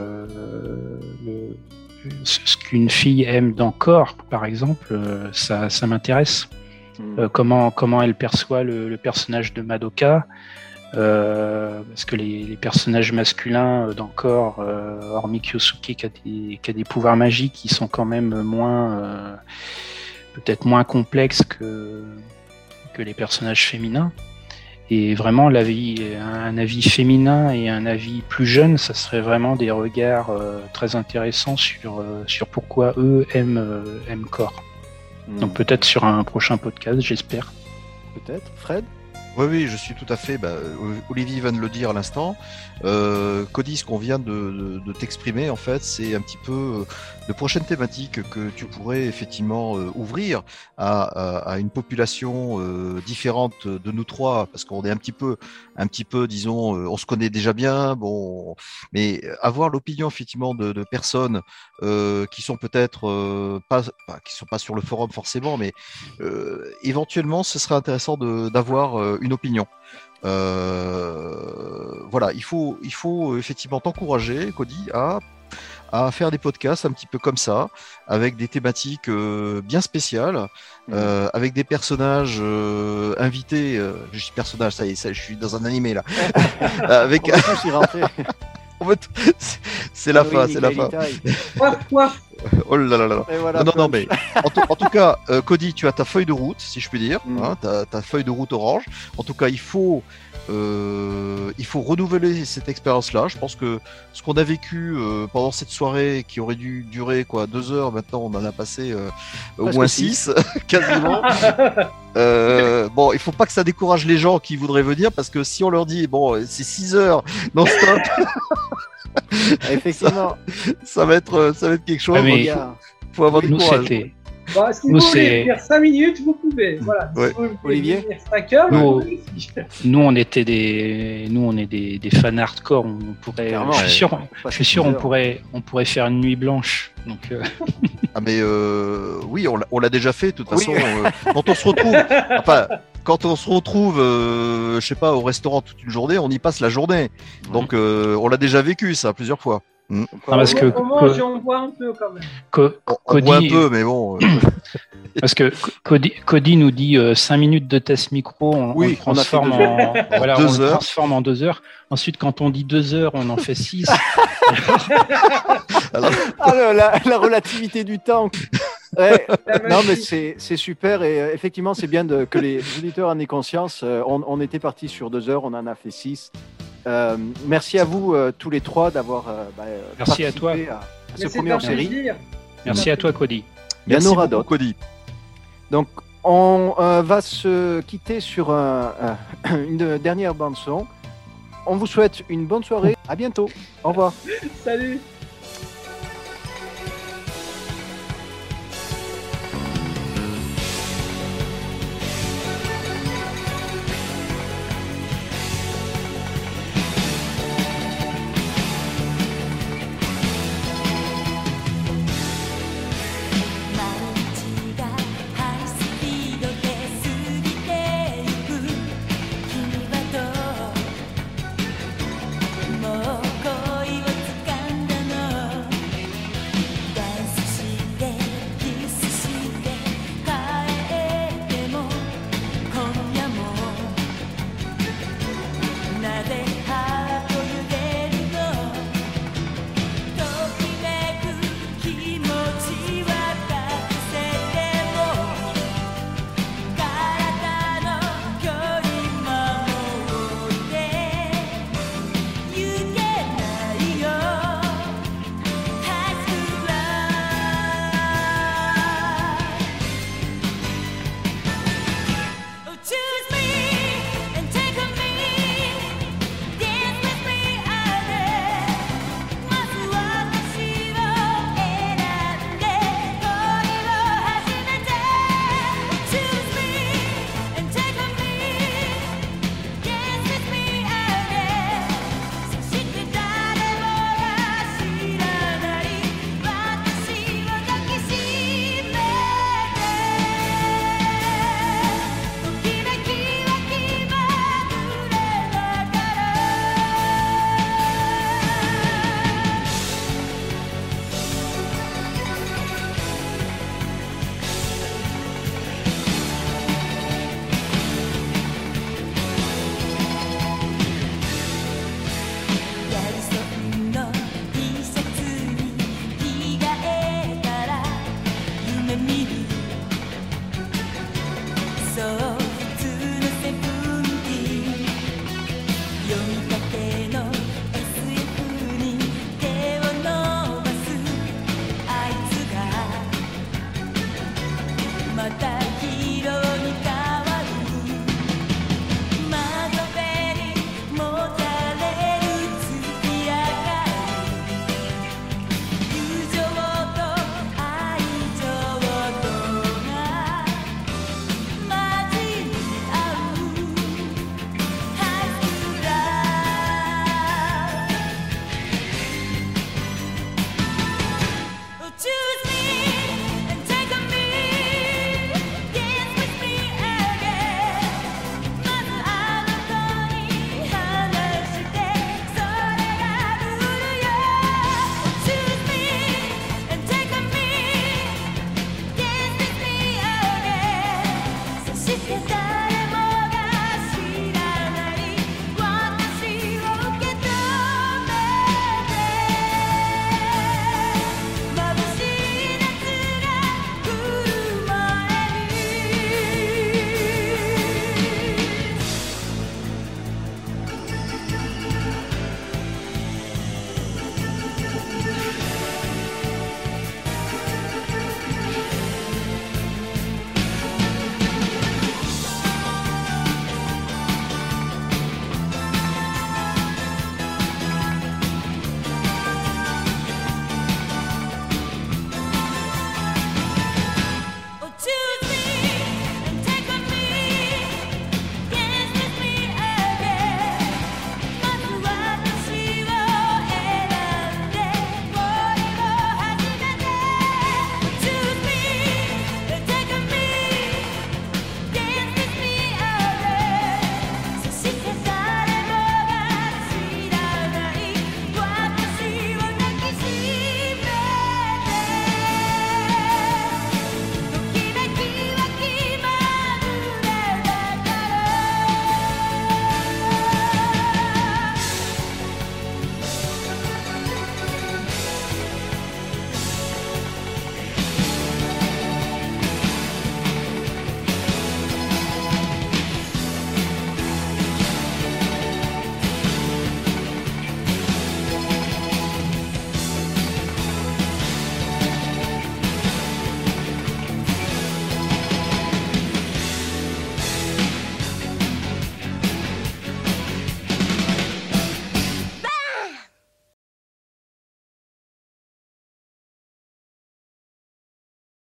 ce qu'une fille aime dans Core, par exemple, ça m'intéresse. Comment elle perçoit le personnage de Madoka. Parce que les personnages masculins d'encore, hormis Kyosuke qui a des pouvoirs magiques, qui sont quand même peut-être moins complexes que les personnages féminins. Et vraiment, un avis féminin et un avis plus jeune, ça serait vraiment des regards très intéressants sur pourquoi eux aiment Core. Donc peut-être sur un prochain podcast, j'espère. Peut-être. Fred ? Oui, je suis tout à fait. Olivier vient de le dire à l'instant. Cody, ce qu'on vient de t'exprimer, en fait, c'est un petit peu de prochaines thématiques que tu pourrais effectivement ouvrir à une population différente de nous trois, parce qu'on est un petit peu, disons, on se connaît déjà bien, bon, mais avoir l'opinion effectivement de personnes qui sont peut-être qui sont pas sur le forum forcément, mais éventuellement, ce serait intéressant d'avoir une opinion. Voilà, il faut effectivement t'encourager, Cody, à faire des podcasts un petit peu comme ça, avec des thématiques bien spéciales, avec des personnages invités. Je dis personnages, ça y est, je suis dans un animé là. Avec. C'est la fin, c'est la fin. Oh là là là. Voilà, non, mais en tout cas, Cody, tu as ta feuille de route, si je puis dire, hein, ta feuille de route orange. En tout cas, il faut renouveler cette expérience-là. Je pense que ce qu'on a vécu pendant cette soirée, qui aurait dû durer 2 heures, maintenant on en a passé au moins 6, quasiment. Bon, il faut pas que ça décourage les gens qui voudraient venir, parce que si on leur dit c'est 6 heures non-stop. Effectivement, ça va être quelque chose. Mais faut avoir du courage. Si vous voulez faire 5 minutes, vous pouvez. Voilà. Ouais. Si vous voulez Olivier, 5 heures, nous on est des fans hardcore. On pourrait, je suis sûr, on pourrait faire une nuit blanche. Donc. Ah mais oui, on l'a déjà fait. De toute façon, quand on se retrouve. Enfin, quand on se retrouve, je sais pas, au restaurant toute une journée, on y passe la journée. Donc, on l'a déjà vécu ça plusieurs fois. Parce que on boit un peu quand même. On boit un peu, mais bon. Parce que Cody nous dit 5 minutes de test micro, on le transforme en 2 heures. Ensuite, quand on dit 2 heures, on en fait 6. La relativité du temps. Ouais. Non, mais c'est super, et effectivement, c'est bien que les auditeurs en aient conscience. On était parti sur 2 heures, on en a fait 6. Merci à vous tous les trois d'avoir merci à toi à ce premier hors-série. Merci à toi, Cody. Il y en aura d'autres, Cody. Donc, on va se quitter sur une dernière bande-son. On vous souhaite une bonne soirée. À bientôt. Au revoir. Salut. More また